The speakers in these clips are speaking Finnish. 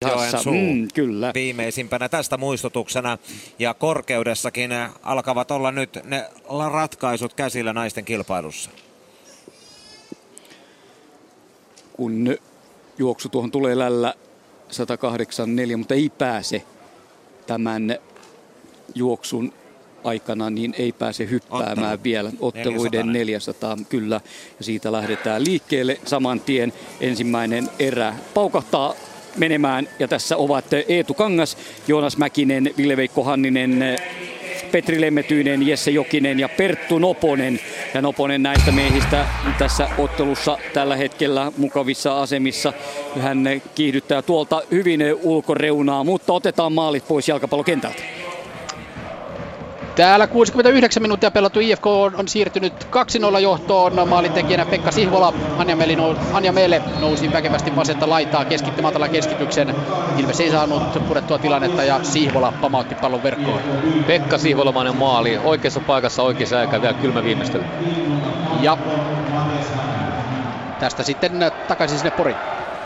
Kyllä. Viimeisimpänä tästä muistutuksena. Ja korkeudessakin alkavat olla nyt ne ratkaisut käsillä naisten kilpailussa. Kun juoksu tuohon tulee lällä 184, mutta ei pääse tämän juoksun aikana, niin ei pääse hyppäämään vielä otteluiden 400, kyllä. Ja siitä lähdetään liikkeelle saman tien. Ensimmäinen erä paukahtaa menemään ja tässä ovat Eetu Kangas, Joonas Mäkinen, Ville-Veikko Hanninen, Petri Lemmetyinen, Jesse Jokinen ja Perttu Noponen. Ja Noponen näistä miehistä tässä ottelussa tällä hetkellä mukavissa asemissa. Hän kiihdyttää tuolta hyvin ulkoreunaa, mutta otetaan maalit pois jalkapallokentältä. Täällä 69 minuuttia pelattu, IFK on siirtynyt 2-0 johtoon. Maalintekijänä Pekka Sihvola, Anja Meele nousi väkevästi vasenta laitaa, keskitti matalan keskityksen. Ilves ei saanut purettua tilannetta ja Sihvola pamautti pallon verkkoon. Pekka Sihvolamainen maali, oikeassa paikassa oikeassa aikaa, vielä kylmä viimeistely. Ja tästä sitten takaisin sinne Poriin.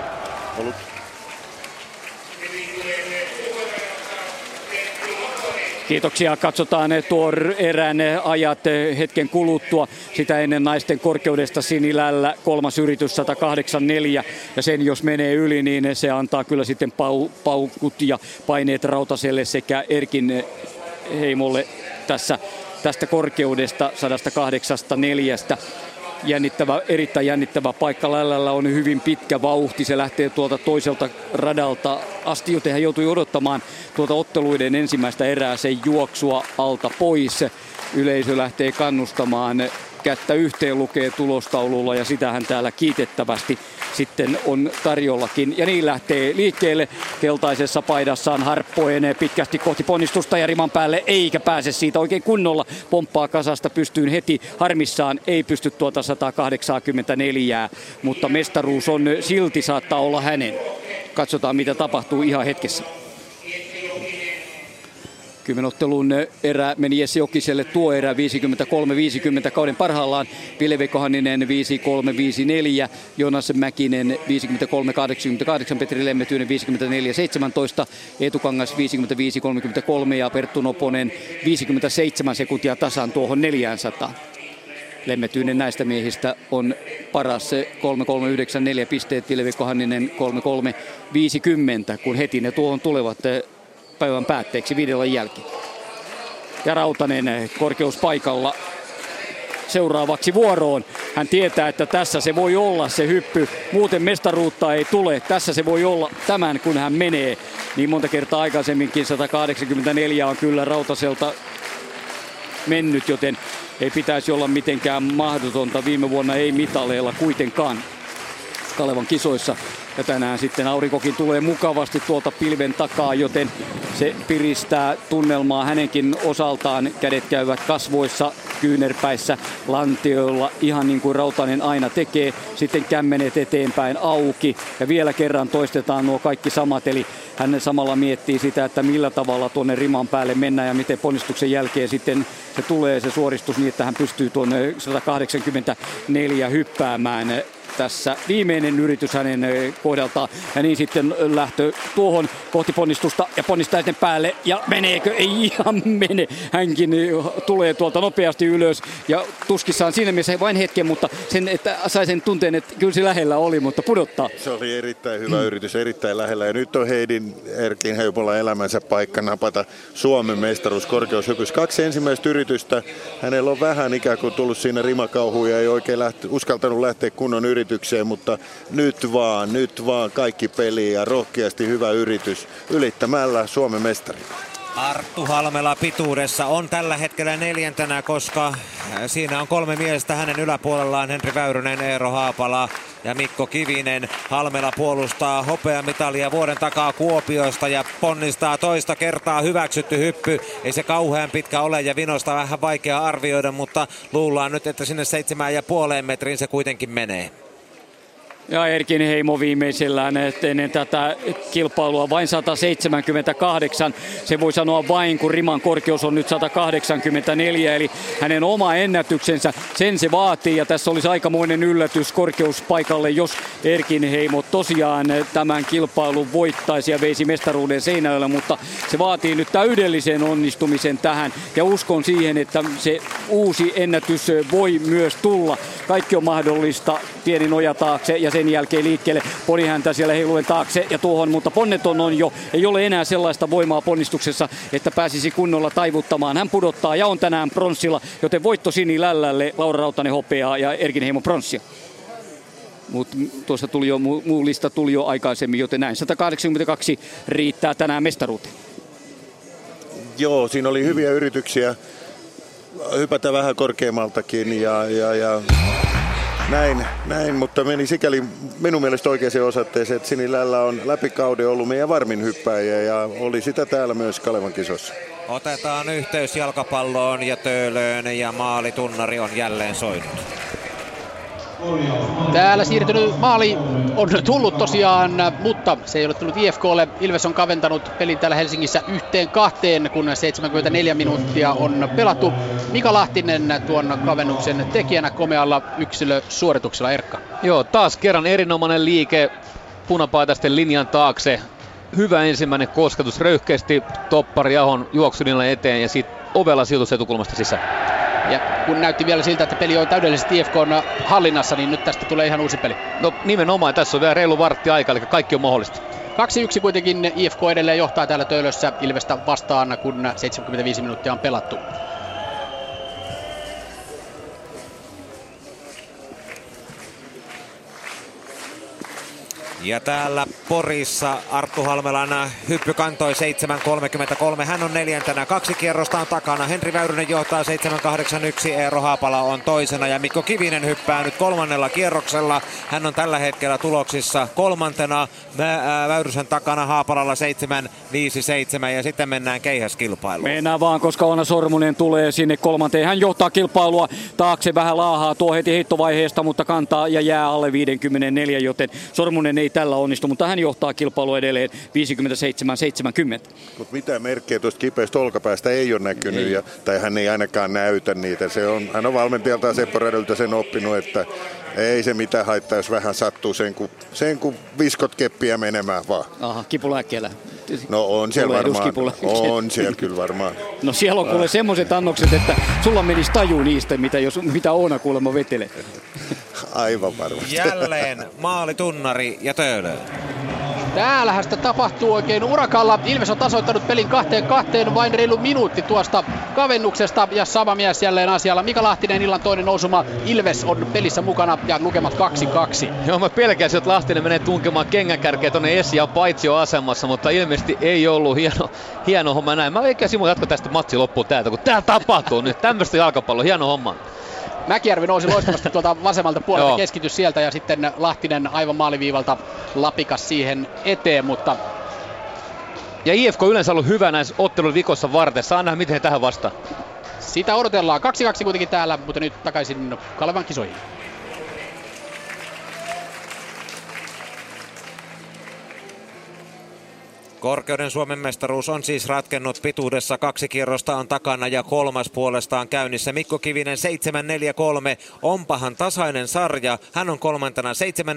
Kiitoksia. Katsotaan tuon erän ajat hetken kuluttua. Sitä ennen naisten korkeudesta Sinilällä 3. yritys 184. Ja sen jos menee yli, niin se antaa kyllä sitten paukut ja paineet Rautaselle sekä Erkin Heimolle tästä korkeudesta 184. Erittäin jännittävä paikka. Lällällä on hyvin pitkä vauhti. Se lähtee tuolta toiselta radalta asti, joten hän joutui odottamaan tuota otteluiden ensimmäistä erää sen juoksua alta pois. Yleisö lähtee kannustamaan. Kättä yhteen lukee tulostaululla ja sitähän täällä kiitettävästi sitten on tarjollakin. Ja niin lähtee liikkeelle keltaisessa paidassaan Harppoen pitkästi kohti ponnistusta ja riman päälle, eikä pääse siitä oikein kunnolla. Pomppaa kasasta pystyyn heti, harmissaan ei pysty tuota 184, mutta mestaruus on silti saattaa olla hänen. Katsotaan mitä tapahtuu ihan hetkessä. 10-ottelun erä meni Jesse Jokiselle, tuo erä 53-50 kauden parhaillaan. Ville-Veikko Hanninen 53-54, Joonas Mäkinen 53-88, Petri Lemmetyinen 54-17, Eetu Kangas 55-33 ja Perttu Noponen 57 sekuntia tasan tuohon 400. Lemmetyinen näistä miehistä on paras, 3-3-9-4 pisteet, Ville-Veikko Hanninen 3-3-50, kun heti ne tuohon tulevat päivän päätteeksi 5 jälkeen. Ja Rautanen korkeuspaikalla seuraavaksi vuoroon. Hän tietää, että tässä se voi olla se hyppy. Muuten mestaruutta ei tule. Tässä se voi olla tämän, kun hän menee. Niin monta kertaa aikaisemminkin 184 on kyllä Rautaselta mennyt, joten ei pitäisi olla mitenkään mahdotonta. Viime vuonna ei mitaleilla kuitenkaan Kalevan kisoissa. Ja tänään sitten aurinkokin tulee mukavasti tuolta pilven takaa, joten se piristää tunnelmaa hänenkin osaltaan. Kädet käyvät kasvoissa, kyynärpäissä, lantioilla, ihan niin kuin Rautanen aina tekee. Sitten kämmenet eteenpäin auki ja vielä kerran toistetaan nuo kaikki samat. Eli hän samalla miettii sitä, että millä tavalla tuonne riman päälle mennään ja miten ponnistuksen jälkeen sitten se tulee se suoristus niin, että hän pystyy tuonne 184 hyppäämään. Tässä viimeinen yritys hänen kohdaltaan ja niin sitten lähtö tuohon kohti ponnistusta ja ponnistaa sitten päälle ja meneekö? Ei ihan mene. Hänkin tulee tuolta nopeasti ylös ja tuskissaan siinä mielessä vain hetken, mutta sen, että sai sen tunteen, että kyllä se lähellä oli, mutta pudottaa. Se oli erittäin hyvä yritys, erittäin lähellä ja nyt on Heidin Erkin Heipola elämänsä paikka napata Suomen mestaruus korkeushypys. 2 ensimmäistä yritystä, hänellä on vähän ikään kuin tullut siinä rimakauhuun ja ei oikein uskaltanut lähteä kunnon yritykseen, mutta nyt vaan kaikki peliin ja rohkeasti hyvä yritys ylittämällä Suomen mestari. Arttu Halmela pituudessa on tällä hetkellä 4. koska siinä on 3 miestä hänen yläpuolellaan. Henri Väyrynen, Eero Haapala ja Mikko Kivinen. Halmela puolustaa hopeamitalia vuoden takaa Kuopiosta ja ponnistaa toista kertaa hyväksytty hyppy. Ei se kauhean pitkä ole ja vinosta vähän vaikea arvioida, mutta luullaan nyt, että sinne 7,5 metriin se kuitenkin menee. Ja Erkin Heimo viimeisellään ennen tätä kilpailua vain 178. Se voi sanoa vain, kun riman korkeus on nyt 184, eli hänen oma ennätyksensä, sen se vaatii. Ja tässä olisi aikamoinen yllätys korkeuspaikalle, jos Erkin Heimo tosiaan tämän kilpailun voittaisi ja veisi mestaruuden Seinäjoelle, mutta se vaatii nyt täydellisen onnistumisen tähän. Ja uskon siihen, että se uusi ennätys voi myös tulla. Kaikki on mahdollista, pieni noja taakse ja sen jälkeen liikkeelle ponihäntä siellä heiluen taakse ja tuohon, mutta ponneton on jo, ei ole enää sellaista voimaa ponnistuksessa, että pääsisi kunnolla taivuttamaan. Hän pudottaa ja on tänään pronssilla, joten voitto Sinilällälle, Laura Rautanen hopeaa ja Erkin Heimo pronssia. Mutta tuossa tuli jo, muu lista tuli jo aikaisemmin, joten näin 182 riittää tänään mestaruuteen. Joo, siinä oli hyviä yrityksiä hypätä vähän korkeammaltakin ja näin, mutta meni sikäli minun mielestä oikeaan osoitteeseen, että Sinilällä on läpi kauden ollut meidän varmin hyppäjä ja oli sitä täällä myös Kalevan kisossa. Otetaan yhteys jalkapalloon ja Töölöön ja maalitunnari on jälleen soinut. Täällä siirtynyt maali on tullut tosiaan, mutta se ei ole tullut IFK:lle. Ilves on kaventanut pelin täällä Helsingissä 1-2, kun 74 minuuttia on pelattu. Mika Lahtinen tuon kavennuksen tekijänä komealla yksilösuorituksella. Erkka. Joo, taas kerran erinomainen liike punapaitaisten linjan taakse. Hyvä ensimmäinen kosketus, röyhkeästi toppari Ahon juoksulinjalle eteen ja sitten ovella sijoitus etukulmasta sisään. Ja kun näytti vielä siltä, että peli on täydellisesti IFK:n hallinnassa, niin nyt tästä tulee ihan uusi peli. No nimenomaan, tässä on vielä reilu vartti aika, eli kaikki on mahdollista. 2-1 kuitenkin IFK edelleen johtaa täällä Töölössä Ilvestä vastaan, kun 75 minuuttia on pelattu. Ja täällä Porissa Arttu Halmelan hyppy kantoi 7.33. Hän on neljäntenä. 2 kierrosta on takana. Henri Väyrynen johtaa 7.81. Eero Haapala on toisena. Ja Mikko Kivinen hyppää nyt 3. kierroksella. Hän on tällä hetkellä tuloksissa 3. Väyrysen takana Haapalalla 7.57. Ja sitten mennään keihäskilpailuun. Mennään vaan, koska Oona Sormunen tulee sinne 3. Hän johtaa kilpailua taakse, vähän laahaa tuo heti heittovaiheesta, mutta kantaa ja jää alle 54, joten Sormunen ei tällä onnistu, mutta hän johtaa kilpailua edelleen 57-70. Mutta mitä merkkejä tuosta kipeästä olkapäästä ei ole näkynyt, tai hän ei ainakaan näytä niitä. Hän on valmentajaltaan Seppo Rädyltä sen oppinut, että ei se mitään haittaa, jos vähän sattuu sen kun viskot keppiä menemään vaan. Aha, kipulääkkeellä. No on siellä varmaan. On siellä kyllä varmaan. No siellä on kuule semmoiset annokset, että sulla menisi taju niistä, mitä Oona kuulemma vetelee. Aivan varmasti. Jälleen maalitunnari ja Töölö. Täällähän sitä tapahtuu oikein urakalla. Ilves on tasoittanut pelin 2-2, vain reilu minuutti tuosta kavennuksesta. Ja sama mies jälleen asialla. Mika Lahtinen, illan toinen nousuma. Ilves on pelissä mukana ja lukemat 2-2. Joo, mä pelkäsin, että Lahtinen menee tunkemaan kengänkärkeä tonne Esi ja paitsioasemassa, mutta ilmeisesti ei ollut hieno homma näin. Mä veikkaan Simo jatko tästä matsi loppuun täältä, kun tää tapahtuu nyt. Tämmöistä jalkapalloa, hieno homma. Mäkijärvi nousi loistavasti tuolta vasemmalta puolelta, keskitys sieltä ja sitten Lahtinen aivan maaliviivalta lapikas siihen eteen, mutta... Ja IFK yleensä ollut hyvä näissä ottelun vikossa varten. Saa nähdä, miten he tähän vastaan. Sitä odotellaan. 2-2 kuitenkin täällä, mutta nyt takaisin Kalevan kisoihin. Korkeuden Suomen mestaruus on siis ratkennut pituudessa. 2 kierrosta on takana ja 3. puolestaan käynnissä. Mikko Kivinen 7.43. Onpahan tasainen sarja. Hän on 3. 7.43, 7.41,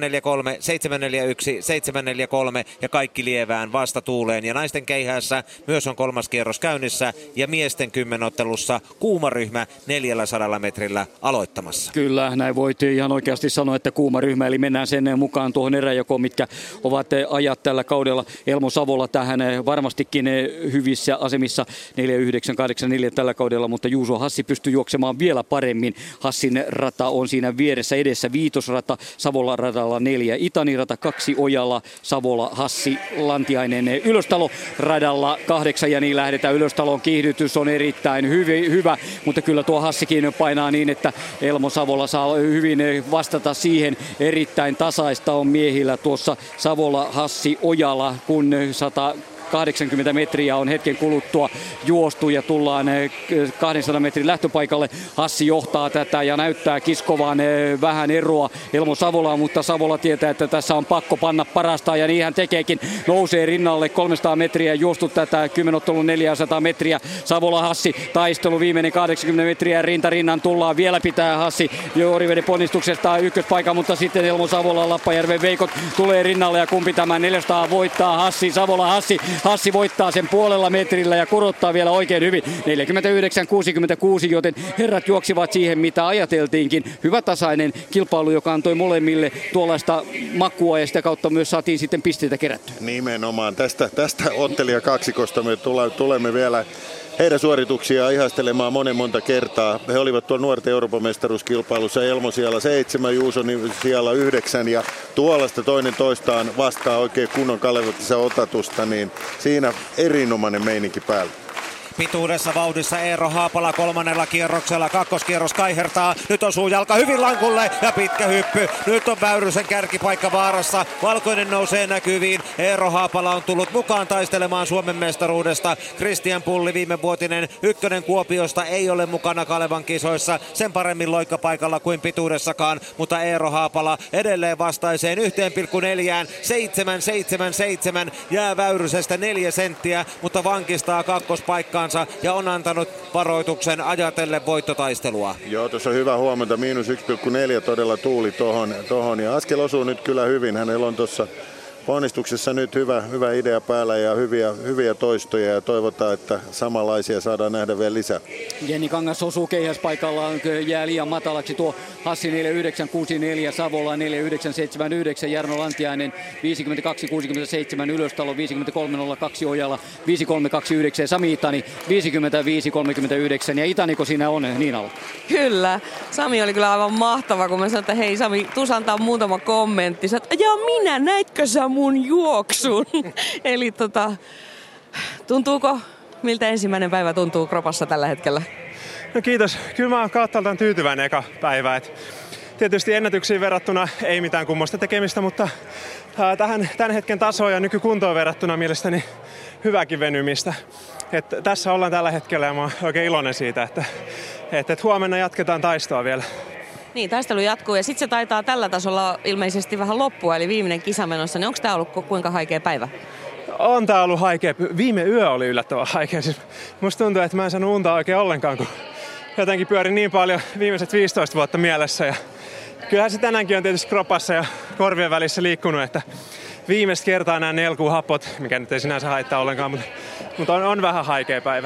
7.43 ja kaikki lievään vastatuuleen. Ja naisten keihäässä myös on 3. kierros käynnissä ja miesten kymmenottelussa kuuma ryhmä 400 metrillä aloittamassa. Kyllä, näin voitiin ihan oikeasti sanoa, että kuuma ryhmä, eli mennään sen mukaan tuohon eräjakoon, mitkä ovat ajat tällä kaudella. Elmo Savola tähän varmastikin hyvissä asemissa 4.984 tällä kaudella, mutta Juuso Hassi pystyy juoksemaan vielä paremmin. Hassin rata on siinä vieressä edessä, Viitosrata, Savola radalla 4, Itani rata 2, Ojala, Savola, Hassi, Lantiainen, Ylöstalo radalla 8 ja niin lähdetään. Ylöstalon kiihdytys on erittäin hyvä, mutta kyllä tuo Hassikin painaa niin, että Elmo Savola saa hyvin vastata siihen. Erittäin tasaista on miehillä tuossa Savola, Hassi, Ojala, kun 80 metriä on hetken kuluttua juostu ja tullaan 200 metrin lähtöpaikalle. Hassi johtaa tätä ja näyttää kiskovan vähän eroa Elmo Savolaan, mutta Savola tietää, että tässä on pakko panna parasta ja niin hän tekeekin. Nousee rinnalle 300 metriä juostu tätä 10 ottelun 400 metriä. Savola Hassi taistelu viimeinen 80 metriä rinta rinnan tullaan. Vielä pitää Hassi Oriveden ponnistuksesta ykköspaikan, mutta sitten Elmo Savola Lappajärven Veikot tulee rinnalle ja kumpi tämän 400 voittaa? Hassi, Savola Hassi voittaa sen puolella metrillä ja korottaa vielä oikein hyvin. 49-66, joten herrat juoksivat siihen mitä ajateltiinkin. Hyvä tasainen kilpailu, joka antoi molemmille tuollaista makua ja sitä kautta myös saatiin sitten pisteitä kerättyä. Nimenomaan. Tästä ottelijakaksikosta me tulemme vielä heidän suorituksiaan ihastelemaan monta kertaa. He olivat tuolla nuorten Euroopan mestaruuskilpailussa, Elmo siellä 7, Juuso siellä 9 ja tuollaista toinen toistaan vastaa oikein kunnon kalevotissa otatusta, niin siinä erinomainen meininki päällä. Pituudessa vauhdissa Eero Haapala kolmannella kierroksella. Kakkoskierros kaihertaa. Nyt osuu jalka hyvin lankulle ja pitkä hyppy. Nyt on Väyrysen kärkipaikka vaarassa. Valkoinen nousee näkyviin. Eero Haapala on tullut mukaan taistelemaan Suomen mestaruudesta. Christian Pulli, viimevuotinen ykkönen Kuopiosta, ei ole mukana Kalevan kisoissa. Sen paremmin loikkapaikalla kuin pituudessakaan. Mutta Eero Haapala edelleen vastaiseen 1,4. 7,77 jää Väyrysestä 4 senttiä, mutta vankistaa kakkospaikkaa ja on antanut varoituksen ajatellen voittotaistelua. Joo, tuossa on hyvä huomenta. -1,4 todella tuuli tohon ja askel osuu nyt kyllä hyvin. Hänellä on tuossa ponnistuksessa nyt hyvä idea päällä ja hyviä toistoja ja toivotaan, että samanlaisia saadaan nähdä vielä lisää. Jenni Kangas osuu keihäspaikallaan, jää liian matalaksi tuo Hassi 4964, Savola 4979, Jarno Lantiainen 5267, Ylöstalo 5302, Ojala 5329 ja Sami Itani 5539 ja Itaniko siinä on Niinalla? Kyllä, Sami oli kyllä aivan mahtava, kun mä sanoin, että hei Sami, tuus antaa muutama kommentti. Sä, ja minä, näitkö sä mun juoksun? Eli tuntuuko, miltä ensimmäinen päivä tuntuu kropassa tällä hetkellä? No kiitos. Kyllä mä oon kauttaaltaan tyytyväinen eka päivä. Et tietysti ennätyksiin verrattuna ei mitään kummoista tekemistä, mutta tämän hetken tasoon ja nykykuntoon verrattuna mielestäni hyväkin venymistä. Et tässä ollaan tällä hetkellä ja mä oon oikein iloinen siitä, että huomenna jatketaan taistoa vielä. Niin, taistelu jatkuu ja sitten se taitaa tällä tasolla ilmeisesti vähän loppua, eli viimeinen kisa menossa. Niin onko tämä ollut kuinka haikea päivä? On tää ollut haikea. Viime yö oli yllättävän haikea. Siis musta tuntuu, että mä en saanut unta oikein ollenkaan, kun jotenkin pyörin niin paljon viimeiset 15 vuotta mielessä. Ja kyllähän se tänäänkin on tietysti kropassa ja korvien välissä liikkunut, että viimeistä kertaa nämä nelkuhappot, mikä nyt ei sinänsä haittaa ollenkaan, mutta on vähän haikea päivä.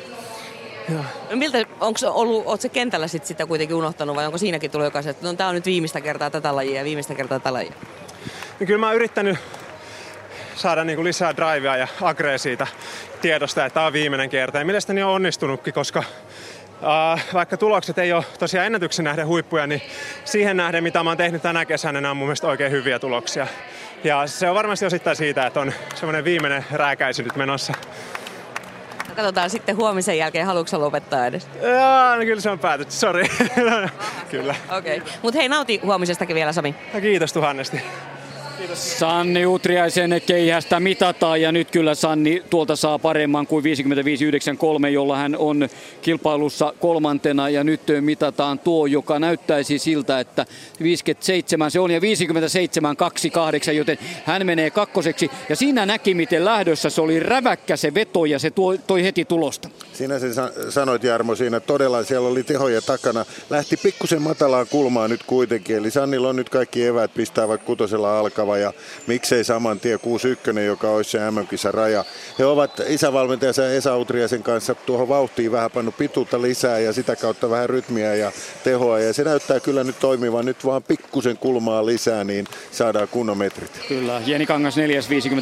Miltä, ootko se kentällä sitä kuitenkin unohtanut vai onko siinäkin tullut jokaisen, että no, tää on nyt viimeistä kertaa tätä lajia ja viimeistä kertaa tätä lajia? No, kyllä mä oon yrittänyt saada niinku lisää drivea ja agree siitä tiedosta, että tää on viimeinen kerta. Ja mielestäni on onnistunutkin, koska vaikka tulokset ei ole tosiaan ennätyksen nähden huippuja, niin siihen nähden, mitä mä oon tehnyt tänä kesänä, nämä on mun mielestä oikein hyviä tuloksia. Ja se on varmasti osittain siitä, että on semmoinen viimeinen rääkäisy nyt menossa. Katsotaan sitten huomisen jälkeen, haluatko lopettaa edes? Jaa, no kyllä se on päätetty, sori. Kyllä. Okei. Mut hei, nauti huomisestakin vielä, Sami. Ja kiitos tuhannesti. Kiitos. Sanni Utriaisen keihästä mitataan ja nyt kyllä Sanni tuolta saa paremman kuin 55.93, jolla hän on kilpailussa kolmantena ja nyt mitataan tuo, joka näyttäisi siltä, että 57 se on ja 57.28, joten hän menee kakkoseksi ja siinä näki miten lähdössä se oli räväkkä se veto ja se toi heti tulosta. Sinä sen sanoit Jarmo siinä, todella siellä oli tehoja takana, lähti pikkusen matalaan kulmaan nyt kuitenkin, eli Sannilla on nyt kaikki eväät pistää vaikka kutosella alkaa. Ja miksei saman tie 6-1, joka olisi se MM-kisan raja. He ovat isävalmentajansa Esa Utriaisen kanssa tuohon vauhtiin vähän pannut pituutta lisää ja sitä kautta vähän rytmiä ja tehoa. Ja se näyttää kyllä nyt toimivan. Nyt vaan pikkusen kulmaa lisää, niin saadaan kunnon metrit. Kyllä. Jenni Kangas 4.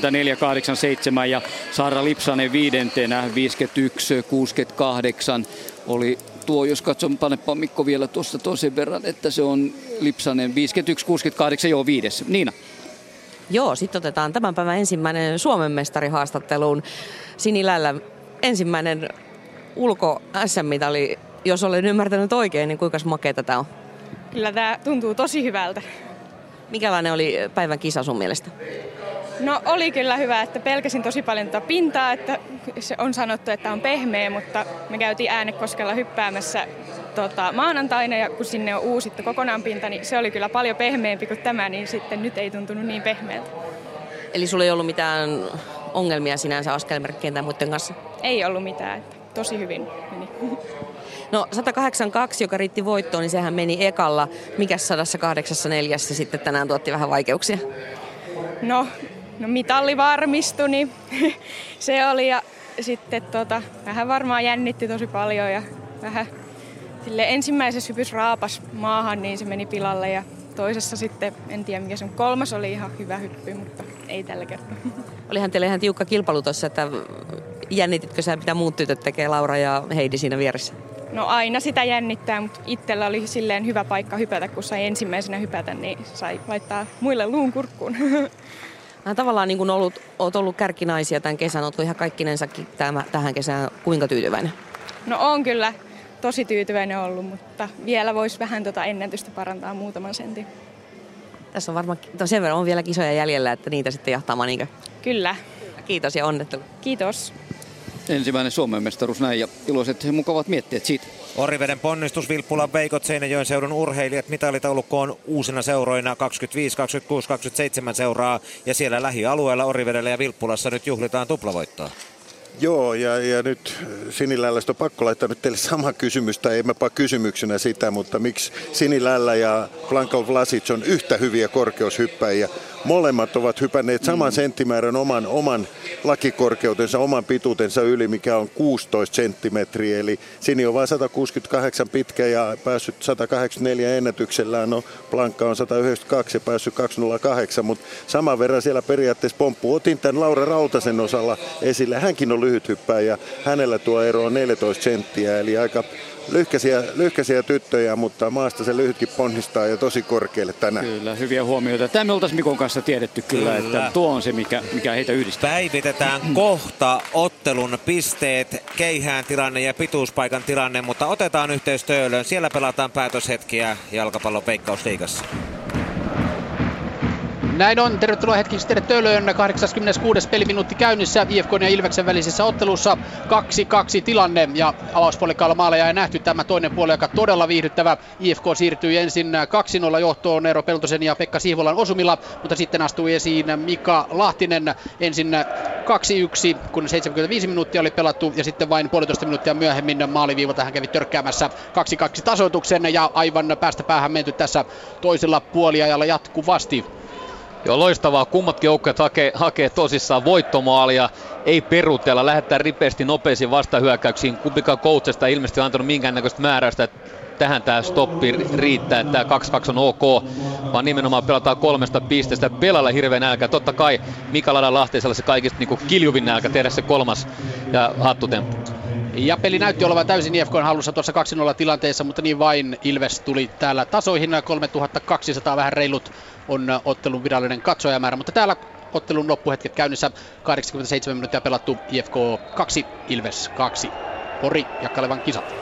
54.87 ja Saara Lipsanen 5. 51.68 oli tuo, jos katson, panepa Mikko vielä tuosta toisen verran, että se on Lipsanen 51.68, joo 5. Niina. Joo, sitten otetaan tämän päivän ensimmäinen Suomen mestarihaastatteluun. Sinilällä ensimmäinen ulko SM-mitali, jos olen ymmärtänyt oikein, niin kuinka makeata tämä on? Kyllä tämä tuntuu tosi hyvältä. Mikälainen oli päivän kisa sun mielestä? No oli kyllä hyvä, että pelkäsin tosi paljon tätä pintaa, että se on sanottu, että on pehmeä, mutta me käytiin Äänekoskella hyppäämässä maanantaina ja kun sinne on uusittu kokonaan pinta, niin se oli kyllä paljon pehmeämpi kuin tämä, niin sitten nyt ei tuntunut niin pehmeältä. Eli sulla ei ollut mitään ongelmia sinänsä askelmerkkien tai muiden kanssa? Ei ollut mitään, että tosi hyvin meni. No 182, joka riitti voittoon, niin sehän meni ekalla. Mikäs 184 sitten tänään tuotti vähän vaikeuksia? No mitalli varmistui, niin se oli ja sitten vähän varmaan jännitti tosi paljon ja vähän ensimmäisessä hypys raapas maahan, niin se meni pilalle ja toisessa sitten, en tiedä mikä se on, kolmas oli ihan hyvä hyppy, mutta ei tällä kertaa. Olihan teillä ihan tiukka kilpailu tuossa, että jännititkö sä, mitä muut tytöt tekee, Laura ja Heidi siinä vieressä? No aina sitä jännittää, mutta itsellä oli silleen hyvä paikka hypätä, kun sai ensimmäisenä hypätä, niin sai laittaa muille luun kurkkuun. Tavallaan niin kun oot ollut kärkinaisia tämän kesän, ootko ihan kaikkinensakin tähän kesään kuinka tyytyväinen? No on kyllä tosi tyytyväinen ollut, mutta vielä voisi vähän ennätystä parantaa muutaman sentin. Tässä on varmaan sen verran on vielä kisoja jäljellä, että niitä sitten jahtaamaan, niinkö? Kyllä. Kiitos ja onnittelut. Kiitos. Ensimmäinen Suomen mestaruus näin ja iloiset ja mukavat mietteet siitä. Oriveden ponnistus, Vilppulan Veikot, Seinäjoen seudun urheilijat, mitalitaulukkoon uusina seuroina 25, 26, 27 seuraa ja siellä lähialueella Orivedellä ja Vilppulassa nyt juhlitaan tuplavoittoa. Joo, ja nyt Sinilällöstä on pakko laittaa nyt teille sama kysymys, tai ei mäpä kysymyksenä sitä, mutta miksi Sinilällä ja Blanka Vlasic on yhtä hyviä korkeushyppäjiä? Molemmat ovat hypänneet saman senttimäärän oman lakikorkeutensa, oman pituutensa yli, mikä on 16 senttimetriä. Eli Sini on vain 168 pitkä ja päässyt 184 ennätyksellään. No, Blanka on 192 ja päässyt 208, mutta saman verran siellä periaatteessa pomppu. Otin tämän Laura Rautasen osalla esille. Hänkin on lyhyt hyppääjä. Hänellä tuo ero on 14 senttiä, eli aika lyhkäisiä tyttöjä, mutta maasta se lyhytkin ponnistaa ja tosi korkealle tänään. Kyllä, hyviä huomioita. Tämä me oltaisiin Mikon kanssa tiedetty kyllä, että tuo on se, mikä heitä yhdistää. Päivitetään kohta ottelun pisteet, keihään tilanne ja pituuspaikan tilanne, mutta otetaan yhteys Töölöön. Siellä pelataan päätöshetkiä jalkapallon Veikkausliigassa. Näin on. Tervetuloa hetki sitten Töölöön. 86. peliminuutti käynnissä IFK ja Ilveksen välisessä ottelussa. 2-2 tilanne ja avauspuolikkaalla maaleja ei nähty. Tämä toinen puoli, joka todella viihdyttävä. IFK siirtyi ensin 2-0 johtoon Eero Peltosen ja Pekka Sihvolan osumilla, mutta sitten astui esiin Mika Lahtinen ensin 2-1, kun 75 minuuttia oli pelattu ja sitten vain puolitoista minuuttia myöhemmin maaliviivalta hän kävi törkkäämässä 2-2 tasoituksen ja aivan päästä päähän menty tässä toisella puoliajalla jatkuvasti. Joo, loistavaa. Kummatkin joukkueet hakee tosissaan voittomaalia, ei peruutella, lähettää ripeästi nopeisiin vastahyökkäyksiin. Kumpikaan coachista ei ilmeisesti antanut minkäännäköistä määräystä, että tähän tämä stoppi riittää, että tämä 2-2 on ok, vaan nimenomaan pelataan 3 pisteestä. Pelalla hirveä nälkä. Totta kai Mika Ladan-Lahteisella se kaikista niin kiljuvin nälkä tehdä se 3. ja hattutemppu. Ja peli näytti olevan täysin IFK:n hallussa tuossa 2-0 tilanteessa, mutta niin vain Ilves tuli täällä tasoihin. 3200 vähän reilut on ottelun virallinen katsojamäärä, mutta täällä ottelun loppuhetket käynnissä. 87 minuuttia pelattu, IFK 2, Ilves 2. Pori ja Kalevan kisat.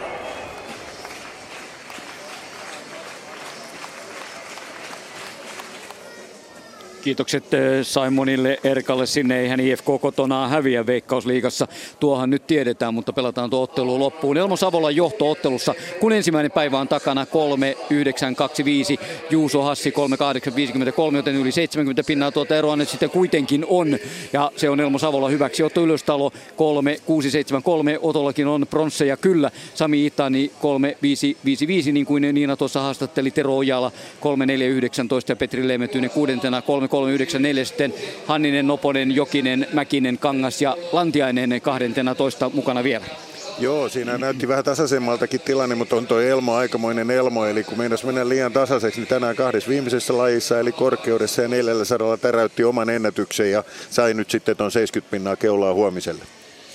Kiitokset Simonille, Erkalle, sinne eihän IFK kotonaan häviä Veikkausliigassa. Tuohan nyt tiedetään, mutta pelataan tuo ottelu loppuun. Elmo Savolan johto-ottelussa, kun ensimmäinen päivä on takana 3-9-2-5, Juuso Hassi 3-8-53, joten yli 70 pinnaa tuota eroa nyt sitten kuitenkin on. Ja se on Elmo Savola hyväksi. Otto Ylöstalo 3-6-7-3, Otollakin on pronsseja kyllä. Sami Itani 3-5-5-5, niin kuin Niina tuossa haastatteli, Tero Ojala 3-4-19 ja Petri Lemetyinen 6. 3-3-9-4, sitten Hanninen, Noponen, Jokinen, Mäkinen, Kangas ja Lantiainen 12 mukana vielä. Joo, siinä näytti vähän tasaisemmaltakin tilanne, mutta on toi Elmo aikamoinen Elmo, eli kun meinasi mennä liian tasaiseksi, niin tänään 2 viimeisessä lajissa, eli korkeudessa ja 400 täräytti oman ennätyksen ja sai nyt sitten ton 70 pinnaa keulaa huomiselle.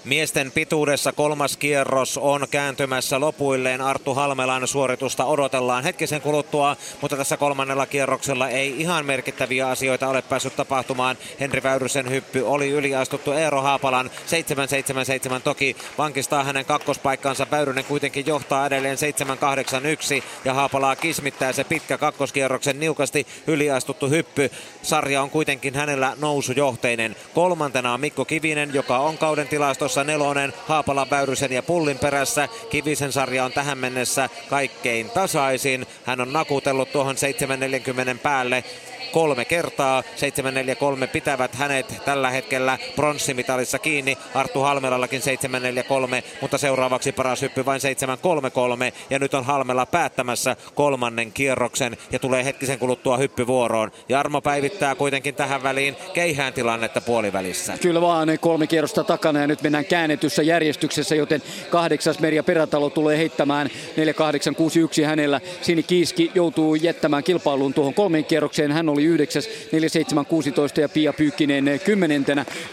Miesten pituudessa kolmas kierros on kääntymässä lopuilleen. Arttu Halmelan suoritusta odotellaan hetkisen kuluttua, mutta tässä kolmannella kierroksella ei ihan merkittäviä asioita ole päässyt tapahtumaan. Henri Väyrysen hyppy oli yliastuttu Eero Haapalan 7.77 toki vankistaa hänen kakkospaikkansa. Väyrynen kuitenkin johtaa edelleen 7.81 ja Haapalaa kismittää se pitkä kakkoskierroksen niukasti yliastuttu hyppy. Sarja on kuitenkin hänellä nousujohteinen. Kolmantena on Mikko Kivinen, joka on kauden tilastossa nelonen Haapalan, Väyrysen ja Pullin perässä. Kivisen sarja on tähän mennessä kaikkein tasaisin. Hän on nakutellut tuohon 7.40 päälle 3 kertaa. 7.43 pitävät hänet tällä hetkellä pronssimitalissa kiinni. Arttu Halmelallakin 7.43, mutta seuraavaksi paras hyppy vain 7.33. Ja nyt on Halmela päättämässä kolmannen kierroksen ja tulee hetkisen kuluttua hyppyvuoroon. Jarmo päivittää kuitenkin tähän väliin keihään tilannetta puolivälissä. Kyllä vaan 3 kierrosta takana ja nyt mennään käännetyssä järjestyksessä, joten 8. Merja Perätalo tulee heittämään 4.861 hänellä. Sini Kiiski joutuu jättämään kilpailuun tuohon 3 kierrokseen. Hän oli 9. 4.716 ja Pia Pyykkinen 10.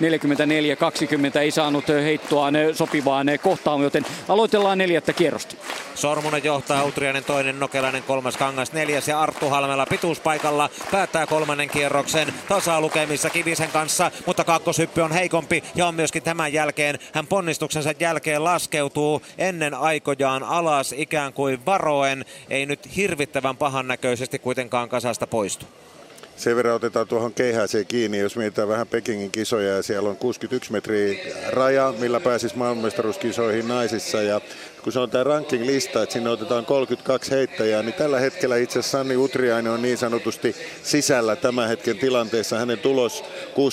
44.20 ei saanut heittoaan sopivaan kohtaan, joten aloitellaan 4. kierrosta. Sormunen johtaa, Utriainen toinen, Nokelainen kolmas, Kangas 4. ja Arttu Halmela pituuspaikalla päättää kolmannen kierroksen tasalukemissa Kivisen kanssa, mutta kakkoshyppy on heikompi ja on myöskin tämän jälkeen. Hän ponnistuksensa jälkeen laskeutuu ennen aikojaan alas ikään kuin varoen, ei nyt hirvittävän pahan näköisesti kuitenkaan kasasta poistu. Sen verran otetaan tuohon keihääseen kiinni, jos mietitään vähän Pekingin kisoja ja siellä on 61 metriä raja, millä pääsisi maailmanmestaruuskisoihin naisissa ja kun se on tämä ranking-lista, että sinne otetaan 32 heittäjää, niin tällä hetkellä itse asiassa Sanni Utriainen on niin sanotusti sisällä tämän hetken tilanteessa. Hänen tulos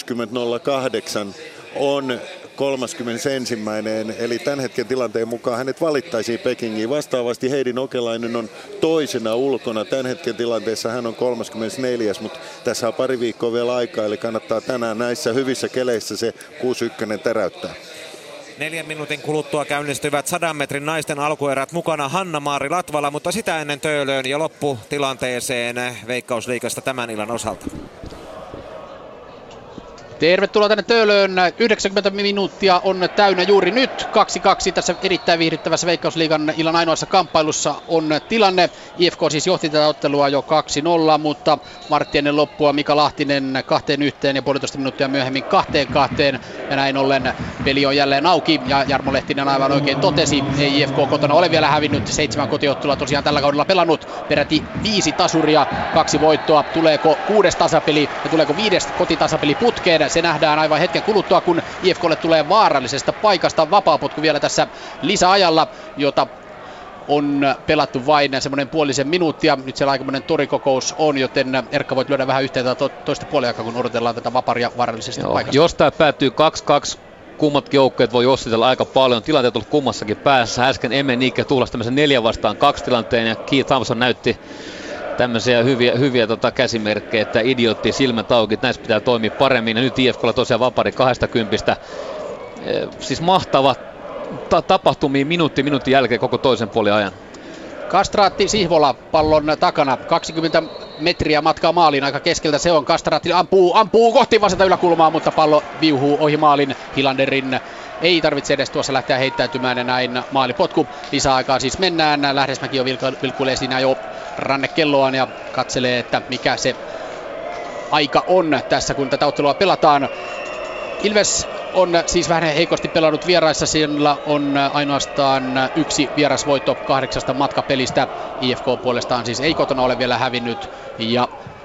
60.08 on 31. Eli tämän hetken tilanteen mukaan hänet valittaisiin Pekingiin. Vastaavasti Heidi Nokelainen on toisena ulkona. Tämän hetken tilanteessa hän on 34. Mutta tässä on pari viikkoa vielä aikaa, eli kannattaa tänään näissä hyvissä keleissä se 6.1 täräyttää. 4 minuutin kuluttua käynnistyvät 100 metrin naisten alkuerät, mukana Hanna-Maari Latvala, mutta sitä ennen Töölöön ja lopputilanteeseen Veikkausliigasta tämän illan osalta. Tervetuloa tänne Töölöön. 90 minuuttia on täynnä juuri nyt. 2-2 tässä erittäin viihdyttävässä Veikkausliigan illan ainoassa kamppailussa on tilanne. IFK siis johti tätä ottelua jo 2-0, mutta Martti ennen loppua Mika Lahtinen 2-1 ja puolitoista minuuttia myöhemmin 2-2. Ja näin ollen peli on jälleen auki ja Jarmo Lehtinen aivan oikein totesi. Ei IFK kotona ole vielä hävinnyt. 7 kotiottelua tosiaan tällä kaudella pelannut. Peräti 5 tasuria, 2 voittoa. Tuleeko 6. tasapeli ja tuleeko 5. kotitasapeli putkeen? Se nähdään aivan hetken kuluttua, kun IFKlle tulee vaarallisesta paikasta vapaapotku vielä tässä lisäajalla, jota on pelattu vain semmoinen puolisen minuuttia. Nyt siellä aikamoinen torikokous on, joten Erkka voit lyödä vähän yhteen toista puoliaikaa, kun odotellaan tätä vaparia vaarallisesta paikasta. Jos tämä päättyy 2-2, kummatkin joukkueet voi jossitella aika paljon. Tilanteet on kummassakin päässä. Äsken Emeniike tuhlasi tämmöisen 4-2 tilanteen ja Keith Thompson näytti tämmöisiä hyviä käsimerkkejä, että idiotti silmät auki, että näissä pitää toimia paremmin. Ja nyt IFK:lla tosiaan vapari 20. Siis mahtava tapahtumia minuutin jälkeen koko toisen puolen ajan. Kastraatti Sihvola pallon takana, 20 metriä matkaa maaliin, aika keskeltä se on. Kastraatti ampuu kohti vasenta yläkulmaa, mutta pallo viuhuu ohi maalin. Hilanderin ei tarvitse edes tuossa lähteä heittäytymään ja näin maalipotku. Lisäaikaa siis mennään. Lähdesmäki jo vilkuilee siinä jo rannekelloaan ja katselee, että mikä se aika on tässä, kun tätä ottelua pelataan. Ilves on siis vähän heikosti pelannut vieraissa, siellä on ainoastaan 1 vierasvoitto 8 matkapelistä. IFK puolestaan siis ei kotona ole vielä hävinnyt ja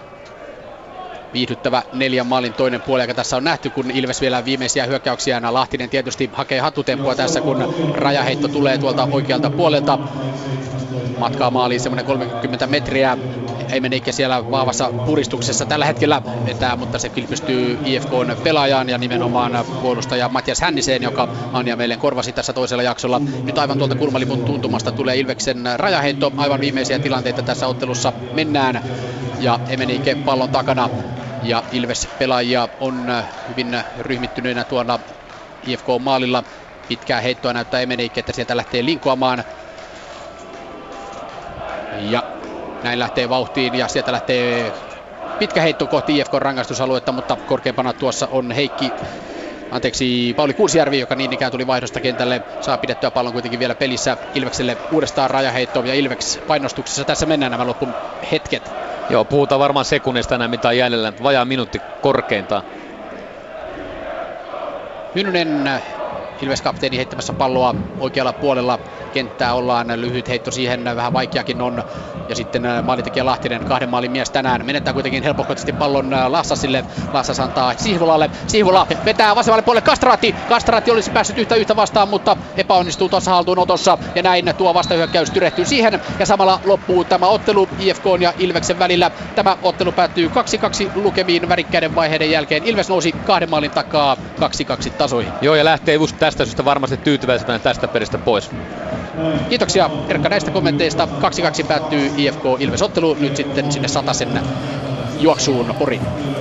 viihdyttävä 4 maalin toinen puoli, tässä on nähty, kun Ilves vielä viimeisiä hyökkäyksiä. Lahtinen tietysti hakee hattutempoa tässä, kun rajaheitto tulee tuolta oikealta puolelta. Matkaa maaliin semmoinen 30 metriä. Ei menikä siellä vahvassa puristuksessa tällä hetkellä vetää, mutta se kilpistyy IFK:n pelaajaan ja nimenomaan puolustaja Matias Hänniseen, joka Anja meille korvasi tässä toisella jaksolla. Nyt aivan tuolta kulmalipun tuntumasta tulee Ilveksen rajaheitto. Aivan viimeisiä tilanteita tässä ottelussa mennään ja Emenike pallon takana. Ja Ilves-pelaajia on hyvin ryhmittyneenä tuolla IFK-maalilla. Pitkää heittoa näyttää Emenike, että sieltä lähtee linkoamaan. Ja näin lähtee vauhtiin ja sieltä lähtee pitkä heitto kohti IFK-rangaistusaluetta, mutta korkeimpana tuossa on Heikki Pauli Kuusijärvi, joka niin ikään tuli vaihdosta kentälle, saa pidettyä pallon kuitenkin vielä pelissä. Ilvekselle uudestaan rajaheitto ja Ilveks painostuksessa. Tässä mennään nämä lopun hetket. Joo, puhutaan varmaan sekunnista enää mitä on jäljellä, vajaa minuutti korkeintaan. Hynynen, Ilves-kapteeni heittämässä palloa oikealla puolella kenttää ollaan. Lyhyt heitto siihen, vähän vaikeakin on. Ja sitten maalintekijä Lahtinen, 2 maalin mies tänään. Menettää kuitenkin helppokoisesti pallon Lassasille. Lassas antaa Sihvolalle. Sihvola vetää vasemmalle puolelle Kastraatti. Kastraatti olisi päässyt yhtä vastaan, mutta epäonnistuu tuossa haltuunotossa. Ja näin tuo vastahyökkäys tyrehtyy siihen. Ja samalla loppuu tämä ottelu IFK:n ja Ilveksen välillä. Tämä ottelu päättyy 2-2 lukemiin värikkäiden vaiheiden jälkeen. Ilves nousi 2 maalin takaa 2-2 tasoihin. Joo, ja lähtee just tästä syystä varmasti tyytyväisenä tästä pelistä pois. Kiitoksia Erkka näistä kommenteista. 2-2 päättyy IFK-Ilves-ottelu. Nyt sitten sinne Satasen juoksuun Poriin.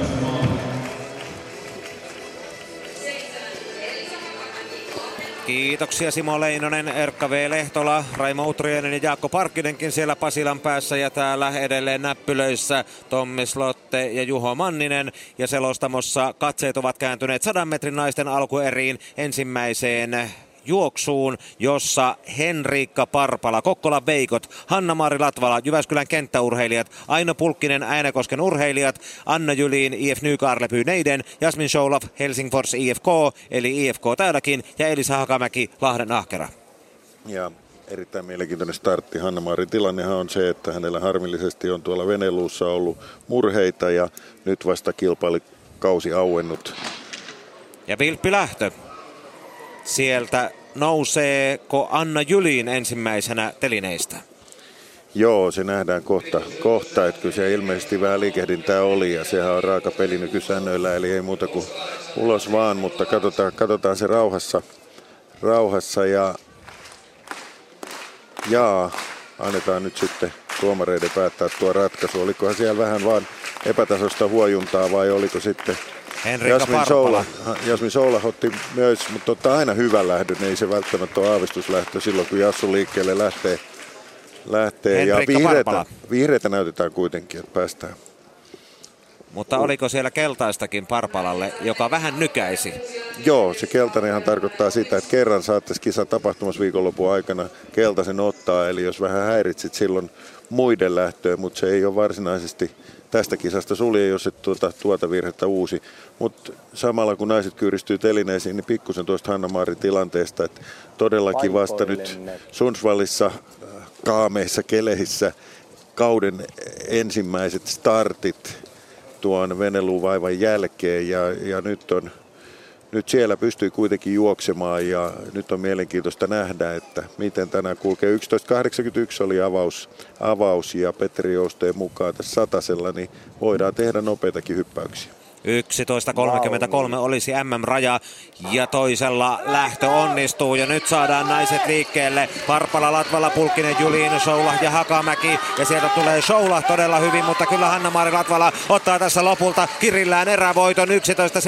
Kiitoksia Simo Leinonen, Erkka V. Lehtola, Raimo Utriainen ja Jaakko Parkkinenkin siellä Pasilan päässä ja täällä edelleen näppylöissä Tommi Slotte ja Juho Manninen. Ja selostamossa katseet ovat kääntyneet 100 metrin naisten alkueriin ensimmäiseen juoksuun, jossa Henriikka Parpala, Kokkolan Veikot, Hanna-Mari Latvala, Jyväskylän kenttäurheilijat, Aino Pulkkinen, Äänekosken urheilijat, Anna Jylin, IF Nykarlepy Neiden, Jasmin Shoulaf, Helsingfors IFK, eli IFK täälläkin, ja Elisa Hakamäki, Lahden Ahkera. Ja erittäin mielenkiintoinen startti. Hanna-Marin tilannehan on se, että hänellä harmillisesti on tuolla Veneluussa ollut murheita ja nyt vasta kilpailukausi auennut. Ja vilppilähtö. Sieltä nouseeko Anna Jylin ensimmäisenä telineistä? Joo, se nähdään kohta, että kyllä se ilmeisesti vähän liikehdintää oli ja sehän on raaka peli nykysäännöillä, eli ei muuta kuin ulos vaan, mutta katsotaan se rauhassa ja annetaan nyt sitten tuomareiden päättää tuo ratkaisu. Olikohan siellä vähän vaan epätasoista huojuntaa vai oliko sitten Jasmin Soula otti myös, mutta ottaa aina hyvän lähdön, ei se välttämättä ole aavistuslähtö silloin, kun Jassu liikkeelle lähtee ja vihreitä näytetään kuitenkin, että päästään. Mutta oliko siellä keltaistakin Parpalalle, joka vähän nykäisi? Joo, se keltainenhan tarkoittaa sitä, että kerran saattaisi kisan tapahtumassa viikonlopun aikana keltaisen ottaa, eli jos vähän häiritsit silloin muiden lähtöön, mutta se ei ole varsinaisesti tästä kisasta sulje, jos et tuota virhettä uusi. Mutta samalla kun naiset kyyristyy telineisiin, niin pikkusen tuosta Hanna-Maarin tilanteesta, että todellakin vasta nyt Sundsvallissa kaameissa keleissä kauden ensimmäiset startit tuon Veneluvaivan jälkeen ja nyt siellä pystyy kuitenkin juoksemaan ja nyt on mielenkiintoista nähdä, että miten tänään kulkee. 11.81 oli avaus ja Petteri Jousteen mukaan tässä satasella, niin voidaan tehdä nopeitakin hyppäyksiä. 11.33 olisi MM-raja ja toisella lähtö onnistuu ja nyt saadaan naiset liikkeelle. Parpala, Latvala, Pulkkinen, Julin, Shoula ja Hakamäki ja sieltä tulee Shoula todella hyvin, mutta kyllä Hanna-Mari Latvala ottaa tässä lopulta kirillään erävoiton 11.70,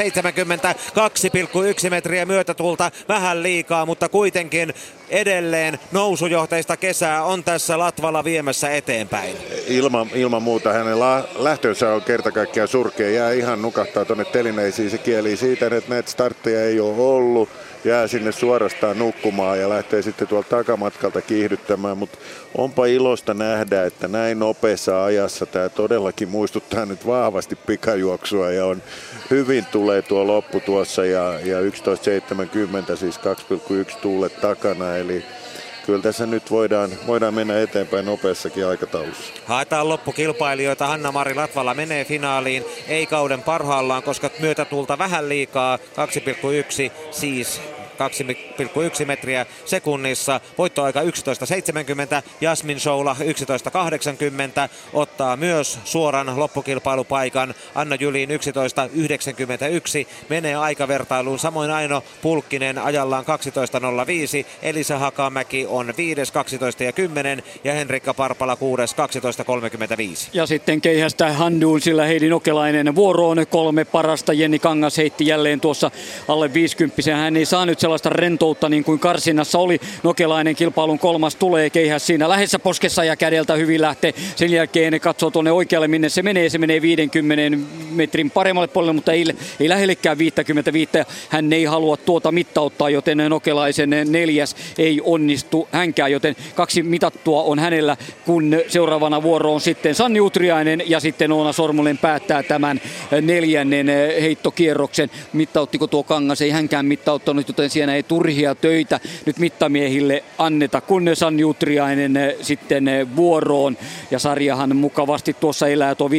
2,1 metriä myötätulta, vähän liikaa, mutta kuitenkin edelleen nousujohteista kesää on tässä Latvala viemässä eteenpäin. Ilman muuta hänen lähtönsä on kerta kaikkiaan surkea, jää ihan nukahtaa tuonne telineisiin, se kieli siitä, että näitä startteja ei ole ollut, jää sinne suorastaan nukkumaan ja lähtee sitten tuolta takamatkalta kiihdyttämään, mutta onpa iloista nähdä, että näin nopeassa ajassa tämä todellakin muistuttaa nyt vahvasti pikajuoksua ja on hyvin tulee tuo loppu tuossa ja 11.70 siis 2,1 tuulle takana, eli kyllä tässä nyt voidaan mennä eteenpäin nopeassakin aikataulussa. Haetaan loppukilpailijoita. Hanna-Mari Latvala menee finaaliin. Ei kauden parhaillaan, koska myötätulta vähän liikaa. 2,1 siis 2,1 metriä sekunnissa. Voittoaika 11.70. Jasmin Shoula 11.80 ottaa myös suoran loppukilpailupaikan. Anna Jylin 11.91 menee aikavertailuun. Samoin Aino Pulkkinen ajallaan 12.05. Elisa Hakamäki on 5. 12.10 ja Henrikka Parpala 6. 12.35. Ja sitten keihästä Handuun, sillä Heidi Nokelainen vuoroon 3 parasta. Jenni Kangas heitti jälleen tuossa alle 50. Hän ei saa nyt sellaista rentoutta niin kuin karsinnassa oli. Nokelainen kilpailun 3. tulee, Keihäs siinä lähdessä poskessa ja kädeltä hyvin lähtee. Sen jälkeen katsoo tuonne oikealle, minne se menee 50 metrin paremmalle puolelle, mutta ei lähellekään 55. Hän ei halua tuota mittauttaa, joten Nokelaisen 4. ei onnistu hänkään, joten 2 mitattua on hänellä, kun seuraavana vuoro on sitten Sanni Utriainen ja sitten Oona Sormunen päättää tämän 4. heittokierroksen. Mittauttiko tuo Kangas? Ei hänkään mittauttanut, joten siinä ei turhia töitä nyt mittamiehille anneta, kun Sanni Utriainen sitten vuoroon. Ja sarjahan mukavasti tuossa elää tuo 57-28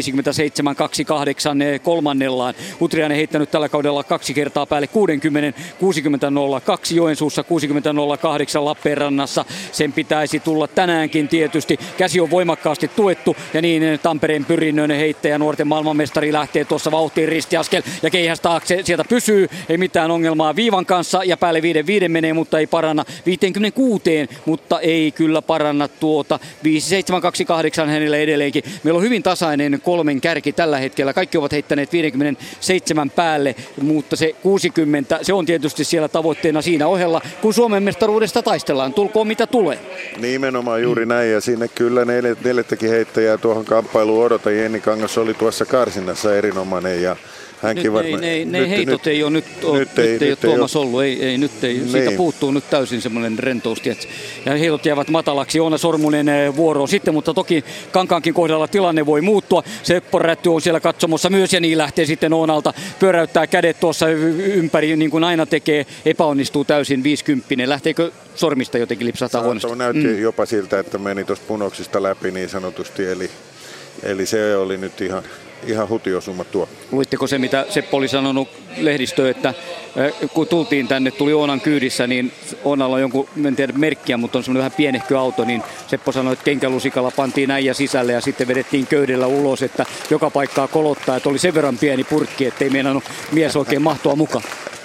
kolmannellaan. Utriainen heittänyt tällä kaudella 2 kertaa päälle 60, 60.02 Joensuussa, 60.08 Lappeenrannassa. Sen pitäisi tulla tänäänkin tietysti. Käsi on voimakkaasti tuettu ja niin Tampereen Pyrinnön heittäjä, nuorten maailmanmestari lähtee tuossa vauhtiin ristiaskel ja Keihäs taakse. Sieltä pysyy, ei mitään ongelmaa viivan kanssa ja päälle 5 menee, mutta ei paranna 56, mutta ei kyllä paranna tuota 57.28 hänellä edelleenkin. Meillä on hyvin tasainen 3 kärki tällä hetkellä. Kaikki ovat heittäneet 57 päälle, mutta se 60, se on tietysti siellä tavoitteena siinä ohella, kun Suomen mestaruudesta taistellaan. Tulkoon mitä tulee. Nimenomaan juuri näin, ja sinne kyllä 4 heittäjää tuohon kamppailuun odota. Jenni Kangas oli tuossa karsinnassa erinomainen ja hänkin ne heitot ei ole nyt ei Tuomas ollut, nyt ei, siitä puuttuu nyt täysin semmoinen rentous, ja heitot jäävät matalaksi. Oona Sormunen vuoroon sitten, mutta toki Kankaankin kohdalla tilanne voi muuttua. Seppo Rätty on siellä katsomossa myös ja niin lähtee sitten Oonalta, pyöräyttää kädet tuossa ympäri niin kuin aina tekee, epäonnistuu täysin 50. Lähteekö sormista jotenkin lipsahtaa huonosti? Näytti jopa siltä, että meni tuosta punoksista läpi niin sanotusti, eli se oli nyt ihan hutiosuma tuo. Luitteko se, mitä Seppo oli sanonut lehdistöön, että kun tultiin tänne, tuli Oonan kyydissä, niin Oonalla on jonkun, en tiedä merkkiä, mutta on semmoinen vähän pienehkö auto, niin Seppo sanoi, että kenkälusikalla pantiin äijä sisälle ja sitten vedettiin köydellä ulos, että joka paikkaa kolottaa, että oli sen verran pieni purkki, ettei meinannut mies oikein mahtua mukaan.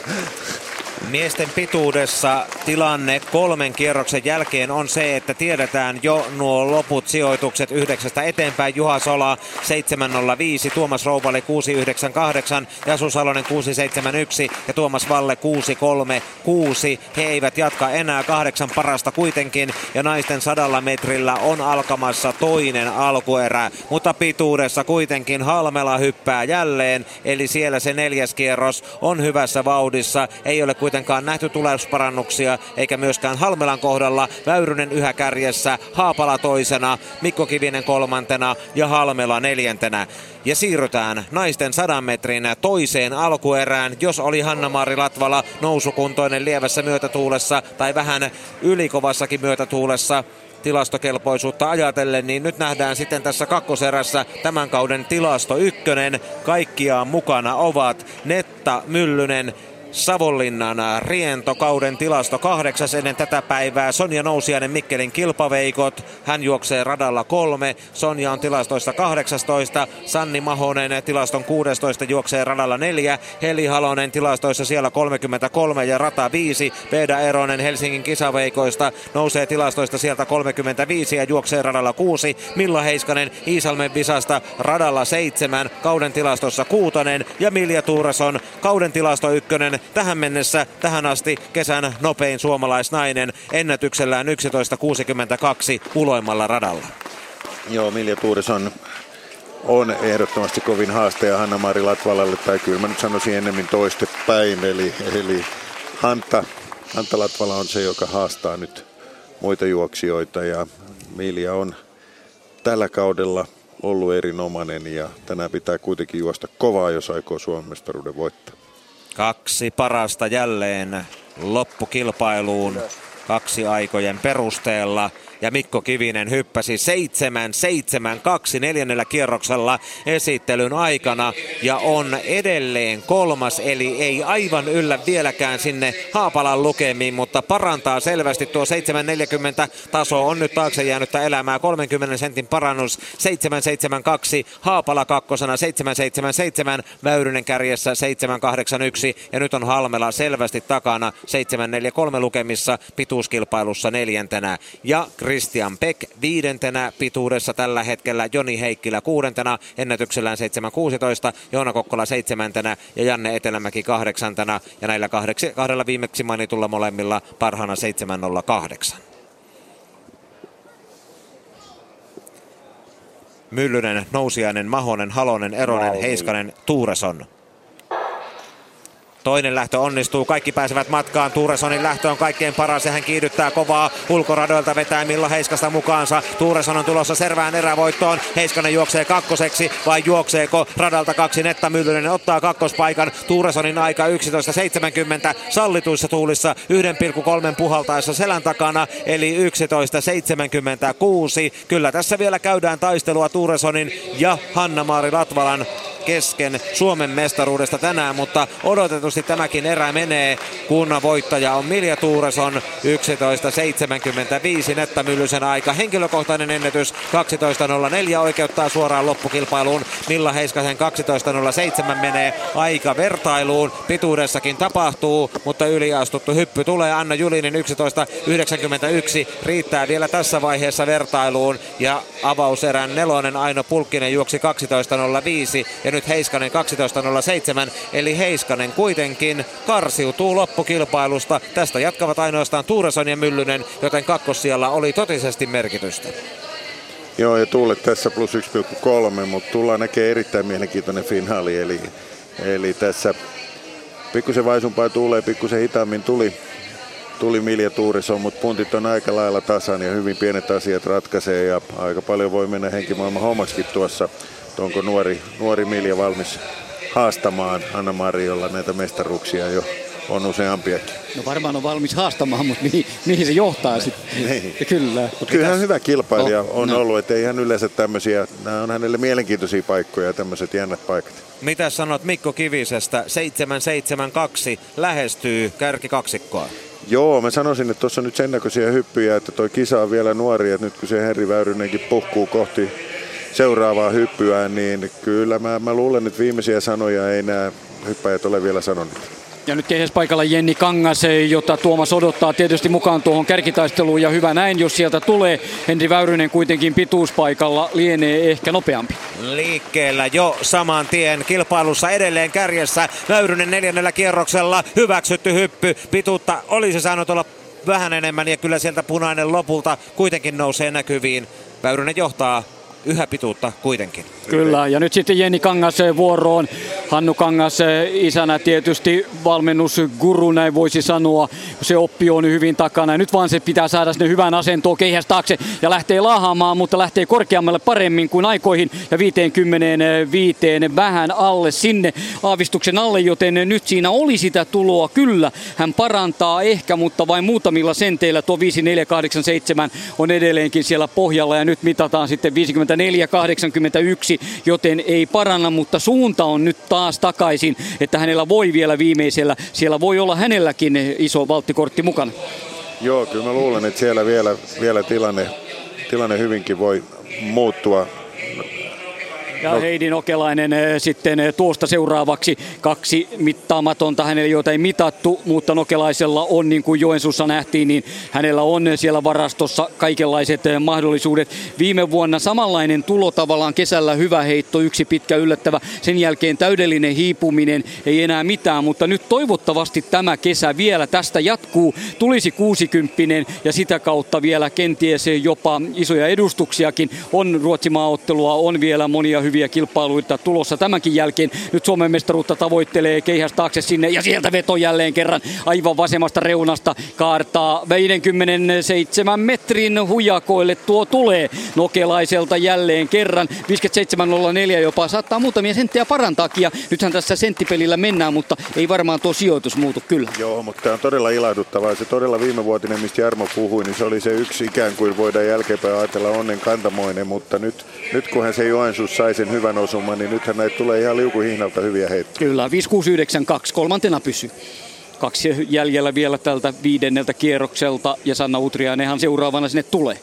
Miesten pituudessa tilanne 3 kierroksen jälkeen on se, että tiedetään jo nuo loput sijoitukset 9 eteenpäin. Juha Sola 7.05, Tuomas Rouvali 6.98, Jasu Salonen 6.71 ja Tuomas Valle 6.36. He eivät jatka enää, 8 parasta kuitenkin ja naisten 100 metrillä on alkamassa toinen alkuerä. Mutta pituudessa kuitenkin Halmela hyppää jälleen, eli siellä se 4. kierros on hyvässä vauhdissa. Ei ole kuitenkaan nähty tulosparannuksia, eikä myöskään Halmelan kohdalla. Väyrynen yhä kärjessä, Haapala toisena, Mikko Kivinen 3. ja Halmela 4. Ja siirrytään naisten 100 metrin toiseen alkuerään. Jos oli Hanna-Maari Latvala nousukuntoinen lievässä myötätuulessa tai vähän ylikovassakin myötätuulessa tilastokelpoisuutta ajatellen, niin nyt nähdään sitten tässä kakkoserässä tämän kauden tilasto 1. Kaikkiaan mukana ovat Netta Myllynen, Savonlinnan Riento, kauden tilasto 8 ennen tätä päivää. Sonja Nousiainen, Mikkelin kilpaveikot. Hän juoksee radalla 3. Sonja on tilastoissa 18. Sanni Mahonen tilaston 16 juoksee radalla 4. Heli Halonen tilastoissa siellä 33 ja rata 5. Peeda Eronen Helsingin kisaveikoista nousee tilastoista sieltä 35 ja juoksee radalla 6. Milla Heiskanen Iisalmen Visasta radalla 7. Kauden tilastossa 6. ja Milja Tuurason kauden tilasto 1. Tähän mennessä, tähän asti kesän nopein suomalaisnainen ennätyksellään 11.62 uloimmalla radalla. Joo, Milja Tuurison on ehdottomasti kovin haastaja Hanna-Maari Latvalalle, tai kyllä mä nyt sanoisin ennemmin toistepäin, eli Hanta Latvala on se, joka haastaa nyt muita juoksijoita, ja Milja on tällä kaudella ollut erinomainen, ja tänään pitää kuitenkin juosta kovaa, jos aikoo Suomen mestaruuden voittaa. 2 parasta jälleen loppukilpailuun 2 aikojen perusteella. Ja Mikko Kivinen hyppäsi 7.72 4. kierroksella esittelyn aikana ja on edelleen 3. eli ei aivan yllä vieläkään sinne Haapalan lukemiin, mutta parantaa selvästi. Tuo 7.40 taso on nyt taakse jäänyttä elämää, 30 sentin parannus. 7.72 Haapala 2. 7.77 Väyrynen kärjessä 7.81 ja nyt on Halmela selvästi takana 7.43 lukemissa pituuskilpailussa 4. ja Christian Beck 5. pituudessa tällä hetkellä, Joni Heikkilä 6. ennätyksellään 7.16, Joona Kokkola 7. ja Janne Etelämäki 8. ja näillä kahdella viimeksi mainitulla molemmilla parhaana 7.08. Myllynen, Nousiainen, Mahonen, Halonen, Eronen, Heiskanen, Tuureson. Toinen lähtö onnistuu, kaikki pääsevät matkaan. Tuuresonin lähtö on kaikkein paras ja hän kiihdyttää kovaa. Ulkoradoilta vetää Milla Heiskasta mukaansa. Tuureson on tulossa Servään erävoittoon. Heiskanen juoksee kakkoseksi vai juokseeko radalta 2? Netta Myllynen ottaa kakkospaikan. Tuuresonin aika 11.70 sallituissa tuulissa 1,3 puhaltaessa selän takana eli 11.76. Kyllä tässä vielä käydään taistelua Tuuresonin ja Hanna-Maari Latvalan kesken Suomen mestaruudesta tänään, mutta odotetusti tämäkin erä menee, kun voittaja on Milja Tuureson 11.75 Netta Myllysen aika. Henkilökohtainen ennätys 12.04 oikeuttaa suoraan loppukilpailuun. Milla Heiskasen 12.07 menee aika vertailuun. Pituudessakin tapahtuu, mutta yliastuttu hyppy tulee. Anna Julinin 11.91 riittää vielä tässä vaiheessa vertailuun ja avauserän 4. Aino Pulkkinen juoksi 12.05 ja nyt Heiskanen 12.07, eli Heiskanen kuitenkin karsiutuu loppukilpailusta. Tästä jatkavat ainoastaan Tuureson ja Myllynen, joten kakkossijalla oli totisesti merkitystä. Joo, ja Tuulet tässä plus 1,3, mutta tullaan näkee erittäin mielenkiintoinen finaali, eli tässä pikkusen vaisumpaa Tuuleen, pikkusen hitaammin tuli Milja Tuureson, mutta puntit on aika lailla tasan ja hyvin pienet asiat ratkaisee ja aika paljon voi mennä henkimaailman hommaskin tuossa. Onko nuori Milja valmis haastamaan Anna-Mari, jolla näitä mestaruuksia jo on useampiakin? No varmaan on valmis haastamaan, mutta mihin se johtaa sitten? Niin. Kyllä. Mutta kyllähän hyvä kilpailija on ollut, ettei ihan yleensä tämmöisiä, nämä on hänelle mielenkiintoisia paikkoja, tämmöiset jännät paikat. Mitä sanot Mikko Kivisestä? 7.72 lähestyy kärkikaksikkoa. Joo, mä sanoisin, että tuossa on nyt sen näköisiä hyppyjä, että toi kisa on vielä nuori, että nyt kun se Henri Väyrynenkin puhkuu kohti seuraavaa hyppyä, niin kyllä mä luulen, että viimeisiä sanoja ei nämä hyppäjät ole vielä sanonut. Ja nyt keihäspaikalla Jenni Kangas, jota Tuomas odottaa tietysti mukaan tuohon kärkitaisteluun ja hyvä näin, jos sieltä tulee. Henri Väyrynen kuitenkin pituuspaikalla lienee ehkä nopeampi. Liikkeellä jo saman tien kilpailussa edelleen kärjessä. Väyrynen 4. kierroksella hyväksytty hyppy. Pituutta olisi saanut olla vähän enemmän ja kyllä sieltä punainen lopulta kuitenkin nousee näkyviin. Väyrynen johtaa yhä pituutta kuitenkin. Kyllä, ja nyt sitten Jenni Kangas vuoroon. Hannu Kangas isänä tietysti valmennusguru, näin voisi sanoa. Se oppi on hyvin takana. Nyt vaan se pitää saada sinne hyvän asentoon keihäs taakse ja lähtee laahaamaan, mutta lähtee korkeammalle paremmin kuin aikoihin. Ja 55 vähän alle sinne aavistuksen alle, joten nyt siinä oli sitä tuloa. Kyllä, hän parantaa ehkä, mutta vain muutamilla senteillä. Tuo 54.87 on edelleenkin siellä pohjalla ja nyt mitataan sitten 54.81, joten ei paranna, mutta suunta on nyt taas takaisin, että hänellä voi vielä viimeisellä, siellä voi olla hänelläkin iso valttikortti mukana. Joo, kyllä mä luulen, että siellä vielä tilanne hyvinkin voi muuttua. Ja Heidi Nokelainen sitten tuosta seuraavaksi 2 mittaamatonta hänelle, joita ei mitattu, mutta Nokelaisella on, niin kuin Joensuussa nähtiin, niin hänellä on siellä varastossa kaikenlaiset mahdollisuudet. Viime vuonna samanlainen tulo tavallaan kesällä, hyvä heitto, 1 pitkä yllättävä, sen jälkeen täydellinen hiipuminen, ei enää mitään, mutta nyt toivottavasti tämä kesä vielä tästä jatkuu, tulisi 60 ja sitä kautta vielä kenties jopa isoja edustuksiakin, on Ruotsi-maaottelua, on vielä monia hyviä kilpailuita tulossa tämänkin jälkeen. Nyt Suomen mestaruutta tavoittelee keihäs taakse sinne ja sieltä veto jälleen kerran aivan vasemmasta reunasta kaartaa 57 metrin hujakoille tuo tulee Nokelaiselta jälleen kerran. 57.04 jopa saattaa muutamia senttejä parantaakin ja nythän tässä senttipelillä mennään, mutta ei varmaan tuo sijoitus muutu kyllä. Joo, mutta tämä on todella ilahduttavaa. Se todella viimevuotinen, mistä Jarmo puhui, niin se oli se yksi ikään kuin voidaan jälkeenpäin ajatella onnen kantamoinen, mutta nyt kun hän se Joensuus sai sen hyvän osuman, niin nythän näitä tulee ihan liukuhihnalta hyviä heittoja. Kyllä, 5692, kolmantena pysyy. 2 jäljellä vielä tältä 5. kierrokselta ja Sanna Utriainenhan seuraavana sinne tulee.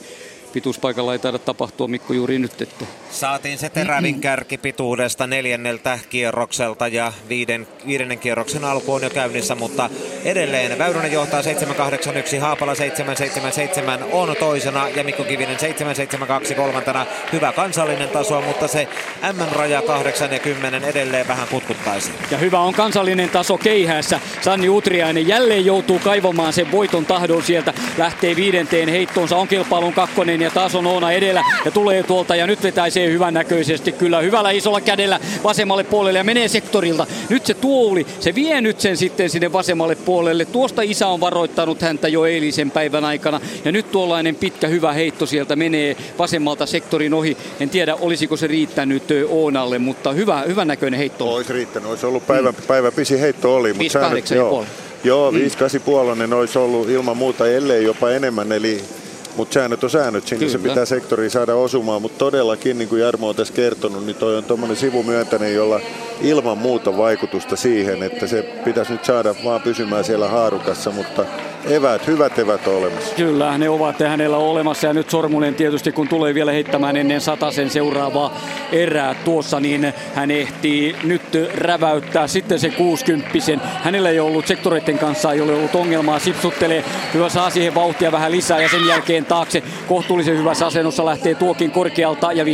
pituuspaikalla ei taida tapahtua, Mikko, juuri nyt. Että. Saatiin se terävin kärki pituudesta 4. kierrokselta ja 5. kierroksen alku on jo käynnissä, mutta edelleen Väyrynen johtaa 7.81, Haapala 7.77 on toisena ja Mikko Kivinen 7.72 kolmantena. Hyvä kansallinen taso, mutta se M-raja 8 ja 10 edelleen vähän putkuttaisi. Ja hyvä on kansallinen taso Keihäässä. Sanni Utriainen jälleen joutuu kaivamaan sen voiton tahdon sieltä. Lähtee 5. heittoonsa, on kilpailun 2 ja taas on Oona edellä ja tulee tuolta ja nyt vetäisee hyvän näköisesti kyllä hyvällä isolla kädellä vasemmalle puolelle ja menee sektorilta. Nyt se tuoli, se vie nyt sen sitten sinne vasemmalle puolelle. Tuosta isä on varoittanut häntä jo eilisen päivän aikana ja nyt tuollainen pitkä hyvä heitto sieltä menee vasemmalta sektorin ohi. En tiedä olisiko se riittänyt Oonalle, mutta hyvä näköinen heitto. Olisi riittänyt, olisi ollut päivän pisin heitto oli. 5.8,5. Joo, 5.8,5 olisi ollut ilman muuta, ellei jopa enemmän, mutta säännöt on säännöt, sinne se pitää sektoriin saada osumaan, mutta todellakin, niin kuin Jarmo on tässä kertonut, niin toi on tuommoinen sivumyöntäinen, jolla ilman muuta vaikutusta siihen, että se pitäisi nyt saada vaan pysymään siellä haarukassa, mutta hyvät evät on olemassa. Kyllä, ne ovat hänellä olemassa ja nyt Sormunen tietysti kun tulee vielä heittämään ennen 100 seuraavaa erää tuossa, niin hän ehtii nyt räväyttää sitten se 60. Hänellä ei ollut sektoreiden kanssa, ei ole ollut ongelmaa, sipsuttelee, hyvä saa siihen vauhtia vähän lisää ja sen jälkeen taakse kohtuullisen hyvässä asennossa lähtee tuokin korkealta ja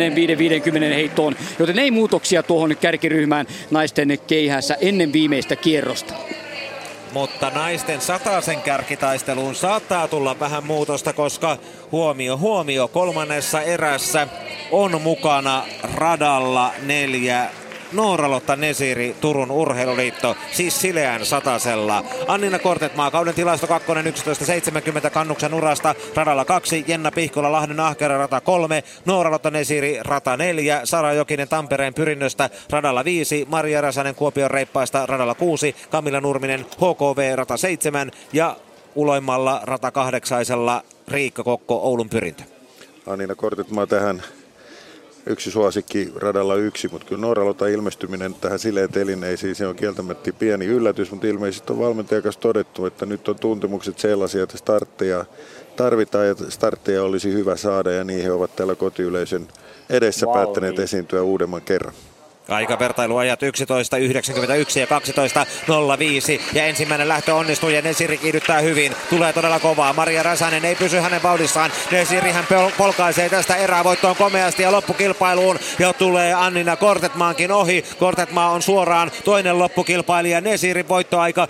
50 heittoon, joten ei muutoksia tuohon kärkiryhmään naisten Keihäässä ennen viimeistä kierrosta. Mutta naisten 100 kärkitaisteluun saattaa tulla vähän muutosta, koska huomio, kolmannessa erässä on mukana radalla 4 Noora-Lotta Nesiri, Turun Urheiluliitto, siis sileän 100. Annina Kortetmaa, kauden tilasto 2, 11.70 kannuksen urasta, radalla 2, Jenna Pihkola, Lahden Ahkera, rata 3, Noora-Lotta Nesiri, rata 4, Sara Jokinen Tampereen Pyrinnöstä, radalla 5, Maria Räsänen Kuopion Reippaista, radalla 6, Kamilla Nurminen, HKV, rata 7 ja uloimmalla rata 8 Riikka Kokko, Oulun Pyrintö. Annina Kortetmaa tähän yksi suosikki radalla 1, mutta kyllä Noora-Lotan ilmestyminen tähän sileen telineisiin, se on kieltämättä pieni yllätys, mutta ilmeisesti on valmentajan kanssa todettu, että nyt on tuntemukset sellaisia, että startteja tarvitaan ja startteja olisi hyvä saada ja niihin ovat täällä kotiyleisön edessä päättäneet esiintyä uudemman kerran. Aikavertailuajat 11.91 ja 12.05 ja ensimmäinen lähtö onnistuu ja Nesiri kiihdyttää hyvin. Tulee todella kovaa. Maria Räsänen ei pysy hänen vauhdissaan. Nesirihän polkaisee tästä erävoittoon komeasti ja loppukilpailuun jo tulee Annina Kortetmaankin ohi. Kortetmaa on suoraan toinen loppukilpailija. Nesirin voittoaika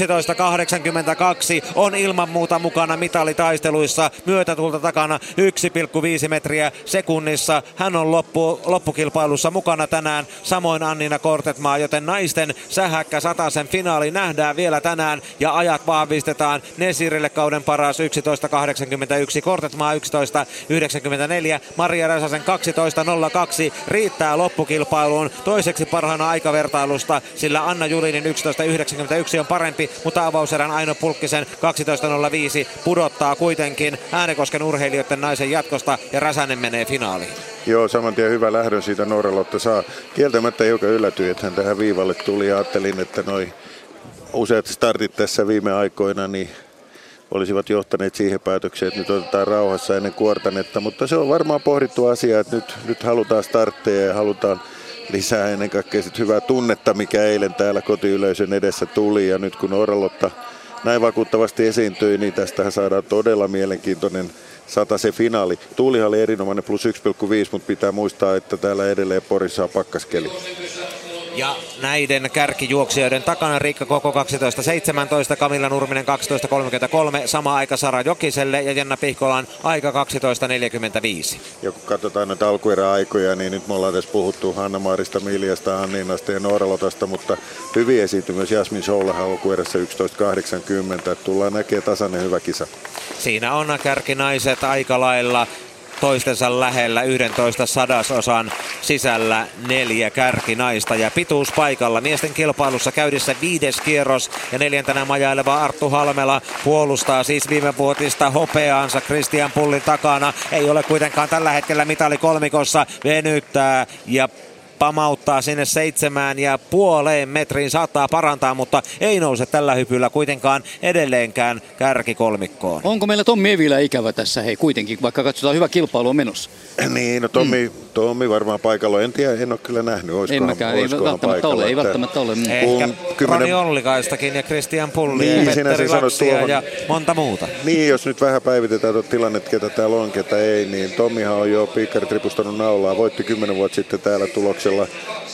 11.82 on ilman muuta mukana mitalitaisteluissa. Myötätulta takana 1,5 metriä sekunnissa. Hän on loppukilpailussa mukana tänään. Samoin Annina Kortetmaa, joten naisten sähäkkä 100 finaali nähdään vielä tänään ja ajat vahvistetaan. Nesirille kauden paras 11.81, Kortetmaa 11.94, Maria Räsäsen 12.02 riittää loppukilpailuun toiseksi parhaana aikavertailusta, sillä Anna Julinin 11.91 on parempi, mutta avauserän Aino Pulkkisen 12.05 pudottaa kuitenkin Äänekosken urheilijoiden naisen jatkosta ja Räsänen menee finaaliin. Joo, saman tien hyvä lähdön siitä Noora-Lotta saa. Kieltämättä hiukan yllätyi, että hän tähän viivalle tuli ja ajattelin, että noi useat startit tässä viime aikoina niin olisivat johtaneet siihen päätökseen, että nyt otetaan rauhassa ennen kuortanetta, mutta se on varmaan pohdittu asia, että nyt halutaan startteja ja halutaan lisää ennen kaikkea sit hyvää tunnetta, mikä eilen täällä kotiyleisön edessä tuli ja nyt kun Noora-Lotta näin vakuuttavasti esiintyi, niin tästähän saadaan todella mielenkiintoinen 100 finaali. Tuulihalli erinomainen plus 1,5, mutta pitää muistaa, että täällä edelleen Porissa on pakkaskeli. Ja näiden kärkijuoksijoiden takana Riikka Koko 12.17, Kamilla Nurminen 12.33, sama aika Sara Jokiselle ja Jenna Pihkolan aika 12.45. Ja kun katsotaan näitä alkueräaikoja, niin nyt me ollaan tässä puhuttu Hanna-Maarista, Miljasta, Anninasta ja Noora-Lotasta, mutta hyvin esiintyi myös Jasmin Soulahan alkuerässä 11.80. Tullaan näkee tasainen hyvä kisa. Siinä on kärkinaiset aika lailla toistensa lähellä 11 sadasosan sisällä 4 kärkinaista ja pituuspaikalla miesten kilpailussa käydissä 5. kierros ja 4. majaileva Arttu Halmela puolustaa siis viimevuotista hopeaansa Christian Pullin takana. Ei ole kuitenkaan tällä hetkellä mitali kolmikossa, venyttää ja pamauttaa sinne 7,5 metriin, saattaa parantaa, mutta ei nouse tällä hypyllä kuitenkaan edelleenkään kärkikolmikkoon. Onko meillä Tommi Evilä ikävä tässä kuitenkin, vaikka katsotaan hyvä kilpailu on menossa? Niin, no Tommi varmaan paikalla. En tiedä, en ole kyllä nähnyt. Ei välttämättä ole. Ehkä Roni Ollikaistakin ja Christian Pulli ja Petteri Lapsia ja monta muuta. Niin, jos nyt vähän päivitetään tuota tilannetta, ketä täällä on, ketä ei, niin Tommihan on jo piikkarit ripustanut naulaa. Voitti 10 vuotta sitten täällä tuloksella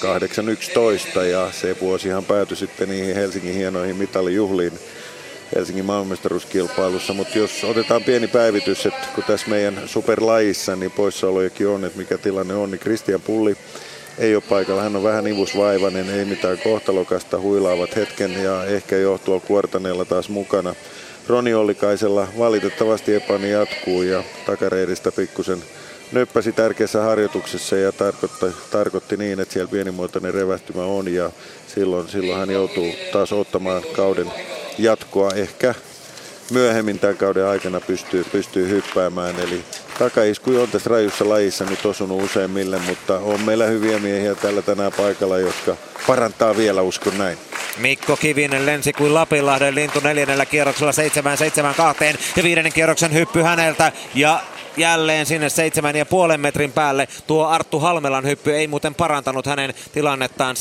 8-11 ja se vuosihan päätyi sitten niihin Helsingin hienoihin mitalijuhliin Helsingin maailmanmestaruuskilpailussa, mutta jos otetaan pieni päivitys, että kun tässä meidän superlajissa niin poissaolojakin on, että mikä tilanne on, niin Christian Pulli ei ole paikalla. Hän on vähän ivusvaivainen, ei mitään kohtalokasta, huilaavat hetken ja ehkä jo tuolla kuortaneella taas mukana. Roni Ollikaisella valitettavasti epäni jatkuu ja takareidistä pikkusen nöppäsi tärkeässä harjoituksessa ja tarkoitti niin, että siellä pienimuotoinen revähtymä on ja silloin hän joutuu taas ottamaan kauden jatkoa. Ehkä myöhemmin tämän kauden aikana pystyy hyppäämään. Eli takaisku on tässä rajussa lajissa nyt osunut useimmille, mutta on meillä hyviä miehiä täällä tänään paikalla, jotka parantaa vielä, uskon näin. Mikko Kivinen lensi kuin Lapinlahden lintu 4. kierroksella 7,72 ja 5. kierroksen hyppy häneltä ja jälleen sinne 7,5 metrin päälle. Tuo Arttu Halmelan hyppy ei muuten parantanut hänen tilannettaan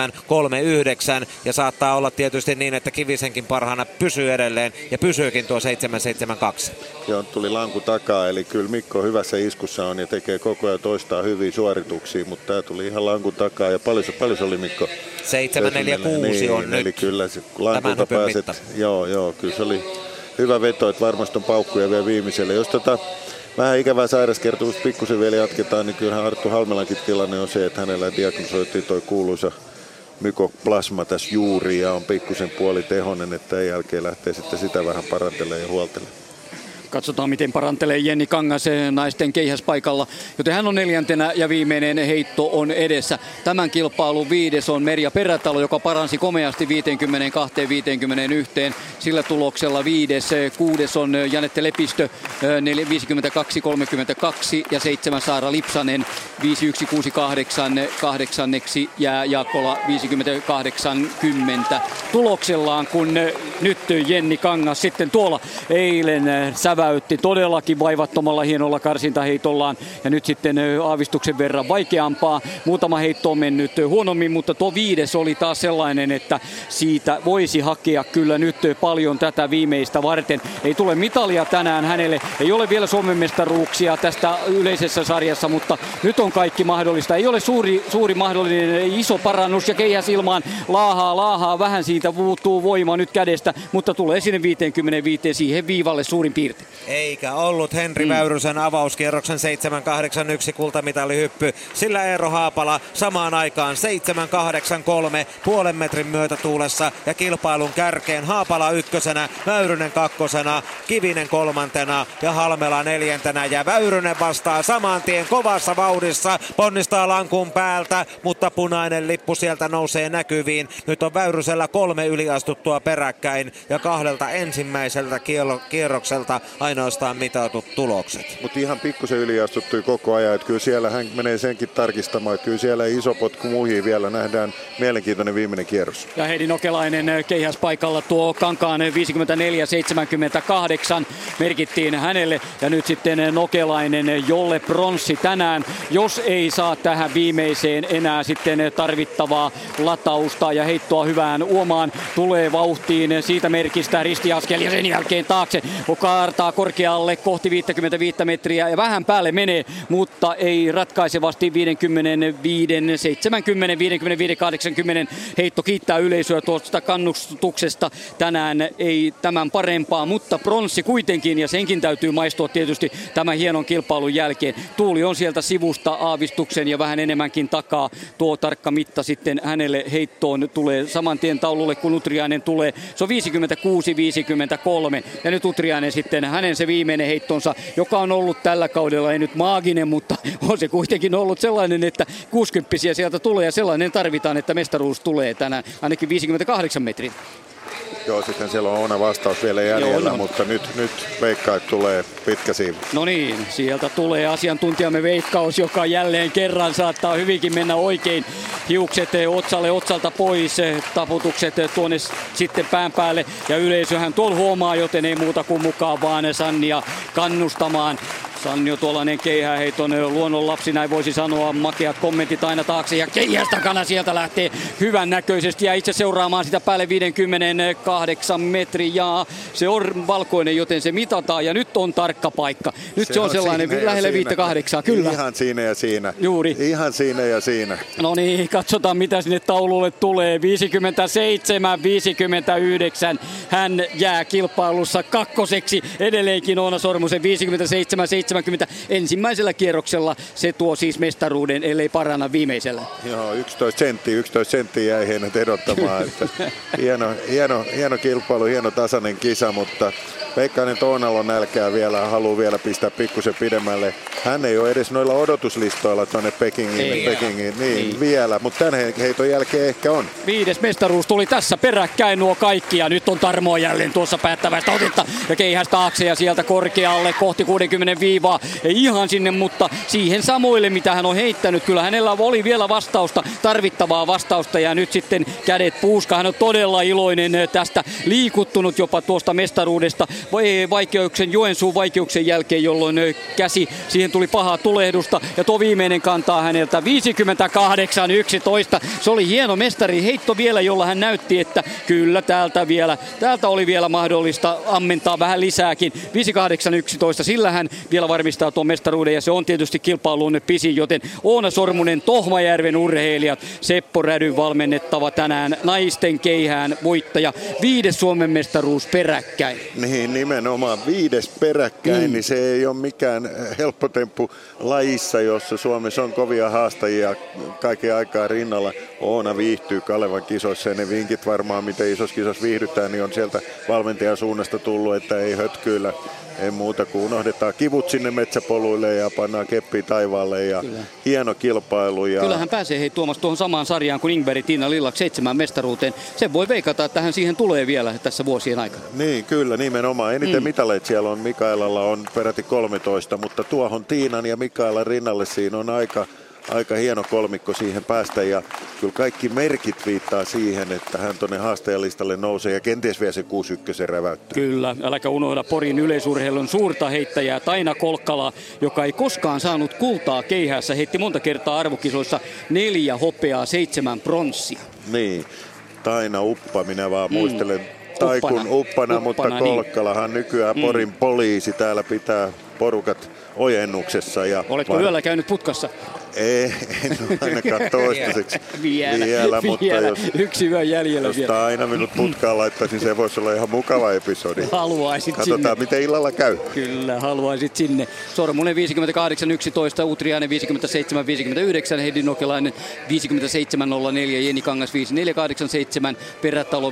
7,39 ja saattaa olla tietysti niin, että Kivisenkin parhaana pysyy edelleen ja pysyykin tuo 7,72. Joo, tuli lanku takaa, eli kyllä Mikko hyvässä iskussa on ja tekee koko ajan toistaa hyviä suorituksia, mutta tämä tuli ihan lankun takaa ja paljon se oli Mikko? 7,46 niin, on eli nyt kyllä se lankulta pääset. Joo, kyllä se oli hyvä veto, että varmasti on paukkuja vielä viimeiselle. Jos vähän ikävää sairauskertomusta pikkusen vielä jatketaan, niin kyllähän Arttu Halmelankin tilanne on se, että hänellä diagnosoitiin toi kuuluisa mykoplasma tässä juuri ja on pikkusen puolitehonen, että tämän jälkeen lähtee sitten sitä vähän parantelemaan ja huoltelemaan. Katsotaan, miten parantelee Jenni Kangas naisten keihäspaikalla, joten hän on 4. ja viimeinen heitto on edessä. Tämän kilpailun 5. on Merja Perätalo, joka paransi komeasti 52-51. Sillä tuloksella 5. 6. on Janette Lepistö 52-32 ja 7. Saara Lipsanen 51-68. 8. jää Jaakola 50-80 tuloksellaan, kun nyt Jenni Kangas sitten tuolla eilen säväytti todellakin vaivattomalla hienolla karsintaheitollaan ja nyt sitten aavistuksen verran vaikeampaa. Muutama heitto on mennyt huonommin, mutta tuo 5. oli taas sellainen, että siitä voisi hakea kyllä nyt paljon tätä viimeistä varten. Ei tule mitalia tänään hänelle, ei ole vielä Suomen mestaruuksia tästä yleisessä sarjassa, mutta nyt on kaikki mahdollista. Ei ole suuri mahdollinen iso parannus ja keihäs ilmaan laahaa, vähän siitä puuttuu voima nyt kädestä, mutta tulee sinne 55 siihen viivalle suurin piirtein. Eikä ollut Henri Väyrysen avauskierroksen 7,81 kultamitaalihyppy, sillä Eero Haapala samaan aikaan 7,83 puolen metrin myötätuulessa ja kilpailun kärkeen Haapala 1, Väyrynen 2, Kivinen 3 ja Halmela 4 ja Väyrynen vastaa saman tien kovassa vauhdissa, ponnistaa lankun päältä, mutta punainen lippu sieltä nousee näkyviin. Nyt on Väyrysellä 3 yliastuttua peräkkäin ja 2 ensimmäiseltä kierrokselta ainoastaan mitatut tulokset. Mutta ihan pikkusen yliastuttui koko ajan, että kyllä siellä hän menee senkin tarkistamaan, että kyllä siellä iso potku muihin vielä nähdään mielenkiintoinen viimeinen kierros. Ja Heidi Nokelainen keihäspaikalla tuo kankaan 54-78 merkittiin hänelle ja nyt sitten Nokelainen, jolle pronssi tänään, jos ei saa tähän viimeiseen enää sitten tarvittavaa latausta ja heittoa hyvään uomaan, tulee vauhtiin siitä merkistä ristiaskel ja sen jälkeen taakse, kaartaa korkealle kohti 55 metriä ja vähän päälle menee, mutta ei ratkaisevasti 55, 70, 55, 80 heitto kiittää yleisöä tuosta kannustuksesta. Tänään ei tämän parempaa, mutta pronssi kuitenkin ja senkin täytyy maistua tietysti tämän hienon kilpailun jälkeen. Tuuli on sieltä sivusta aavistuksen ja vähän enemmänkin takaa. Tuo tarkka mitta sitten hänelle heittoon tulee saman tien taululle, kun Utriainen tulee. Se on 56-53 ja nyt Utriainen sitten hänen se viimeinen heittonsa, joka on ollut tällä kaudella ei nyt maaginen, mutta on se kuitenkin ollut sellainen, että 60-vuotiaita sieltä tulee ja sellainen tarvitaan, että mestaruus tulee tänään ainakin 58 metriä. Joo, sitten siellä on Oona vastaus vielä jäljellä, mutta nyt veikkaa, että tulee pitkä siivu. No niin, sieltä tulee asiantuntijamme veikkaus, joka jälleen kerran saattaa hyvinkin mennä oikein. Hiukset otsalta pois, taputukset tuonne sitten pään päälle ja yleisöhän tuolla huomaa, joten ei muuta kuin mukaan vaan Sannia kannustamaan. Sanni on tuollainen keihäheiton luonnonlapsi, näin voisi sanoa. Makeat kommentit aina taakse ja keihäs takana sieltä lähtee hyvän näköisesti ja itse seuraamaan sitä päälle 58 metriä. Se on valkoinen, joten se mitataan ja nyt on tarkka paikka. Nyt se on sellainen lähelle 58, kyllä. Ihan siinä ja siinä. Juuri. Ihan siinä ja siinä. No niin, katsotaan mitä sinne taululle tulee. 57, 59. Hän jää kilpailussa kakkoseksi. Edelleenkin Oona Sormusen 57, 70 ensimmäisellä kierroksella. Se tuo siis mestaruuden, ellei paranna viimeisellä. Joo, 11 senttiä jäi heidät edottamaan. Hieno kilpailu, hieno tasainen kisa, mutta veikkaan, että Oonalla on nälkää vielä, haluaa vielä pistää pikkusen pidemmälle. Hän ei ole edes noilla odotuslistoilla tuonne Pekingiin niin vielä, mutta tämän heiton jälkeen ehkä on. 5. mestaruus tuli tässä peräkkäin nuo kaikki ja nyt on Tarmo jälleen tuossa päättävästä otetta ja keihäs taakse ja sieltä korkealle kohti 60 viivaa. Ei ihan sinne, mutta siihen samoille mitä hän on heittänyt. Kyllä hänellä oli vielä vastausta, tarvittavaa vastausta ja nyt sitten kädet puuska. Hän on todella iloinen tästä, liikuttunut jopa tuosta mestaruudesta. Joensuun vaikeuksien jälkeen, jolloin käsi, siihen tuli pahaa tulehdusta ja tuo viimeinen kantaa häneltä 58-11. Se oli hieno mestari heitto vielä, jolla hän näytti, että kyllä täältä oli vielä mahdollista ammentaa vähän lisääkin. 58-11, sillä hän vielä varmistaa tuon mestaruuden ja se on tietysti kilpailun pisin, joten Oona Sormunen, Tohmajärven urheilijat, Seppo Rädyn valmennettava tänään naisten keihään voittaja, 5. Suomen mestaruus peräkkäin. Niin, nimenomaan 5. peräkkäin, niin se ei ole mikään helppo temppu lajissa, jossa Suomessa on kovia haastajia kaiken aikaa rinnalla. Oona viihtyy Kalevan kisoissa ja ne vinkit varmaan, miten isossa kisossa viihdytään, niin on sieltä valmentajan suunnasta tullut, että ei hötkyillä. Ei muuta kuin unohdetaan kivut sinne metsäpoluille ja pannaan keppiä taivaalle ja kyllä. Hieno kilpailu. Ja kyllähän pääsee Tuomas tuohon samaan sarjaan kuin Ingberg Tiina Lillak 7 mestaruuteen. Sen voi veikata, että hän siihen tulee vielä tässä vuosien aikana. Niin, kyllä nimenomaan. Eniten mitaleita siellä on. Mikaelalla on peräti 13, mutta tuohon Tiinan ja Mikaelan rinnalle siinä on aika hieno kolmikko siihen päästä ja kyllä kaikki merkit viittaa siihen, että hän tuonne haastajalistalle nousee ja kenties vielä se 6-1 räväyttää. Kyllä, äläkä unohda Porin yleisurheilun suurta heittäjää Taina Kolkkalaa, joka ei koskaan saanut kultaa keihäässä, heitti monta kertaa arvokisoissa 4 hopeaa, 7 pronssia. Niin, Taina Uppa, minä vaan muistelen Taikun Uppana, mutta Kolkkalahan nykyään Porin poliisi täällä pitää porukat ojennuksessa. Ja oletko yöllä käynyt putkassa? En ainakaan toistaiseksi vielä, mutta jos 1 yön jäljellä jos aina minut putkaan laittaisin, se voisi olla ihan mukava episodi. Haluaisit katsotaan, sinne. Miten illalla käy. Kyllä, haluaisit sinne. Sormunen 58-11, Utriainen 57-59, Heidi Nokelainen 57-04, Jenni Kangas 54-87, Perätalo 52-51,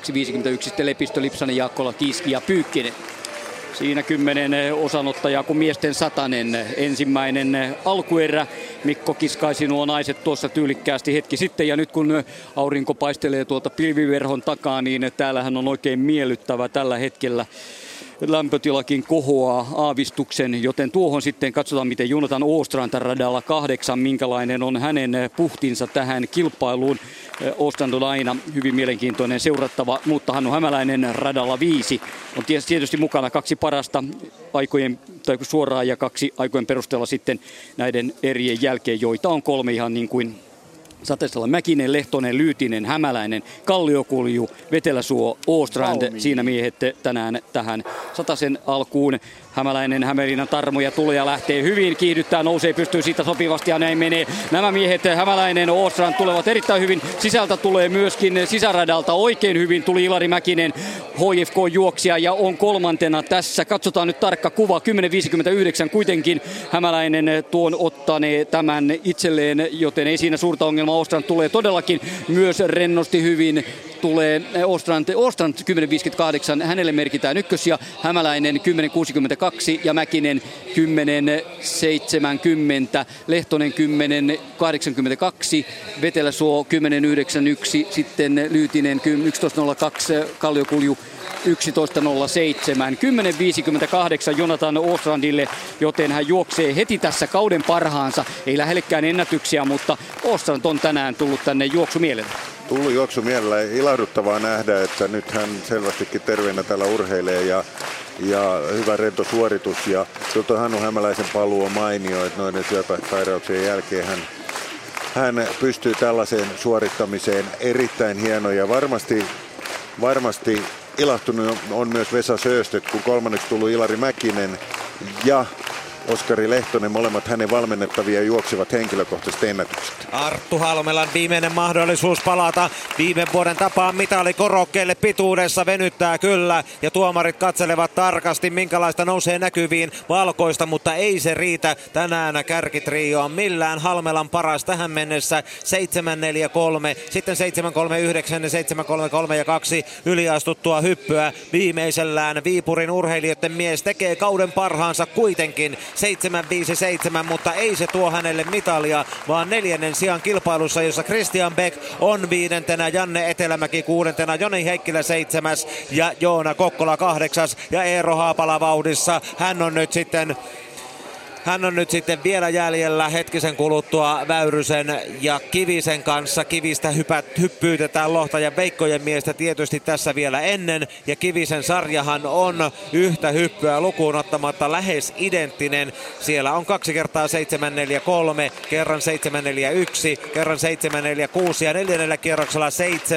Lepistö, Lipsanen, Jaakkola, Kiiski ja Pyykkinen. Siinä 10 osanottajaa kuin miesten 100. Ensimmäinen alkuerä. Mikko kiskaisi nuo naiset tuossa tyylikkäästi hetki sitten. Ja nyt kun aurinko paistelee tuolta pilviverhon takaa, niin täällähän on oikein miellyttävä tällä hetkellä. Lämpötilakin kohoaa aavistuksen, joten tuohon sitten katsotaan, miten Jonathan Åstrand radalla 8, minkälainen on hänen puhtinsa tähän kilpailuun. Åstrand on aina hyvin mielenkiintoinen seurattava, mutta Hannu Hämäläinen radalla 5. On tietysti mukana 2 parasta aikojen tai suoraan ja 2 aikojen perusteella sitten näiden erien jälkeen, joita on 3 ihan niin kuin Satesala, Mäkinen, Lehtonen, Lyytinen, Hämäläinen, Kalliokulju, Veteläsuo, Åstrand. Siinä miehet tänään tähän 100 alkuun. Hämäläinen, Hämeenlinnan Tarmo ja tulee ja lähtee hyvin, kiihdyttää, nousee, pystyy siitä sopivasti ja näin menee. Nämä miehet, Hämäläinen, Åstrand, tulevat erittäin hyvin. Sisältä tulee myöskin sisäradalta oikein hyvin. Tuli Ilari Mäkinen, HFK-juoksija ja on 3. tässä. Katsotaan nyt tarkka kuva, 10.59 kuitenkin. Hämäläinen tuon ottanee tämän itselleen, joten ei siinä suurta ongelmaa. Åstrand tulee todellakin myös rennosti hyvin. tulee Åstrand 10.58, hänelle merkitään ykkös ja Hämäläinen 10.62 ja Mäkinen 10.70, Lehtonen 10.82, Veteläsuo 10.91, sitten Lyytinen 11.02, Kalliokulju 11.07, 10.58 Jonathan Åstrandille, joten hän juoksee heti tässä kauden parhaansa. Ei lähellekään ennätyksiä, mutta Åstrand on tänään tullut tänne juoksumielelle. Tullut juoksumielellä. Ilahduttavaa nähdä, että nyt hän selvästikin terveenä täällä urheilee ja hyvä rento suoritus. Ja tuo Hannu Hämäläisen paluu on mainio, että noiden syöpäsairauksien jälkeen hän pystyy tällaiseen suorittamiseen. Erittäin hieno ja varmasti ilahtunut on myös Vesa Sjöstedt, kun kolmanneksi tullut Ilari Mäkinen ja Oskari Lehtonen, molemmat hänen valmennettavia juoksivat henkilökohtaiset ennätykset. Arttu Halmelan viimeinen mahdollisuus palata viime vuoden tapaan mitalikorokkeelle pituudessa, venyttää kyllä ja tuomarit katselevat tarkasti minkälaista nousee näkyviin valkoista, mutta ei se riitä. Tänään kärkitrio on millään Halmelan paras tähän mennessä 7.43, sitten 7.39 ja 7.33 ja 2 yliastuttua hyppyä viimeisellään. Viipurin urheilijoiden mies tekee kauden parhaansa kuitenkin 7.57, mutta ei se tuo hänelle mitalia, vaan 4. sijan kilpailussa, jossa Christian Beck on 5. Janne Etelämäki 6. Joni Heikkilä 7. ja Joona Kokkola 8. ja Eero Haapala vauhdissa. Hän on nyt sitten vielä jäljellä hetkisen kuluttua Väyrysen ja Kivisen kanssa. Kivistä hyppyytetään Lohta ja Veikkojen miestä tietysti tässä vielä ennen. Ja Kivisen sarjahan on yhtä hyppyä lukuun ottamatta lähes identtinen. Siellä on 2 kertaa 7.43, kerran 7.41, kerran 7.46 ja 4. kierroksella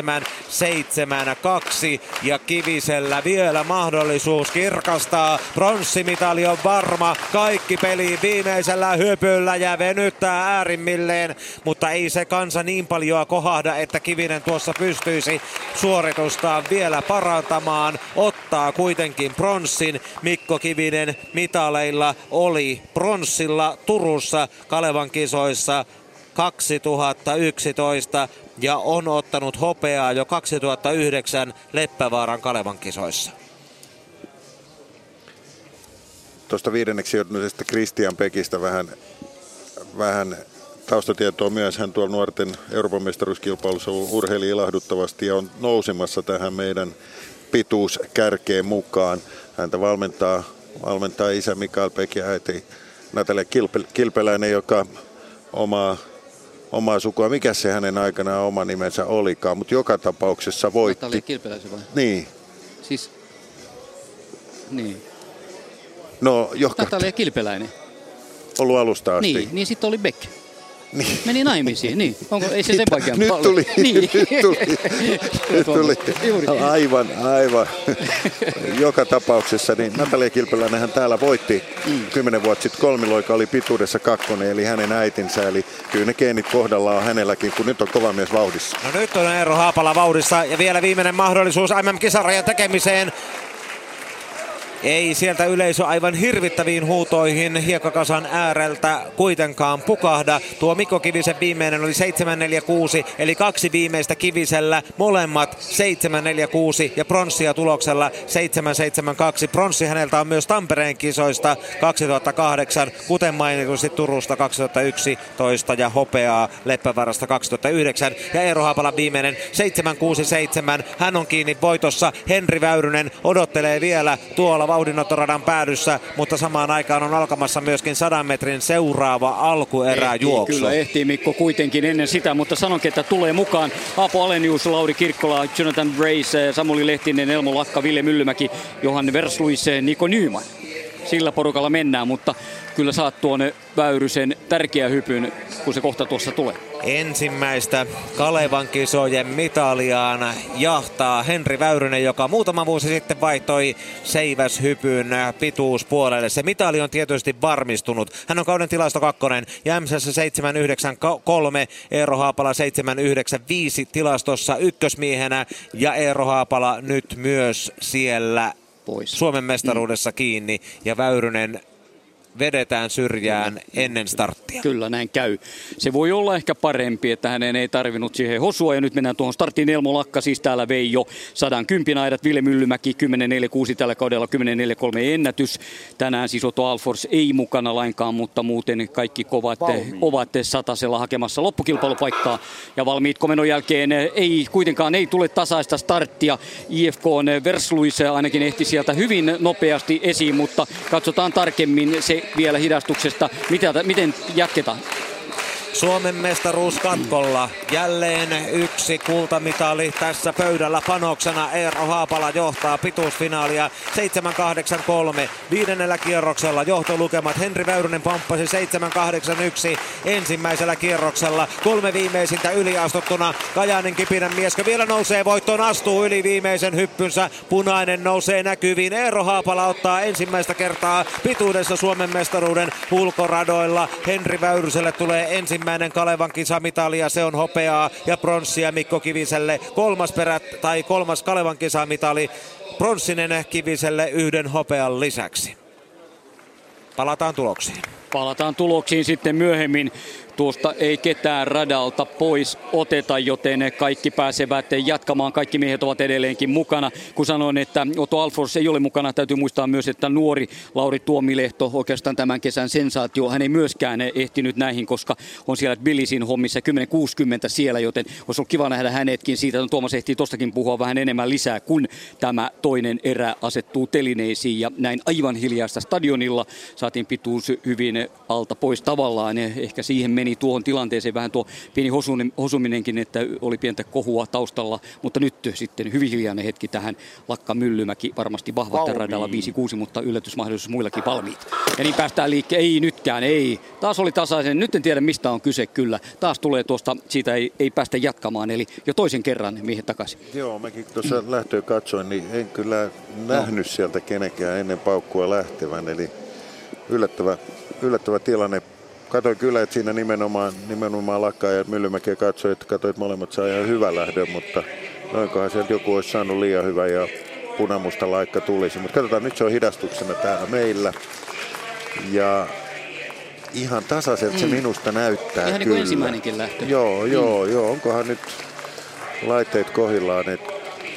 7.72. Ja Kivisellä vielä mahdollisuus kirkastaa. Pronssimitali on varma. Kaikki peli viimeisellä hypyllä ja venyttää äärimmilleen, mutta ei se kansa niin paljon kohahda, että Kivinen tuossa pystyisi suoritustaan vielä parantamaan. Ottaa kuitenkin pronssin. Mikko Kivinen mitaleilla oli pronssilla Turussa Kalevan kisoissa 2011 ja on ottanut hopeaa jo 2009 Leppävaaran Kalevan kisoissa. Tuosta 5. sijoitumisesta Christian Beckistä vähän taustatietoa myös. Hän tuolla nuorten Euroopan mestaruuskilpailussa urheili ilahduttavasti ja on nousemassa tähän meidän pituuskärkeen mukaan. Häntä valmentaa isä Mikael Beck ja äiti Natalia Kilpeläinen, joka omaa sukua. Mikä se hänen aikanaan oma nimensä olikaan, mutta joka tapauksessa voitti. Natalia Kilpeläisen vai? Niin. Siis, niin. No, Natalia Kilpeläinen. Ollut alusta asti. Niin sitten oli Beck. Niin. Meni naimisiin, niin. Onko, ei se sen vaikeampaa Nyt tuli. Aivan. Joka tapauksessa niin Natalia Kilpeläinenhän täällä voitti 10 vuotta sitten kolmiloika, oli pituudessa 2, eli hänen äitinsä. Eli kyllä ne geenit kohdallaan on hänelläkin, kun nyt on kova mies vauhdissa. No nyt on Eero Haapala vauhdissa ja vielä viimeinen mahdollisuus MM-kisarajan tekemiseen. Ei sieltä yleisö aivan hirvittäviin huutoihin hiekkakasan ääreltä kuitenkaan pukahda. Tuo Mikko Kivisen viimeinen oli 7.46, eli 2 viimeistä Kivisellä, molemmat 7.46 ja pronssia tuloksella 7.72. Pronssi häneltä on myös Tampereen kisoista 2008, kuten mainitusti Turusta 2011 ja hopeaa Leppävaarasta 2009. Ja Eero Haapalan viimeinen 7.67, hän on kiinni voitossa. Henri Väyrynen odottelee vielä tuolla vauhdinottoradan päädyssä, mutta samaan aikaan on alkamassa myöskin 100 metrin seuraava alkueräjuoksu. Kyllä ehtii Mikko kuitenkin ennen sitä, mutta sanonkin, että tulee mukaan Aapo Alenius, Lauri Kirkkola, Jonathan Brace, Samuli Lehtinen, Elmo Lakka, Ville Myllymäki, Johan Versluis, Niko Nyman. Sillä porukalla mennään, mutta kyllä saat tuon Väyrysen tärkeä hypyn, kun se kohta tuossa tulee. Ensimmäistä Kalevan kisojen mitaliaan jahtaa Henri Väyrynen, joka muutama vuosi sitten vaihtoi seiväshypyn pituuspuolelle. Se mitali on tietysti varmistunut. Hän on kauden tilasto 2. Jämsässä 7.93, Eero Haapala 7.95 tilastossa ykkösmiehenä ja Eero Haapala nyt myös siellä pois Suomen mestaruudessa kiinni ja Väyrynen vedetään syrjään ennen starttia. Kyllä näin käy. Se voi olla ehkä parempi, että hänen ei tarvinnut siihen hosua. Ja nyt mennään tuohon starttiin. Elmo Lakka siis täällä vei jo 110 aidat. Ville Myllymäki 10.46 tällä kaudella 10.43 ennätys. Tänään siis Otto Alfors ei mukana lainkaan, mutta muuten kaikki ovat satasella hakemassa loppukilpailupaikkaa. Ja valmiit komennon jälkeen ei tule tasaista starttia. IFK:n Versluis ainakin ehti sieltä hyvin nopeasti esiin, mutta katsotaan tarkemmin se vielä hidastuksesta. Miten jatketaan? Suomen mestaruus katkolla. Jälleen yksi kultamitali tässä pöydällä panoksena. Eero Haapala johtaa pituusfinaalia 7.83. 5. kierroksella johtolukemat. Henri Väyrynen pomppasi 7.81 ensimmäisellä kierroksella. 3 viimeisintä yliastuttuna. Kajaanin Kipinän mieskö vielä nousee voittoon, astuu yli viimeisen hyppynsä. Punainen nousee näkyviin. Eero Haapala ottaa ensimmäistä kertaa pituudessa Suomen mestaruuden ulkoradoilla. Henri Väyryselle tulee ensimmäinen Kalevan kisamitali ja se on hopeaa ja pronssia Mikko Kiviselle. Kolmas Kalevan kisamitali. Pronssinen Kiviselle 1 hopean lisäksi. Palataan tuloksiin sitten myöhemmin. Tuosta ei ketään radalta pois oteta, joten kaikki pääsevät jatkamaan. Kaikki miehet ovat edelleenkin mukana. Kun sanoin, että Otto Alfors ei ole mukana, täytyy muistaa myös, että nuori Lauri Tuomilehto, oikeastaan tämän kesän sensaatio, hän ei myöskään ehtinyt näihin, koska on siellä Tbilisin hommissa 10.60 siellä, joten olisi ollut kiva nähdä hänetkin siitä. Tuomas ehtii tostakin puhua vähän enemmän lisää, kun tämä toinen erä asettuu telineisiin. Ja näin aivan hiljaista stadionilla saatiin pituus hyvin alta pois tavallaan. Ehkä siihen meni tuohon tilanteeseen vähän tuo pieni hosuminenkin, että oli pientä kohua taustalla, mutta nyt sitten hyvin hiljainen hetki tähän. Lakka Myllymäki varmasti vahvat radalla 5-6, mutta yllätysmahdollisuus muillakin valmiit. Ja niin päästään liikkeelle. Ei nytkään, ei. Taas oli tasaisen. Nyt en tiedä mistä on kyse kyllä. Taas tulee tuosta, siitä ei päästä jatkamaan, eli jo toisen kerran miehet takaisin. Joo, mäkin tuossa lähtöön katsoin, niin en kyllä nähnyt sieltä kenenkään ennen paukkua lähtevän, eli yllättävä tilanne. Katoin kyllä, että siinä nimenomaan Lakka ja Myllymäki katsoi, että molemmat saa ihan hyvän lähdön, mutta noinkohan sieltä joku olisi saanut liian hyvä ja punamusta laikka tulisi. Mutta katsotaan, nyt se on hidastuksena täällä meillä. Ja ihan tasaiselta se minusta näyttää ihan kyllä. Niin kuin ensimmäinenkin lähtö. Joo. Onkohan nyt laitteet kohdillaan, että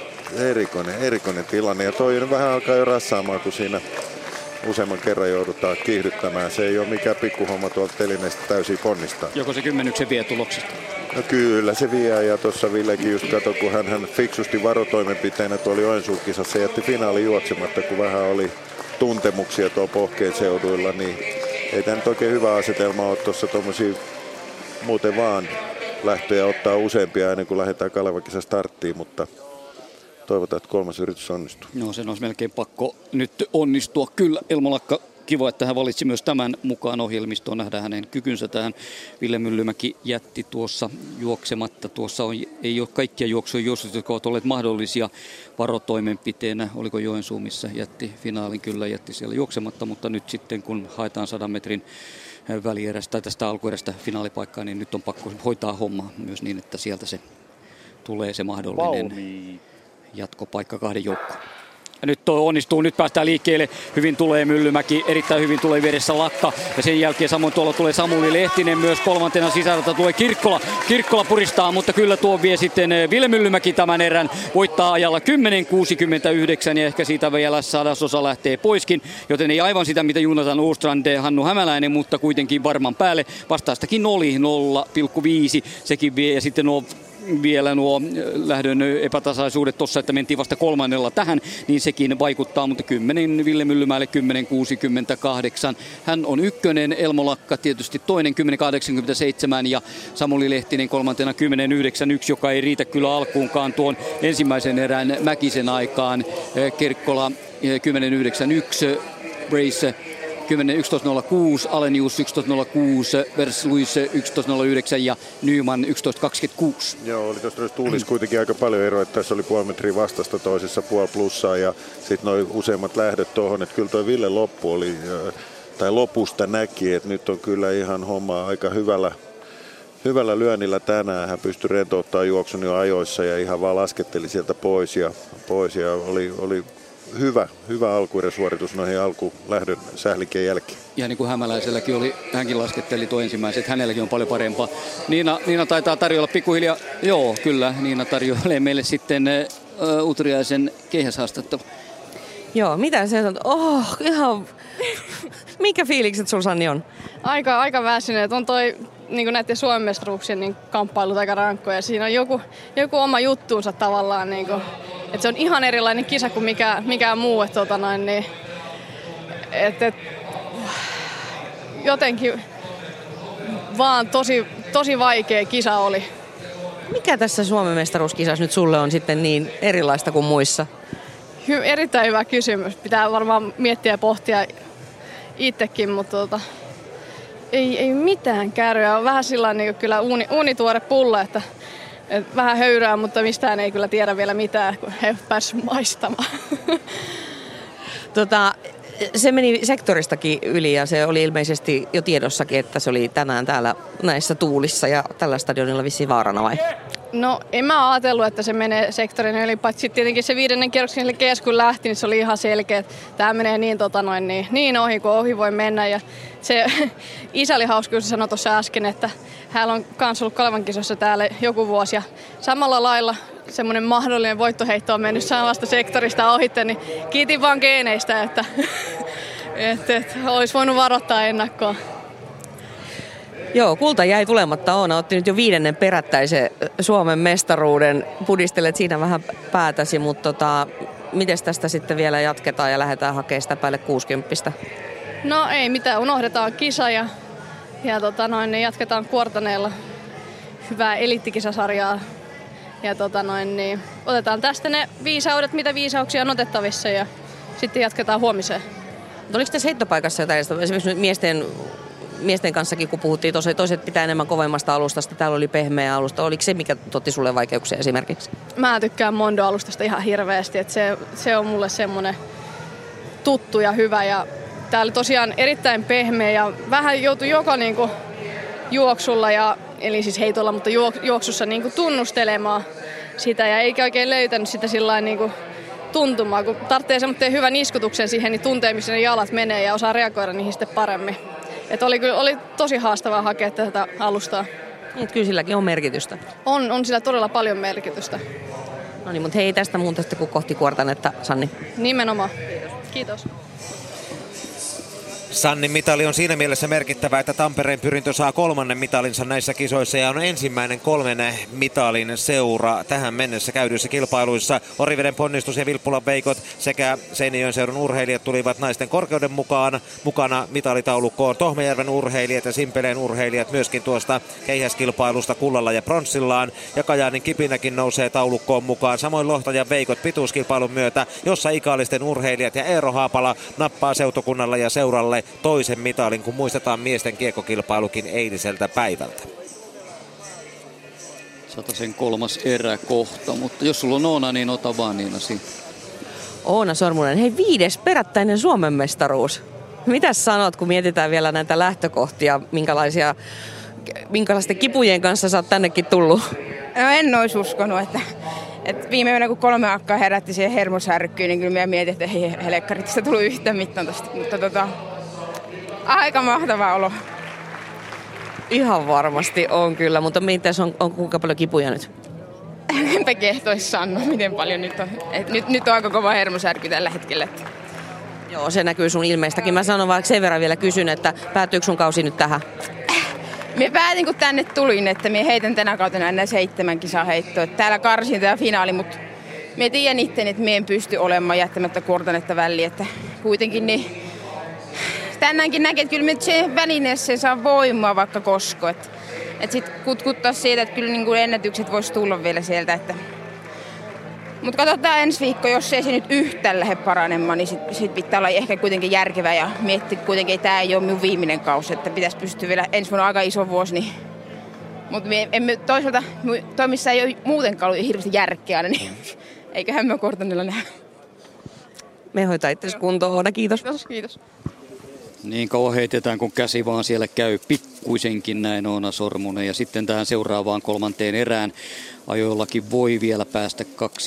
erikoinen tilanne. Ja toi vähän alkaa jo rassaamaan, kun siinä useamman kerran joudutaan kiihdyttämään. Se ei ole mikään pikkuhomma tuolta telineestä täysin ponnistaa. Joko se 10 vie tuloksesta? No kyllä se vie, ja tuossa Villekin just katsoi, kun hän fiksusti varotoimenpiteenä tuolla Joensuun-kisassa jätti finaali juoksematta, kun vähän oli tuntemuksia tuolla Pohkeen seuduilla, niin ei tämä nyt oikein hyvä asetelma ole tuossa tuommoisia muuten vaan lähtöjä ottaa useampia ennen kuin lähdetään Kalevan kisa starttiin, mutta toivotaan, että 3. yritys onnistuu. No sen olisi melkein pakko nyt onnistua. Kyllä Elmo Lakka, kiva, että hän valitsi myös tämän mukaan ohjelmistoon. Nähdään hänen kykynsä tähän. Ville Myllymäki jätti tuossa juoksematta. Tuossa ei ole kaikkia juoksuja juoksut, jotka ovat olleet mahdollisia varotoimenpiteenä. Oliko Joensuu, missä jätti finaalin? Kyllä jätti siellä juoksematta, mutta nyt sitten kun haetaan 100 metrin välierästä tästä alkuerästä finaalipaikkaa, niin nyt on pakko hoitaa homma myös niin, että sieltä se tulee se mahdollinen jatkopaikka 2 joukkoon. Ja nyt onnistuu, nyt päästään liikkeelle. Hyvin tulee Myllymäki, erittäin hyvin tulee vieressä Lakka. Ja sen jälkeen samoin tuolla tulee Samuli Lehtinen myös 3. sisältä tulee Kirkkola. Kirkkola puristaa, mutta kyllä tuo vie sitten Ville Myllymäki tämän erän. Voittaa ajalla 10.69 ja ehkä siitä vielä 100% lähtee poiskin. Joten ei aivan sitä, mitä Jonathan Ostrand, Hannu Hämäläinen, mutta kuitenkin varman päälle. Vastaastakin oli 0,5. Sekin vie ja sitten vielä nuo lähdön epätasaisuudet tuossa, että mentiin vasta 3. tähän, niin sekin vaikuttaa, mutta 10 Ville Myllymäelle 10.68. Hän on 1, Elmo Lakka tietysti 2, 10.87 ja Samuli Lehtinen 3. 10.91, joka ei riitä kyllä alkuunkaan tuon ensimmäisen erään Mäkisen aikaan. Kirkkola 10.91, Brace 11.06, Alenius 11.06, Versluis 11.09 ja Nyman 11.26. Joo, oli tuossa tuulissa kuitenkin aika paljon eroa, että tässä oli puoli metriä vastasta toisessa puoli plussaa ja sitten noin useimmat lähdöt tuohon, että kyllä toi Ville loppu oli, tai lopusta näki, että nyt on kyllä ihan homma aika hyvällä lyönnillä tänään. Hän pystyi rentouttamaan juoksun jo ajoissa ja ihan vaan lasketteli sieltä pois ja oli hyvä alkueräsuoritus noihin alkulähdön sählikeen jälkeen. Ja niin kuin Hämäläiselläkin oli, hänkin lasketteli tuo ensimmäiset, että hänelläkin on paljon parempaa. Niina taitaa tarjolla pikkuhiljaa, joo kyllä, Niina tarjoilee meille sitten Utriaisen keihäshaastattelu. Joo, mitä se on? Ihan... Mikä fiilikset sulla, Sanni, on? Aika väsyneet. On toi niin näiden Suomen mestaruuksien niin kamppailut aika rankkoja. Siinä on joku oma juttuunsa tavallaan. Niin kuin, että se on ihan erilainen kisa kuin mikään muu. Jotenkin vaan tosi vaikea kisa oli. Mikä tässä Suomen mestaruuskisassa nyt sulle on sitten niin erilaista kuin muissa? Erittäin hyvä kysymys. Pitää varmaan miettiä ja pohtia itsekin, mutta ei mitään kärryä. On vähän sillä niin kyllä uunituore pulla, että vähän höyrää, mutta mistään ei kyllä tiedä vielä mitään, kun he pääsivät maistamaan. Se meni sektoristakin yli ja se oli ilmeisesti jo tiedossakin, että se oli tänään täällä näissä tuulissa ja tällä stadionilla vissiin vaarana vai? No en mä ajatellut, että se menee sektorin yli, paitsi tietenkin se 5. kierroksen jälkeen kun lähti, niin se oli ihan selkeä, että tämä menee niin ohi kuin ohi voi mennä. Ja se isä oli hauska, kun se sanoi tuossa äsken, että hän on kanssa ollut Kalevan kisossa täällä joku vuosi ja samalla lailla semmoinen mahdollinen voittoheitto on mennyt samasta sektorista ohitte, niin kiitin vaan geeneistä, että olisi voinut varoittaa ennakkoon. Joo, kulta jäi tulematta. Oona otti nyt jo 5. perättäisen Suomen mestaruuden. Pudistelet siinä vähän päätäsi, mutta miten tästä sitten vielä jatketaan ja lähdetään hakemaan sitä päälle 60? No ei mitään, unohdetaan kisa ja jatketaan Kuortaneella hyvää eliittikisasarjaa. Ja otetaan tästä ne viisaudet, mitä viisauksia on otettavissa ja sitten jatketaan huomiseen. Oliko tässä heittopaikassa jotain, esimerkiksi miesten kanssakin, kun puhuttiin, toiset pitää enemmän kovemmasta alustasta, täällä oli pehmeä alusta. Oliko se, mikä tuotti sulle vaikeuksia esimerkiksi? Mä tykkään Mondo-alustasta ihan hirveästi, että se on mulle semmoinen tuttu ja hyvä. Ja tää oli tosiaan erittäin pehmeä ja vähän joutui joka juoksulla, eli siis heitolla, mutta juoksussa tunnustelemaan sitä ja eikä oikein löytänyt sitä sillain tuntumaa, kun tarvitsee semmoinen hyvän iskutuksen siihen, niin tuntee, missä ne jalat menee ja osaa reagoida niihin sitten paremmin. Että oli tosi haastavaa hakea tätä alustaa. Niin, kyllä silläkin on merkitystä. On sillä todella paljon merkitystä. No niin, mutta hei tästä muuta sitten kuin kohti Kuortanetta, Sanni. Nimenomaan. Kiitos. Sannin mitali on siinä mielessä merkittävä, että Tampereen Pyrintö saa 3. mitalinsa näissä kisoissa ja on ensimmäinen 3 mitalin seura tähän mennessä käydyissä kilpailuissa. Oriveden Ponnistus ja Vilppulan Veikot sekä Seinäjoen seudun urheilijat tulivat naisten korkeuden mukana mitalitaulukkoon. Tohmajärven urheilijat ja Simpeleen urheilijat myöskin tuosta keihäskilpailusta kullalla ja pronssillaan. Ja Kajaanin Kipinäkin nousee taulukkoon mukaan. Samoin Lohtajan Veikot pituuskilpailun myötä, jossa ikaalisten urheilijat ja Eero Haapala nappaa seutukunnalle ja seuralle toisen mitalin, kun muistetaan miesten kiekkokilpailukin eiliseltä päivältä. 103. erä kohta, mutta jos sulla on Oona, niin ota vaan Niinasi. Oona Sormunen, hei 5. perättäinen Suomen mestaruus. Mitäs sanot, kun mietitään vielä näitä lähtökohtia, minkälaisten kipujen kanssa sä oot tännekin tullut? No en olisi uskonut, että viime yönä kun 3 akkaa herätti siihen hermosärkkyyn, niin kyllä minä mietin, että ei helekkarit sitä tullut yhtään mittaan tosta, mutta aika mahtava olo. Ihan varmasti on kyllä, mutta mitäs on kuinka paljon kipuja nyt? Enpä kehtoisi sanoa, miten paljon nyt on. Nyt on aika kova hermosärky tällä hetkellä. Joo, se näkyy sun ilmeistäkin. Mä sanon vaan sen verran vielä kysyn, että päättyykö sun kausi nyt tähän? Mie päätin, kun tänne tulin, että mie heitän tänä kautena enää 7 kisaa heittoa. Täällä karsin tämä finaali, mutta mie tiedän itteni, että mie en pysty olemaan jättämättä Kuortanetta väliin. Että kuitenkin niin tänäänkin näkee, että kyllä se välineessä saa voimaa vaikka kosko. Että sit kutkuttaa siitä, että kyllä niin kuin ennätykset voisi tulla vielä sieltä. Mutta katsotaan ensi viikko, jos ei se nyt yhtään lähde paranemaan, niin sit pitää olla ehkä kuitenkin järkevä ja miettiä kuitenkin, että tämä ei ole minun viimeinen kausi, että pitäisi pystyä vielä ensi vuonna aika iso vuosi. Niin. Mutta toisaalta toimissa ei ole muutenkaan ollut hirveästi järkeä, niin eiköhän me Kuortanella nähdä. Me hoitaa itsesi kuntoon, Oona, kiitos. Kiitos. Niin kauan heitetään, kun käsi vaan siellä käy pikkuisenkin, näin Oona Sormunen. Ja sitten tähän seuraavaan 3. erään ajoillakin voi vielä päästä 2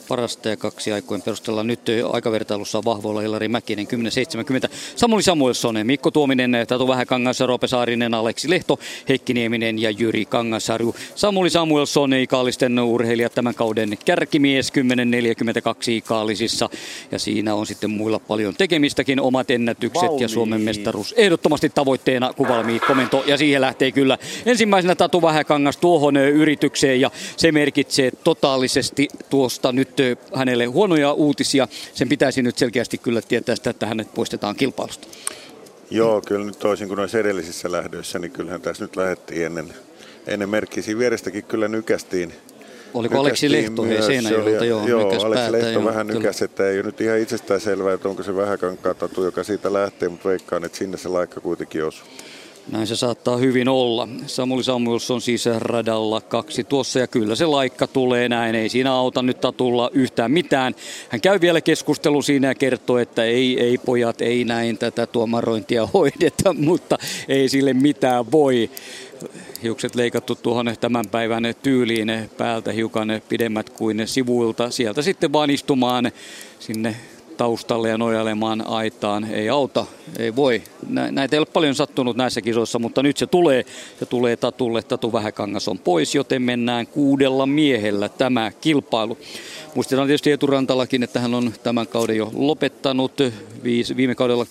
parasta ja kaksi aikojen perusteella nyt aikavertailussa on vahvoilla Ilari Mäkinen 10.70. Samuli Samuelsson, Mikko Tuominen, Tatu Vähäkangas, Roope Saarinen, Aleksi Lehto, Heikki Nieminen ja Jyri Kangasharju. Samuli Samuelsson Ikaalisten urheilijat tämän kauden kärkimies 10.42 Ikaalisissa ja siinä on sitten muilla paljon tekemistäkin, omat ennätykset ja Suomen mestaruus ehdottomasti tavoitteena, kun valmiit komento ja siihen lähtee kyllä ensimmäisenä Tatu Vähäkangas tuohon yritykseen ja se merkitsee totaalisesti tuosta nyt hänelle huonoja uutisia. Sen pitäisi nyt selkeästi kyllä tietää sitä, että hänet poistetaan kilpailusta. Joo, kyllä nyt toisin kuin noissa edellisissä lähdöissä, niin kyllähän tässä nyt lähdettiin ennen merkkisiä vierestäkin kyllä nykästiin. Oliko Aleksi Lehto Seinäjoelta? Joo, Aleksi Lehto vähän nykäs, että ei ole nyt ihan itsestään selvää, että onko se Vähäkankaan Tatu, joka siitä lähtee, mutta veikkaan, että sinne se laikka kuitenkin osuu. Näin se saattaa hyvin olla. Samuli Samuelsson siis radalla 2 tuossa ja kyllä se laikka tulee näin. Ei siinä auta nyt Tatulla yhtään mitään. Hän käy vielä keskustelun siinä ja kertoo, että ei pojat, ei näin tätä tuomarointia hoideta, mutta ei sille mitään voi. Hiukset leikattu tuohon tämän päivän tyyliin, päältä hiukan pidemmät kuin sivuilta. Sieltä sitten vaan istumaan sinne taustalle ja nojailemaan aitaan. Ei auta, ei voi. Näitä ei ole paljon sattunut näissä kisoissa, mutta nyt se tulee Tatulle. Tatu Vähäkangas on pois, joten mennään 6 miehellä tämä kilpailu. Muistetaan tietysti Eetu Rantalakin, että hän on tämän kauden jo lopettanut viime kaudella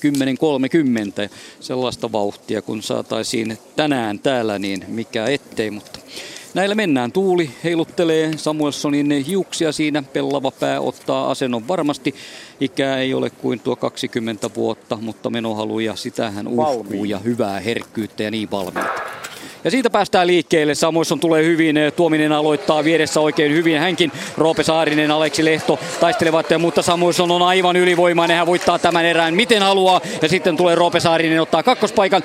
10.30. Sellaista vauhtia, kun saataisiin tänään täällä, niin mikä ettei, mutta näillä mennään. Tuuli heiluttelee Samuelssonin hiuksia siinä. Pellava pää ottaa asennon varmasti. Ikää ei ole kuin tuo 20 vuotta, mutta menohaluja sitähän uhkuu ja hyvää herkkyyttä ja niin valmiita. Ja siitä päästään liikkeelle. Samuelsson tulee hyvin, Tuominen aloittaa vieressä oikein hyvin. Hänkin, Roope Saarinen, Aleksi Lehto taistelevat, mutta Samuelsson on aivan ylivoimainen. Hän voittaa tämän erään miten haluaa. Ja sitten tulee Roope Saarinen ottaa kakkospaikan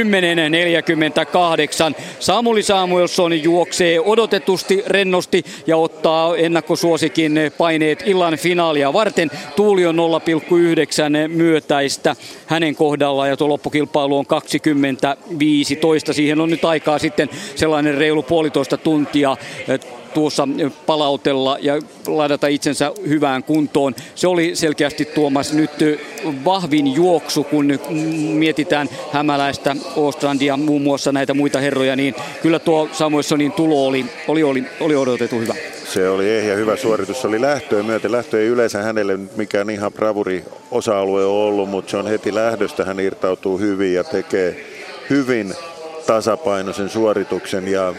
10.48. Samuli Samuelsson juoksee odotetusti, rennosti ja ottaa ennakkosuosikin paineet illan finaalia varten. Tuuli on 0,9 myötäistä hänen kohdallaan ja tuo loppukilpailu on 20.15. Siihen on nyt aikaa sitten sellainen reilu 1,5 tuntia tuossa palautella ja ladata itsensä hyvään kuntoon. Se oli selkeästi Tuomas nyt vahvin juoksu, kun mietitään Hämäläistä, Åstrandia, muun muassa näitä muita herroja, niin kyllä tuo Samuelssonin tulo oli odotettu hyvä. Se oli ehjä hyvä suoritus, se oli lähtöä myöten. Lähtö ei yleensä hänelle mikään ihan bravuri osa-alue ole ollut, mutta se on heti lähdöstä, hän irtautuu hyvin ja tekee hyvin tasapainoisen suorituksen ja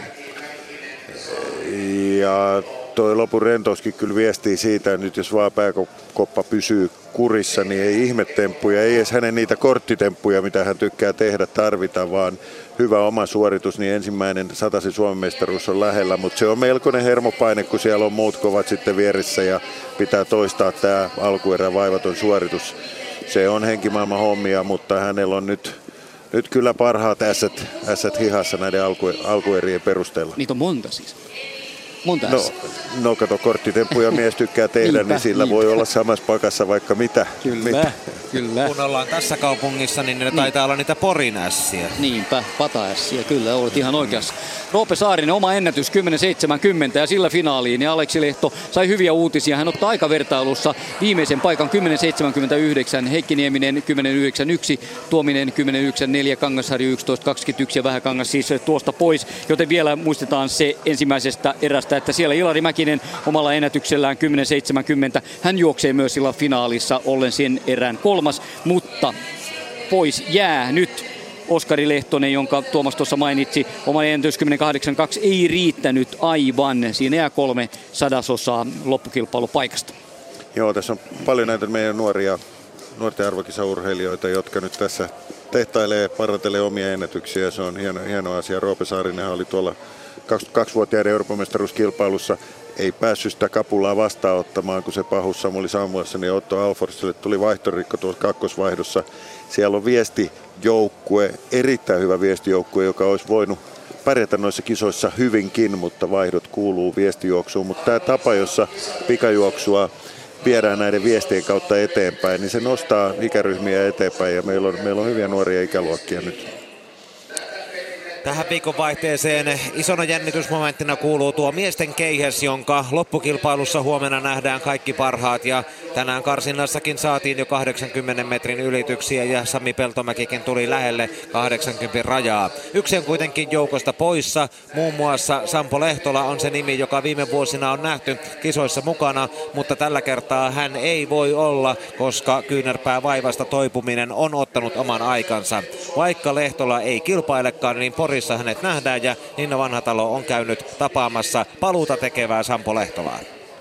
toi lopun rentouskin kyllä viestii siitä, että nyt jos vaan pääkoppa pysyy kurissa, niin ei ihmetemppuja, ei edes hänen niitä korttitemppuja, mitä hän tykkää tehdä, tarvita, vaan hyvä oma suoritus, niin ensimmäinen 100 Suomen mestaruus on lähellä, mutta se on melkoinen hermopaine, kun siellä on muut kovat sitten vieressä ja pitää toistaa tämä alkuerän vaivaton suoritus. Se on henkimaailman hommia, mutta hänellä on nyt kyllä parhaat ässät hihassa näiden alkuerien perusteella. Niitä on monta siis. No kato, korttitemppuja mies tykkää tehdä, niin sillä voi olla samassa pakassa vaikka mitä. Kyllä. Kun ollaan tässä kaupungissa, niin ne taitaa olla niitä porinässiä. Niinpä, pataässiä, kyllä, olet ihan oikeassa. Roope Saarinen, oma ennätys 10.70 ja sillä finaaliin. Ja Aleksi Lehto sai hyviä uutisia. Hän ottaa aikavertailussa viimeisen paikan 10.79, Heikki Nieminen 10.91, Tuominen 10.94, Kangasharju 11.21 ja Vähäkangas siis tuosta pois. Joten vielä muistetaan se ensimmäisestä erästä, että siellä Ilari Mäkinen omalla ennätyksellään 10.70. Hän juoksee myös sillä finaalissa ollen sen erään 3. Mutta pois jää nyt Oskari Lehtonen, jonka Tuomas tuossa mainitsi. Oman ennätys 10.82 ei riittänyt aivan. Siinä jää 3/100 loppukilpailupaikasta. Joo, tässä on paljon näitä meidän nuorten arvokisaurheilijoita, jotka nyt tässä parantelee omia ennätyksiä. Se on hieno asia. Roope Saarinen oli tuolla 22-vuotiaiden Euroopan mestaruuskilpailussa. Ei päässyt sitä kapulaa vastaanottamaan, kun se pahus Samuli Samuelsson ja Otto Alforsille tuli vaihtorikko tuossa kakkosvaihdossa. Siellä on viestijoukkue, erittäin hyvä viestijoukkue, joka olisi voinut pärjätä noissa kisoissa hyvinkin, mutta vaihdot kuuluu viestijuoksuun. Mutta tämä tapa, jossa pikajuoksua viedään näiden viestien kautta eteenpäin, niin se nostaa ikäryhmiä eteenpäin ja meillä on hyviä nuoria ikäluokkia nyt. Tähän viikonvaihteeseen isona jännitysmomenttina kuuluu tuo miesten keihäs, jonka loppukilpailussa huomenna nähdään kaikki parhaat. Ja tänään karsinnassakin saatiin jo 80 metrin ylityksiä ja Sami Peltomäkikin tuli lähelle 80 rajaa. Yksi on kuitenkin joukosta poissa. Muun muassa Sampo Lehtola on se nimi, joka viime vuosina on nähty kisoissa mukana, mutta tällä kertaa hän ei voi olla, koska kyynärpäävaivasta toipuminen on ottanut oman aikansa. Vaikka Lehtola ei kilpailekaan, niin Porissa hänet nähdään ja Ninna Vanhatalo on käynyt tapaamassa paluuta tekevää Sampo Lehtolaa.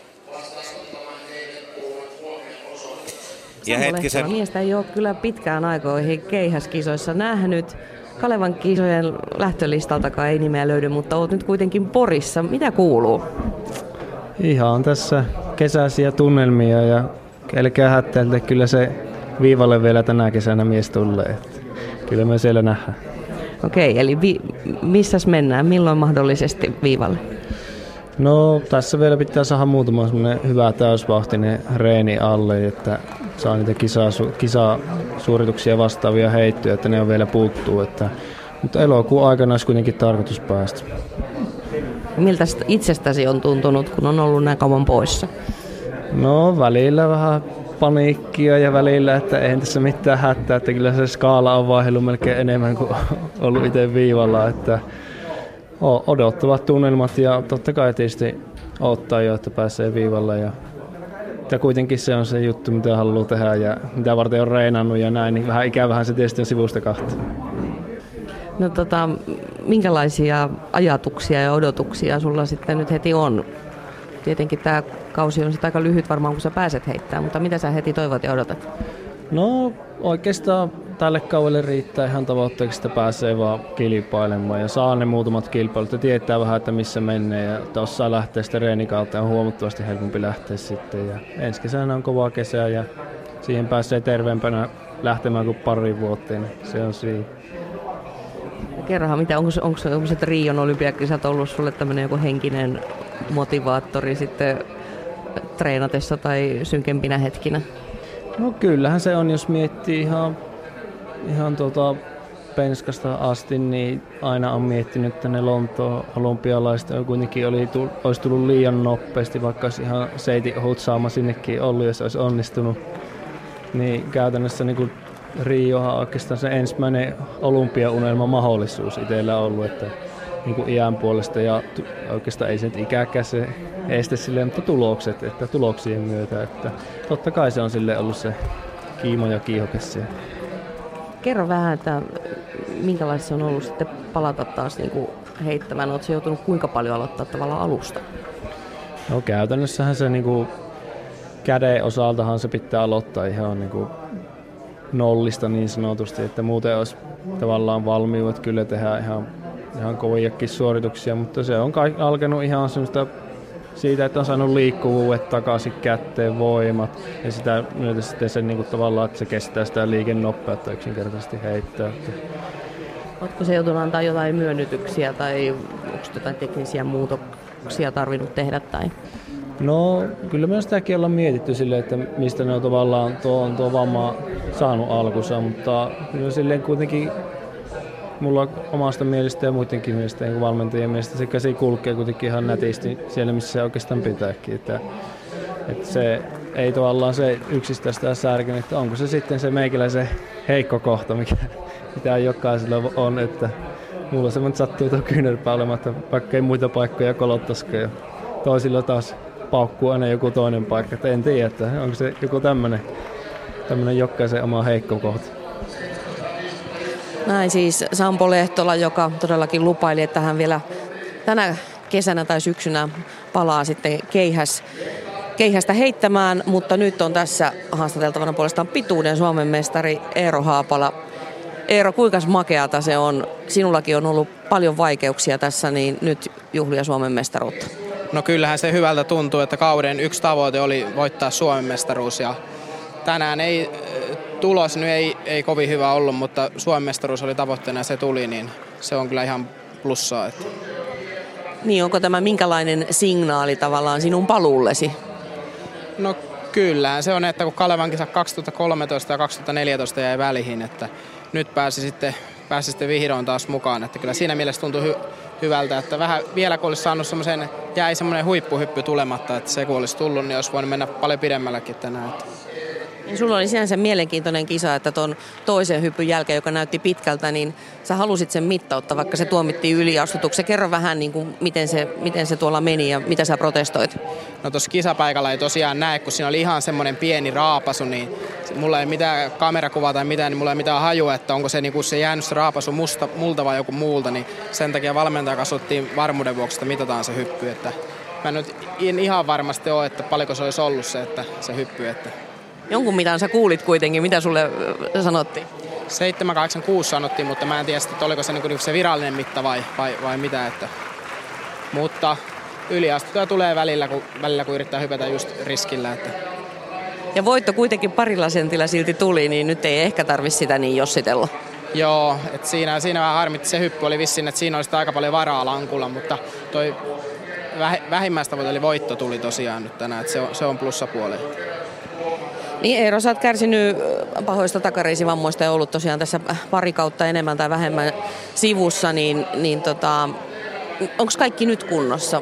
Ja hetkisen... Miestä ei ole kyllä pitkään aikoihin keihäskisoissa nähnyt. Kalevan kisojen lähtölistaltakaan ei nimeä löydy, mutta olet nyt kuitenkin Porissa. Mitä kuuluu? Ihan tässä kesäisiä tunnelmia ja älkää hättäiltä, kyllä se viivalle vielä tänä kesänä mies tulee. Kyllä me siellä nähdään. Okei, eli missäs mennään? Milloin mahdollisesti viivalle? No tässä vielä pitää saada muutama semmoinen hyvä täysvahtinen reeni alle, että saa niitä kisasuorituksia vastaavia heittoja, että ne on vielä puuttuu. Mutta elokuun aikana olisi kuitenkin tarkoitus päästä. Miltä itsestäsi on tuntunut, kun on ollut näin kauan poissa? No välillä vähän paniikkia ja välillä, että eihän tässä mitään hätää, että kyllä se skaala on vaihdellut melkein enemmän kuin ollut itse viivalla, että odottavat tunnelmat ja totta kai tietysti odottaa jo, että pääsee viivalle ja kuitenkin se on se juttu, mitä haluaa tehdä ja mitä varten on reenannut ja näin, niin vähän ikävähän se tietysti on sivusta kahta. No minkälaisia ajatuksia ja odotuksia sulla sitten nyt heti on? Tietenkin tämä kausi on sitten aika lyhyt varmaan, kun sä pääset heittämään, mutta mitä sä heti toivot ja odotat? No oikeastaan tälle kaudelle riittää ihan tavoitteeksi, että pääsee vaan kilpailemaan ja saa ne muutamat kilpailut ja tietää vähän, että missä menee ja tuossa lähtee sitten reenikautta on huomattavasti helpompi lähteä sitten ja ensi kesänä on kova kesä ja siihen pääsee terveempänä lähtemään kuin pari vuoteen, niin se on siinä. Kerrohan, onko se Rion olympiakisat ollut sulle tämmöinen joku henkinen motivaattori sitten treenatessa tai synkempinä hetkinä? No kyllähän se on, jos miettii ihan penskasta asti, niin aina on miettinyt, että ne Lontoon olympialaiset kuitenkin olisi tullut liian nopeasti, vaikka olisi ihan seitin hutsaama sinnekin ollut, jos olisi onnistunut. Niin käytännössä niin Riohan on oikeastaan se ensimmäinen olympiaunelma mahdollisuus itsellä ollut, että niin kuin iän puolesta ja oikeastaan ei se nyt ikäkään se este silleen, mutta tulokset, että tuloksien myötä, että totta kai se on sille ollut se kiimo ja kiihoke siellä. Kerro vähän, että minkälaista se on ollut sitten palata taas niin kuin heittämään, oletko joutunut kuinka paljon aloittaa tavallaan alusta? No käytännössähän se niin kuin käden osaltahan se pitää aloittaa ihan niin kuin nollista niin sanotusti, että muuten olisi tavallaan valmiudet kyllä tehdä ihan koviakin suorituksia, mutta se on alkanut ihan semmoista siitä, että on saanut liikkuvuudet takaisin kätteen, voimat ja sitä myötä sitten se niin kuin tavallaan, että se kestää sitä liikennopeutta yksinkertaisesti heittää. Oletko se joutunut antaa jotain myönnytyksiä tai onko jotain teknisiä muutoksia tarvinnut tehdä? Tai? No kyllä me sitäkin ollaan mietitty silleen, että mistä ne on tavallaan tuo vamma saanut alkunsa, mutta kyllä silleen kuitenkin mulla omasta mielestä ja muidenkin mielestä niin valmentajien mielestä se käsi kulkee kuitenkin ihan nätisti siellä, missä se oikeastaan pitääkin. Että se ei tavallaan se yksistäistä särkenyt, että onko se sitten se meikäläisen heikko kohta, mitä jokaisella on, että mulla semmoinen sattuu tuo kyynärpää olemaan, että vaikka ei muita paikkoja kolottaisikaan ja toisilla taas paukkuu aina joku toinen paikka, että en tiedä, että onko se joku tämmöinen jokaisen oma heikko kohta. Näin siis Sampo Lehtola, joka todellakin lupaili, että hän vielä tänä kesänä tai syksynä palaa sitten keihästä heittämään, mutta nyt on tässä haastateltavana puolestaan pituuden Suomen mestari Eero Haapala. Eero, kuinka makeata se on? Sinullakin on ollut paljon vaikeuksia tässä, niin nyt juhlia Suomen mestaruutta. No kyllähän se hyvältä tuntuu, että kauden yksi tavoite oli voittaa Suomen mestaruus ja tänään tulos nyt ei kovin hyvä ollut, mutta Suomen mestaruus oli tavoitteena ja se tuli, niin se on kyllä ihan plussaa. Että. Niin, onko tämä minkälainen signaali tavallaan sinun paluullesi? No kyllähän se on, että kun Kalevan kisa 2013 ja 2014 jäi väliin, että nyt pääsi sitten pääsi sitten vihdoin taas mukaan. Että kyllä siinä mielessä tuntui hyvältä, että vähän vielä kun olisi saanut jäi semmoinen huippuhyppy tulematta, että se kun olisi tullut, niin olisi voinut mennä paljon pidemmälläkin tänään. Niin sulla oli sinänsä mielenkiintoinen kisa, että tuon toisen hypyn jälkeen, joka näytti pitkältä, niin sä halusit sen mittauttaa, vaikka se tuomittiin yliastutuksi. Kerro vähän, niin kuin, miten se tuolla meni ja mitä sä protestoit? No tuossa kisapaikalla ei tosiaan näe, kun siinä oli ihan semmoinen pieni raapasu, niin mulla ei mitään kamerakuvaa tai mitään, niin mulla ei mitään hajua, että onko se, niin se jäänyt se raapasu multa vai joku muulta, niin sen takia valmentaja kasvottiin varmuuden vuoksi, että mitataan se hyppy. Että mä nyt ihan varmasti ole, että paljonko se olisi ollut se hyppy. Että jonkun mitan sä kuulit kuitenkin, mitä sulle sanottiin? 786 sanottiin, mutta mä en tiedä, että oliko se, niin se virallinen mitta vai mitä. Että. Mutta yliastuja tulee välillä, kun yrittää hypätä just riskillä. Että. Ja voitto kuitenkin parilla sentillä silti tuli, niin nyt ei ehkä tarvitse sitä niin jossitella. Joo, että siinä vähän harmitti se hyppy oli vissiin, että siinä olisi aika paljon varaa lankulla, mutta toi vähimmäistavoite eli voitto tuli tosiaan nyt tänään, että se on plussapuoli. Niin Eero, sä oot kärsinyt pahoista takareisivammoista ja ollut tosiaan tässä pari kautta enemmän tai vähemmän sivussa, onko kaikki nyt kunnossa?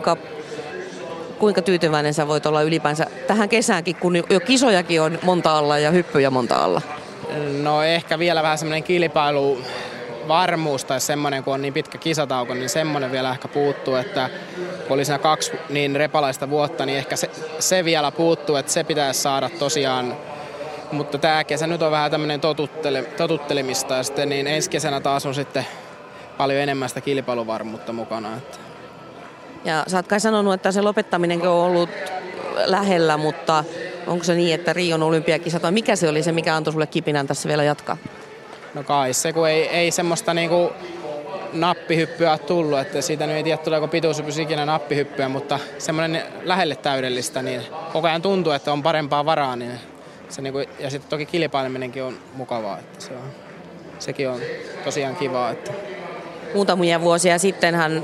Kuinka tyytyväinen sä voit olla ylipäänsä tähän kesäänkin, kun jo kisojakin on monta alla ja hyppyjä monta alla? No ehkä vielä vähän semmoinen kilpailuvarmuus tai semmoinen, kun on niin pitkä kisatauko, niin semmoinen vielä ehkä puuttuu, että kun oli siinä 2 niin repalaista vuotta, niin ehkä se vielä puuttuu, että se pitäisi saada tosiaan. Mutta tämä kesä nyt on vähän tämmöinen totuttelemista ja sitten niin ensi kesänä taas on sitten paljon enemmän sitä kilpailuvarmuutta mukana. Että. Ja sä oot kai sanonut, että se lopettaminenkin on ollut lähellä, mutta onko se niin, että Rion olympiakisat vai mikä se oli se, mikä antoi sulle kipinän tässä vielä jatkaa? No kai se, kun ei semmoista niinku nappihyppyä tullut, että siitä nyt ei tiedä tuleeko pituushyppys ikinä nappihyppyä, mutta semmoinen lähelle täydellistä, niin koko ajan tuntuu, että on parempaa varaa, niin se niinku, ja sitten toki kilpaileminenkin on mukavaa, että sekin on tosiaan kivaa. Että. Muutamia vuosia sittenhän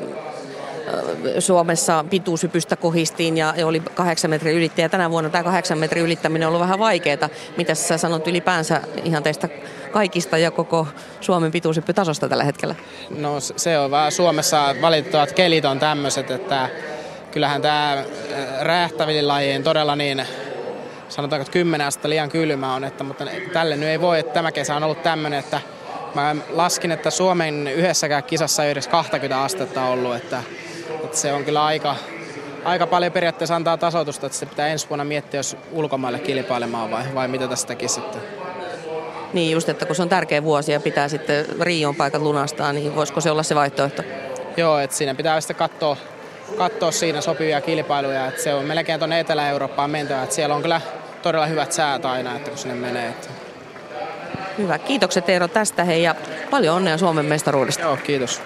Suomessa pituushypystä kohistiin ja oli 8 metrin ylittäjä. Tänä vuonna tämä 8 metrin ylittäminen on ollut vähän vaikeaa. Mitä sä sanot ylipäänsä ihan teistä kaikista ja koko Suomen pituushyppytasosta tällä hetkellä? No se on vähän Suomessa valitettavat kelit on tämmöiset, että kyllähän tämä räjähtävien lajien todella niin sanotaanko, että 10 astetta liian kylmä on, mutta tälle nyt ei voi, että tämä kesä on ollut tämmöinen, että mä laskin, että Suomen yhdessäkään kisassa ei edes 20 astetta ollut, että se on kyllä aika paljon periaatteessa antaa tasoitusta, että se pitää ensi vuonna miettiä, jos ulkomaille kilpailemaan vai mitä tästä teki sitten. Niin just, että kun se on tärkeä vuosi ja pitää sitten Rion paikat lunastaa, niin voisiko se olla se vaihtoehto? Joo, että siinä pitää sitten katsoa siinä sopivia kilpailuja, että se on melkein tuonne Etelä-Eurooppaan mentävä, että siellä on kyllä todella hyvät säät aina, että kun sinne menee. Että. Hyvä, kiitokset Eero tästä ja paljon onnea Suomen mestaruudesta. Joo, kiitos.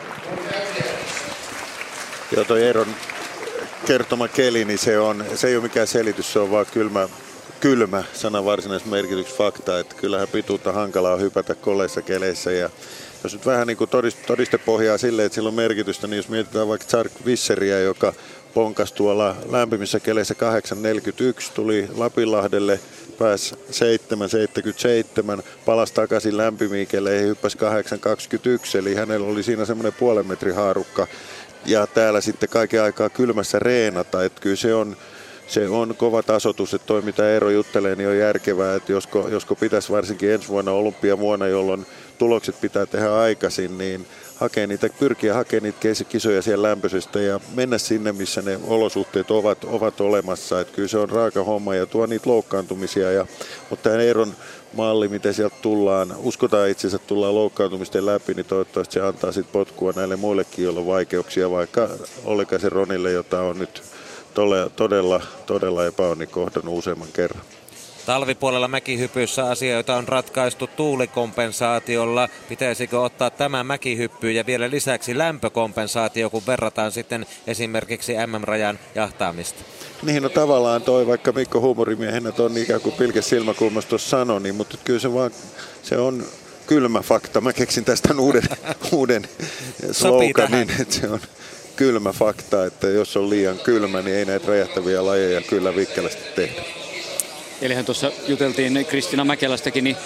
Joo, toi Eeron kertoma keli, niin se ei ole mikään selitys, se on vaan kylmä sanan varsinaisessa merkityksessä fakta, että kyllähän pituutta hankalaa hypätä koleissa keleissä ja jos nyt vähän niin kuin todistepohjaa silleen, että sillä on merkitystä, niin jos mietitään vaikka Zark Visseriä, joka ponkasi tuolla lämpimissä keleissä 8.41, tuli Lapinlahdelle, pääsi 7.77, palasi takaisin lämpimiin keleihin, hyppäsi 8.21, eli hänellä oli siinä semmoinen 0,5 metrin haarukka. Ja täällä sitten kaiken aikaa kylmässä reenata, että kyllä se on kova tasoitus, että toi mitä Eero juttelee, niin on järkevää, että josko pitäisi varsinkin ensi vuonna olympiavuonna, jolloin tulokset pitää tehdä aikaisin, niin pyrkiä hakemaan niitä kisoja siellä lämpöisestä ja mennä sinne, missä ne olosuhteet ovat olemassa. Että kyllä se on raaka homma ja tuo niitä loukkaantumisia. Mutta tämä Eeron malli, miten sieltä uskotaan itse asiassa, tullaan loukkaantumisten läpi, niin toivottavasti se antaa sitten potkua näille muillekin, joilla on vaikeuksia, vaikka Ollikaisen Ronille, jota on nyt todella epäonni kohdannut useamman kerran. Talvipuolella mäkihypyssä asioita on ratkaistu tuulikompensaatiolla. Pitäisikö ottaa tämä mäkihyppy ja vielä lisäksi lämpökompensaatio, kun verrataan sitten esimerkiksi MM-rajan jahtaamista? Niin, no tavallaan toi, vaikka Mikko huumorimiehenä on ikään kuin pilkes silmäkulmassa tuossa sanoi, niin, mutta kyllä se on kylmä fakta. Mä keksin tästä uuden sloganin, että se on kylmä fakta, että jos on liian kylmä, niin ei näitä räjähtäviä lajeja kyllä vikkelästi tehdä. Elihän tuossa juteltiin Kristiina Mäkelästäkin, niin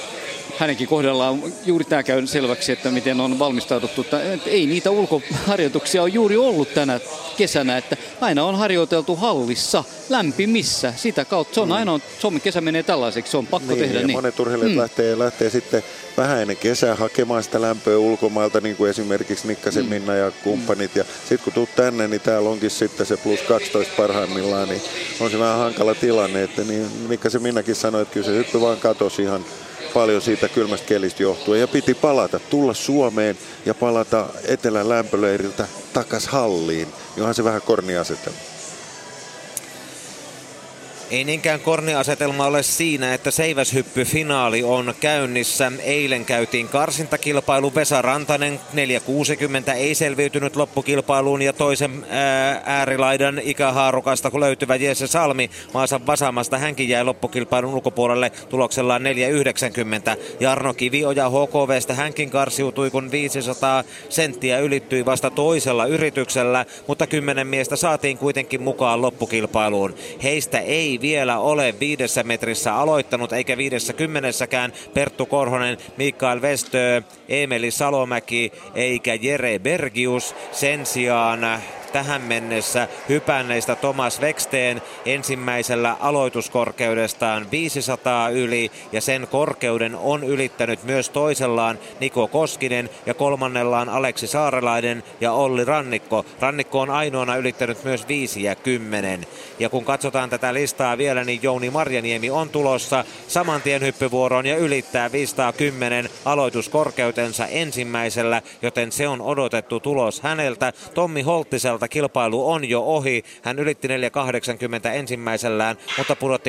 hänenkin kohdallaan juuri tämä käy selväksi, että miten on valmistauduttu. Että ei niitä ulkoharjoituksia ole juuri ollut tänä kesänä, että aina on harjoiteltu hallissa, lämpimissä. Sitä kautta se on aina, Suomen kesä menee tällaiseksi, se on pakko tehdä niin. Monet urheilijat lähtee sitten vähän ennen kesää hakemaan sitä lämpöä ulkomailta, niin kuin esimerkiksi Nikkasen Minna ja kumppanit. Ja sitten kun tuut tänne, niin täällä onkin sitten se plus 12 parhaimmillaan, niin on se vähän hankala tilanne. Että niin Nikkasen Minnakin sanoi, että kyllä se hyppy vaan katosi ihan paljon siitä kylmästä kelistä johtuen. Ja piti tulla Suomeen ja palata etelän lämpöleiriltä takas halliin. Johan se vähän korniasetelma. Ei niinkään korniasetelma ole siinä, että seiväshyppyfinaali on käynnissä. Eilen käytiin karsintakilpailu. Vesa Rantanen 4.60 ei selviytynyt loppukilpailuun ja toisen äärilaidan ikähaarukasta kun löytyvä Jesse Salmi maansa vasaamasta. Hänkin jäi loppukilpailun ulkopuolelle tuloksellaan 4.90. Jarno Kivioja HKV:stä hänkin karsiutui, kun 500 senttiä ylittyi vasta toisella yrityksellä, mutta 10 miestä saatiin kuitenkin mukaan loppukilpailuun. Heistä ei vielä ole 5 metrissä aloittanut eikä 50-kään Perttu Korhonen, Mikael Westö, Emeli Salomäki eikä Jere Bergius. Sen sijaan tähän mennessä hypänneistä Thomas Weksteen ensimmäisellä aloituskorkeudestaan 500 yli ja sen korkeuden on ylittänyt myös toisellaan Niko Koskinen ja kolmannellaan Aleksi Saarelainen ja Olli Rannikko. Rannikko on ainoana ylittänyt myös 5 ja 10. Ja kun katsotaan tätä listaa vielä, niin Jouni Marjaniemi on tulossa saman tien hyppyvuoroon ja ylittää 510 aloituskorkeutensa ensimmäisellä, joten se on odotettu tulos häneltä. Tommi Holttiselta kilpailu on jo ohi. Hän ylitti 4.80 ensimmäisellään, mutta pudotti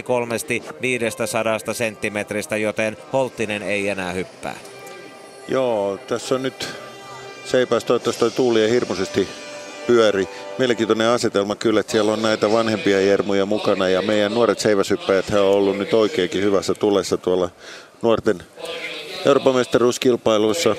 500 senttimetristä, joten Holttinen ei enää hyppää. Joo, tässä on nyt seipäs, toivottavasti toi tuuli ei hirmuisesti pyöri. Mielenkiintoinen asetelma kyllä, että siellä on näitä vanhempia jermuja mukana ja meidän nuoret seiväshyppäjät on ollut nyt oikeinkin hyvässä tulessa tuolla nuorten Euroopan mestaruuskilpailuissa.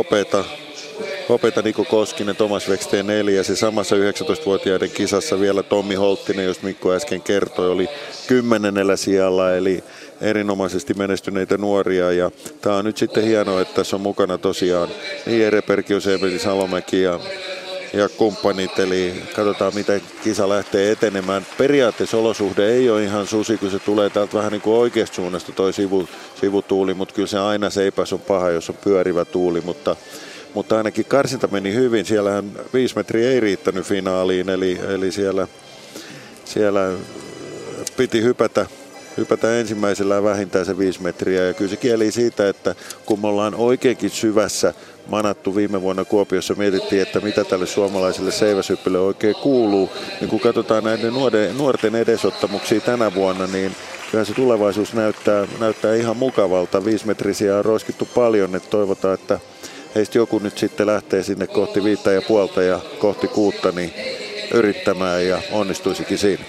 Hopeata Niko Koskinen, Thomas Weksteen 4 ja se samassa 19-vuotiaiden kisassa vielä Tommi Holttinen, jos Mikko äsken kertoi, oli 10. sijalla, eli erinomaisesti menestyneitä nuoria. Ja tää on nyt sitten hienoa, että tässä on mukana tosiaan niin Jere Bergius, Emeli Salomäki ja kumppanit, eli katsotaan miten kisa lähtee etenemään. Periaatteessa olosuhde ei ole ihan susi, kun se tulee täältä vähän niin kuin oikeasta suunnasta toi sivutuuli, mutta kyllä se aina seipäs on paha, jos on pyörivä tuuli, mutta ainakin karsinta meni hyvin. Siellähän 5 metriä ei riittänyt finaaliin, eli siellä piti hypätä ensimmäisellä vähintään se 5 metriä. Ja kyllä se kieli siitä, että kun me ollaan oikeinkin syvässä manattu viime vuonna Kuopiossa, mietittiin, että mitä tälle suomalaiselle seiväshyppylle oikein kuuluu. Niin kun katsotaan näiden nuorten edesottamuksia tänä vuonna, niin kyllä se tulevaisuus näyttää ihan mukavalta. 5 metrisiä on roiskittu paljon, että toivotaan, että heistä joku nyt sitten lähtee sinne kohti 5,5 ja kohti 6 niin yrittämään ja onnistuisikin siinä.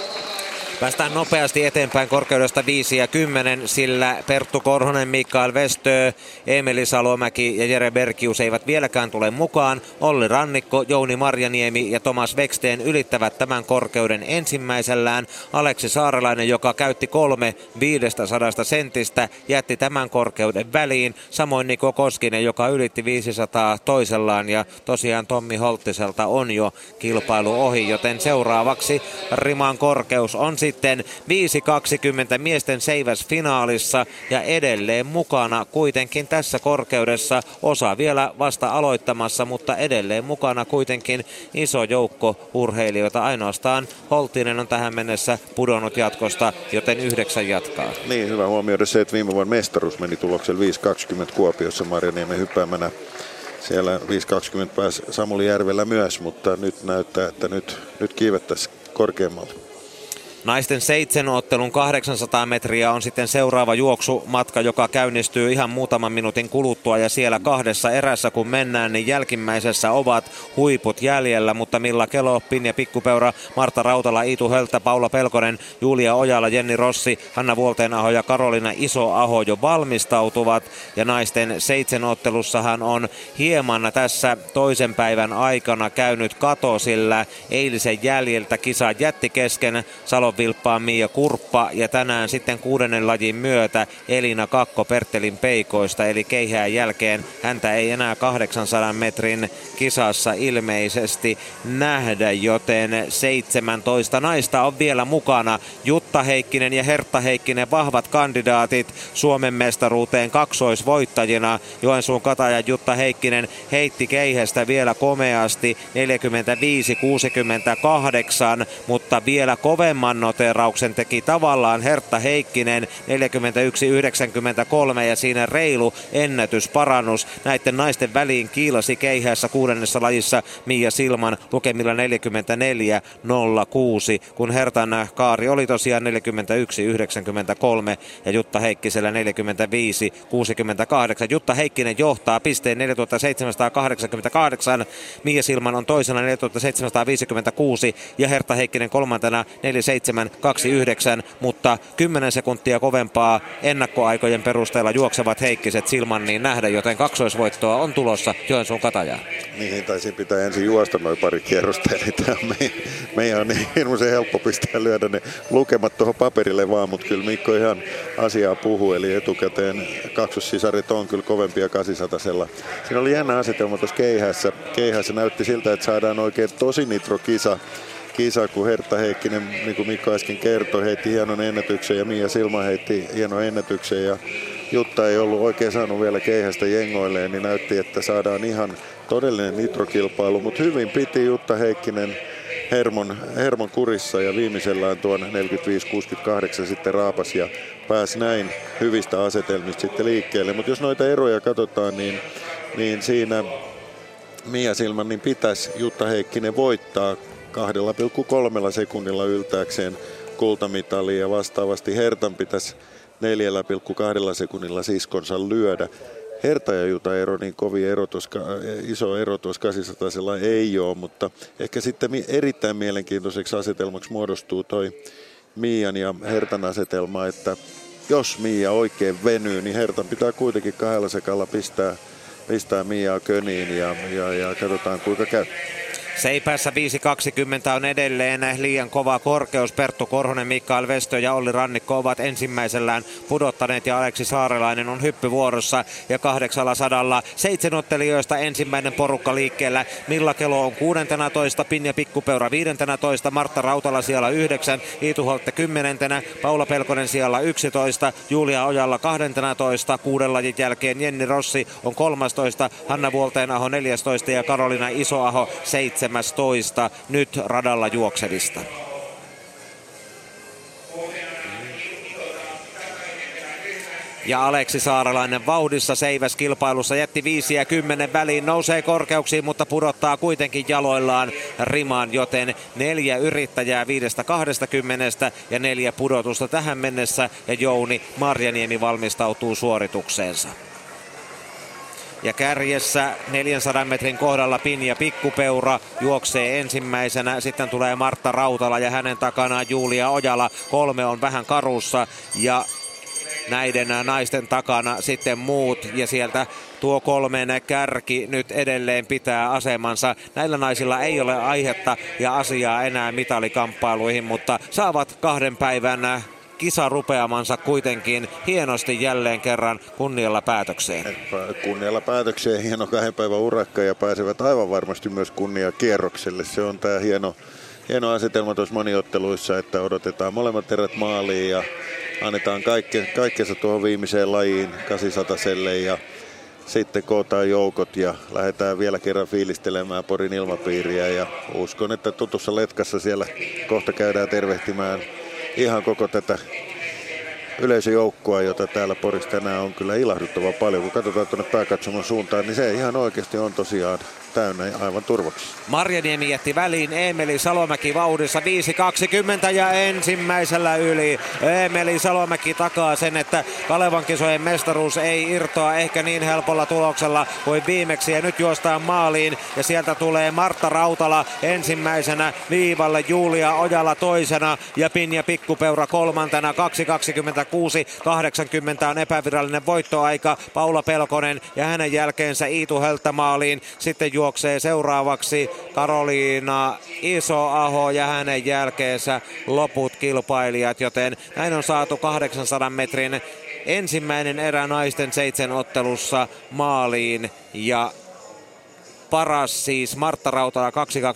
Päästään nopeasti eteenpäin korkeudesta 5 ja 10, sillä Perttu Korhonen, Mikael Westö, Emeli Salomäki ja Jere Bergius eivät vieläkään tule mukaan. Olli Rannikko, Jouni Marjaniemi ja Thomas Weksteen ylittävät tämän korkeuden ensimmäisellään. Aleksi Saarelainen, joka käytti 3 500 sentistä, jätti tämän korkeuden väliin. Samoin Niko Koskinen, joka ylitti 500 toisellaan, ja tosiaan Tommi Holttiselta on jo kilpailu ohi, joten seuraavaksi riman korkeus on sitten 5.20 miesten seiväsfinaalissa ja edelleen mukana kuitenkin tässä korkeudessa, osa vielä vasta aloittamassa, mutta edelleen mukana kuitenkin iso joukko urheilijoita. Ainoastaan Holttinen on tähän mennessä pudonnut jatkosta, joten 9 jatkaa. Niin, hyvä huomioida se, että viime vuonna mestaruus meni tuloksella 5.20 Kuopiossa Marjaniemen hyppäämänä. Siellä 5.20 pääsi Samuli Järvellä myös, mutta nyt näyttää, että nyt kiivettäisiin korkeammalle. Naisten 7 ottelun 800 metriä on sitten seuraava juoksumatka, joka käynnistyy ihan muutaman minuutin kuluttua, ja siellä 2 erässä kun mennään, niin jälkimmäisessä ovat huiput jäljellä, mutta Milla Kelo, Pinja Pikkupeura, Marta Rautala, Iitu Höltä, Paula Pelkonen, Julia Ojala, Jenni Rossi, Hanna Vuolteenaho ja Karolina Isoaho jo valmistautuvat, ja naisten 7 ottelussahan on hieman tässä toisen päivän aikana käynyt kato, sillä eilisen jäljiltä kisa jätti kesken. Salo Aallonvilppaan Mia Kurppa ja tänään sitten 6. lajin myötä Elina Kakko Perttelin peikoista, eli keihään jälkeen häntä ei enää 800 metrin kisassa ilmeisesti nähdä, joten 17 naista on vielä mukana. Jutta Heikkinen ja Hertta Heikkinen vahvat kandidaatit Suomen mestaruuteen kaksoisvoittajina. Joensuun Kataja Jutta Heikkinen heitti keihästä vielä komeasti 45-68, mutta vielä kovemman noterauksen teki tavallaan Hertta Heikkinen 41-93 ja siinä reilu ennätysparannus. Näiden naisten väliin kiilasi keihässä 6. lajissa Mia Silman lukemilla 44-06, kun Hertan kaari oli tosiaan 41-93 ja Jutta Heikkisellä 45-68. Jutta Heikkinen johtaa pisteen 4788, Mia Silman on toisena 4756 ja Hertta Heikkinen kolmantena 4729, mutta 10 sekuntia kovempaa ennakkoaikojen perusteella juoksevat Heikkiset Silman niin nähdä, joten kaksoisvoittoa on tulossa Joensuun Katajaan. Niin, taisin pitää ensin juosta noin pari kierrosta, eli tämä meidän on niin hirmuisen helppo pistää lyödä ne lukemat tuohon paperille vaan, mutta kyllä Mikko ihan asiaa puhuu, eli etukäteen kaksossisarit on kyllä kovempia 800-sella. Siinä oli jännä asetelma tuossa keihässä. Keihässä näytti siltä, että saadaan oikein tosi nitro-kisa, kun Hertta Heikkinen, niin kuin Mikko äsken kertoi, heitti hienon ennätyksen ja Mia Silma heitti hienon ennätyksen ja Jutta ei ollut oikein saanut vielä keihästä jengoilleen, niin näytti, että saadaan ihan todellinen nitrokilpailu, mutta hyvin piti Jutta Heikkinen Hermon kurissa ja viimeisellään tuon 45-68 sitten raapas ja pääsi näin hyvistä asetelmista sitten liikkeelle. Mutta jos noita eroja katsotaan, niin siinä Mia Silman niin pitäisi Jutta Heikkinen voittaa 2,3 sekunnilla yltääkseen kultamitaliin ja vastaavasti Hertan pitäisi 4,2 sekunnilla siskonsa lyödä. Herta ja Jutta ero niin kovin iso ero tuossa 800 ei ole, mutta ehkä sitten erittäin mielenkiintoiseksi asetelmaksi muodostuu toi Mian ja Hertan asetelma, että jos Mia oikein venyy, niin Hertan pitää kuitenkin 2 sekalla pistää Miaa köniin ja katsotaan kuinka käy. Seipäässä 5.20 on edelleen liian kova korkeus. Perttu Korhonen, Mikael Westö ja Olli Rannikko ovat ensimmäisellään pudottaneet ja Aleksi Saarelainen on hyppyvuorossa ja 800 7 ensimmäinen porukka liikkeellä. Milla Kelo on 16, Pinja Pikkupeura 15, Martta Rautala siellä 9, Iitu Holte 10, Paula Pelkonen siellä 11, Julia Ojalla 12, 6 lajin jälkeen Jenni Rossi on 13, Hanna Vuolteenaho 14 ja Karolina Isoaho 17 nyt radalla juoksevista. Ja Aleksi Saarelainen vauhdissa seiväskilpailussa jätti 5 ja 10 väliin, nousee korkeuksiin, mutta pudottaa kuitenkin jaloillaan rimaan, joten 4 yrittäjää 5-20 ja 4 pudotusta tähän mennessä ja Jouni Marjaniemi valmistautuu suoritukseensa. Ja kärjessä 400 metrin kohdalla Pinja Pikkupeura juoksee ensimmäisenä. Sitten tulee Martta Rautala ja hänen takanaan Julia Ojala. 3 on vähän karussa ja näiden naisten takana sitten muut. Ja sieltä tuo 3 kärki nyt edelleen pitää asemansa. Näillä naisilla ei ole aihetta ja asiaa enää mitalikamppailuihin, mutta saavat 2 päivän kisarupeamansa kuitenkin hienosti jälleen kerran kunnialla päätökseen. Kunnialla päätökseen, hieno 2 päivän urakka ja pääsevät aivan varmasti myös kunniakierrokselle. Se on tämä hieno asetelma tuossa moniotteluissa, että odotetaan molemmat erät maaliin ja annetaan kaikkensa tuohon viimeiseen lajiin 800-selle ja sitten kootaan joukot ja lähdetään vielä kerran fiilistelemään Porin ilmapiiriä ja uskon, että tutussa letkassa siellä kohta käydään tervehtimään ihan koko tätä yleisöjoukkoa, jota täällä Porissa tänään on kyllä ilahduttava paljon. Kun katsotaan tuonne pääkatsomon suuntaan, niin se ihan oikeasti on tosiaan täynnä aivan turvaksi. Marjaniemi jätti väliin, Eemeli Salomäki vauhdissa 5.20 ja ensimmäisellä yli. Eemeli Salomäki takaa sen, että Kalevan kisojen mestaruus ei irtoa ehkä niin helpolla tuloksella kuin viimeksi ja nyt juostaan maaliin ja sieltä tulee Martta Rautala ensimmäisenä viivalle, Julia Ojala toisena ja Pinja Pikkupeura kolmantena. 80 on epävirallinen voittoaika. Paula Pelkonen ja hänen jälkeensä Iitu Hölttä maaliin. Sitten juoksee seuraavaksi Karoliina Isoaho ja hänen jälkeensä loput kilpailijat, joten näin on saatu 800 metrin ensimmäinen erä naisten 7 ottelussa maaliin ja paras siis Martta Rautala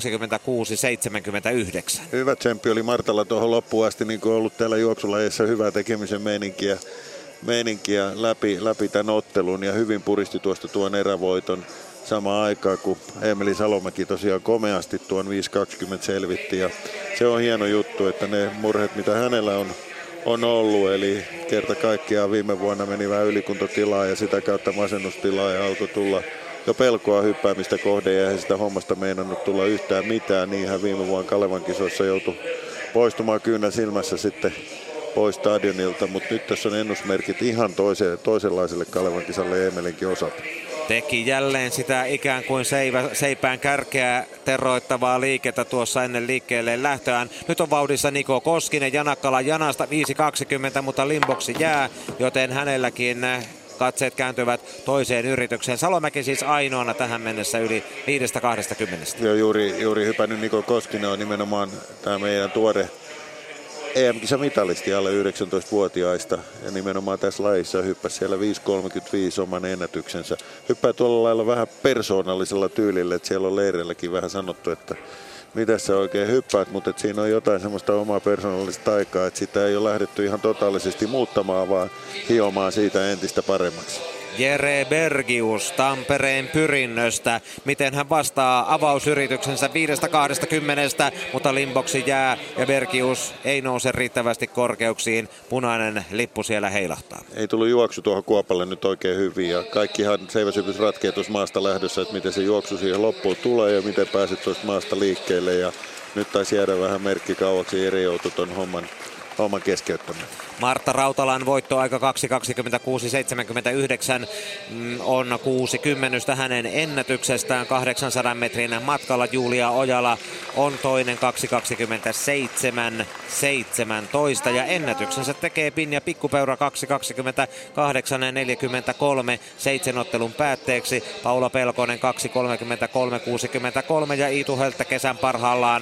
2.26.79. Hyvä tsemppi oli Martalla tuohon loppuun asti, niin kuin on ollut täällä juoksulajeissa hyvää tekemisen meininkiä läpi tämän ottelun ja hyvin puristi tuosta tuon erävoiton samaan aikaan, kun Eemeli Salomäki tosiaan komeasti tuon 5.20 selvitti ja se on hieno juttu, että ne murheet mitä hänellä on ollut, eli kerta kaikkiaan viime vuonna meni vähän ylikuntotilaa ja sitä kautta masennustilaa ja alkoi tulla jo pelkoa hyppäämistä kohde ja eihän sitä hommasta meinannut tulla yhtään mitään. Niin hän viime vuonna Kalevan kisoissa joutui poistumaan kyynä silmässä sitten pois stadionilta, mutta nyt tässä on ennusmerkit ihan toisenlaiselle Kalevan kisalle Eemelinkin osalta. Teki jälleen sitä ikään kuin seipään kärkeä terroittavaa liikettä tuossa ennen liikkeelle lähtöään. Nyt on vauhdissa Niko Koskinen, Janakkala janasta 5.20, mutta limboksi jää, joten hänelläkin katseet kääntyvät toiseen yritykseen. Salomäki siis ainoana tähän mennessä yli 5.20. Joo, juuri hypännyt Niko Koskinen on nimenomaan tämä meidän tuore EM-kisamitalisti alle 19-vuotiaista ja nimenomaan tässä lajissa hyppäsi siellä 5.35 oman ennätyksensä. Hyppää tuolla lailla vähän persoonallisella tyylillä, että siellä on leireilläkin vähän sanottu, että mitä sä oikein hyppäät, mutta siinä on jotain semmoista omaa persoonallista aikaa, että sitä ei ole lähdetty ihan totaalisesti muuttamaan, vaan hiomaan siitä entistä paremmaksi. Jere Bergius Tampereen Pyrinnöstä. Miten hän vastaa avausyrityksensä 5.20, mutta limboksi jää ja Bergius ei nouse riittävästi korkeuksiin. Punainen lippu siellä heilahtaa. Ei tullut juoksu tuohon Kuopalle nyt oikein hyvin ja kaikkihan seiväsypys ratkee tuossa maasta lähdössä, että miten se juoksu siihen loppuun tulee ja miten pääset tuosta maasta liikkeelle ja nyt taisi jäädä vähän merkki kauaksi, Jere joutui ton homman keskeyttämään. Martta Rautalan voittoaika 2.26.79 on 60 hänen ennätyksestään 800 metrin matkalla. Julia Ojala on toinen 2.27.17 ja ennätyksensä tekee Pinja Pikkupeura 2.28.43 7-ottelun päätteeksi. Paula Pelkonen 2.33.63 ja Iitu Hölttä kesän parhaillaan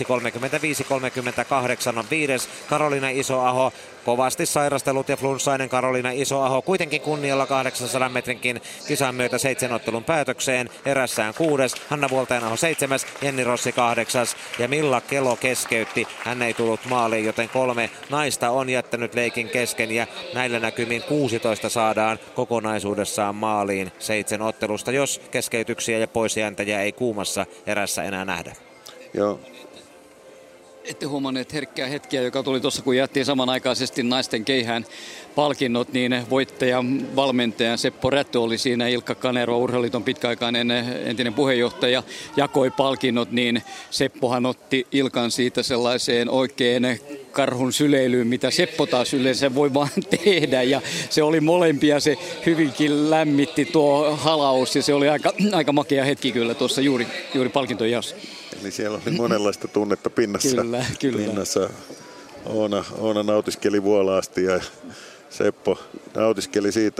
2.35.38 on 5. Karoliina Isoaho kovasti sairastelut ja flunssainen Karoliina Isoaho kuitenkin kunnialla 800 metrinkin kisan myötä 7-ottelun päätökseen. Erässään 6. Hanna Vuoltajanaho 7. Jenni Rossi 8. Ja Milla Kelo keskeytti. Hän ei tullut maaliin, joten 3 naista on jättänyt leikin kesken ja näillä näkymin 16 saadaan kokonaisuudessaan maaliin 7 ottelusta, jos keskeytyksiä ja poisjääntäjiä ei kuumassa erässä enää nähdä. Joo. Ette huomanneet herkkää hetkiä, joka tuli tuossa, kun jättiin samanaikaisesti naisten keihään palkinnot, niin voittajan valmentajan Seppo Rättö oli siinä. Ilkka Kanerva, Urheiluliiton pitkäaikainen entinen puheenjohtaja, jakoi palkinnot, niin Seppohan otti Ilkan siitä sellaiseen oikein karhun syleilyyn, mitä Seppo taas yleensä voi vaan tehdä. Ja se oli molempia, se hyvinkin lämmitti tuo halaus ja se oli aika makea hetki kyllä tuossa juuri palkintojaossa. Eli siellä oli monenlaista tunnetta pinnassa. Kyllä. Pinnassa Oona nautiskeli vuolaasti ja Seppo nautiskeli siitä,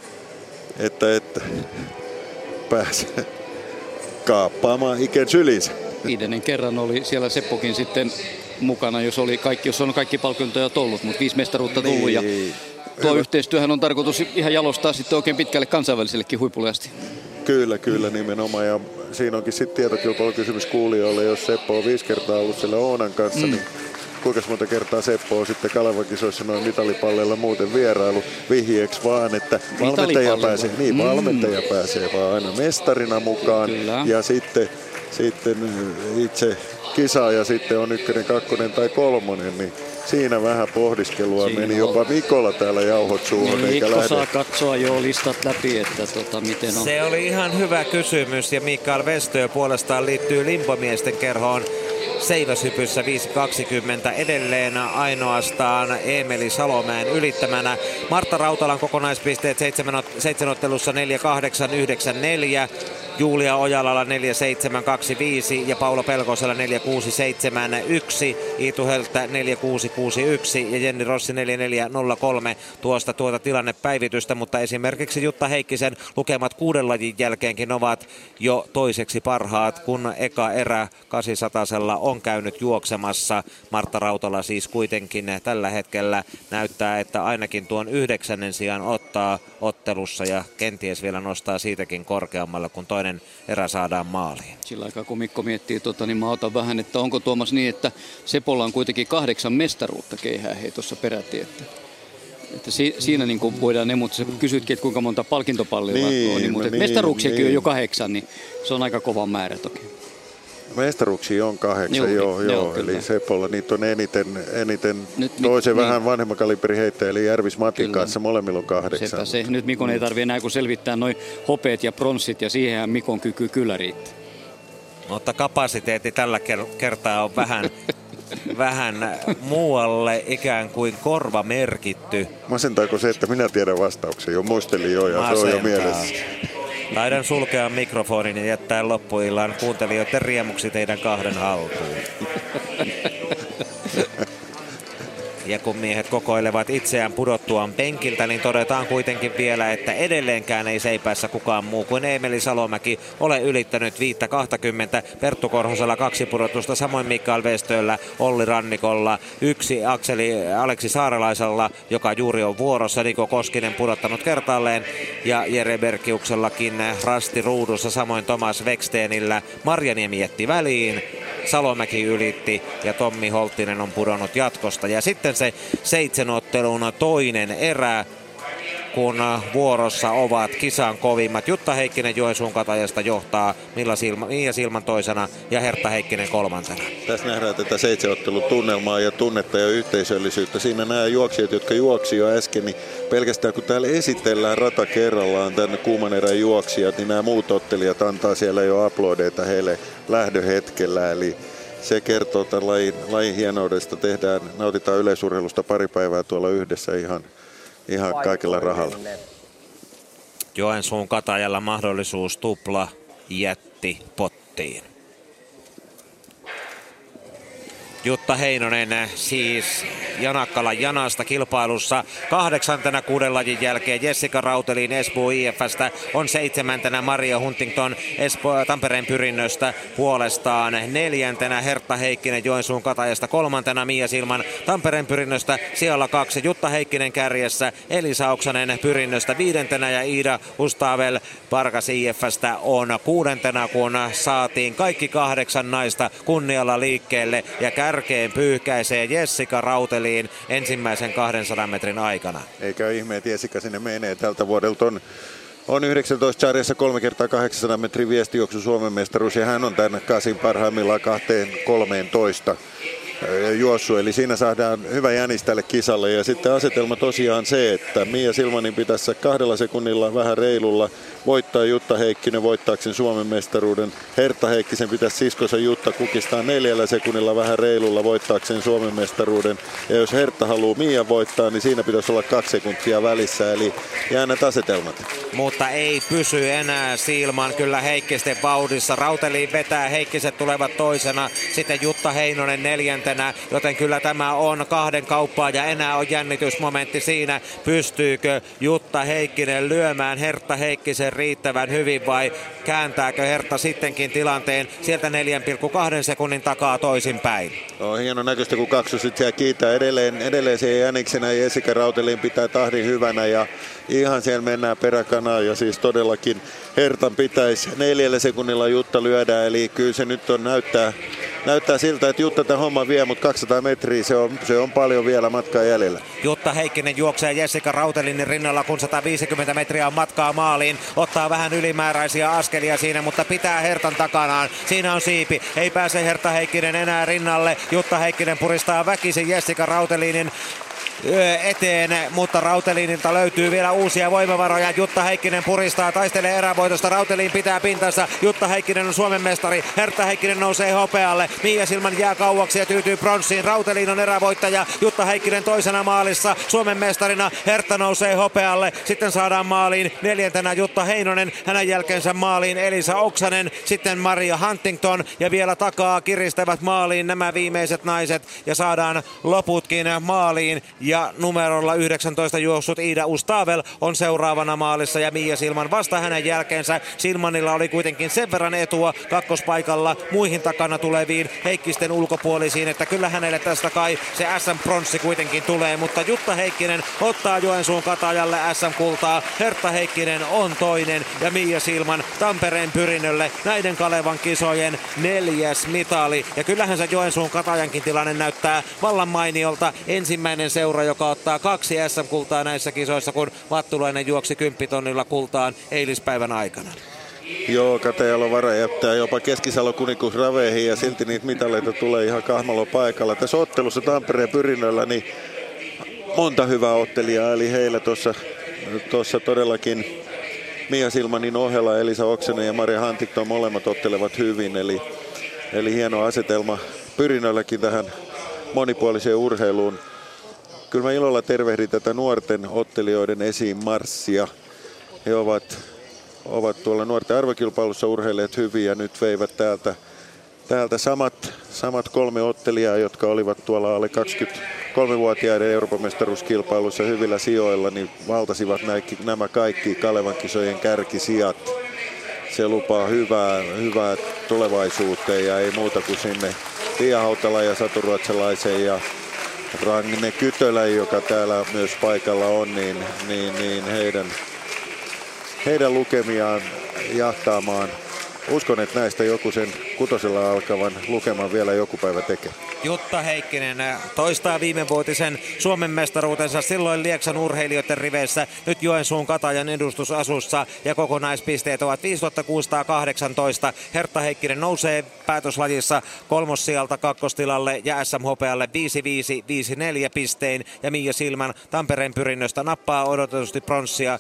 että pääsee kaappaamaan Iken sylinsä. 5. kerran oli siellä Seppokin sitten mukana, jos on kaikki palkintoja ollut, mutta 5 mestaruutta tullut. Ja tuo yhteistyöhän on tarkoitus ihan jalostaa sitten oikein pitkälle kansainvälisellekin huipulle asti. Kyllä nimenomaan ja siinä onkin sitten tietokilpailukysymys kuulijoille, jos Seppo on 5 kertaa ollut siellä Oonan kanssa, niin kuinka monta kertaa Seppo on sitten Kalevan kisoissa noin mitalipalleilla muuten vierailu vihjeeksi vaan, että valmentaja pääsee vaan aina mestarina mukaan. Kyllä. Ja sitten itse kisa ja sitten on 1., 2. tai 3, niin siinä vähän pohdiskelua siinä meni jopa Mikolla täällä jauhot suuhun. Mikko saa katsoa jo listat läpi, että miten on. Se oli ihan hyvä kysymys ja Mikael Westö puolestaan liittyy limpomiesten kerhoon seiväshypyssä 5.20 edelleen ainoastaan Eemeli Salomäen ylittämänä. Martta Rautalan kokonaispisteet 7 ottelussa 4.894. Julia Ojalalla 4.7.25 ja Paula Pelkosella 4.6.71, Iitu Hölttä 4.6.61 ja Jenni Rossi 4.4.03 tuota tilannepäivitystä, mutta esimerkiksi Jutta Heikkisen lukemat 6 lajin jälkeenkin ovat jo toiseksi parhaat, kun eka erä 800 on käynyt juoksemassa. Martta Rautala siis kuitenkin tällä hetkellä näyttää, että ainakin tuon 9. sijan ottaa ottelussa ja kenties vielä nostaa siitäkin korkeammalle, kun toinen erä saadaan maaliin. Sillä aikaa kun Mikko miettii, niin mä otan vähän, että onko Tuomas niin, että Sepolla on kuitenkin 8 mestaruutta keihääheitossa peräti, että siinä niin kuin voidaan ne, mutta sä kysytkin, että kuinka monta palkintopallia mutta mestaruuksiakin on jo 8, niin se on aika kova määrä toki. Mestaruuksia on 8, joo. Eli Sepolla niitä on eniten toisen vähän vanhemman kaliberin heittäjä, eli Järvis Matin kanssa molemmilla on 8. Se. Nyt Mikon ei tarvitse enää kuin selvittää noin hopeet ja pronssit, ja siihenhän Mikon kyky kyllä riittää. Mutta kapasiteetti tällä kertaa on vähän muualle ikään kuin korva merkitty. Masentaako se, että minä tiedän vastauksen? Jo muistelin jo ja se on jo mielessä. Taidan sulkea mikrofonin ja jättää loppuillaan kuuntelijoiden riemuksi teidän 2 haltuun. Ja kun miehet kokoilevat itseään pudottuaan penkiltä, niin todetaan kuitenkin vielä, että edelleenkään ei Seipäässä kukaan muu kuin Eemeli Salomäki ole ylittänyt 5.20. Perttu Korhosella 2 pudotusta, samoin Mikael Westöllä, Olli Rannikolla, 1 Aleksi Saarelaisella, joka juuri on vuorossa, Niko Koskinen pudottanut kertaalleen, ja Jere Berkiuksellakin rasti ruudussa, samoin Thomas Wekstenillä. Marjaniemi jätti väliin, Salomäki ylitti ja Tommi Holttinen on pudonnut jatkosta. Ja sitten se 7 ottelun toinen erä, kun vuorossa ovat kisan kovimmat. Jutta Heikkinen Joensuun katajasta johtaa, Miia Silman toisena ja Hertta Heikkinen 3. Tässä nähdään tätä 7 ottelun tunnelmaa ja tunnetta ja yhteisöllisyyttä. Siinä nämä juoksijat, jotka juoksi jo äsken, niin pelkästään kun täällä esitellään rata kerrallaan tänne kuuman erän juoksijat, niin nämä muut ottelijat antaa siellä jo aplodeita heille lähdöhetkellä. Eli se kertoo tämän lajin hienoudesta. Nautitaan yleisurheilusta pari päivää tuolla yhdessä ihan kaikella rahalla. Joensuun katajalla mahdollisuus tupla jätti pottiin. Jutta Heinonen siis Janakkalan Janasta kilpailussa 8. 6 lajin jälkeen. Jessica Rautelin Espoo IF:stä on 7. Maria Huntington Tampereen Pyrinnöstä puolestaan 4. Hertta Heikkinen Joensuun katajasta 3. Miia Silman Tampereen Pyrinnöstä siellä 2. Jutta Heikkinen kärjessä, Elisa Oksanen Pyrinnöstä 5. ja Iida Ustavel Parkas IF:stä on 6. kun saatiin kaikki 8 naista kunnialla liikkeelle ja kärkeen pyyhkäisee Jessica Rauteliin ensimmäisen 200 metrin aikana. Eikä ihme, että Jessica sinne menee. Tältä vuodelta on 19 sarjassa 3x800 metrin viestijuoksu Suomen mestaruus ja hän on tänne kasin parhaimmillaan 2.13 juossu, eli siinä saadaan hyvä jänis tälle kisalle. Ja sitten asetelma tosiaan se, että Miia Silmanin pitäisi 2 sekunnilla vähän reilulla voittaa Jutta Heikkinen voittaakseen Suomen mestaruuden. Hertta Heikkisen pitäisi siskonsa Jutta kukistaa 4 sekunnilla vähän reilulla voittaakseen Suomen mestaruuden. Ja jos Hertta haluaa Miia voittaa, niin siinä pitäisi olla 2 sekuntia välissä, eli jäänät asetelmat. Mutta ei pysy enää Silman kyllä Heikkisten vauhdissa. Rauteliin vetää, Heikkiset tulevat toisena, sitten Jutta Heinonen 4. joten kyllä tämä on 2 kauppaa ja enää on jännitysmomentti siinä. Pystyykö Jutta Heikkinen lyömään Hertta Heikkisen riittävän hyvin vai kääntääkö Hertta sittenkin tilanteen sieltä 4,2 sekunnin takaa toisinpäin? No, hieno näköistä, kun Kaksu sitten siellä kiittää edelleen se jäniksenä. Jessica Rautelin pitää tahdin hyvänä ja ihan siellä mennään peräkanaan ja siis todellakin Hertan pitäisi 4 sekunnilla Jutta lyödä, eli kyllä se nyt näyttää siltä, että Jutta tämän homman vie, mutta 200 metriä se on paljon vielä matkaa jäljellä. Jutta Heikkinen juoksee Jessica Rautelinin rinnalla, kun 150 metriä on matkaa maaliin. Ottaa vähän ylimääräisiä askelia siinä, mutta pitää Hertan takanaan. Siinä on siipi. Ei pääse Hertta Heikkinen enää rinnalle. Jutta Heikkinen puristaa väkisin Jessica Rautelinin eteen, mutta Rautelinilta löytyy vielä uusia voimavaroja. Jutta Heikkinen puristaa, taistelee erävoitosta. Rautelin pitää pintansa. Jutta Heikkinen on Suomen mestari. Hertta Heikkinen nousee hopealle. Mia Silman jää kauaksi ja tyytyy pronssiin. Rautelin on erävoittaja. Jutta Heikkinen toisena maalissa Suomen mestarina. Hertta nousee hopealle. Sitten saadaan maaliin 4. Jutta Heinonen. Hänen jälkeensä maaliin Elisa Oksanen. Sitten Maria Huntington ja vielä takaa kiristävät maaliin nämä viimeiset naiset ja saadaan loputkin maaliin. Ja numerolla 19 juossut Ida Ustavel on seuraavana maalissa ja Mia Silman vasta hänen jälkeensä. Silmanilla oli kuitenkin sen verran etua kakkospaikalla muihin takana tuleviin Heikkisten ulkopuolisiin, että kyllä hänelle tästä kai se SM-pronssi kuitenkin tulee, mutta Jutta Heikkinen ottaa Joensuun Katajalle SM-kultaa. Hertta Heikkinen on toinen ja Mia Silman Tampereen Pyrinnölle näiden Kalevan kisojen 4. mitali. Ja kyllähän se Joensuun Katajankin tilanne näyttää vallan mainiolta. Ensimmäinen seura, joka ottaa 2 SM-kultaa näissä kisoissa, kun Vattulainen juoksi 10 tonnilla kultaan eilispäivän aikana. Joo, Katajalla on vara jättää jopa Keskisalo Kuninkuus raveihin ja silti niitä mitaleita tulee ihan kahmalo paikalla. Tässä ottelussa Tampereen Pyrinnöllä niin monta hyvää ottelijaa, eli heillä tuossa todellakin Mia Silmanin ohella Elisa Oksanen ja Maria Huntington molemmat ottelevat hyvin, eli hieno asetelma Pyrinnölläkin tähän monipuoliseen urheiluun. Kyllä mä ilolla tervehdin tätä nuorten ottelijoiden esiin marssia. He ovat tuolla nuorten arvokilpailussa urheilleet hyvin ja nyt veivät täältä samat 3 ottelijaa, jotka olivat tuolla alle 23-vuotiaiden Euroopan mestaruuskilpailussa hyvillä sijoilla, niin valtasivat nämä kaikki Kalevan kisojen kärkisijat. Se lupaa hyvää tulevaisuuteen ja ei muuta kuin sinne Pia Hautala ja Satu Ruotsalaisen ja Ragne Kytölä, joka täällä myös paikalla on, niin heidän lukemiaan jahtaamaan. Uskon, että näistä joku sen 6 alkavan lukeman vielä joku päivä tekee. Jutta Heikkinen toistaa viimevuotisen Suomen mestaruutensa silloin Lieksan urheilijoiden riveissä, nyt Joensuun Katajan edustusasussa ja kokonaispisteet ovat 5618. Hertta Heikkinen nousee päätöslajissa 3. sijalta kakkostilalle ja SM-hopealle 5554 pistein ja Mia Silman Tampereen Pyrinnöstä nappaa odotetusti pronssia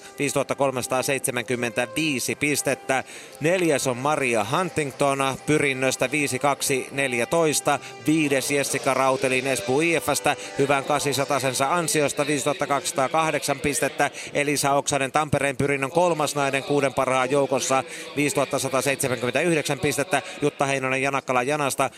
5375 pistettä. 4. on Maria Huntington Pyrinnöstä 5214, 5. Jessica Rautelin Espoo IF:stä hyvän 800-sensa ansiosta 5208 pistettä. Elisa Oksanen Tampereen Pyrinnön 3. nainen 6 parhaan joukossa 5179 pistettä. Jutta Heinonen Janakkala Janasta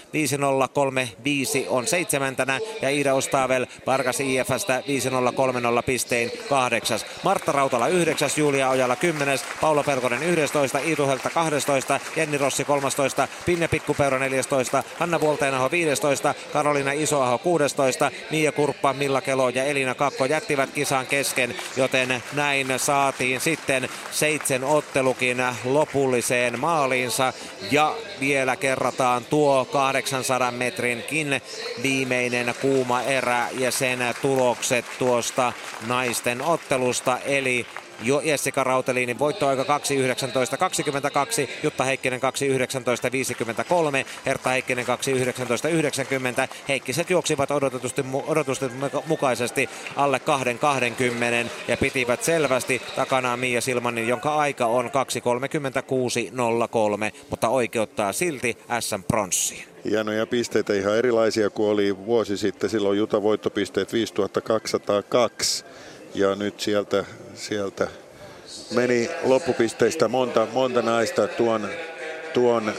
5035 on 7. ja Ida Ustavel Pargas IF:stä 5030 pistein 8. Martta Rautala 9, Julia Ojala 10, Paula Pelkonen 11, Iitu Höltä 12, Jenni Rossi 13, Pinja Pikkupeura 14, Hanna Vuolteenaho 15, Karoliina Isoaho 16, Mia Kurppa, Milla Kelo ja Elina Kakko jättivät kisan kesken, joten näin saatiin sitten 7 ottelukin lopulliseen maaliinsa ja vielä kerrataan tuo 800 metrinkin viimeinen kuuma erä ja sen tulokset tuosta naisten ottelusta, eli Jessica Rautelinin voittoaika 2.19.22, Jutta Heikkinen 2.19.53, Hertta Heikkinen 2.19.90. Heikkiset juoksivat odotusten mukaisesti alle 2.20 ja pitivät selvästi takanaan Mia Silmanin, jonka aika on 2.36.03, mutta oikeuttaa silti SM-pronssiin. Hienoja pisteitä, ihan erilaisia kuin oli vuosi sitten. Silloin Juta voittopisteet 5202. Ja nyt sieltä meni loppupisteistä monta naista tuon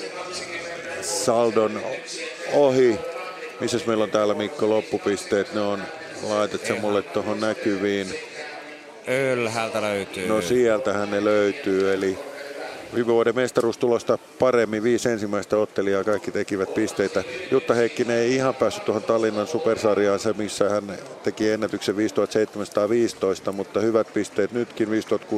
saldon ohi. Missäs meillä on täällä, Mikko, loppupisteet? Ne on, laitat sen mulle tuohon näkyviin. Ylhäältä löytyy. No sieltähän ne löytyy, eli viime vuoden mestaruustulosta paremmin 5 ensimmäistä ottelijaa, kaikki tekivät pisteitä. Jutta Heikkinen ei ihan päässyt tuohon Tallinnan supersarjaansa, missä hän teki ennätyksen 5715, mutta hyvät pisteet nytkin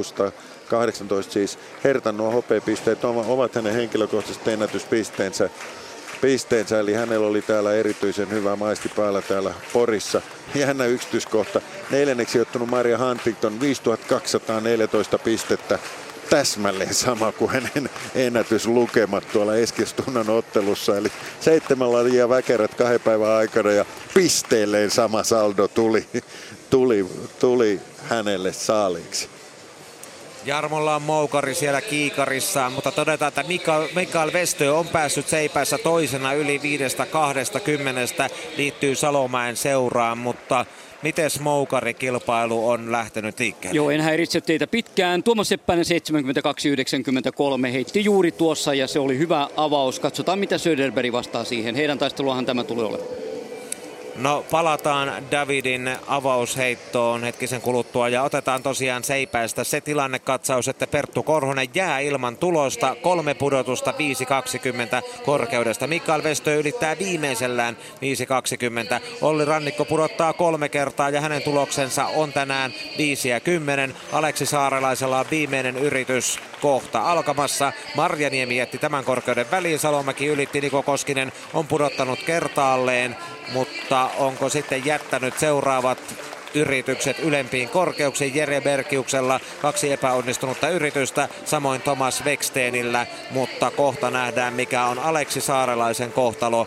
5618 siis. Hertan nuo hopeapisteet ovat hänen henkilökohtaiset ennätyspisteensä. Eli hänellä oli täällä erityisen hyvä maisti päällä täällä Porissa. Jännä yksityiskohta. 4. ottanut Maria Huntington 5214 pistettä. Täsmälleen sama kuin hänen ennätyslukemat tuolla Eskilstunan ottelussa. Eli 7 lajia väkerät 2 päivän aikana ja pisteelleen sama saldo tuli tuli hänelle saaliiksi. Jarmolla on moukari siellä kiikarissa, mutta todetaan, että Mikael Westö on päässyt seipäissä toisena yli 5.20, liittyy Salomäen seuraan, mutta mites moukarikilpailu on lähtenyt liikkeelle? Joo, en häiritse teitä pitkään. Tuomas Seppänen 72-93 heitti juuri tuossa ja se oli hyvä avaus. Katsotaan mitä Söderberg vastaa siihen. Heidän taisteluahan tämä tulee olemaan. No palataan Davidin avausheittoon hetkisen kuluttua ja otetaan tosiaan seipäistä se tilannekatsaus, että Perttu Korhonen jää ilman tulosta, 3 pudotusta 5.20 korkeudesta. Mikael Westö ylittää viimeisellään 5.20. Olli Rannikko pudottaa 3 kertaa ja hänen tuloksensa on tänään 5.10. Aleksi Saarelaisella on viimeinen yritys kohta alkamassa. Marjaniemi jätti tämän korkeuden väliin, Salomäki ylitti, Niko Koskinen on pudottanut kertaalleen, mutta onko sitten jättänyt seuraavat yritykset ylempiin korkeuksiin? Jere Bergiuksella 2 epäonnistunutta yritystä, samoin Thomas Wextenillä, mutta kohta nähdään mikä on Aleksi Saarelaisen kohtalo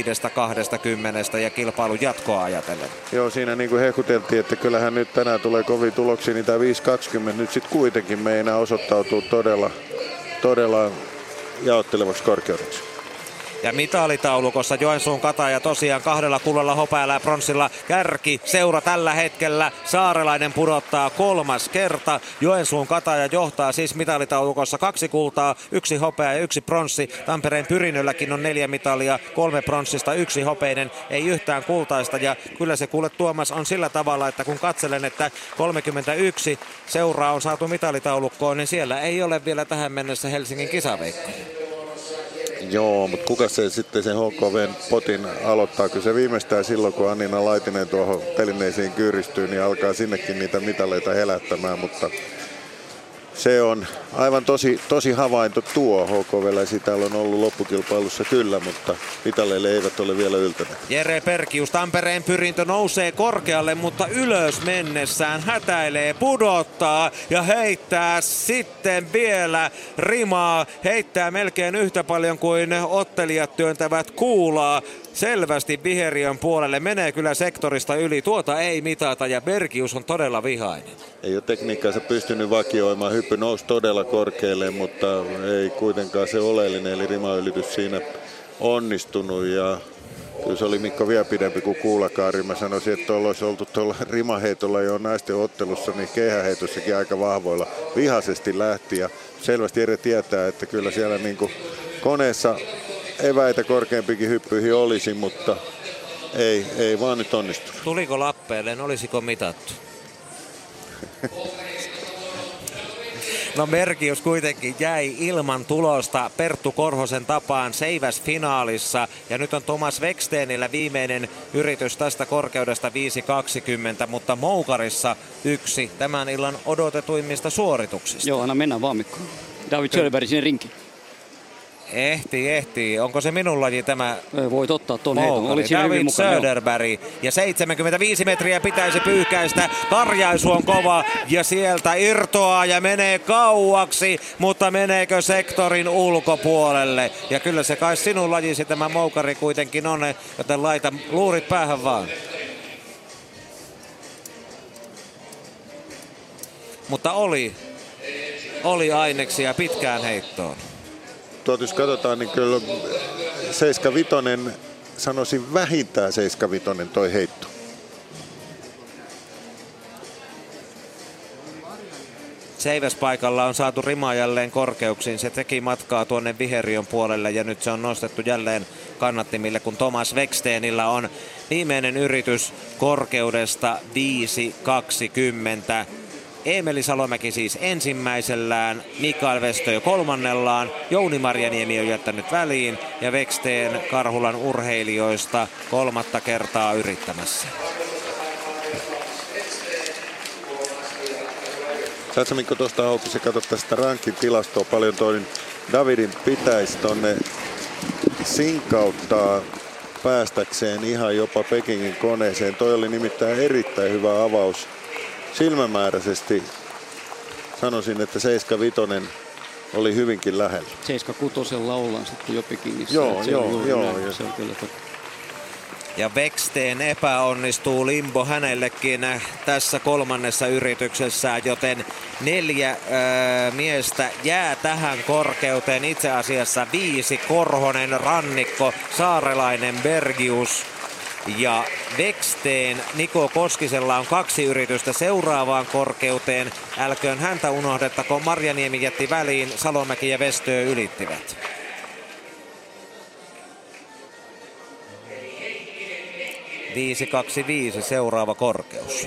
5.20 ja kilpailun jatkoa ajatellen. Joo, siinä niin kuin hehkuteltiin, että kyllähän nyt tänään tulee kovin tuloksia, niin tämä 5.20 nyt sitten kuitenkin meinaa osoittautuu todella jaottelevaksi korkeudeksi. Ja mitalitaulukossa Joensuun Kataja tosiaan 2 kullalla, hopealla ja pronssilla kärki seura tällä hetkellä. Saarelainen pudottaa 3. kerta. Joensuun Kataja johtaa siis mitalitaulukossa 2 kultaa, 1 hopea ja 1 pronssi. Tampereen Pyrinölläkin on 4 mitalia, 3 pronssista, 1 hopeinen, ei yhtään kultaista. Ja kyllä se kuule Tuomas on sillä tavalla, että kun katselen, että 31 seuraa on saatu mitalitaulukkoon, niin siellä ei ole vielä tähän mennessä Helsingin kisaveikko. Joo, mutta kuka se sitten sen HKVn potin aloittaa? Kyllä se viimeistään silloin, kun Annina Laitinen tuohon telineisiin kyyristyy, niin alkaa sinnekin niitä mitaleita helättämään, mutta se on aivan tosi havainto tuo HKV:llä. Sitä on ollut loppukilpailussa kyllä, mutta mitaleille eivät ole vielä yltäneet. Jere Perkius, Tampereen Pyrintö nousee korkealle, mutta ylös mennessään hätäilee, pudottaa ja heittää sitten vielä rimaa. Heittää melkein yhtä paljon kuin ottelijat työntävät kuulaa. Selvästi viheriön puolelle, menee kyllä sektorista yli, tuota ei mitata ja Bergius on todella vihainen. Ei ole tekniikkaansa pystynyt vakioimaan, hyppy nousi todella korkealle, mutta ei kuitenkaan se oleellinen eli rimaylitys siinä onnistunut ja kyllä se oli Mikko vielä pidempi kuin Kuulakaari. Mä sanoisin, että olisi oltu tuolla rimaheitolla jo naisten ottelussa, niin keihäheitossakin aika vahvoilla vihaisesti lähti ja selvästi Jere tietää, että kyllä siellä niin kuin koneessa eväitä korkeampikin hyppyihin olisi, mutta ei vaan nyt onnistunut. Tuliko lappeelleen, olisiko mitattu? No Bergius kuitenkin jäi ilman tulosta Perttu Korhosen tapaan seiväsfinaalissa. Ja nyt on Thomas Wextenillä viimeinen yritys tästä korkeudesta 5.20, mutta moukarissa 1 tämän illan odotetuimmista suorituksista. Joo, anna mennä vaan Mikko. David Söderberg sinne rinkiin. Ehtii. Onko se minun laji tämä? Voit ottaa tuon heiton. Oli David Söderberg. Ja 75 metriä pitäisi pyyhkäistä. Karjaisu on kova ja sieltä irtoaa ja menee kauaksi, mutta meneekö sektorin ulkopuolelle? Ja kyllä se kai sinun lajisi tämä moukari kuitenkin on, joten laita luurit päähän vaan. Mutta oli aineksia pitkään heittoon. Jos katsotaan, niin kyllä 7.5, sanoisin vähintään 7.5 toi heitto. Seiväspaikalla on saatu rima jälleen korkeuksiin. Se teki matkaa tuonne viheriön puolelle ja nyt se on nostettu jälleen kannattimille, kun Thomas Wextenillä on viimeinen yritys korkeudesta 5.20. Eemeli Salomäki siis ensimmäisellään, Mikael Westö 3. Jouni Marjaniemi on jättänyt väliin ja Wexten Karhulan urheilijoista 3. kertaa yrittämässä. Saatko Mikko tuosta auki, se katsot tästä rankin tilastoa paljon toi, niin Davidin pitäisi tonne sinkauttaa päästäkseen ihan jopa Pekingin koneeseen. Toi oli nimittäin erittäin hyvä avaus. Silmämääräisesti sanoisin, että 7.5 oli hyvinkin lähellä. 7.6 ollaan sitten jo Pekingissä. Joo. Se on kyllä totta. Ja Weksteen epäonnistuu, limbo hänellekin tässä kolmannessa yrityksessä, joten 4 miestä jää tähän korkeuteen. Itse asiassa 5, Korhonen, Rannikko, Saarelainen, Bergius ja Weksteen. Niko Koskisella on 2 yritystä seuraavaan korkeuteen. Älköön häntä unohdettako, Marjaniemi jätti väliin, Salomäki ja Westö ylittivät. (5.25) seuraava korkeus.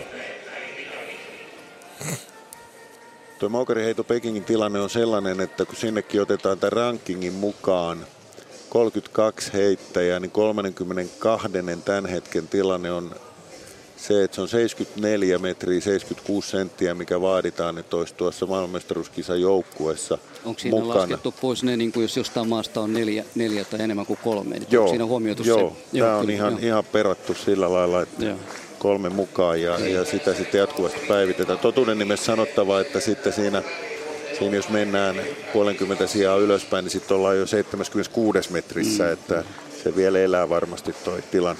Tuo Moukariheitto Pekingin tilanne on sellainen, että kun sinnekin otetaan tämän rankingin mukaan 32 heittäjää, niin 32. tämän hetken tilanne on se, että se on 74 metriä 76 senttiä, mikä vaaditaan, että olisi tuossa maailmanmestaruuskisan joukkueessa onko siinä mukana. Laskettu pois ne, niin kuin jos jostain maasta on 4 tai enemmän kuin 3? Niin Joo, onko siinä huomioitu joo, se? tämä on ihan perattu sillä lailla, että 3 mukaan ja sitä sitten jatkuvasti päivitetään. Totuuden nimessä sanottava, että sitten siinä jos mennään 20 sijaa ylöspäin, niin sitten ollaan jo 76 metrissä, että se vielä elää varmasti toi tilanne.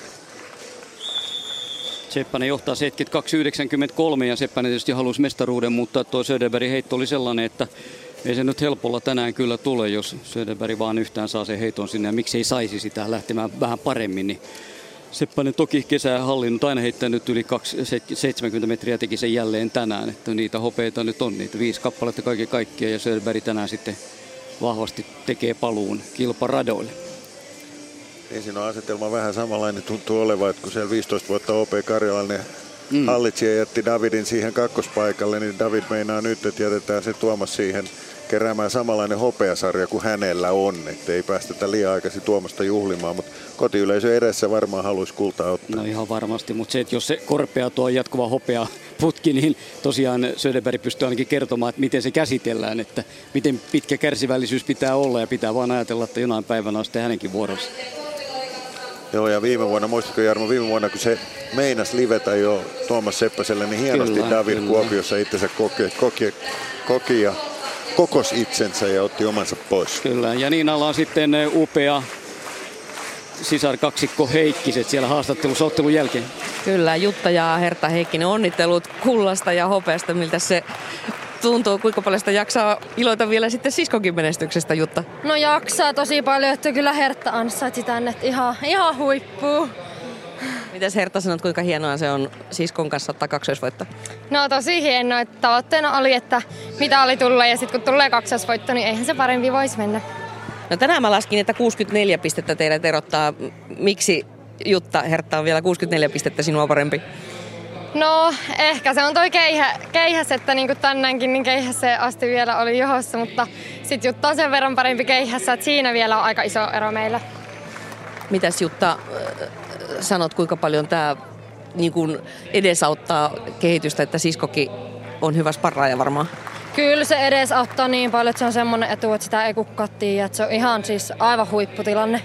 Seppänen johtaa 72-93 ja Seppänen tietysti halusi mestaruuden, mutta tuo Söderbergin heitto oli sellainen, että ei se nyt helpolla tänään kyllä tule, jos Söderberg vaan yhtään saa sen heiton sinne ja miksi ei saisi sitä lähtemään vähän paremmin. Niin Seppänen toki kesää hallinnut, aina heittänyt yli 70 metriä, teki sen jälleen tänään, että niitä hopeita nyt on, niitä 5 kappaletta kaiken kaikkiaan ja Söderberg tänään sitten vahvasti tekee paluun kilparadoille. Ensin on asetelma vähän samanlainen tuntuu olevan, että kun siellä 15 vuotta OP Karjalainen hallitsi ja jätti Davidin siihen kakkospaikalle, niin David meinaa nyt, että jätetään se Tuomas siihen keräämään samanlainen hopeasarja kuin hänellä on, että ei päästetä liian aikaisin Tuomasta juhlimaan, mutta kotiyleisö edessä varmaan haluaisi kultaa ottaa. No ihan varmasti, mutta se, että jos se korpea tuo jatkuva hopea putki, niin tosiaan Söderberg pystyy ainakin kertomaan, että miten se käsitellään, että miten pitkä kärsivällisyys pitää olla ja pitää vaan ajatella, että jonain päivänä on sitten hänenkin vuorossa. Joo, ja viime vuonna, muistatko Jarmo, kun se meinasi livetä jo Tuomas Seppäselle, niin hienosti kyllä, David Kuopiossa itsensä koki ja kokos itsensä ja otti omansa pois. Kyllä, ja Niinalla on sitten upea sisarkaksikko Heikkiset siellä haastattelussa ottelun jälkeen. Kyllä, Jutta ja Hertta Heikkinen, onnittelut kullasta ja hopeasta, miltä se tuntuu, kuinka paljon sitä jaksaa iloita vielä sitten siskonkin menestyksestä, Jutta? No jaksaa tosi paljon, että kyllä Hertta ansaitsi tänne ihan huippuu. Mites Hertta sanot, kuinka hienoa se on siskon kanssa ottaa kaksoisvoitto? No tosi hienoa, että tavoitteena oli, että mitä oli tulla ja sitten kun tulee kaksoisvoitto, niin eihän se parempi voisi mennä. No tänään mä laskin, että 64 pistettä teidät erottaa. Miksi Jutta, Hertta on vielä 64 pistettä sinua parempi? No ehkä se on toi keihäs, että niinku tänäänkin niin keihäseen asti vielä oli johossa, mutta sit Jutta on sen verran parempi keihässä, että siinä vielä on aika iso ero meillä. Mitäs Jutta sanot, kuinka paljon tämä niin kuin edesauttaa kehitystä, että siskokin on hyvä sparraaja varmaan? Kyllä se edesauttaa niin paljon, että se on semmoinen etu, että sitä ei kukaan tiedä, että se on ihan siis aivan huipputilanne.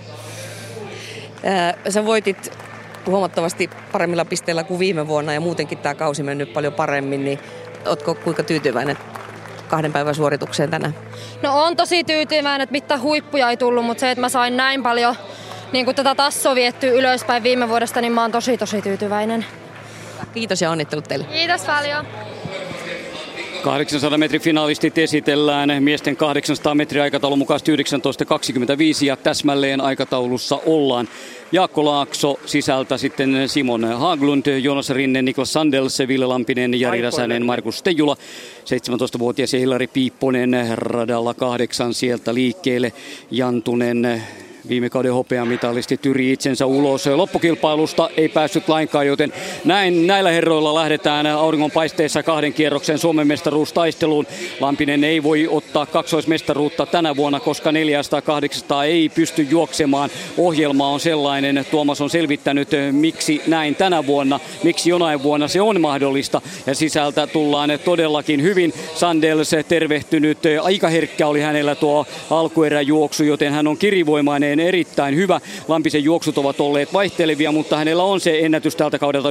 Sä voitit huomattavasti paremmilla pisteillä kuin viime vuonna ja muutenkin tämä kausi mennyt paljon paremmin, niin ootko kuinka tyytyväinen 2 päivän suoritukseen tänään? No on tosi tyytyväinen, että mitään huippuja ei tullut, mutta se, että mä sain näin paljon niin kun tätä tassoa viettyä ylöspäin viime vuodesta, niin mä oon tosi tyytyväinen. Kiitos ja onnittelut teille. Kiitos paljon. 800 metrin finalistit esitellään. Miesten 800 metrin aikataulun mukaisesti 19.25 ja täsmälleen aikataulussa ollaan. Jaakko Laakso sisältä sitten Simon Haglund, Jonas Rinne, Niklas Sandels, Ville Lampinen, Jari Räsänen, Markus Teijula. 17-vuotias Hilari Piipponen radalla 8 sieltä liikkeelle. Jantunen, viime kauden hopeamitalisti, tyri itsensä ulos. Loppukilpailusta ei päässyt lainkaan, joten näillä herroilla lähdetään auringonpaisteessa 2 kierroksen Suomen mestaruustaisteluun. Lampinen ei voi ottaa kaksoismestaruutta tänä vuonna, koska 400-800 ei pysty juoksemaan. Ohjelma on sellainen. Tuomas on selvittänyt, miksi näin tänä vuonna, miksi jonain vuonna se on mahdollista. Ja sisältä tullaan todellakin hyvin. Sandels tervehtynyt. Aika herkkä oli hänellä tuo alkueräjuoksu, joten hän on kirivoimainen Lampinen erittäin hyvä. Lampisen juoksut ovat olleet vaihtelevia, mutta hänellä on se ennätys tältä kaudelta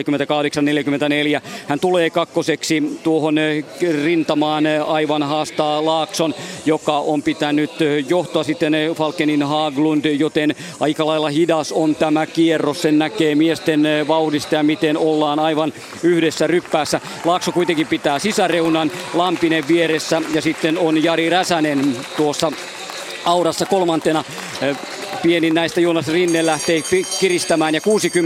1.48.44. Hän tulee kakkoseksi tuohon rintamaan, aivan haastaa Laakson, joka on pitänyt johtoa sitten Falkenin Haglund, joten aika lailla hidas on tämä kierros. Sen näkee miesten vauhdista ja miten ollaan aivan yhdessä ryppäässä. Laakso kuitenkin pitää sisäreunan, Lampinen vieressä ja sitten on Jari Räsänen tuossa aurassa kolmantena. Pienin näistä Jonas Rinne lähtee kiristämään ja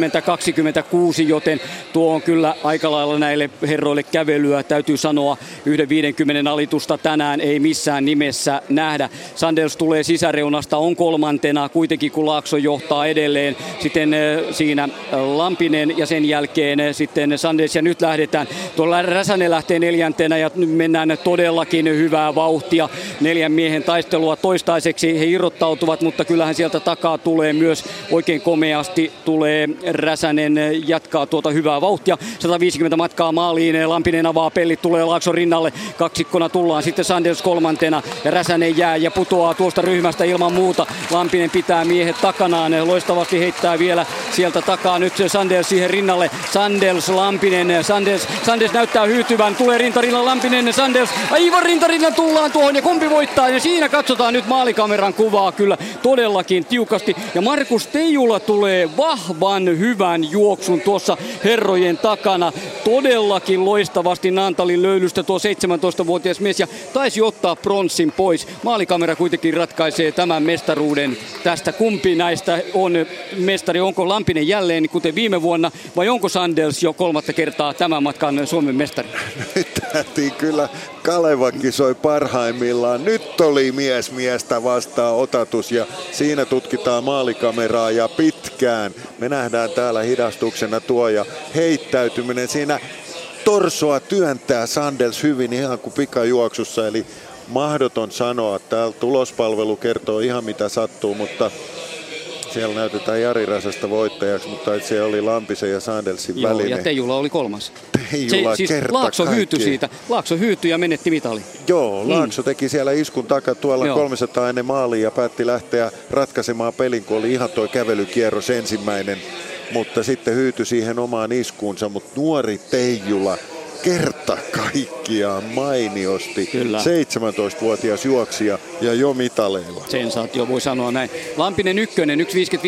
60-26, joten tuo on kyllä aika lailla näille herroille kävelyä. Täytyy sanoa, 1.50 alitusta tänään ei missään nimessä nähdä. Sandels tulee sisäreunasta, on kolmantena kuitenkin kun Laakso johtaa edelleen. Sitten siinä Lampinen ja sen jälkeen sitten Sandels ja nyt lähdetään. Tuolla Räsänen lähtee neljäntenä ja nyt mennään todellakin hyvää vauhtia. 4 miehen taistelua toistaiseksi. He irrottautuvat, mutta kyllähän sieltä takaa tulee myös oikein komeasti. Tulee Räsänen, jatkaa tuota hyvää vauhtia. 150 matkaa maaliin. Lampinen avaa pellit, tulee Laakson rinnalle. Kaksikkona tullaan sitten Sandels kolmantena. Ja Räsänen jää ja putoaa tuosta ryhmästä ilman muuta. Lampinen pitää miehet takanaan. Loistavasti heittää vielä sieltä takaa nyt Sandels siihen rinnalle. Sandels, Lampinen. Sandels näyttää hyytyvän. Tulee rintarinnan Lampinen. Sandels. Aivan rintarinnan tullaan tuohon ja kumpi voittaa. Ja siinä katsotaan nyt maalikameran kuvaa kyllä todellakin tiukasti. Ja Markus Teijula tulee vahvan hyvän juoksun tuossa herrojen takana. Todellakin loistavasti Naantalin löylystä tuo 17-vuotias mies ja taisi ottaa pronssin pois. Maalikamera kuitenkin ratkaisee tämän mestaruuden tästä. Kumpi näistä on mestari? Onko Lampinen jälleen kuten viime vuonna vai onko Sandels jo 3. kertaa tämän matkan Suomen mestari? Nyt tähtiin kyllä Kalevakin soi parhaimmillaan. Nyt oli mies miestä vastaan otatus ja siinä tutkitaan maalikameraa ja pitkään. Me nähdään täällä hidastuksena tuo ja heittäytyminen siinä torsoa työntää Sandels hyvin ihan kuin pikajuoksussa. Eli mahdoton sanoa. Täällä tulospalvelu kertoo ihan mitä sattuu, mutta siellä näytetään Jari Räsästä voittajaksi, mutta se oli Lampisen ja Sandelsin välinen. Ja Teijula oli 3. Teijula siis Laakso hyytyi siitä. Laakso hyytyi ja menetti mitali. Joo, Laakso teki siellä iskun takaa tuolla 300 ennen maaliin ja päätti lähteä ratkaisemaan pelin, kun oli ihan tuo kävelykierros ensimmäinen. Mutta sitten hyytyi siihen omaan iskuunsa, mutta nuori Teijula kerta kaikkiaan mainiosti. Kyllä. 17-vuotias juoksija ja jo mitaleilla. Sensaatio voi sanoa näin. Lampinen ykkönen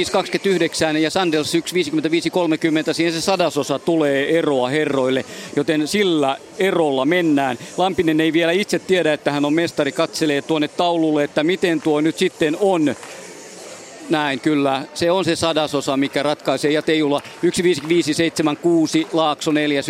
1.55.29 ja Sandels 1.55.30. Siihen se 100% tulee eroa herroille, joten sillä erolla mennään. Lampinen ei vielä itse tiedä, että hän on mestari. Katselee tuonne taululle, että miten tuo nyt sitten on. Näin kyllä. Se on se 100%, mikä ratkaisee. Ja Teijula 1.55.76, Laakso 4,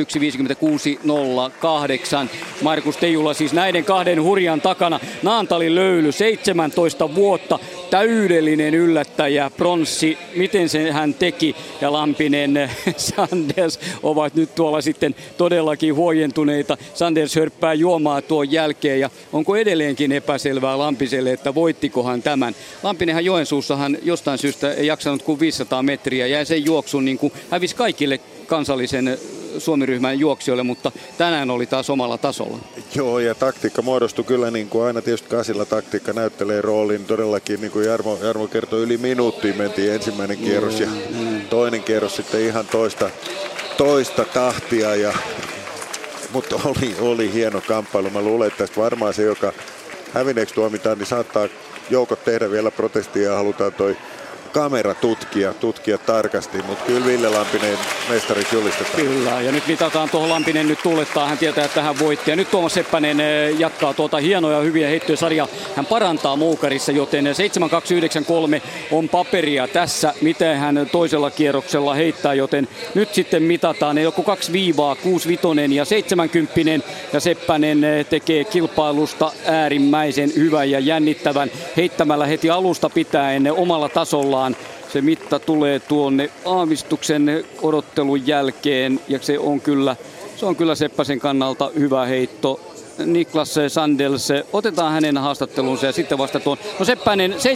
1.56.08. Markus Teijula siis näiden kahden hurjan takana. Naantalin löyly, 17 vuotta. Täydellinen yllättäjä, pronssi. Miten se hän teki? Ja Lampinen, Sanders ovat nyt tuolla sitten todellakin huojentuneita. Sanders hörppää juomaa tuon jälkeen. Ja onko edelleenkin epäselvää Lampiselle, että voittikohan tämän? Lampinenhan Joensuussahan jostain syystä ei jaksanut kuin 500 metriä. Jäi sen juoksun niin kuin hävisi kaikille kansallisen Suomi-ryhmän juoksijoille, mutta tänään oli taas omalla tasolla. Joo, ja taktiikka muodostui kyllä niin kuin aina tietysti Kasilla taktiikka näyttelee roolin. Todellakin niin kuin Jarmo kertoi, yli minuuttiin mentiin ensimmäinen kierros ja toinen kierros sitten ihan toista tahtia. Mutta oli hieno kamppailu. Mä luulen, että tästä varmaan se, joka hävinneeksi tuomitaan, niin saattaa joukot tehdä vielä protestia ja halutaan toi kamera tutkia tarkasti, mutta kyllä Ville Lampinen mestariksi julistetaan. Kyllä, ja nyt mitataan tuohon Lampinen nyt tuulettaa, hän tietää, että hän voitti. Ja nyt Tuomas Seppänen jatkaa tuota hienoja ja hyviä heittoja sarjaa. Hän parantaa Moukarissa, joten 7.293 on paperia tässä, miten hän toisella kierroksella heittää, joten nyt sitten mitataan. Joku 2 viivaa, 6-vitonen ja 70, ja Seppänen tekee kilpailusta äärimmäisen hyvän ja jännittävän heittämällä heti alusta pitäen omalla tasollaan. Se mitta tulee tuonne aavistuksen odottelun jälkeen ja se on kyllä Seppäsen kannalta hyvä heitto. Niklas Sandels, otetaan hänen haastattelunsa ja sitten vasta tuon. No Seppänen 7.3,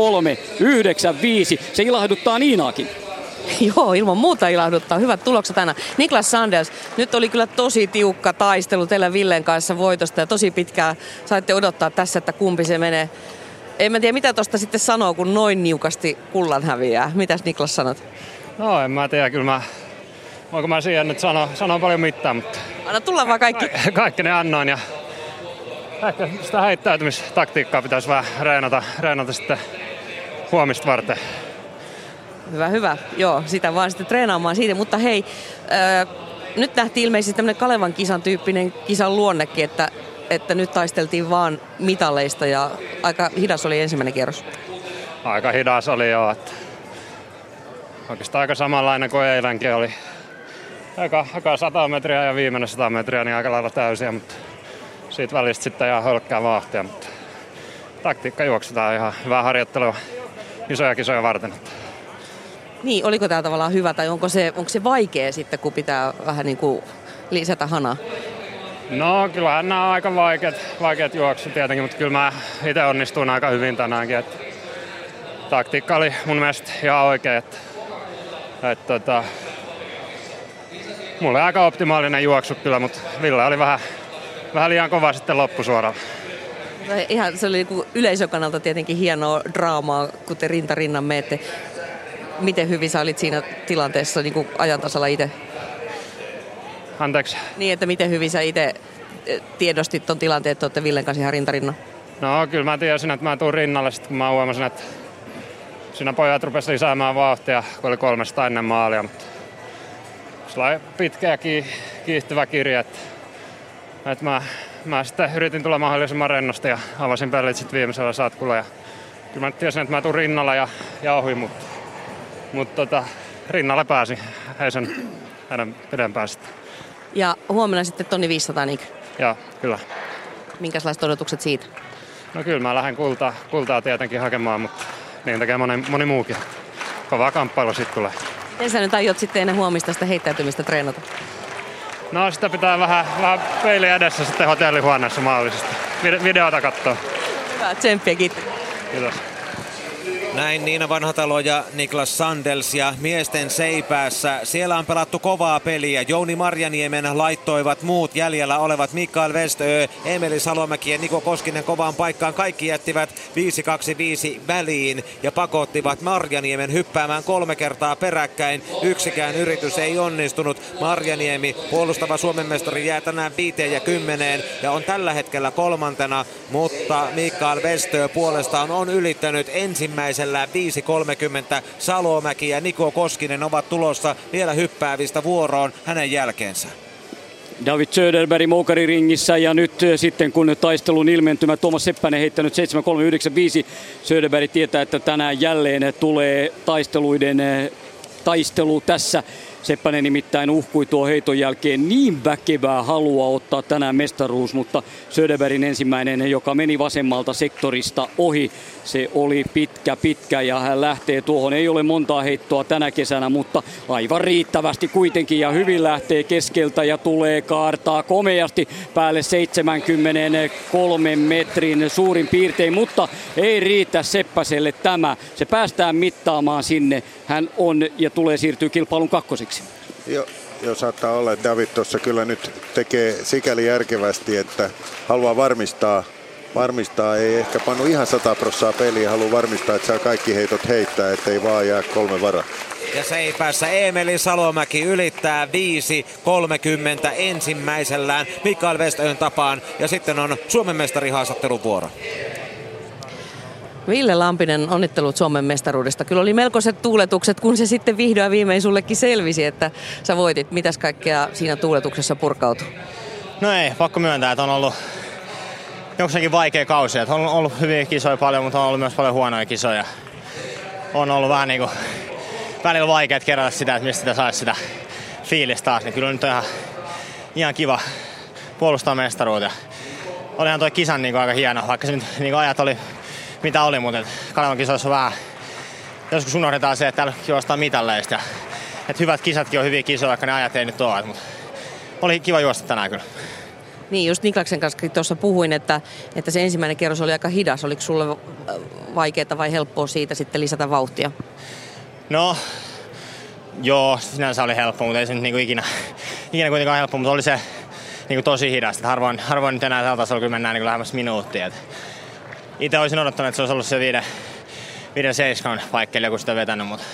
9.5, se ilahduttaa Niinaakin. Joo, ilman muuta ilahduttaa. Hyvät tulokset tänään. Niklas Sandels, nyt oli kyllä tosi tiukka taistelu teillä Villen kanssa voitosta ja tosi pitkään saitte odottaa tässä, että kumpi se menee En mä tiedä, mitä tuosta sitten sanoo, kun noin niukasti kullan häviää. Mitäs Niklas sanot? No en mä tiedä, kyllä voinko mä siihen nyt sanoa paljon mitään, mutta... Anna tulla vaan kaikki. Kaikki ne annoin ja ehkä sitä heittäytymistaktiikkaa pitäisi vähän reenata sitten huomista varten. Hyvä. Joo, sitä vaan sitten treenaamaan siitä. Mutta hei, nyt nähtiin ilmeisesti tämmöinen Kalevan kisan tyyppinen kisan luonnekin, että nyt taisteltiin vaan mitaleista ja aika hidas oli ensimmäinen kierros. Aika hidas oli joo, että oikeastaan aika samanlainen kuin eilenkin oli. Aika 100 metriä ja viimeinen 100 metriä niin aika lailla täysiä, mutta siitä välistä sitten ihan hölkkää vauhtia. Mutta taktiikka juoksutaan ihan hyvää harjoittelua isoja kisoja varten. Niin, oliko tämä tavallaan hyvä tai onko se vaikea sitten, kun pitää vähän niin kuin lisätä hanaa? No kyllähän nämä on aika vaikeat juoksut tietenkin, mutta kyllä mä itse onnistuin aika hyvin tänäänkin. Että taktiikka oli mun mielestä ihan oikein. Että mulla oli aika optimaalinen juoksu kyllä, mutta Ville oli vähän liian kova sitten loppusuoralla. Ihan, se oli niin yleisön kannalta tietenkin hienoa draamaa, kun te rinta rinnan meette. Miten hyvin sä olit siinä tilanteessa niin kuin ajan tasalla itse? Anteeksi? Niin, että miten hyvin sä itse tiedostit ton tilanteen, että olette Villen kanssa ihan rintarinnan? No kyllä mä tiesin, että mä tuun rinnalle sitten, kun mä huomasin, että siinä pojat rupesi lisäämään vauhtia, kun oli 300 ennen maalia. Mutta sellainen pitkä ja kiihtyvä kirja, että mä sitten yritin tulla mahdollisimman rennosti ja avasin pellit sitten viimeisellä satkulla. Ja kyllä mä tiesin, että mä tuun rinnalle ja ohi, mutta rinnalle pääsin, ei sen hänen pidempään sitten. Ja huomenna sitten tonni 500, niinkö? Joo, kyllä. Minkälaiset odotukset siitä? No kyllä mä lähden kultaa tietenkin hakemaan, mutta niin tekee moni muukin. Kovaa kamppailu sitten tulee. Miten sä nyt aiot sitten ennen huomista sitä heittäytymistä treenata? No sitä pitää vähän peili edessä sitten hotellihuoneessa mahdollisesti. Videota kattoo. Hyvä, tsemppiä, kiitos. Kiitos. Näin Niina Vanhatalo ja Niklas Sandels ja miesten seipäässä. Siellä on pelattu kovaa peliä. Jouni Marjaniemen laittoivat muut jäljellä olevat Mikael Westö, Emeli Salomäki ja Niko Koskinen kovaan paikkaan. Kaikki jättivät 5-2-5 väliin ja pakottivat Marjaniemen hyppäämään 3 kertaa peräkkäin. Yksikään yritys ei onnistunut. Marjaniemi, puolustava Suomen mestari, jää tänään 5-10 ja on tällä hetkellä 3. Mutta Mikael Westö puolestaan on ylittänyt ensimmäisen 5.30. Salomäki ja Niko Koskinen ovat tulossa vielä hyppäävistä vuoroon hänen jälkeensä. David Söderberg moukariringissä ja nyt sitten kun taistelun ilmentymä Tuomas Seppänen heittänyt 7.395. Söderberg tietää, että tänään jälleen tulee taistelu tässä. Seppänen nimittäin uhkui tuo heiton jälkeen niin väkevää halua ottaa tänään mestaruus, mutta Söderbergin ensimmäinen, joka meni vasemmalta sektorista ohi, se oli pitkä ja hän lähtee tuohon. Ei ole montaa heittoa tänä kesänä, mutta aivan riittävästi kuitenkin ja hyvin lähtee keskeltä ja tulee kaartaa komeasti päälle 73 metrin suurin piirtein, mutta ei riitä Seppäselle tämä. Se päästään mittaamaan sinne. Hän on ja tulee siirtyä kilpailun kakkosiksi. Joo, saattaa olla, että David tuossa kyllä nyt tekee sikäli järkevästi, että haluaa varmistaa, ei ehkä pannu ihan 100% peliä, haluaa varmistaa, että saa kaikki heitot heittää, ettei vaan jää 3 varaa. Ja seipäässä Emeli Salomäki ylittää 5.30 ensimmäisellään Mikael Westön tapaan ja sitten on Suomen mestarihaastattelun vuoro. Ville Lampinen, onnittelut Suomen mestaruudesta. Kyllä oli melkoiset tuuletukset, kun se sitten vihdoin viimein sullekin selvisi, että sä voitit. Mitäs kaikkea siinä tuuletuksessa purkautui? No ei, pakko myöntää, että on ollut jokseenkin vaikea kausi. Että on ollut hyviä kisoja paljon, mutta on ollut myös paljon huonoja kisoja. On ollut vähän niin kuin välillä vaikea kerätä sitä, että mistä sitä saisi sitä fiilistä taas. Niin kyllä nyt on ihan kiva puolustaa mestaruutta. Olihan toi kisan niin kuin aika hieno, vaikka se nyt niin kuin ajat oli mitä oli, mutta Kalevan kisoissa vähän joskus unohdetaan se, että täällä juostaan mitalleista. Että hyvät kisatkin on hyviä kisoja, vaikka ne ajat ei nyt ole. Mutta oli kiva juosta tänään kyllä. Niin, just Niklaksen kanssa tuossa puhuin, että se ensimmäinen kierros oli aika hidas. Oliko sulle vaikeaa vai helppoa siitä sitten lisätä vauhtia? No, joo, sinänsä oli helppo, mutta ei se nyt niinku ikinä kuitenkaan helppo, mutta oli se niinku tosi hidasta. Harvoin nyt enää tällä tasolla kyllä mennään niinku lähemmäs minuuttia. itse olisin odottanut, että se olisi ollut se 5-7 paikkeille, kun sitä vetänyt, mutta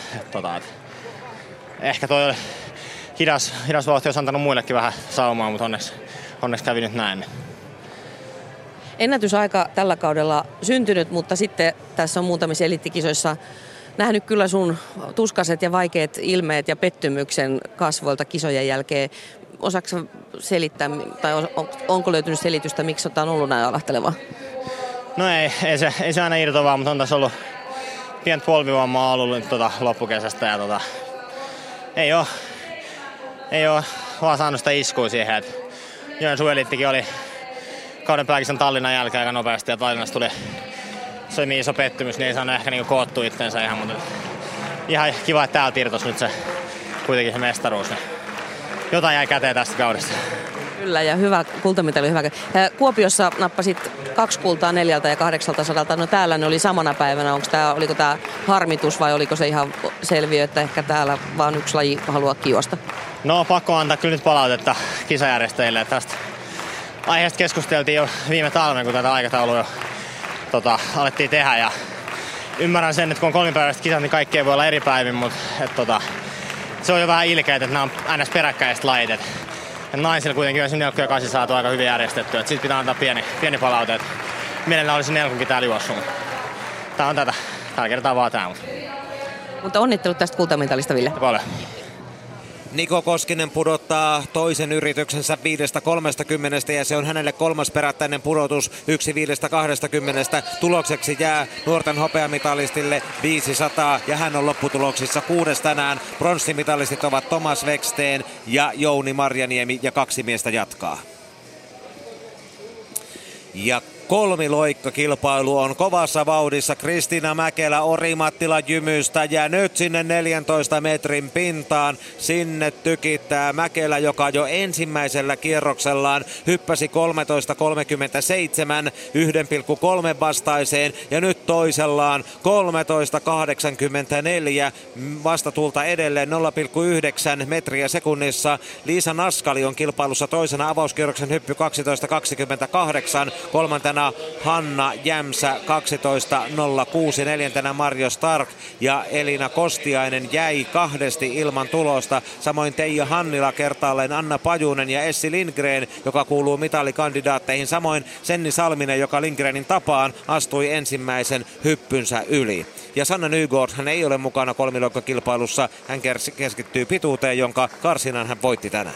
ehkä toi hidas vauhti olisi antanut muillekin vähän saumaa, mutta onneksi kävi nyt näin. Ennätysaika tällä kaudella syntynyt, mutta sitten tässä on muutamissa eliittikisoissa nähnyt kyllä sun tuskaset ja vaikeat ilmeet ja pettymyksen kasvoilta kisojen jälkeen. Osaatko selittää, tai onko löytynyt selitystä, miksi on ollut näin alahtelevaa? No ei se aina irtovaa, mutta on tässä ollut pientä polvivammaa ollut loppukesästä ja ei ole vaan saanut sitä iskua siihen, että Joensuun eliittikin oli kauden pääkisen Tallinnan jälkeen aika nopeasti ja Tallinnasta tuli se niin iso pettymys, niin ei saanut ehkä niinku koottua itseensä ihan, mutta ihan kiva, että täältä irtosi nyt se kuitenkin se mestaruus. Niin jotain jäi käteen tästä kaudesta. Kyllä, ja hyvä kultamitali, hyvä. Kuopiossa nappasit 2 kultaa 4 ja 800. No täällä ne oli samana päivänä. Oliko tämä harmitus vai oliko se ihan selviö, että ehkä täällä vaan yksi laji haluaa juosta? No pakko antaa kyllä nyt palautetta kisajärjestäjille. Tästä aiheesta keskusteltiin jo viime talven, kun tätä aikataulua jo alettiin tehdä. Ja ymmärrän sen, että kun on 3-päiväiset kisat, niin kaikki ei voi olla eri päivin, mutta se on jo vähän ilkeitä, että nämä on ns. Peräkkäiset lajit. Naisilla kuitenkin on 4 ja 8 saatu aika hyvin järjestettyä. Siitä pitää antaa pieni palaute. Mielellään olisi 4 täällä juossut. Tää on tätä. Tällä kertaa vaan tää. Mutta onnittelut tästä kultamitalista, Ville. Paljon. Niko Koskinen pudottaa toisen yrityksensä 5.30 ja se on hänelle 3. perättäinen pudotus 1.5.20. Tulokseksi jää nuorten hopeamitalistille 500 ja hän on lopputuloksissa 6 tänään. Pronssimitalistit ovat Thomas Weksteen ja Jouni Marjaniemi ja 2 miestä jatkaa. Ja kolmiloikkakilpailu on kovassa vauhdissa. Kristiina Mäkelä Orimattila jymystä ja nyt sinne 14 metrin pintaan. Sinne tykittää Mäkelä, joka jo ensimmäisellä kierroksellaan hyppäsi 13.37 1,3 vastaiseen ja nyt toisellaan 13.84 vastatulta edelleen 0,9 metriä sekunnissa. Liisa Naskali on kilpailussa toisena avauskierroksen hyppy 12.28, kolmantena Hanna Jämsä 12.06, neljäntenä Marjo Stark ja Elina Kostiainen jäi 2 ilman tulosta. Samoin Teija Hannila kertaalleen, Anna Pajunen ja Essi Lindgren, joka kuuluu mitalikandidaatteihin. Samoin Senni Salminen, joka Lindgrenin tapaan astui ensimmäisen hyppynsä yli. Ja Sanna Nygård, hän ei ole mukana kolmiloikkakilpailussa. Hän keskittyy pituuteen, jonka karsinan hän voitti tänään.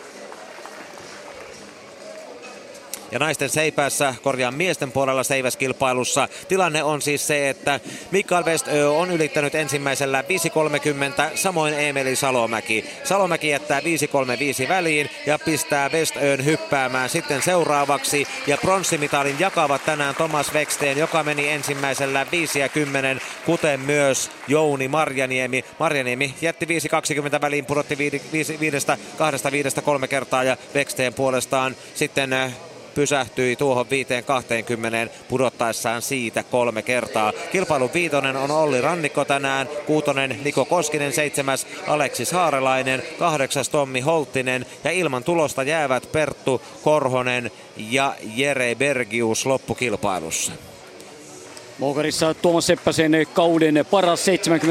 Ja naisten seipäässä, miesten puolella seiväskilpailussa tilanne on siis se, että Mikael Westö on ylittänyt ensimmäisellä 5.30, samoin Eemeli Salomäki. Salomäki jättää 5.35 väliin ja pistää Westöön hyppäämään sitten seuraavaksi. Ja pronssimitalin jakavat tänään Thomas Weksteen, joka meni ensimmäisellä 5.10, kuten myös Jouni Marjaniemi. Marjaniemi jätti 5.20 väliin, pudotti 5.2 3 kertaa ja Weksteen puolestaan sitten pysähtyi tuohon 5.20 pudottaessaan siitä 3 kertaa. Kilpailun 5. on Olli Rannikko tänään, 6. Niko Koskinen, 7. Aleksis Haarelainen, 8. Tommi Holttinen ja ilman tulosta jäävät Perttu Korhonen ja Jere Bergius loppukilpailussa. Moukarissa Tuomas Seppäsen kauden paras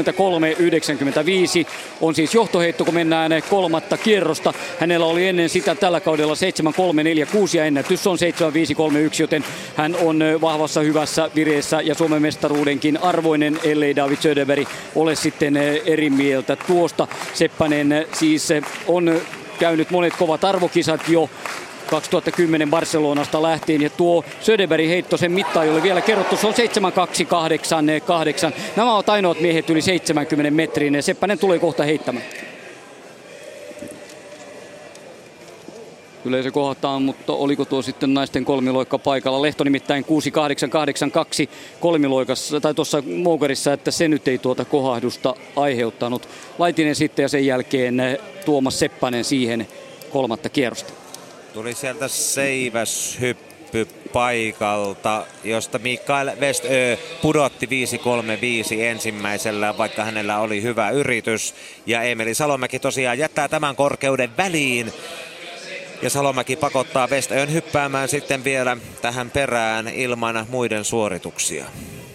73.95 on siis johtoheitto, kun mennään 3. kierrosta. Hänellä oli ennen sitä tällä kaudella 7.346 ja ennätys on 7.531, joten hän on vahvassa hyvässä vireessä ja Suomen mestaruudenkin arvoinen, ellei David Söderberg ole sitten eri mieltä tuosta. Seppänen siis on käynyt monet kovat arvokisat jo 2010 Barcelonasta lähtien ja tuo Söderbergin heitto, sen mitta ei ole vielä kerrottu, se on 7.288. Nämä ovat ainoat miehet yli 70 metrin ja Seppänen tulee kohta heittämään. Yleisö kohtaan, mutta oliko tuo sitten naisten kolmiloikka paikalla? Lehto nimittäin 6.882 kolmiloikassa tai tuossa Moukarissa, että se nyt ei tuota kohahdusta aiheuttanut. Laitinen sitten ja sen jälkeen Tuomas Seppänen siihen 3. kierrosta. Tuli sieltä seiväshyppy paikalta, josta Mikael Westö pudotti 5.35 ensimmäisellä, vaikka hänellä oli hyvä yritys. Ja Eemeli Salomäki tosiaan jättää tämän korkeuden väliin. Ja Salomäki pakottaa Westön hyppäämään sitten vielä tähän perään ilman muiden suorituksia.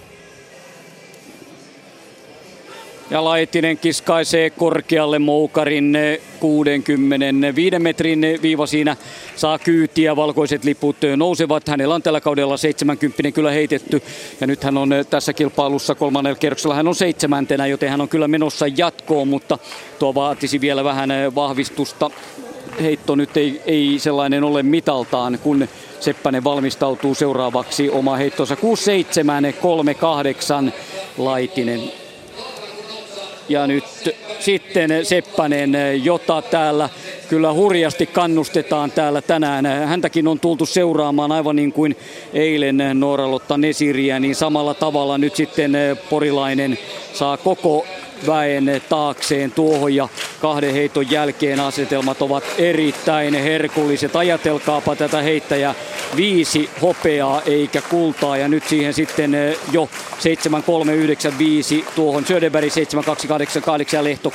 Ja Laitinen kiskaisee korkealle Moukarin 65 metrin viiva siinä saa kyytiä. Valkoiset liput nousevat. Hänellä on tällä kaudella 70 kyllä heitetty. Ja nyt hän on tässä kilpailussa kolmannella kierroksella. Hän on 7, joten hän on kyllä menossa jatkoon, mutta tuo vaatisi vielä vähän vahvistusta. Heitto nyt ei sellainen ole mitaltaan, kun Seppänen valmistautuu seuraavaksi oma heittonsa 6-7-3-8 Laitinen. Ja nyt sitten Seppänen, jota täällä kyllä hurjasti kannustetaan täällä tänään. Häntäkin on tultu seuraamaan aivan niin kuin eilen Noora-Lotta Nesiriä, niin samalla tavalla nyt sitten porilainen saa koko väen taakseen tuohon ja 2 heiton jälkeen asetelmat ovat erittäin herkulliset. Ajatelkaapa tätä heittäjää, 5 hopeaa eikä kultaa ja nyt siihen sitten jo 7-3-9-5 tuohon Söderberg 7-2-8-8 ja Lehto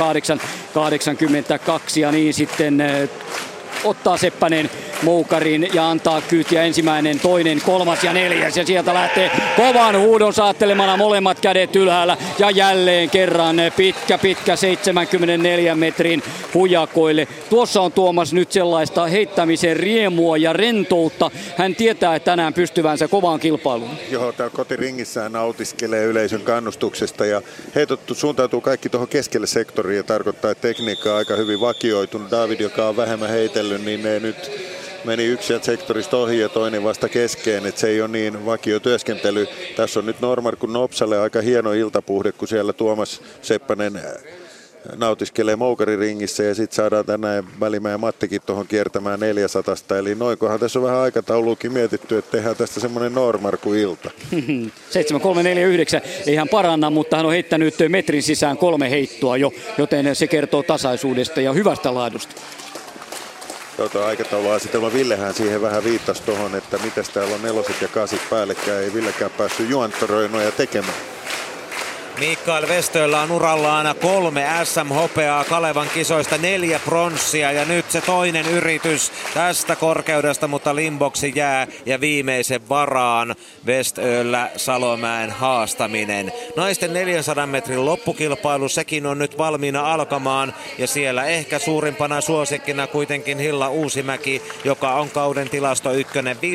68-82 ja niin sitten ottaa Seppänen Moukarin ja antaa kyytiä 1., 2., 3. ja 4. Ja sieltä lähtee kovan huudon saattelemana molemmat kädet ylhäällä. Ja jälleen kerran pitkä 74 metrin hujakoille. Tuossa on Tuomas nyt sellaista heittämisen riemua ja rentoutta. Hän tietää tänään pystyvänsä kovaan kilpailuun. Joo, täällä kotiringissään nautiskelee yleisön kannustuksesta ja heitot suuntautuu kaikki tuohon keskelle sektoriin ja tarkoittaa, että tekniikka on aika hyvin vakioitunut. David, joka on vähemmän heitellyt, niin ne nyt meni yksi sektorista ohi ja toinen vasta keskeen, että se ei ole niin vakio työskentely. Tässä on nyt Noormarkun Nopsalle aika hieno iltapuhde, kun siellä Tuomas Seppänen nautiskelee Moukarin ringissä ja sitten saadaan tänään Välimäen ja Mattikin tuohon kiertämään 400. Eli noinkohan tässä on vähän aikatauluukin mietitty, että tehdään tästä semmoinen Noormarkku-ilta. 7-3-4-9 ei hän paranna, mutta hän on heittänyt metrin sisään 3 heittoa jo, joten se kertoo tasaisuudesta ja hyvästä laadusta. Aikatauluasetelma Villehän siihen vähän viittasi tuohon, että mitäs täällä on 4 ja 8 päällekkäin. Ei Villekään päässyt juonttoroinoja tekemään. Mikael Westöllä on urallaan 3 SM-hopeaa Kalevan kisoista, 4 pronssia ja nyt se toinen yritys tästä korkeudesta, mutta limboksi jää ja viimeisen varaan Westöllä Salomäen haastaminen. Naisten 400 metrin loppukilpailu, sekin on nyt valmiina alkamaan ja siellä ehkä suurimpana suosikkina kuitenkin Hilla Uusimäki, joka on kauden tilasto 1,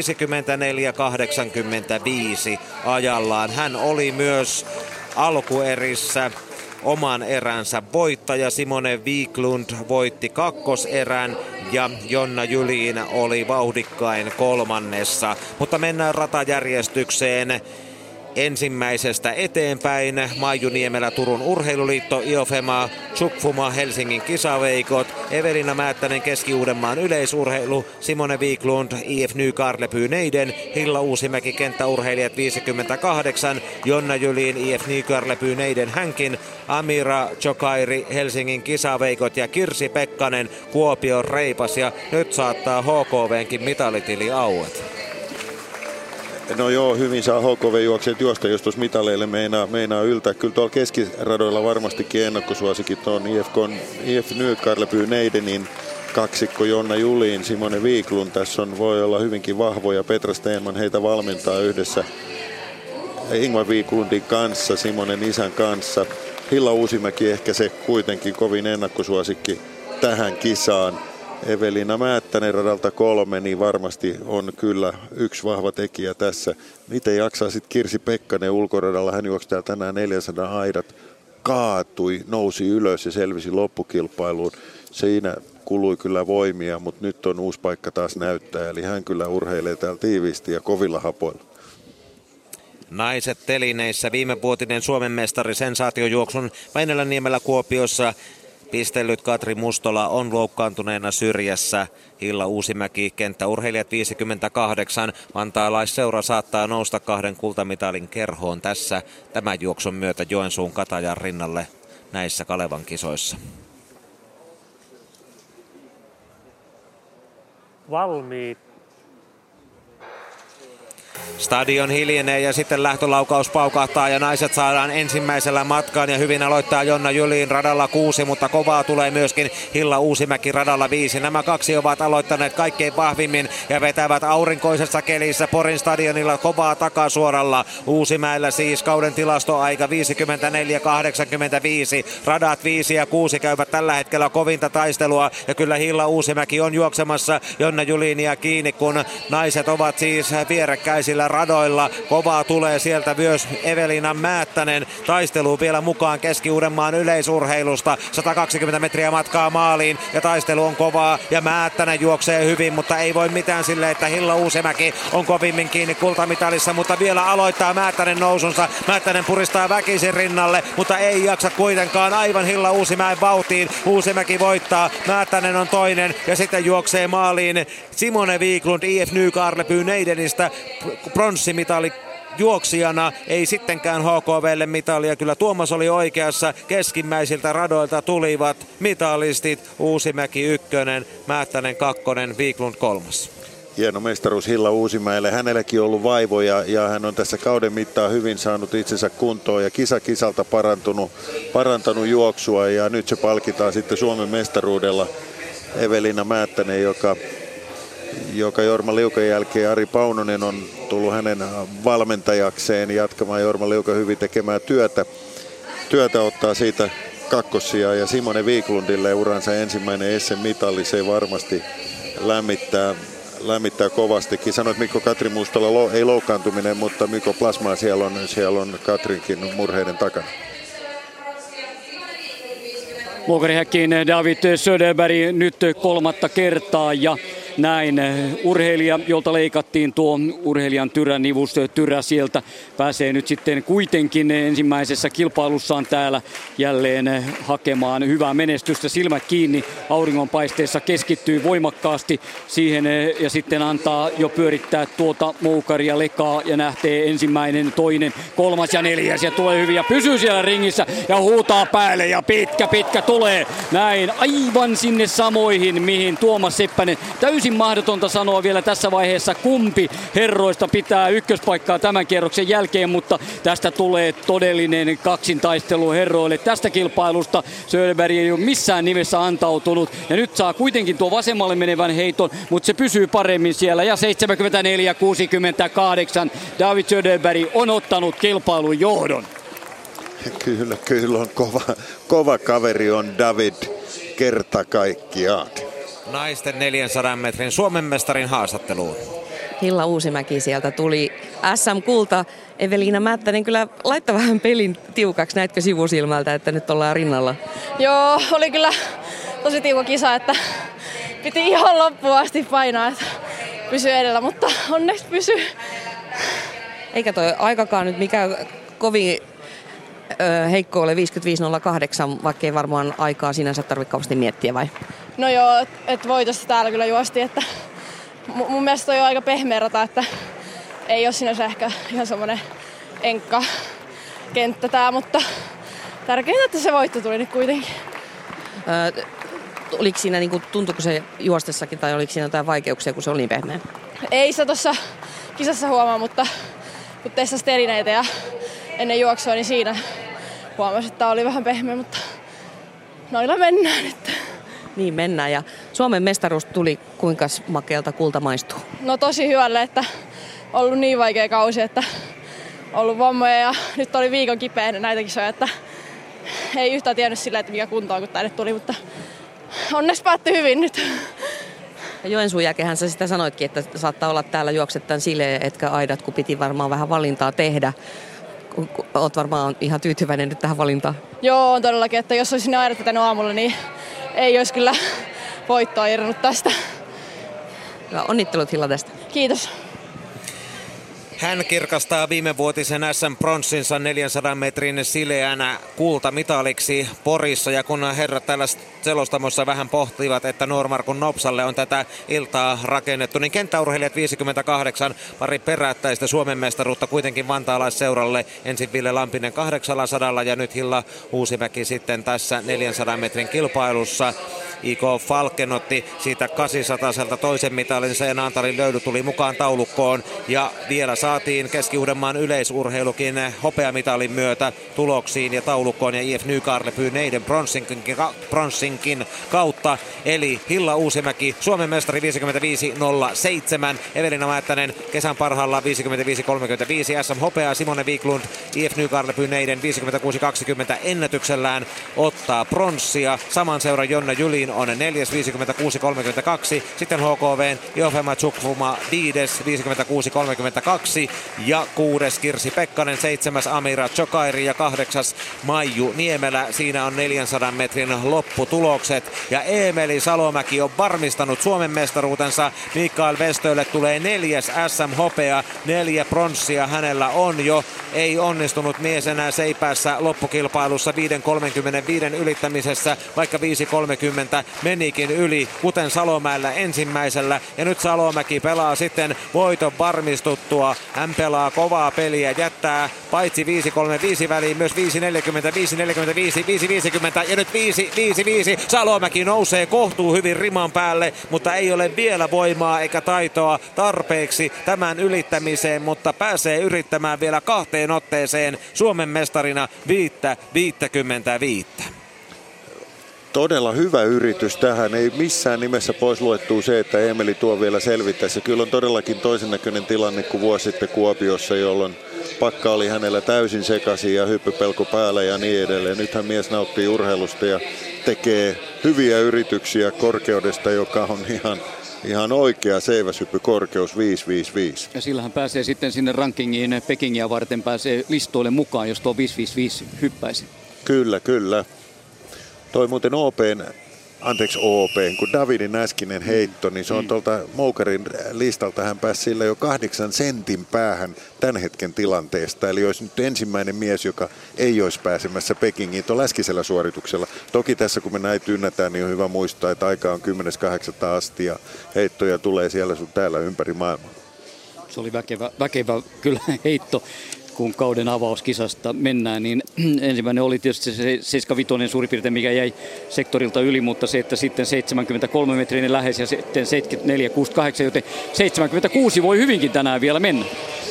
54-85 ajallaan. Hän oli myös alkuerissä oman eränsä voittaja. Simone Wiklund voitti kakkoserän ja Jonna Julin oli vauhdikkain 3. Mutta mennään ratajärjestykseen. Ensimmäisestä eteenpäin Maijuniemellä Turun Urheiluliitto, Iofema, Chukfuma, Helsingin kisaveikot, Evelina Määttänen Keski-Uudenmaan yleisurheilu, Simone Wiklund, IF Nykarleby Neiden, Hilla Uusimäki kenttäurheilijat 58, Jonna Julin IF Nykarleby Neiden hänkin, Amira Jokairi Helsingin kisaveikot ja Kirsi Pekkanen Kuopion reipas ja nyt saattaa HKV:nkin mitalitili aueta. No joo, hyvin saa HKV-juokset juosta, jos tuossa mitaleille meinaa yltää. Kyllä tuolla keskiradoilla varmastikin ennakkosuosikit on IF Nykarleby Neidenin kaksikko Jonna Julin, Simone Wiklund. Tässä voi olla hyvinkin vahvoja. Petra Stenman heitä valmentaa yhdessä Ingvar Wiklundin kanssa, Simonen isän kanssa. Hilla Uusimäki ehkä se kuitenkin kovin ennakkosuosikki tähän kisaan. Evelina Määttänen radalta 3, niin varmasti on kyllä yksi vahva tekijä tässä. Miten jaksaa sitten Kirsi Pekkanen ulkoradalla? Hän juoksi täällä tänään 400 aidat, kaatui, nousi ylös ja selvisi loppukilpailuun. Siinä kului kyllä voimia, mutta nyt on uusi paikka taas näyttää. Eli hän kyllä urheilee täällä tiiviisti ja kovilla hapoilla. Naiset telineissä viimevuotinen Suomen mestari sensaatiojuoksun Väinöläniemellä Kuopiossa pistellyt Katri Mustola on loukkaantuneena syrjässä. Hilla Uusimäki, kenttäurheilijat 58. Vantaalaisseura saattaa nousta 2 kultamitalin kerhoon tässä tämän juoksun myötä Joensuun Katajan rinnalle näissä Kalevan kisoissa. Valmiit. Stadion hiljenee ja sitten lähtölaukaus paukahtaa ja naiset saadaan ensimmäisellä matkaan ja hyvin aloittaa Jonna Julin radalla 6, mutta kovaa tulee myöskin Hilla Uusimäki radalla 5. Nämä kaksi ovat aloittaneet kaikkein vahvimmin ja vetävät aurinkoisessa kelissä Porin stadionilla kovaa takasuoralla. Uusimäellä siis kauden tilastoaika 54-85. Radat 5 ja 6 käyvät tällä hetkellä kovinta taistelua ja kyllä Hilla Uusimäki on juoksemassa Jonna Julinia kiinni, kun naiset ovat siis vierekkäisillä radoilla. Kovaa tulee sieltä myös Evelina Määttänen. Taistelu vielä mukaan Keski-Uudenmaan yleisurheilusta. 120 metriä matkaa maaliin ja taistelu on kovaa ja Määttänen juoksee hyvin, mutta ei voi mitään sille, että Hilla Uusimäki on kovimmin kiinni kultamitalissa, mutta vielä aloittaa Määttänen nousunsa. Määttänen puristaa väkisin rinnalle, mutta ei jaksa kuitenkaan aivan Hilla Uusimäen vauhtiin. Uusimäki voittaa, Määttänen on toinen ja sitten juoksee maaliin Simone Wiklund IF Nykarleby Neidenistä pronssimitali juoksijana, ei sittenkään HKVlle mitalia. Kyllä Tuomas oli oikeassa, keskimmäisiltä radoilta tulivat mitalistit, Uusimäki 1, Määttänen 2, Wiklund 3. Hieno mestaruus Hilla Uusimäelle. Hänelläkin on ollut vaivoja ja hän on tässä kauden mittaan hyvin saanut itsensä kuntoon ja kisalta parantanut juoksua ja nyt se palkitaan sitten Suomen mestaruudella. Evelina Määttänen, joka Jorma Liukan jälkeen Ari Paunonen on tullut hänen valmentajakseen jatkamaan Jorma Liukan hyvin tekemää työtä ottaa siitä kakkosia ja Simone Wiklundille uransa ensimmäinen SM-mitali, se varmasti lämmittää kovastikin. Sanoit Mikko Katri Mustola ei loukkaantuminen, mutta Mikko Plasmaa siellä on Katrinkin murheiden takana. Vuokarihäkkiin David Söderberg nyt 3. kertaa ja näin urheilija, jolta leikattiin tuo urheilijan tyränivus, tyrä sieltä, pääsee nyt sitten kuitenkin ensimmäisessä kilpailussaan täällä jälleen hakemaan hyvää menestystä. Silmät kiinni auringonpaisteessa, keskittyy voimakkaasti siihen ja sitten antaa jo pyörittää tuota moukaria lekaa ja nähtee ensimmäinen, toinen, 3. ja 4. ja tulee hyvin ja pysyy siellä ringissä ja huutaa päälle ja pitkä tulee näin aivan sinne samoihin, mihin Tuomas Seppänen. Täysin mahdotonta sanoa vielä tässä vaiheessa, kumpi herroista pitää ykköspaikkaa tämän kierroksen jälkeen, mutta tästä tulee todellinen kaksintaistelu herroille. Tästä kilpailusta Söderberg ei ole missään nimessä antautunut ja nyt saa kuitenkin tuo vasemmalle menevän heiton, mutta se pysyy paremmin siellä ja 74-68 David Söderberg on ottanut kilpailun johdon. Kyllä on kova kaveri on David kerta kaikkiaan. Naisten 400 metrin Suomen mestarin haastatteluun. Hilla Uusimäki sieltä tuli SM-kulta. Evelina Määttänen kyllä laittoi vähän pelin tiukaksi. Näitkö sivusilmältä, että nyt ollaan rinnalla? Joo, oli kyllä tosi tiukka kisa, että piti ihan loppuun asti painaa, että pysyy edellä, mutta onneksi pysyy. Eikä toi aikakaan nyt mikään kovin heikko ole 55.08, vaikka ei varmaan aikaa sinänsä tarvitse kauheasti miettiä, vai? No joo, että voitosta täällä kyllä juosti, että mun mielestä toi on aika pehmeä rata, että ei ole sinänsä ehkä ihan semmoinen enkka kenttä tää, mutta tärkeintä, että se voitto tuli nyt kuitenkin. Oliko siinä, tuntuuko se juostessakin tai oliko siinä jotain vaikeuksia, kun se oli niin pehmeä? Ei se tuossa kisassa huomaa, mutta kun testasin telineitä ja ennen juoksua, niin siinä huomasin, että oli vähän pehmeä, mutta noilla mennään nyt. Niin mennään ja Suomen mestaruus tuli, kuinka makealta kulta maistuu? No tosi hyvälle, että ollut niin vaikea kausi, että ollut vammoja ja nyt oli viikon kipeänä näitä kisoja, että ei yhtään tiennyt sillä, että mikä kunto on, kun tänne tuli, mutta onneksi päättyi hyvin nyt. Ja Joensuun jälkeenhän sä sitä sanoitkin, että saattaa olla täällä juoksettaan sileä, etkä aidat, kun piti varmaan vähän valintaa tehdä. Oot varmaan ihan tyytyväinen nyt tähän valintaan. Joo, on todellakin, että jos olisin aidat tänne aamulla, niin ei olisi kyllä voittoa irronnut tästä. Ja onnittelut Hilla tästä. Kiitos. Hän kirkastaa viimevuotisen SM-pronssinsa 400 metrin sileänä kultamitaliksi Porissa. Ja kun herrat täällä selostamossa vähän pohtivat, että Noormarkun Nopsalle on tätä iltaa rakennettu, niin kenttäurheilijat 58 pari perättäistä Suomen mestaruutta kuitenkin vantaalaisseuralle. Ensin Ville Lampinen 800 ja nyt Hilla Uusimäki sitten tässä 400 metrin kilpailussa. Iko Falken otti siitä 800 toisen mitalinsa ja Naantalin löydy tuli mukaan taulukkoon. Ja vielä saatiin Keski-Uudenmaan yleisurheilukin hopeamitalin myötä tuloksiin ja taulukkoon ja IF Nykarle Pyneiden bronssinkin kautta. Eli Hilla Uusimäki, Suomen mestari 55.07, Evelina Määttänen kesän parhaalla 55.35, SM Hopea, Simone Wiklund IF Nykarle Pyneiden 56.20 ennätyksellään ottaa pronssia. Saman seuran Jonna Julin on 4. 56.32, sitten HKV:n Jofema Tsukvuma 5. 56.32 ja 6. Kirsi Pekkanen, 7. Amira Chokairi ja 8. Maiju Niemelä. Siinä on 400 metrin lopputulokset ja Eemeli Salomäki on varmistanut Suomen mestaruutensa. Mikael Westölle tulee 4. SM Hopea, 4 pronssia hänellä on jo. Ei onnistunut mies enää seipäässä loppukilpailussa 5.35 ylittämisessä, vaikka 5.30 menikin yli, kuten Salomäellä ensimmäisellä. Ja nyt Salomäki pelaa sitten voiton varmistuttua. Hän pelaa kovaa peliä, jättää paitsi 5.35 väliin myös 5.40, 5.45, 5.50 ja nyt 5.55. Salomäki nousee kohtuu hyvin riman päälle, mutta ei ole vielä voimaa eikä taitoa tarpeeksi tämän ylittämiseen, mutta pääsee yrittämään vielä 2 otteeseen Suomen mestarina 5.55. Todella hyvä yritys tähän. Ei missään nimessä pois luettuu se, että Eemeli tuo vielä selvittäisi. Kyllä on todellakin toisen näköinen tilanne kuin vuosi sitten Kuopiossa, jolloin pakka oli hänellä täysin sekaisin ja hyppypelko päällä ja niin edelleen. Nythän mies nauttii urheilusta ja tekee hyviä yrityksiä korkeudesta, joka on ihan oikea seiväshyppykorkeus 5.55. Ja sillä hän pääsee sitten sinne rankingiin Pekingiä varten, pääsee listoille mukaan, jos tuo 5.55 hyppäisi. Kyllä. Toi muuten kun Davidin äskinen heitto, niin se on tuolta Moukarin listalta, hän pääsi sillä jo 8 sentin päähän tämän hetken tilanteesta. Eli olisi nyt ensimmäinen mies, joka ei olisi pääsemässä Pekingiin tuolla äskisellä suorituksella. Toki tässä kun me näitä ynnätään, niin on hyvä muistaa, että aika on 10.8. asti ja heittoja tulee siellä sun täällä ympäri maailmaa. Se oli väkevä kyllä heitto. Kun kauden avauskisasta mennään, niin ensimmäinen oli tietysti se 75 suurin piirtein, mikä jäi sektorilta yli, mutta se, että sitten 73 metrinen lähes ja sitten 74,68, joten 76 voi hyvinkin tänään vielä mennä.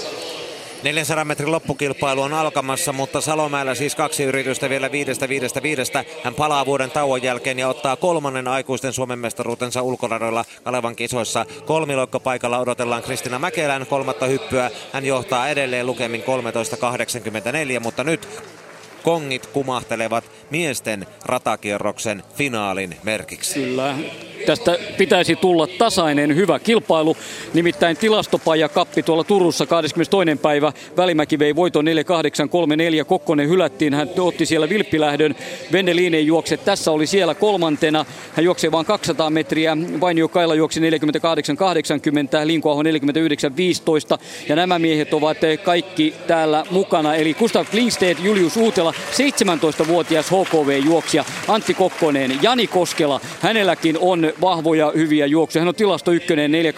400 metrin loppukilpailu on alkamassa, mutta Salomäellä siis 2 yritystä vielä 5.55. Hän palaa vuoden tauon jälkeen ja ottaa 3. aikuisten Suomen mestaruutensa ulkoradoilla Kalevan kisoissa. Kolmiloikkapaikalla odotellaan Kristina Mäkelän 3. hyppyä. Hän johtaa edelleen lukemin 13.84, mutta nyt kongit kumahtelevat miesten ratakierroksen finaalin merkiksi. Kyllä. Tästä pitäisi tulla tasainen hyvä kilpailu. Nimittäin tilastopajakappi tuolla Turussa 22. päivä. Välimäki vei voiton 4.834. Kokkonen hylättiin. Hän otti siellä vilppilähdön. Vendelin ei juokse. Tässä oli siellä 3. Hän juoksee vain 200 metriä. Vainio Kaila juoksi 48.80. Linkoaho 49.15. Ja nämä miehet ovat kaikki täällä mukana. Eli Gustav Klingstedt, Julius Uutela, 17-vuotias HKV-juoksija. Antti Kokkonen, Jani Koskela. Hänelläkin on vahvoja, hyviä juoksuja. Hän on tilasto 1, 4.828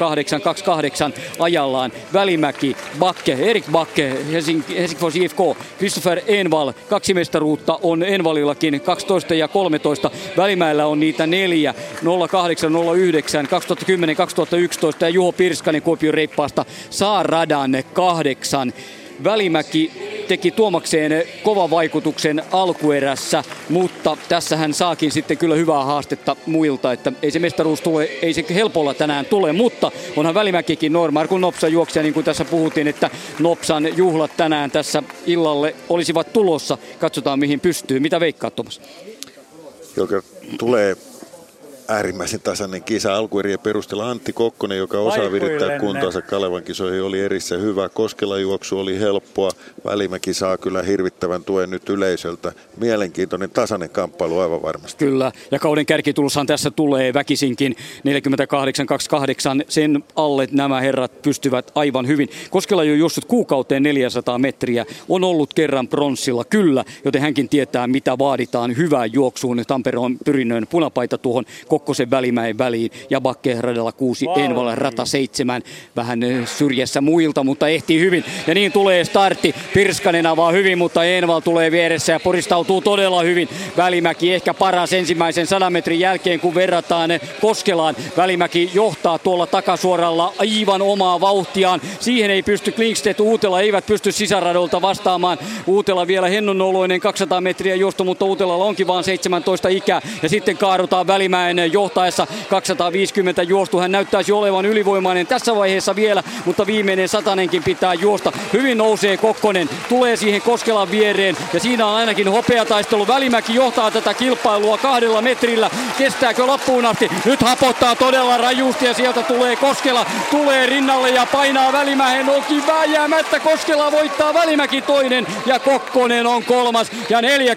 ajallaan. Välimäki, Bakke, Erik Bakke, Helsingfors IFK, Christopher Envall. 2 mestaruutta on Envallillakin, 12 ja 13. Välimäellä on niitä 4, 08, 09, 2010, 2011 ja Juho Pirskanen Kuopion reippaasta saa radan 8. Välimäki teki tuomakseen kovan vaikutuksen alkuerässä, mutta tässä hän saakin sitten kyllä hyvää haastetta muilta, että ei se mestaruus tule, ei se helpolla tänään tule, mutta onhan Välimäkikin Normarkun kun Nopsa juoksija, niin kuin tässä puhuttiin, että Nopsan juhlat tänään tässä illalle olisivat tulossa. Katsotaan mihin pystyy. Mitä veikkaat, Tomas? Joka tulee äärimmäisen tasainen kisa alkuerien perusteella. Antti Kokkonen, joka osaa virittää kuntoansa Kalevan kisoihin, oli erissä hyvä. Koskela juoksu oli helppoa. Välimäki saa kyllä hirvittävän tuen nyt yleisöltä. Mielenkiintoinen tasainen kamppailu aivan varmasti. Kyllä, ja kauden kärkitulushan tässä tulee väkisinkin 48-28. Sen alle nämä herrat pystyvät aivan hyvin. Koskela jo juossut kuukauteen 400 metriä. On ollut kerran pronssilla, kyllä, joten hänkin tietää mitä vaaditaan hyvään juoksuun. Tampereen Pyrinnön punapaita tuohon Kokkosen Välimäen väliin ja Bakke radalla 6, Envalla rata 7. Vähän syrjässä muilta, mutta ehtii hyvin. Ja niin tulee startti. Pirskanen avaa hyvin, mutta Enval tulee vieressä ja poristautuu todella hyvin. Välimäki ehkä paras ensimmäisen 100 metrin jälkeen, kun verrataan Koskelaan. Välimäki johtaa tuolla takasuoralla aivan omaa vauhtiaan. Siihen ei pysty Klingstedt, Uutela eivät pysty sisäradolta vastaamaan. Uutela vielä hennonoloinen 200 metriä juostu, mutta Uutelalla onkin vaan 17 ikää. Ja sitten kaadutaan Välimäen johtaessa 250 juostu. Hän näyttäisi olevan ylivoimainen tässä vaiheessa vielä, mutta viimeinen satanenkin pitää juosta. Hyvin nousee Kokkonen, tulee siihen Koskelan viereen ja siinä on ainakin hopeataistelu. Välimäki johtaa tätä kilpailua 2 metrillä. Kestääkö loppuun asti? Nyt hapottaa todella rajusti ja sieltä tulee Koskela. Tulee rinnalle ja painaa Välimäen ohi vääjäämättä. Koskela voittaa, Välimäki toinen ja Kokkonen on 3. ja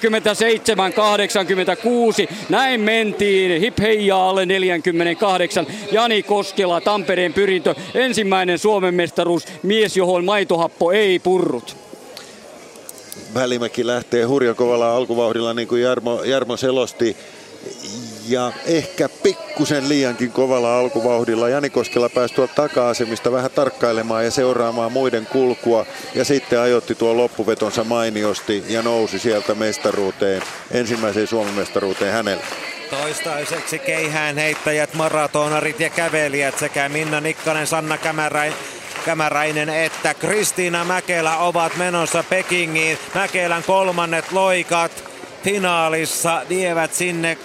47-86. Näin mentiin. Hip heijaa alle 48. Jani Koskela, Tampereen Pyrintö. Ensimmäinen Suomen mestaruus. Mies, johon maitohappo ei purrut. Välimäki lähtee hurjan kovalla alkuvauhdilla, niin kuin Jarmo selosti. Ja ehkä pikkusen liiankin kovalla alkuvauhdilla. Jani Koskela pääsi tuolta taka-asemista vähän tarkkailemaan ja seuraamaan muiden kulkua. Ja sitten ajoitti tuon loppuvetonsa mainiosti ja nousi sieltä mestaruuteen, ensimmäiseen Suomen mestaruuteen hänelle. Toistaiseksi keihään heittäjät, maratonarit ja kävelijät sekä Minna Nikkanen, Sanna Kämäräinen että Kristiina Mäkelä ovat menossa Pekingiin. Mäkelän 3. loikat finaalissa vievät sinne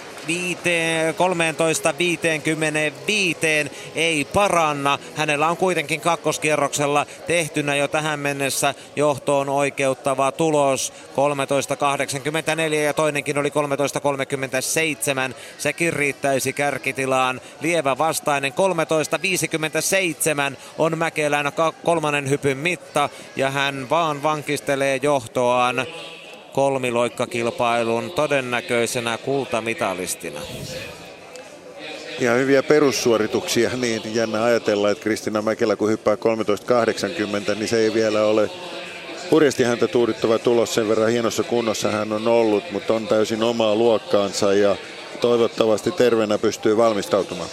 13.55 ei paranna. Hänellä on kuitenkin kakkoskierroksella tehtynä jo tähän mennessä johtoon oikeuttava tulos 13.84 ja toinenkin oli 13.37. Sekin riittäisi kärkitilaan. Lievä vastainen 13.57 on Mäkelän 3. hypyn mitta ja hän vaan vankistelee johtoaan kolmiloikkakilpailun todennäköisenä kultamitalistina. Ja hyviä perussuorituksia, niin jännä ajatella, että Kristiina Mäkelä kun hyppää 13.80, niin se ei vielä ole hurjasti häntä tuudittava tulos, sen verran hienossa kunnossa hän on ollut, mutta on täysin omaa luokkaansa ja toivottavasti terveenä pystyy valmistautumaan.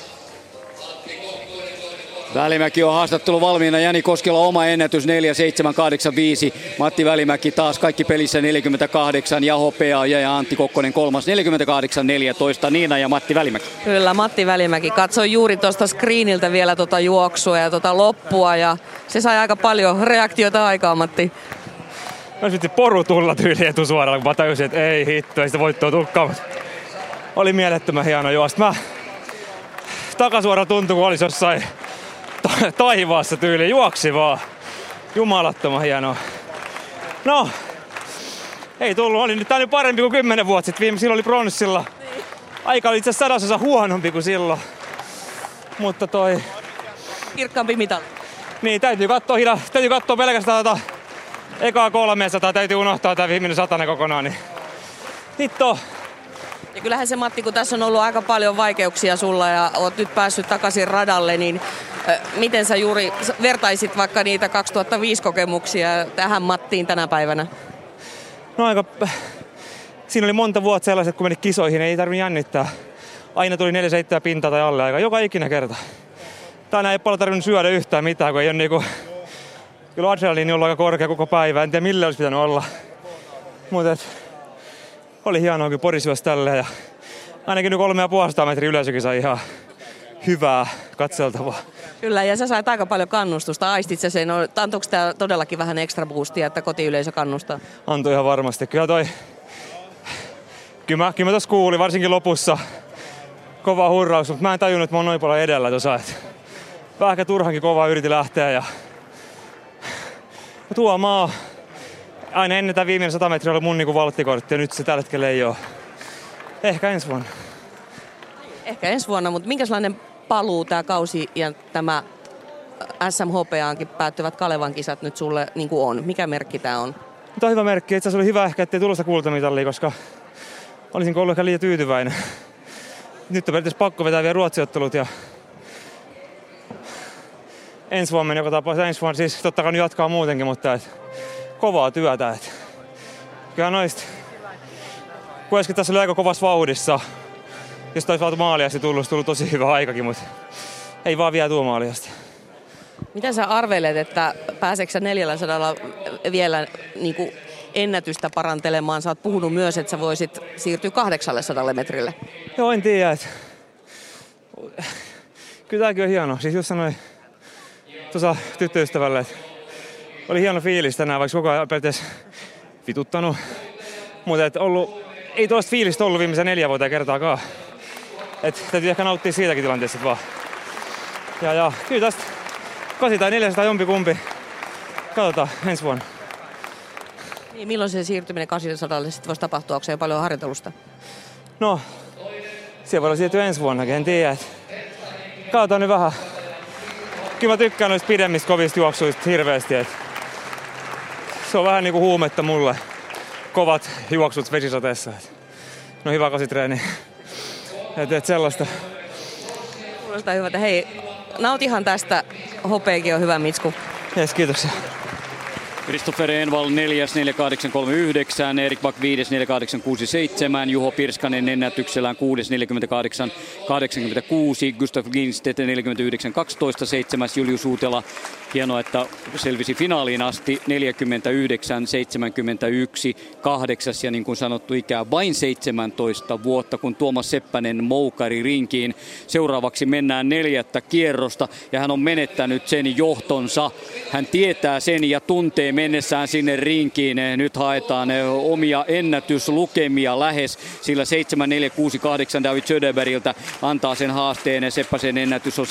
Välimäki on haastattelu valmiina. Jani Koskela oma ennätys 4.785. Matti Välimäki taas kaikki pelissä 48 ja hopea ja Antti Kokkonen 3. 48.14. Niina ja Matti Välimäki. Kyllä, Matti Välimäki katsoi juuri tuosta screeniltä vielä tuota juoksua ja tuota loppua ja se sai aika paljon reaktioita aikaan, Matti. Mä sitten poru tulla tyyli etusuoralla, kun mä tajusin, että ei hitto, ei sitä voittoa tulekaan. Oli mielettömän hieno juosta. Takasuora tuntui, kun olisi jossain taivaassa tyyli, juoksi vaan. Jumalattoman hienoa. No, ei tullut, oli nyt tää parempi kuin 10 vuotta sitten. Viime silloin oli pronssilla. Aika oli itse asiassa 1/10 huonompi kuin silloin. Mutta kirkkaampi mitali. Niin, täytyy katsoa pelkästään ekaa 300, täytyy unohtaa tää viimeinen 100 kokonaan. Niin. Hitto. Ja kyllähän se, Matti, kun tässä on ollut aika paljon vaikeuksia sulla ja oot nyt päässyt takaisin radalle, niin miten sä juuri vertaisit vaikka niitä 2005 kokemuksia tähän Mattiin tänä päivänä? No siinä oli monta vuotta sellaiset, kun menit kisoihin, ei tarvinnut jännittää. Aina tuli 4-7 pintaa tai alle aika, joka ikinä kerta. Tänään ei paljon tarvinnut syödä yhtään mitään, kun ei ole niinku... Kyllä adrenaliini on aika korkea koko päivä, en tiedä millä olisi pitänyt olla. Mutta oli hienoa, kun Poris juosi tälleen ja ainakin nyt 350 metriä yleisökin sai ihan hyvää katseltavaa. Kyllä, ja sä sait aika paljon kannustusta. Aistit sä sen? Antoiko tämä todellakin vähän ekstra boostia, että kotiyleisö kannustaa? Antoi ihan varmasti. Kyllä mä tuossa kuulin, varsinkin lopussa, kova hurraus, mutta mä en tajunnut, että mä oon noin paljon edellä tuossa. Vähän turhankin kovaa yritin lähteä ja tuo maa. Aina ennen tämä viimeinen 100 metriä oli mun niinku valttikortti ja nyt se tällä hetkellä ei ole. Ehkä ensi vuonna. Ehkä ensi vuonna, mutta minkälainen paluu tämä kausi ja tämä SMHPAankin päättyvät Kalevan kisat nyt sulle niin kuin on? Mikä merkki tämä on? Tämä on hyvä merkki. Itse asiassa oli hyvä ehkä, ettei tullut sitä kultamitalia, koska olisin ollut ehkä liian tyytyväinen. Nyt on periaatteessa pakko vetää vielä Ruotsi-ottelut ja ensi vuonna joka tapauksessa. Ensi vuonna siis totta kai jatkaa muutenkin, mutta kovaa työtä. Kyllä noista. Kuitenkin tässä oli aika kovassa vauhdissa jos olisi maalia asti tullut, olisi tullut tosi hyvä aikakin, mutta ei vaan vielä tuo maali asti. Mitä sä arvelet, että pääseekö sä 400 vielä niin kuin ennätystä parantelemaan? Sä oot puhunut myös, että sä voisit siirtyä 800 metrille. Joo, en tiedä. Kyllä tämäkin on hieno. Siis just sanoin tuossa tyttöystävälle, että oli hieno fiilis tänään, vaikka koko ajan periaatteessa vituttanut. Mutta ei tuosta fiilistä ollut viimeisen 4 vuotta kertaakaan. Että täytyy ehkä nauttia siitäkin tilanteesta vaan. Ja kyllä tästä 800 tai 400 jompikumpi. Katsotaan ensi vuonna. Niin, milloin se siirtyminen 800 sitten voisi tapahtua? Onko se jo paljon harjoitelusta? No, siellä voi siirtyä ensi vuonnakin, en tiedä. Katsotaan nyt vähän. Kyllä mä tykkään noista pidemmistä kovista juoksuista hirveästi. Se on vähän niinku huumetta mulle. Kovat juoksut vesisateessa. No hyvä kasitreeni. Et sellaista. Kuulostaa hyvältä. Hei, nautihan tästä. Hopeakin on hyvä, Mitsku. Jes, kiitoksia. Christopher Envall 4. 4.839, Erik Back 5. 4.867, Juho Pirskanen ennätyksellään 6. 4.886, Gustav Ginstedt 49.12, 7. Julius Uutela. Hienoa, että selvisi finaaliin asti 49.71, 8. ja niin kuin sanottu ikää vain 17 vuotta, kun Tuomas Seppänen moukari rinkiin. Seuraavaksi mennään 4. kierrosta ja hän on menettänyt sen johtonsa. Hän tietää sen ja tuntee mennessään sinne rinkiin. Nyt haetaan omia ennätyslukemia lähes, sillä 7.468 David Söderbergiltä antaa sen haasteen. Seppäsen ennätys on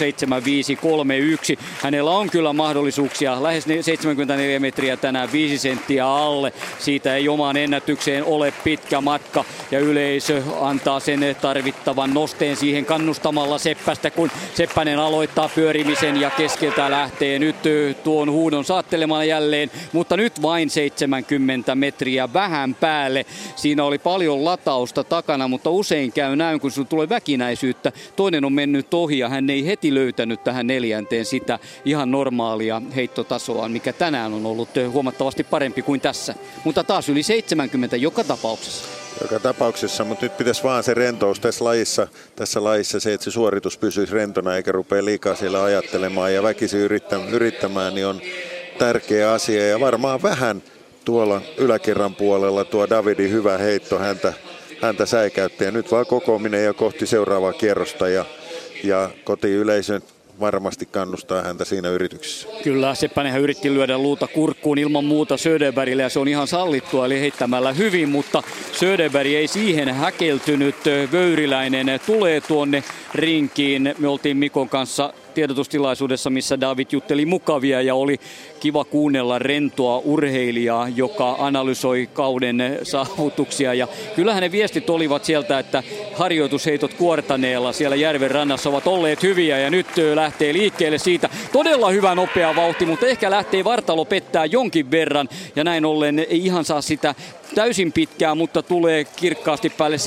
7.531. Hänellä on kyllä mahdollisuuksia lähes 74 metriä tänään, 5 senttiä alle. Siitä ei omaan ennätykseen ole pitkä matka ja yleisö antaa sen tarvittavan nosteen siihen kannustamalla Seppästä, kun Seppänen aloittaa pyörimisen ja keskeltä lähtee nyt tuon huudon saattelemaan jälleen, mutta nyt vain 70 metriä vähän päälle. Siinä oli paljon latausta takana, mutta usein käy näin, kun sinulla tulee väkinäisyyttä. Toinen on mennyt ohi ja hän ei heti löytänyt tähän 4. sitä ihan normaalia heittotasoa, mikä tänään on ollut huomattavasti parempi kuin tässä. Mutta taas yli 70 joka tapauksessa. Joka tapauksessa, mutta nyt pitäisi vaan se rentous tässä lajissa se, että se suoritus pysyisi rentona eikä rupea liikaa siellä ajattelemaan ja väkisin yrittämään, niin on tärkeä asia. Ja varmaan vähän tuolla yläkerran puolella tuo Davidin hyvä heitto häntä säikäytti. Ja nyt vaan kokoaminen ja kohti seuraavaa kierrosta ja kotiyleisön varmasti kannustaa häntä siinä yrityksessä. Kyllä, Seppänenhän yritti lyödä luuta kurkkuun ilman muuta Söderbergille ja se on ihan sallittua, eli heittämällä hyvin, mutta Söderberg ei siihen häkeltynyt. Vöyriläinen tulee tuonne rinkiin. Me oltiin Mikon kanssa tiedotustilaisuudessa, missä David jutteli mukavia ja oli kiva kuunnella rentoa urheilijaa, joka analysoi kauden saavutuksia. Ja kyllähän ne viestit olivat sieltä, että harjoitusheitot Kuortaneella siellä järven rannassa ovat olleet hyviä ja nyt lähtee liikkeelle siitä. Todella hyvä nopea vauhti, mutta ehkä lähtee vartalo pettää jonkin verran ja näin ollen ei ihan saa sitä täysin pitkää, mutta tulee kirkkaasti päälle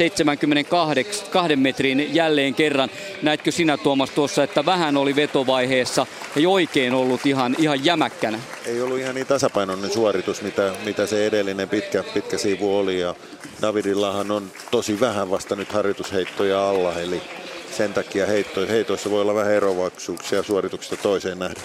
72 metrin jälleen kerran. Näetkö sinä, Tuomas, tuossa, että vähän oli vetovaiheessa, ei oikein ollut ihan jämäkkänä? Ei ollut ihan niin tasapainoinen suoritus, mitä se edellinen pitkä siivu oli. Ja Davidillahan on tosi vähän vasta nyt harjoitusheittoja alla, eli sen takia heitoissa voi olla vähän eroavaisuuksia suorituksesta toiseen nähden.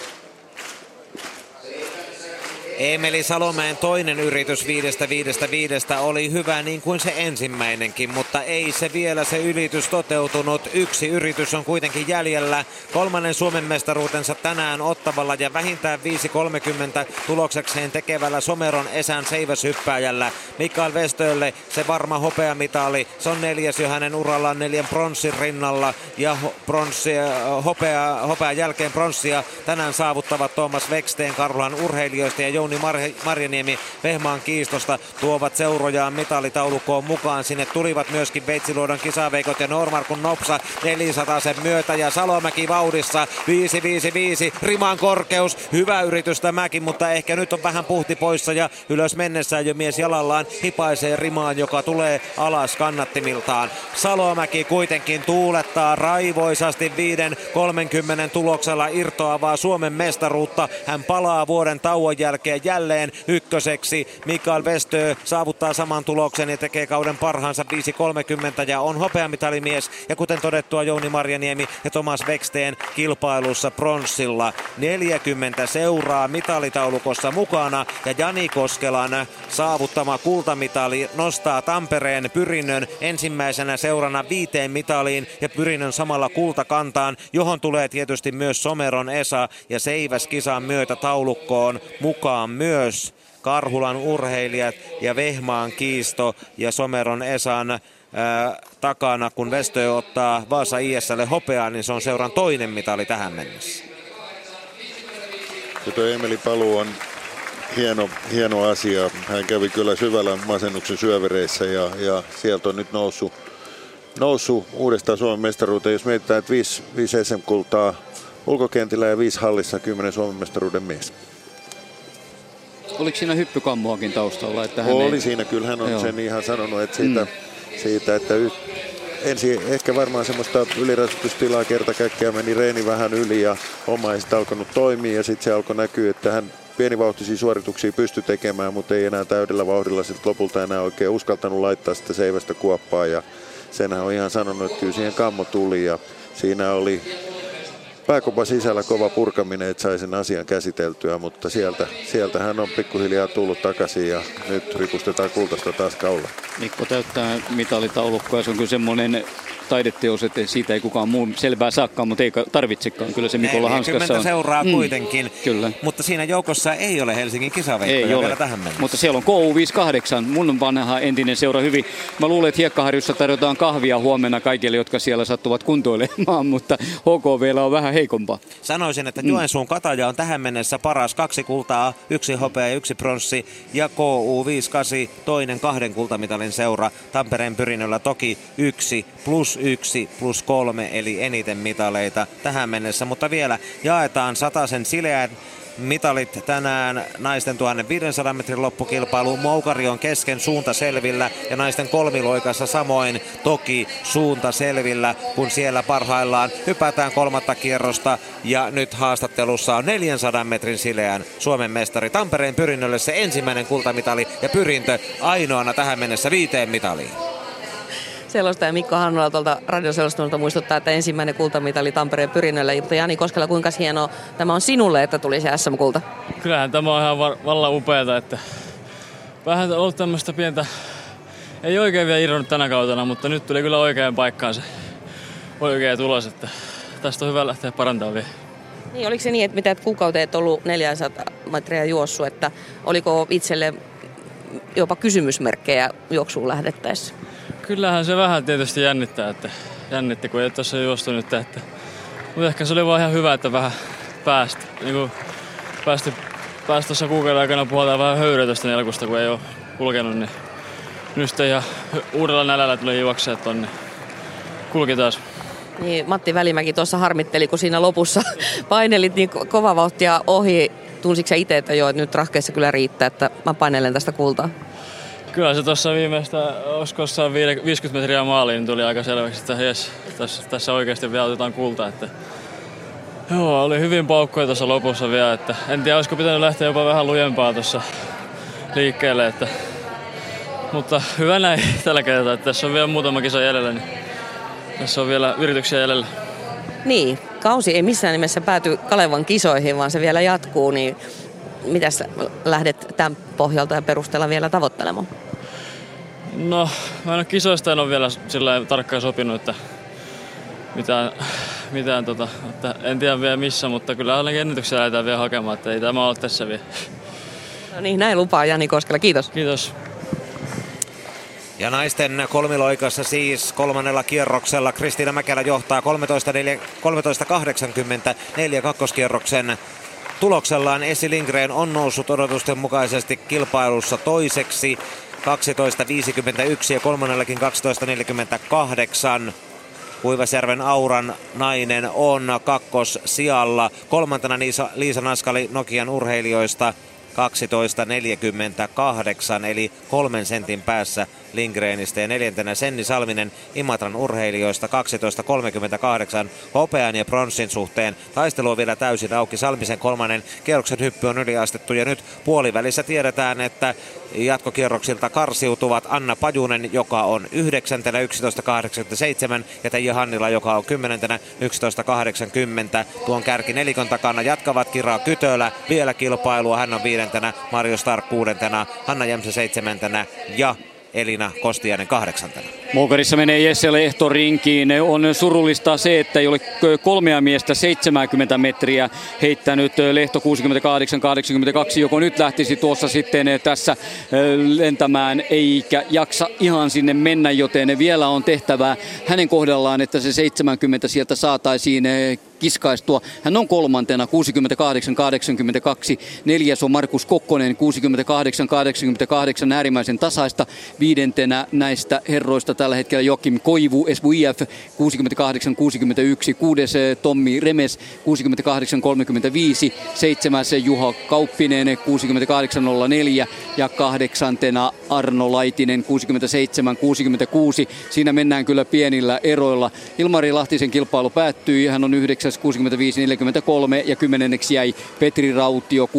Emeli Salomäen toinen yritys 5.5 oli hyvä niin kuin se ensimmäinenkin, mutta ei se vielä se ylitys toteutunut. Yksi yritys on kuitenkin jäljellä. 3. Suomen mestaruutensa tänään ottavalla ja vähintään 5.30 tuloksekseen tekevällä Someron Esän seiväshyppääjällä. Mikael Westölle se varma hopeamitali. Se on 4. jo hänen urallaan 4 pronssin rinnalla ja hopean jälkeen pronssia tänään saavuttavat Tuomas Weksteen Karhulan urheilijoista ja Jouni Marjaniemi Vehmaan kiistosta tuovat seurojaan mitalitaulukkoon mukaan. Sinne tulivat myöskin Veitsiluodon kisaveikot ja Noormarkun Nopsa 400 sen myötä ja Salomäki vauhdissa 5.55 riman korkeus. Hyvä yritys tämäkin, mutta ehkä nyt on vähän puhti poissa ja ylös mennessään jo mies jalallaan hipaisee rimaan, joka tulee alas kannattimiltaan. Salomäki kuitenkin tuulettaa raivoisasti 5.30 tuloksella irtoavaa Suomen mestaruutta. Hän palaa vuoden tauon jälkeen nousee jälleen ykköseksi. Mikael Westö saavuttaa saman tuloksen ja tekee kauden parhaansa 5.30 ja on hopeamitalimies. Ja kuten todettua, Jouni Marjaniemi ja Thomas Bäcksten kilpailussa pronssilla. 40 seuraa mitalitaulukossa mukana ja Jani Koskelan saavuttama kultamitali nostaa Tampereen Pyrinnön ensimmäisenä seurana 5 mitaliin ja Pyrinnön samalla kultakantaan, johon tulee tietysti myös Someron Esa ja Seiväs-kisan myötä taulukkoon mukaan myös Karhulan urheilijat ja Vehmaan Kiisto ja Someron Esan takana, kun Westö ottaa Vaasa IS:lle hopeaa, niin se on seuran toinen mitali tähän mennessä. Tuo Emeli paluu on hieno asia. Hän kävi kyllä syvällä masennuksen syövereissä ja sieltä on nyt noussut uudestaan Suomen mestaruuteen. Jos mietitään, että 5 SM-kultaa ulkokentillä ja 5 hallissa, 10 Suomen mestaruuden mies. Oliko siinä hyppykammuakin taustalla? Että hän oli siinä, kyllä hän on sen ihan sanonut, että siitä että ensin ehkä varmaan semmoista ylirasitustilaa kerta kaikkiaan meni reeni vähän yli ja homma ei sitten alkanut toimia ja sitten se alkoi näkyä, että hän pienivauhtisia suorituksia pystyi tekemään, mutta ei enää täydellä vauhdilla sitten lopulta enää oikein uskaltanut laittaa sitä seivästä kuoppaa ja senhän on ihan sanonut, että kyllä siihen kammo tuli ja siinä oli pääkopan sisällä kova purkaminen, että sai sen asian käsiteltyä, mutta sieltä hän on pikkuhiljaa tullut takaisin ja nyt ripustetaan kultaista taas kaula. Mikko täyttää mitalitaulukkoa, se on kyllä semmoinen taideteos, että siitä ei kukaan muu selvää saakkaan, mutta ei tarvitsekaan. Kyllä se Mikolla hanskassa on. Seuraa kuitenkin, kyllä. Mutta siinä joukossa ei ole Helsingin kisaveikkoja vielä tähän mennessä. Mutta siellä on KU58, mun vanha entinen seura hyvin. Mä luulen, että Hiekkaharjussa tarjotaan kahvia huomenna kaikille, jotka siellä sattuvat kuntoilemaan, mutta HKV:llä on vähän heikompaa. Sanoisin, että Joensuun Kataja on tähän mennessä paras. 2 kultaa, 1 hopea ja 1 pronssi ja KU58 toinen 2 kultamitalin seura. Tampereen Pyrinnöllä toki 1+1+3 eli eniten mitaleita tähän mennessä, mutta vielä jaetaan Satasen sileän mitalit tänään naisten 1500 metrin loppukilpailu. Moukari on kesken, suunta selvillä ja naisten kolmiloikassa samoin toki suunta selvillä, kun siellä parhaillaan hypätään 3. kierrosta ja nyt haastattelussa on 400 metrin sileän Suomen mestari Tampereen Pyrinnölle se ensimmäinen kultamitali ja Pyrintö ainoana tähän mennessä 5 mitaliin. Selostaja Mikko Hannola tuolta radioselostunolta muistuttaa, että ensimmäinen kultamitali Tampereen Pyrinnölle. Mutta Jani Koskela, kuinka hienoa tämä on sinulle, että tuli se SM-kulta? Kyllähän tämä on ihan vallan upeata, että vähän ollut tämmöistä pientä, ei oikein vielä irronnut tänä kautena, mutta nyt tuli kyllä oikeaan paikkaan se oikea tulos, että tästä on hyvä lähteä parantamaan vielä. Niin, oliko se niin, että mitä kuukauteen et ollut 400 metriä juossut, että oliko itselle jopa kysymysmerkkejä juoksuun lähdettäessä? Kyllähän se vähän tietysti jännitti, kun ei tuossa juostu nyt. Mutta ehkä se oli vaan ihan hyvä, että vähän pääsi tuossa kuukauden aikana puhutaan vähän höyryä tuosta nelkusta, kun ei ole kulkenut. Niin nyt ja uudella nälällä tuli juoksea tonne. Kulki taas. Niin, Matti Välimäki tuossa harmitteli, kun siinä lopussa painelit niin kova vauhtia ohi. Tunsitko sä itse, että joo, että nyt rahkeessa kyllä riittää, että mä painelen tästä kultaa? Kyllä se tuossa viimeistä, olisiko 50 metriä maaliin, niin tuli aika selväksi, että jes, tässä oikeasti vielä otetaan kultaa. Että joo, oli hyvin paukkoja tuossa lopussa vielä, että en tiedä, olisiko pitänyt lähteä jopa vähän lujempaa tuossa liikkeelle. Mutta hyvä näin tällä kertaa, että tässä on vielä muutama kisa jäljellä, niin tässä on vielä yrityksiä jäljellä. Niin, kausi ei missään nimessä pääty Kalevan kisoihin, vaan se vielä jatkuu, niin mitäs lähdet tämän pohjalta ja perusteella vielä tavoittelemaan? No, mä en ole kisoista en ole vielä sillä tarkkaan sopinut, että että en tiedä vielä missä, mutta kyllä ainakin ennätyksiä lähdetään vielä hakemaan, että ei tämä ole tässä vielä. No niin, näin lupaa Jani Koskela. Kiitos. Kiitos. Ja naisten kolmiloikassa siis 3. kierroksella Kristiina Mäkelä johtaa 13.80 kakkoskierroksen tuloksellaan. Essi Lindgren on noussut odotusten mukaisesti kilpailussa toiseksi 12.51 ja kolmannellekin 12.48. Kuivasjärven Auran nainen on kakkossijalla. Kolmantena Liisa Naskali Nokian urheilijoista 12.48 eli 3 sentin päässä Lindgrenistä ja 4. Senni Salminen Imatran urheilijoista 12.38 hopean ja pronssin suhteen. Taistelu on vielä täysin auki. Salmisen 3. kierroksen hyppy on yliastettu ja nyt puolivälissä tiedetään, että jatkokierroksilta karsiutuvat Anna Pajunen, joka on 9. 11.87 ja Teija Hannila, joka on 10. 11.80. Tuon kärki nelikon takana jatkavat Kira Kytölä vielä kilpailua. Hän on 5. Mario Stark 6. Hanna Jämsä 7. ja Elina Kostiainen 8. Moukarissa menee Jesse Lehto rinkiin. On surullista se, että ei ole 3 miestä 70 metriä heittänyt. Lehto 68-82, joko nyt lähtisi tuossa sitten tässä lentämään eikä jaksa ihan sinne mennä, joten vielä on tehtävää hänen kohdallaan, että se 70 sieltä saataisiin kiskaistua. Hän on 3. 68-82. 4. on Markus Kokkonen 68-88, äärimmäisen tasaista. 5. näistä herroista tällä hetkellä Joakim Koivu SVIF 68-61. 6. Tommi Remes 68-35. 7. Juha Kauppinen 68-04 ja 8. Arno Laitinen 67-66. Siinä mennään kyllä pienillä eroilla. Ilmari Lahtisen kilpailu päättyi. Hän on 9. 65-43 ja 10. jäi Petri Rautio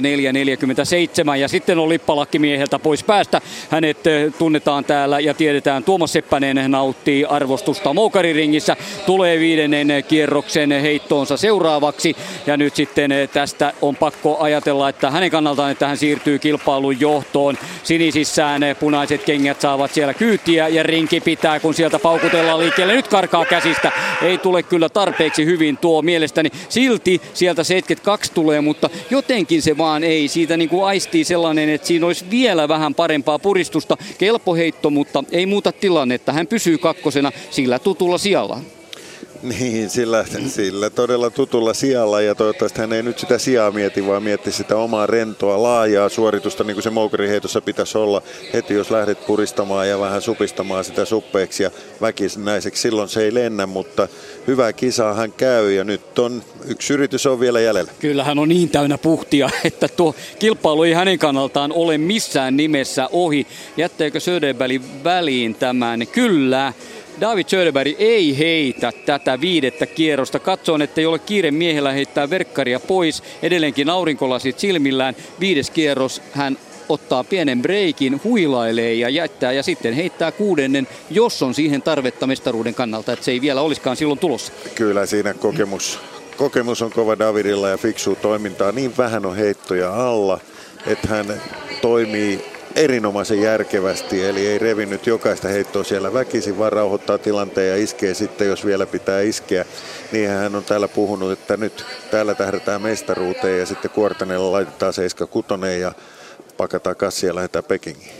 64-47 ja sitten on lippalakkimieheltä pois päästä. Hänet tunnetaan täällä ja tiedetään. Tuomas Seppänen nauttii arvostusta moukariringissä. Tulee 5. kierroksen heittoonsa seuraavaksi ja nyt sitten tästä on pakko ajatella, että hänen kannaltaan, että hän siirtyy kilpailun johtoon. Sinisissään punaiset kengät saavat siellä kyytiä ja rinki pitää, kun sieltä paukutellaan liikkeelle. Nyt karkaa käsistä. Ei tule kyllä tarpeeksi hyvin tuo mielestäni. Silti sieltä 72 tulee, mutta jotenkin se vaan ei. Siitä niin kuin aistii sellainen, että siinä olisi vielä vähän parempaa puristusta. Kelpo heitto, mutta ei muuta tilannetta. Hän pysyy 2. sillä tutulla sijalla. Niin, sillä todella tutulla sijalla ja toivottavasti hän ei nyt sitä sijaa mieti, vaan mietti sitä omaa rentoa, laajaa suoritusta, niin kuin se moukariheitossa pitäisi olla heti, jos lähdet puristamaan ja vähän supistamaan sitä suppeeksi ja väkinäiseksi. Silloin se ei lennä, mutta hyvää kisaa hän käy ja nyt on yksi yritys on vielä jäljellä. Kyllä hän on niin täynnä puhtia, että tuo kilpailu ei hänen kannaltaan ole missään nimessä ohi. Jättääkö Söderberg väliin tämän? Kyllä. David Söderberg ei heitä tätä 5. kierrosta. Katsoin, että ei ole kiire miehellä heittää verkkaria pois. Edelleenkin aurinkolasit silmillään. 5. kierros hän ottaa pienen breikin, huilailee ja jättää ja sitten heittää 6. jos on siihen tarvetta mestaruuden kannalta, että se ei vielä olisikaan silloin tulossa. Kyllä siinä kokemus on kova Davidilla ja fiksuu toimintaa. Niin vähän on heittoja alla, että hän toimii erinomaisen järkevästi, eli ei revinnyt jokaista heittoa siellä väkisin, vaan rauhoittaa tilanteen ja iskee sitten, jos vielä pitää iskeä. Niinhän hän on täällä puhunut, että nyt täällä tähdätään mestaruuteen ja sitten Kuortaneella laitetaan 76 ja pakataan kassia ja lähdetään Pekingiin.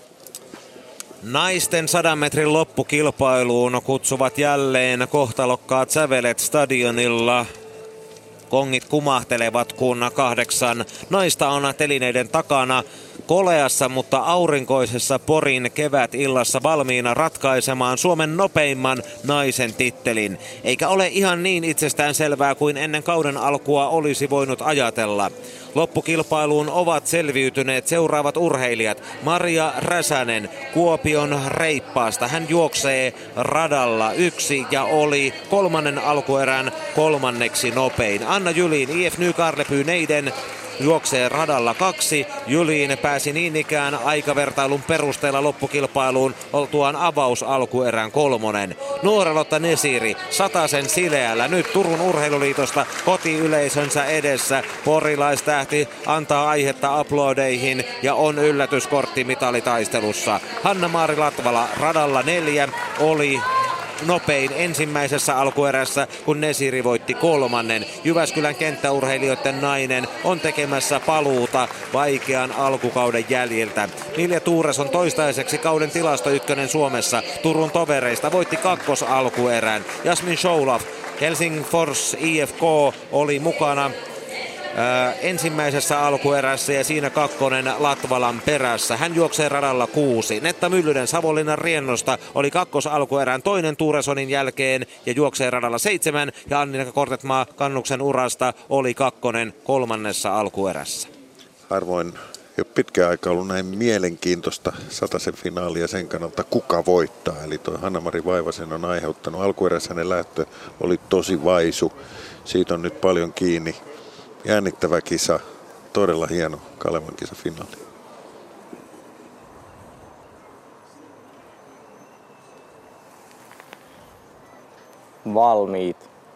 Naisten 100 metrin loppukilpailuun kutsuvat jälleen kohtalokkaat sävelet stadionilla. Kongit kumahtelevat, kun 8 naista on telineiden takana koleassa, mutta aurinkoisessa Porin kevätillassa valmiina ratkaisemaan Suomen nopeimman naisen tittelin. Eikä ole ihan niin itsestään selvää kuin ennen kauden alkua olisi voinut ajatella. Loppukilpailuun ovat selviytyneet seuraavat urheilijat. Maria Räsänen Kuopion Reippaasta. Hän juoksee radalla 1 ja oli 3. alkuerän 3. nopein. Anna Jylin IF Nykarleby Neiden juoksee radalla 2. Jylin pääsi niin ikään aikavertailun perusteella loppukilpailuun oltuaan avausalkuerän 3. Nuoralotta Nesiri 100 sileällä nyt Turun Urheiluliitosta kotiyleisönsä edessä. Porilaistähti antaa aihetta aplodeihin ja on yllätyskortti mitalitaistelussa. Hanna-Maari Latvala radalla 4 oli nopein ensimmäisessä alkuerässä, kun Nesiri voitti 3. Jyväskylän kenttäurheilijoiden nainen on tekemässä paluuta vaikean alkukauden jäljiltä. Milja Tuures on toistaiseksi kauden tilasto 1 Suomessa. Turun tovereista voitti 2. alkuerän. Jasmin Shoulaf Helsingfors IFK oli mukana ensimmäisessä alkuerässä ja siinä 2. Latvalan perässä. Hän juoksee radalla 6. Netta Myllynen Savonlinnan Riennosta oli 2. alkuerän 2. Tuuresonin jälkeen ja juoksee radalla 7. Ja Annika Kortetmaa Kannuksen urasta oli 2. 3. alkuerässä. Harvoin ole pitkään aikaa ollut näin mielenkiintoista satasen finaalia sen kannalta, kuka voittaa. Eli tuo Hanna-Mari Vaivasen on aiheuttanut. Alkuerässä hänen lähtö oli tosi vaisu. Siitä on nyt paljon kiinni. Jännittävä kisa. Todella hieno Kalevan kisa finaali. Valmiit.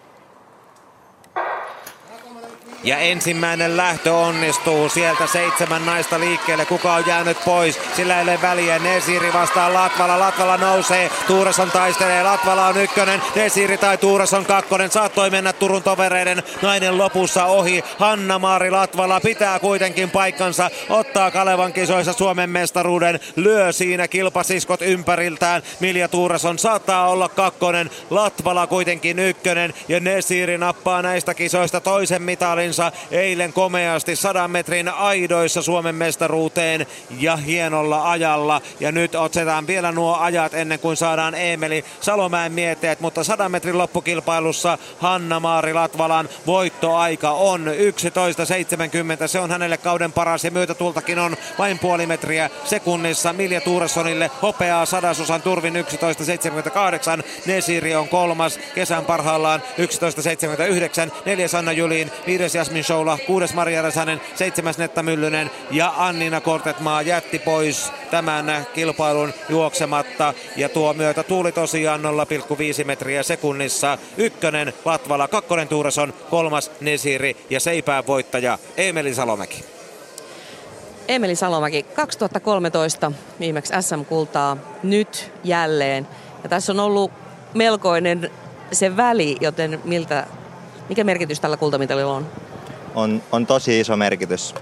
Ja ensimmäinen lähtö onnistuu. Sieltä 7 naista liikkeelle. Kuka on jäänyt pois? Sillä ei ole väliä. Nesiri vastaan Latvala. Latvala nousee. Tuuresson taistelee. Latvala on ykkönen. Nesiri tai Tuuresson kakkonen. Saattoi mennä Turun tovereiden nainen lopussa ohi. Hanna-Maari Latvala pitää kuitenkin paikkansa. Ottaa Kalevan kisoissa Suomen mestaruuden. Lyö siinä kilpasiskot ympäriltään. Milja Tuuresson saattaa olla kakkonen. Latvala kuitenkin ykkönen. Ja Nesiri nappaa näistä kisoista toisen mitalin. Eilen komeasti 100 metrin aidoissa Suomen mestaruuteen ja hienolla ajalla. Ja nyt otetaan vielä nuo ajat ennen kuin saadaan Eemeli Salomäen mietteet. Mutta 100 metrin loppukilpailussa Hanna-Maari Latvalan voittoaika on 11.70. Se on hänelle kauden paras ja myötätultakin on vain puoli metriä sekunnissa. Milja Tuuressonille hopeaa sadasosan turvin 11.78. Nesiri on kolmas kesän parhaillaan 11.79. 4. Anna Julin, 5. Jasmin Shoula, 6. Maria Räsänen, 7. Netta Myllynen ja Annina Kortetmaa jätti pois tämän kilpailun juoksematta. Ja tuo myötä tuuli tosiaan 0,5 metriä sekunnissa. Ykkönen Latvala, kakkonen Tuuresson, kolmas Nesiri ja seipään voittaja Eemeli Salomäki. Eemeli Salomäki, 2013 viimeksi SM-kultaa, nyt jälleen. Ja tässä on ollut melkoinen se väli, joten mikä merkitys tällä kultamitalilla on? On tosi iso merkitys.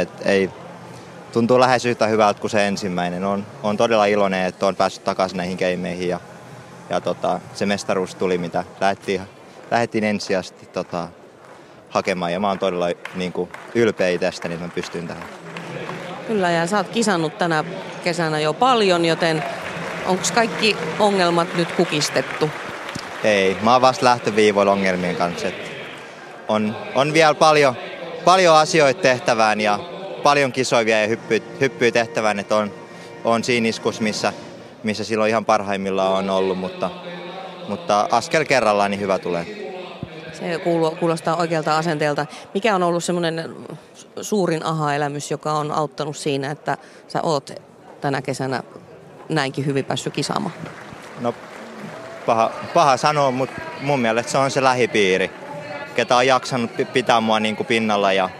Tuntuu lähes yhtä hyvältä kuin se ensimmäinen. On todella iloinen, että on päässyt takaisin näihin keimeihin ja se mestaruus tuli, mitä lähdettiin ensisijaisesti hakemaan. Ja mä oon todella ylpeä itsestäni, että mä pystyn tähän. Kyllä, ja sä oot kisannut tänä kesänä jo paljon, joten onko kaikki ongelmat nyt kukistettu? Ei, mä oon vasta lähtöviivoilla ongelmien kanssa. On vielä paljon asioita tehtävään ja paljon kisoja ja hyppyjä tehtävään, että on siinä iskussa, missä silloin ihan parhaimmillaan on ollut, mutta askel kerrallaan niin hyvä tulee. Se kuulostaa oikealta asenteelta. Mikä on ollut semmoinen suurin aha-elämys, joka on auttanut siinä, että sä oot tänä kesänä näinkin hyvin päässyt kisaamaan? No, paha sanoa, mutta mun mielestä se on se lähipiiri, ketä on jaksanut pitää mua niin kuin pinnalla. Ja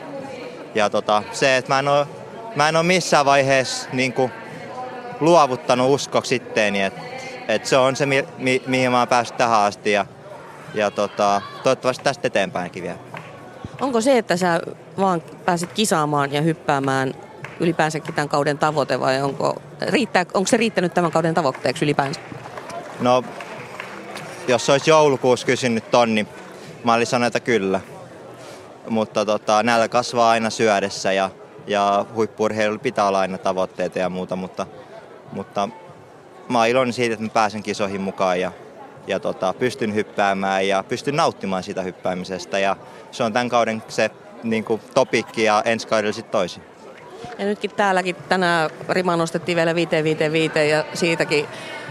se, että mä en ole missään vaiheessa niin kuin luovuttanut uskoksi itteeni, että se on se, mihin mä oon päässyt tähän asti. Ja toivottavasti tästä eteenpäinkin vielä. Onko se, että sä vaan pääsit kisaamaan ja hyppäämään ylipäänsäkin tämän kauden tavoite vai onko se riittänyt tämän kauden tavoitteeksi ylipäänsä? No, jos olisi joulukuussa kysynyt tonni, mä olisin sanonut, että kyllä. Mutta näillä kasvaa aina syödessä ja huippu-urheilulla pitää olla aina tavoitteita ja muuta, mutta mä oon iloinen siitä, että mä pääsen kisoihin mukaan ja pystyn hyppäämään ja pystyn nauttimaan siitä hyppäämisestä ja se on tämän kauden se niin kuin topikki ja ensi kaudella sitten toisin. Ja nytkin täälläkin tänään rima nostettiin vielä 5 ja siitäkin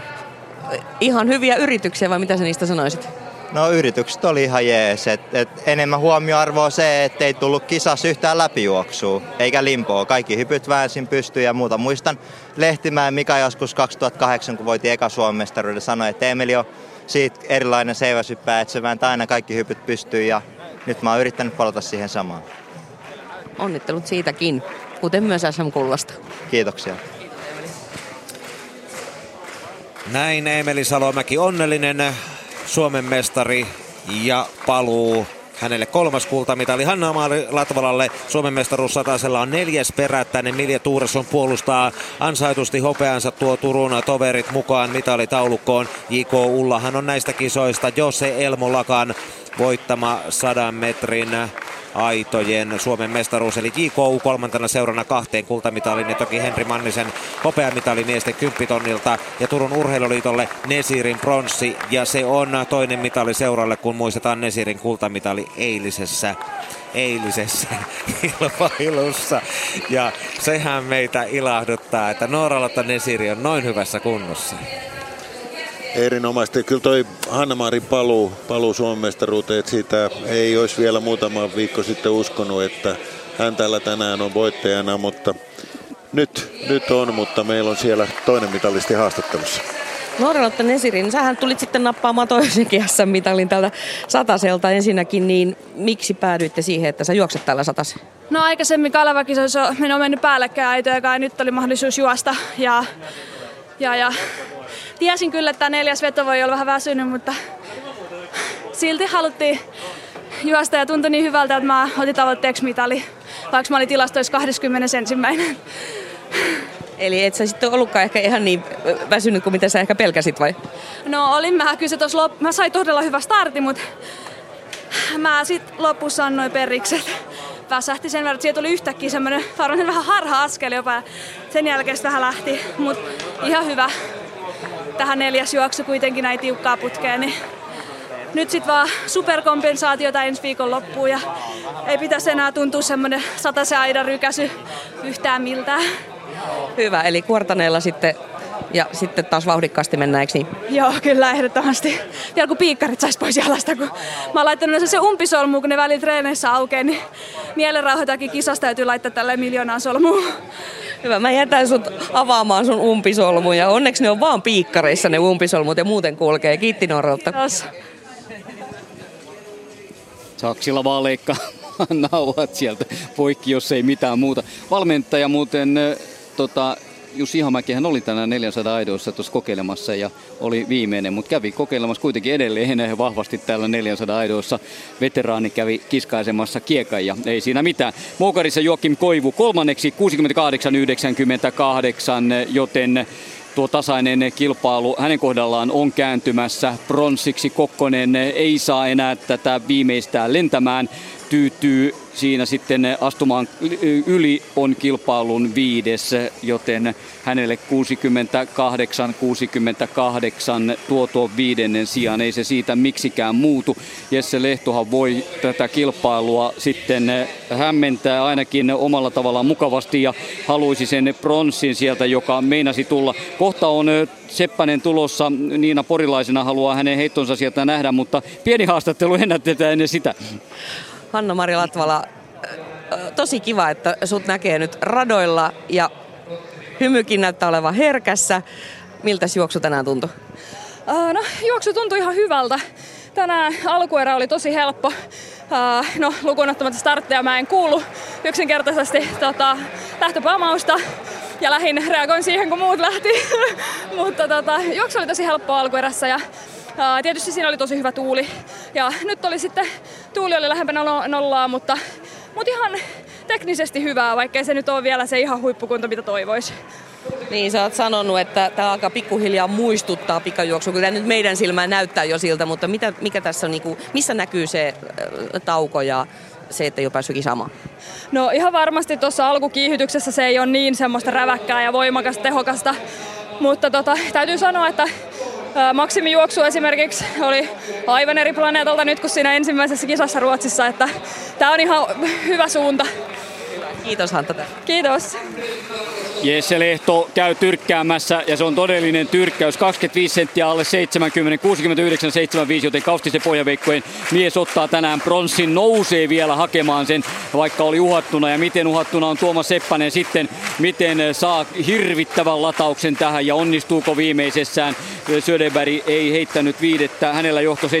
ihan hyviä yrityksiä vai mitä sä niistä sanoisit? No yritykset oli ihan jees. Enemmän huomioarvoa se, että ei tullut kisassa yhtään läpijuoksua eikä limpoa. Kaikki hypyt väänsin pystyyn ja muuta. Muistan Lehtimäen Mika joskus 2008, kun voitiin eka Suomen mestaruuden, sanoi, että Eemeli on siitä erilainen seiväsyppää, että se vääntää aina kaikki hypyt pystyyn ja nyt mä oon yrittänyt palata siihen samaan. Onnittelut siitäkin, kuten myös SM-kullasta. Kiitoksia. Näin Eemeli Salomäki, onnellinen Suomen mestari ja paluu hänelle 3. kultamitali. Hanna-Maari Latvalalle Suomen mestaruus satasella on 4. perättäinen. Milja Tuuresson puolustaa ansaitusti hopeansa, tuo Turun toverit mukaan mitalitaulukkoon. J.K. Ullahan on näistä kisoista jo se Elmo Lakan voittama 100 metrin aitojen Suomen mestaruus. Eli JKU kolmantena seurana 2 kultamitalin ja toki Henri Mannisen hopeamitali miesten 10 tonnilta ja Turun Urheiluliitolle Nesirin pronssi. Ja se on toinen mitali seuralle, kun muistetaan Nesirin kultamitali eilisessä kilpailussa. Ja sehän meitä ilahduttaa, että Noora-Lotta Nesiri on noin hyvässä kunnossa. Erinomaisesti. Kyllä toi Hanna-Maarin paluu Suomen mestaruuteen, että siitä ei olisi vielä muutama viikko sitten uskonut, että hän täällä tänään on voittajana, mutta nyt on, mutta meillä on siellä toinen mitalisti haastattelussa. Noora-Lotta Nesirin, sähän tulit sitten nappaamaan toisenkin SM-mitalin tältä sataselta ensinnäkin, niin miksi päädyitte siihen, että sä juokset tällä satasella? No aikaisemmin Kaleva-kisoissa on mennyt päällekkäin aitoja, ja nyt oli mahdollisuus juosta ja tiesin kyllä, että tämä 4. veto voi olla vähän väsynyt, mutta silti haluttiin juosta ja tuntui niin hyvältä, että mä otin tavoitteeksi mitali, vaikka mä olin tilastoissa 21. Eli et sä sitten ollutkaan ehkä ihan niin väsynyt kuin mitä sä ehkä pelkäsit vai? No olin mä, kyllä se tuossa mä sain todella hyvä startti, mutta mä sit lopussa annoin periksi, että väsähti sen verran, että siitä tuli yhtäkkiä semmoinen varmaan vähän harha-askel jopa ja sen jälkeen sitä vähän lähti, mutta ihan hyvä. Tähän 4. juoksu kuitenkin näin tiukkaa putkeen, niin nyt sit vaan superkompensaatiota ensi viikon loppuun ja ei pitäisi enää tuntua semmoinen sataisen aidan rykäsy yhtään miltään. Hyvä, eli kuortaneella sitten ja sitten taas vauhdikkaasti mennään, eikö niin? Joo, kyllä ehdottomasti. Vielä kun piikkarit sais pois jalasta, kun mä oon laittanut se umpisolmuun, kun ne välillä treeneissä aukeaa, niin mielenrauhoitakin kisasta täytyy laittaa tälleen 1 000 000 solmuun. Hyvä, mä jätän sut avaamaan sun umpisolmuja. Onneksi ne on vaan piikkareissa ne umpisolmut ja muuten kulkee. Kiitti Noora-Lotta. Saksilla vaan leikkaa nauhat sieltä poikki, jos ei mitään muuta. Valmentaja muuten Jussi Ihamäkihän oli tänään 400 aidoissa tuossa kokeilemassa ja oli viimeinen, mutta kävi kokeilemassa kuitenkin edelleen vahvasti täällä 400 aidoissa. Veteraani kävi kiskaisemassa kiekan ja ei siinä mitään. Moukarissa Joakim Koivu kolmanneksi 68-98, joten tuo tasainen kilpailu hänen kohdallaan on kääntymässä pronssiksi. Kokkonen ei saa enää tätä viimeistään lentämään. Tyytyy siinä sitten astumaan yli, on kilpailun 5, joten hänelle 68-68 tuo 5. sijaan. Ei se siitä miksikään muutu. Jesse Lehtohan voi tätä kilpailua sitten hämmentää ainakin omalla tavallaan mukavasti ja haluaisi sen pronssin sieltä, joka meinasi tulla. Kohta on Seppänen tulossa, Niina Porilaisena haluaa hänen heittonsa sieltä nähdä, mutta pieni haastattelu ennätetään ennen sitä. Hanna-Mari Latvala, tosi kiva, että sut näkee nyt radoilla ja hymykin näyttää olevan herkässä. Miltäs juoksu tänään tuntui? No, juoksu tuntui ihan hyvältä. Tänään alkuerä oli tosi helppo. Lukuun ottamatta startteja mä en kuulu yksinkertaisesti lähtöpamausta ja reagoin siihen, kun muut lähti. Mutta juoksu oli tosi helppo alkuerässä ja tietysti siinä oli tosi hyvä tuuli ja nyt oli sitten, tuuli oli lähempänä nollaa, mutta ihan teknisesti hyvää, vaikkei se nyt ole vielä se ihan huippukunto, mitä toivoisi. Niin, sä oot sanonut, että tämä alkaa pikkuhiljaa muistuttaa pikajuoksua, kun tämä nyt meidän silmään näyttää jo siltä, mutta mikä tässä on, missä näkyy se tauko ja se, että ei ole päässyt kisaamaan? No ihan varmasti tuossa alkukiihytyksessä se ei ole niin semmoista räväkkää ja voimakasta, tehokasta, mutta täytyy sanoa, että maksimijuoksu esimerkiksi oli aivan eri planeetalta nyt kuin siinä ensimmäisessä kisassa Ruotsissa, että tämä on ihan hyvä suunta. Kiitos Hanta. Kiitos. Jesse Lehto käy tyrkkäämässä ja se on todellinen tyrkkäys. 25 senttiä alle 70, 69-75, joten Kaustisen Pohjaveikkojen mies ottaa tänään pronssin, nousee vielä hakemaan sen, vaikka oli uhattuna. Ja miten uhattuna on Tuomas Seppänen sitten, miten saa hirvittävän latauksen tähän ja onnistuuko viimeisessään. Söderberg ei heittänyt 5, hänellä johto 7-4-6-8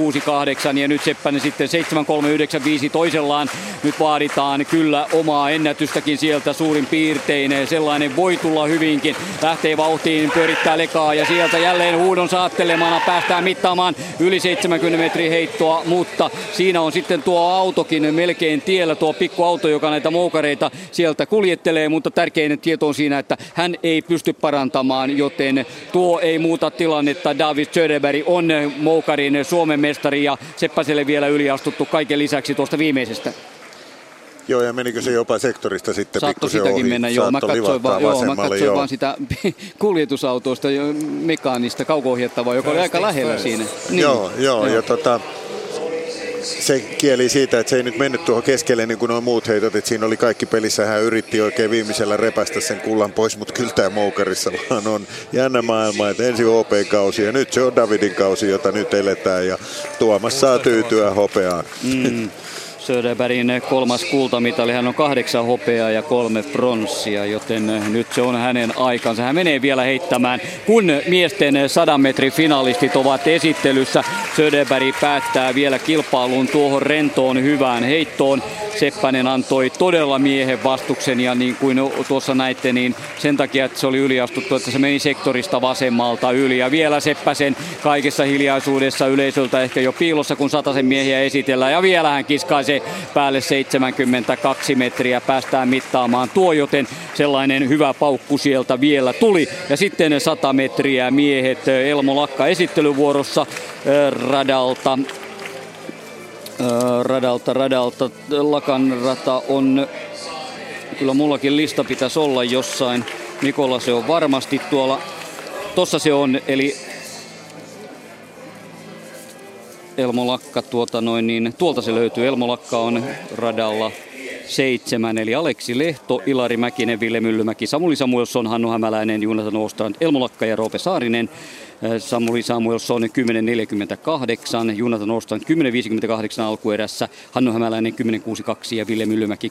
ja nyt Seppänen sitten 7-3-9-5 toisellaan. Nyt vaaditaan kyllä omaa ennätystäkin sieltä suurin piirtein. Sellainen voi tulla hyvinkin. Lähtee vauhtiin, pyörittää lekaa ja sieltä jälleen huudon saattelemana päästään mittaamaan yli 70 metrin heittoa, mutta siinä on sitten tuo autokin melkein tiellä, tuo pikkuauto, joka näitä moukareita sieltä kuljettelee, mutta tärkein tieto on siinä, että hän ei pysty parantamaan, joten tuo ei muuta tilannetta. David Söderberg on moukarin Suomen mestari ja Seppäselle vielä yliastuttu kaiken lisäksi tuosta viimeisestä. Joo, ja menikö se jopa sektorista sitten Saattoi pikkusen sitäkin ohi? mennä, joo. Mä katsoin vaan sitä kuljetusautoista jo mekaanista kauko-ohjattavaa, joka oli aika lähellä siinä. Niin. Joo. Ja se kieli siitä, että se ei nyt mennyt tuohon keskelle niin kuin nuo muut heitot, että siinä oli kaikki pelissä. Hän yritti oikein viimeisellä repästä sen kullan pois, mutta kyllä tämä Moukarissa vaan on jännä maailma, että ensin OP-kausi ja nyt se on Davidin kausi, jota nyt eletään ja Tuomas saa tyytyä hopeaan. Söderbergin 3. kultamitali, hän on 8 hopeaa ja 3 pronssia, joten nyt se on hänen aikansa. Hän menee vielä heittämään, kun miesten 100 metrin finalistit ovat esittelyssä. Söderberg päättää vielä kilpailun tuohon rentoon hyvään heittoon. Seppänen antoi todella miehen vastuksen ja niin kuin tuossa näitte, niin sen takia, että se oli yliastuttu, että se meni sektorista vasemmalta yli. Ja vielä Seppäsen kaikessa hiljaisuudessa yleisöltä ehkä jo piilossa, kun 100 miehiä esitellään. Ja vielä hän kiskaisee päälle 72 metriä, päästään mittaamaan tuo, joten sellainen hyvä paukku sieltä vielä tuli. Ja sitten 100 metriä miehet, Elmo Lakka esittelyvuorossa radalta. Lakan rata on, kyllä mullakin lista pitäisi olla jossain. Mikolla se on varmasti tuolla, tossa se on, eli Elmo Lakka tuolta se löytyy. Elmo Lakka on radalla 7, eli Aleksi Lehto, Ilari Mäkinen, Ville Myllymäki, Samuli Samuelsson, Hannu Hämäläinen, Jonathan Åstrand, Elmo Lakka ja Roope Saarinen. Samuli Samuelsson 10.48, Jonathan Åstrand 10.58 alkuerässä, Hannu Hämäläinen 10.62 ja Ville Myllymäki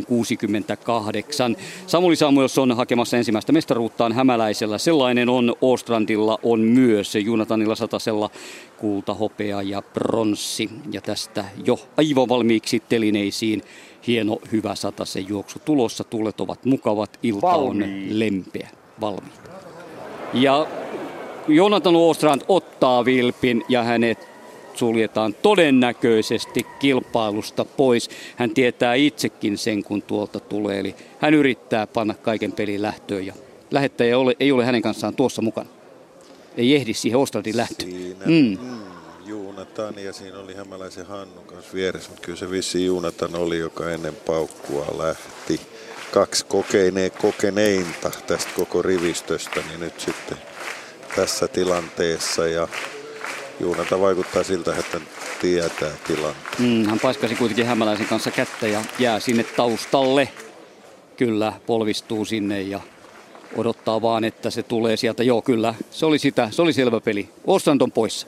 10.68. Samuli Samuelsson hakemassa ensimmäistä mestaruuttaan Hämäläisellä. Sellainen on, Åstrandilla on myös, Jonathanilla 100 kulta, hopea ja pronssi. Ja tästä jo aivan valmiiksi telineisiin. Hieno, hyvä 100 juoksu tulossa. Tuulet ovat mukavat, ilta on lempeä. Valmiit. Ja Jonathan Åstrand ottaa vilpin ja hänet suljetaan todennäköisesti kilpailusta pois. Hän tietää itsekin sen, kun tuolta tulee. Eli hän yrittää panna kaiken pelin lähtöön ja lähettäjä ei ole hänen kanssaan tuossa mukana. Ei ehdi siihen Åstrandin lähtöön. Jonathan ja siinä oli Hämäläisen Hannu kanssa vieressä, mutta kyllä se vissiin Jonathan oli, joka ennen paukkua lähti. 2 kokeneinta tästä koko rivistöstä, niin nyt sitten tässä tilanteessa ja Jonathan vaikuttaa siltä, että tietää tilanteen. Hän paiskasi kuitenkin Hämäläisen kanssa kättä ja jää sinne taustalle. Kyllä, polvistuu sinne ja odottaa vaan, että se tulee sieltä. Joo, kyllä, se oli selvä peli. Åstrand on poissa.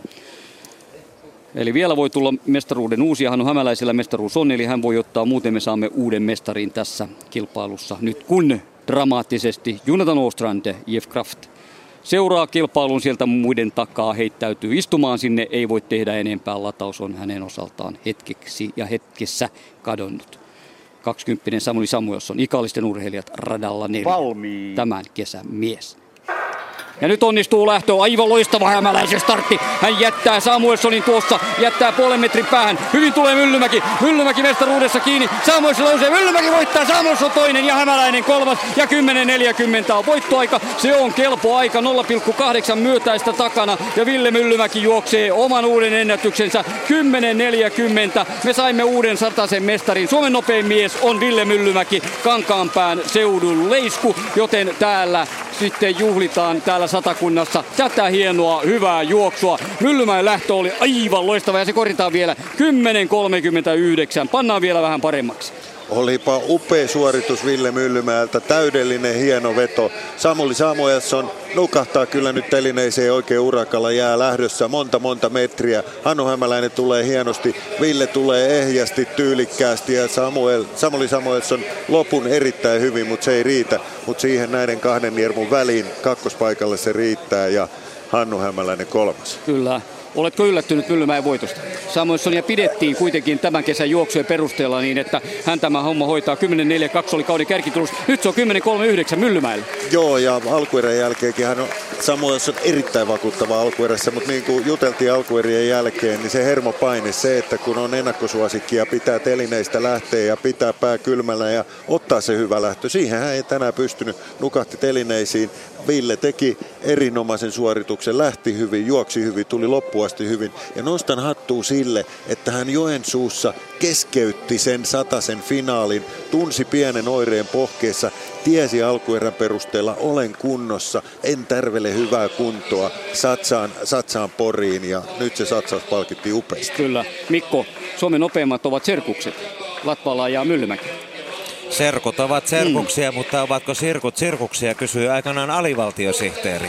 Eli vielä voi tulla mestaruuden uusia. Hannu Hämäläisellä mestaruus on, eli hän voi ottaa, muuten me saamme uuden mestarin tässä kilpailussa. Nyt kun dramaattisesti Jonathan Åstrand, Jeff Kraft, seuraa kilpailun sieltä muiden takaa, heittäytyy istumaan sinne, ei voi tehdä enempää. Lataus on hänen osaltaan hetkeksi ja hetkessä kadonnut. 20 Samuli Samuelsson, ikallisten urheilijat radalla 4. Valmiin. Tämän kesän mies. Ja nyt onnistuu lähtö, aivan loistava Hämäläisen startti. Hän jättää Samuelssonin tuossa, jättää puolen metrin päähän. Hyvin tulee Myllymäki. Myllymäki mestaruudessa kiinni. Samuelsson nousee, Myllymäki voittaa, Samuelsson toinen ja Hämäläinen 3. Ja 10.40 on voittoaika. Se on kelpo aika, 0,8 myötäistä takana. Ja Ville Myllymäki juoksee oman uuden ennätyksensä 10.40. Me saimme uuden 100 mestarin. Suomen nopein mies on Ville Myllymäki, Kankaanpään seudun leisku, joten täällä sitten juhlitaan täällä Satakunnassa tätä hienoa, hyvää juoksua. Myllymäen lähtö oli aivan loistava ja se korjataan vielä 10.39. Pannaan vielä vähän paremmaksi. Olipa upea suoritus Ville Myllymäeltä, täydellinen hieno veto. Samuli Samuelsson nukahtaa kyllä nyt telineeseen oikein urakalla, jää lähdössä monta metriä. Hannu Hämäläinen tulee hienosti, Ville tulee ehjästi, tyylikkäästi ja Samuli Samuelsson lopun erittäin hyvin, mutta se ei riitä. Mutta siihen näiden 2 niermun väliin kakkospaikalle se riittää ja Hannu Hämäläinen 3. Kyllä. Oletko yllättynyt Myllymäen voitosta? Samuelssonia pidettiin kuitenkin tämän kesän juoksujen perusteella niin, että hän tämä homma hoitaa. 10.42 oli kauden kärkitulos. Nyt se on 10.39 Myllymäelle. Joo, ja alkuerän jälkeenkin hän on Samuelsson erittäin vakuuttava alkuerässä, mutta niin kuin juteltiin alkuerien jälkeen, niin se hermopaine, se, että kun on ennakkosuosikki ja pitää telineistä lähteä ja pitää pää kylmällä ja ottaa se hyvä lähtö. Siihen hän ei tänään pystynyt, nukahti telineisiin. Ville teki erinomaisen suorituksen, lähti hyvin, juoksi hyvin, tuli loppuun asti hyvin. Ja nostan hattua sille, että hän Joensuussa keskeytti sen 100 finaalin, tunsi pienen oireen pohkeessa, tiesi alkuerän perusteella, olen kunnossa, en tärvele hyvää kuntoa, satsaan Poriin ja nyt se satsaus palkittiin upeasti. Kyllä. Mikko, Suomen nopeimmat ovat serkukset, Latvala ja Myllymäki. Serkut ovat serkuksia, mutta ovatko sirkut sirkuksia, kysyy aikanaan alivaltiosihteeri.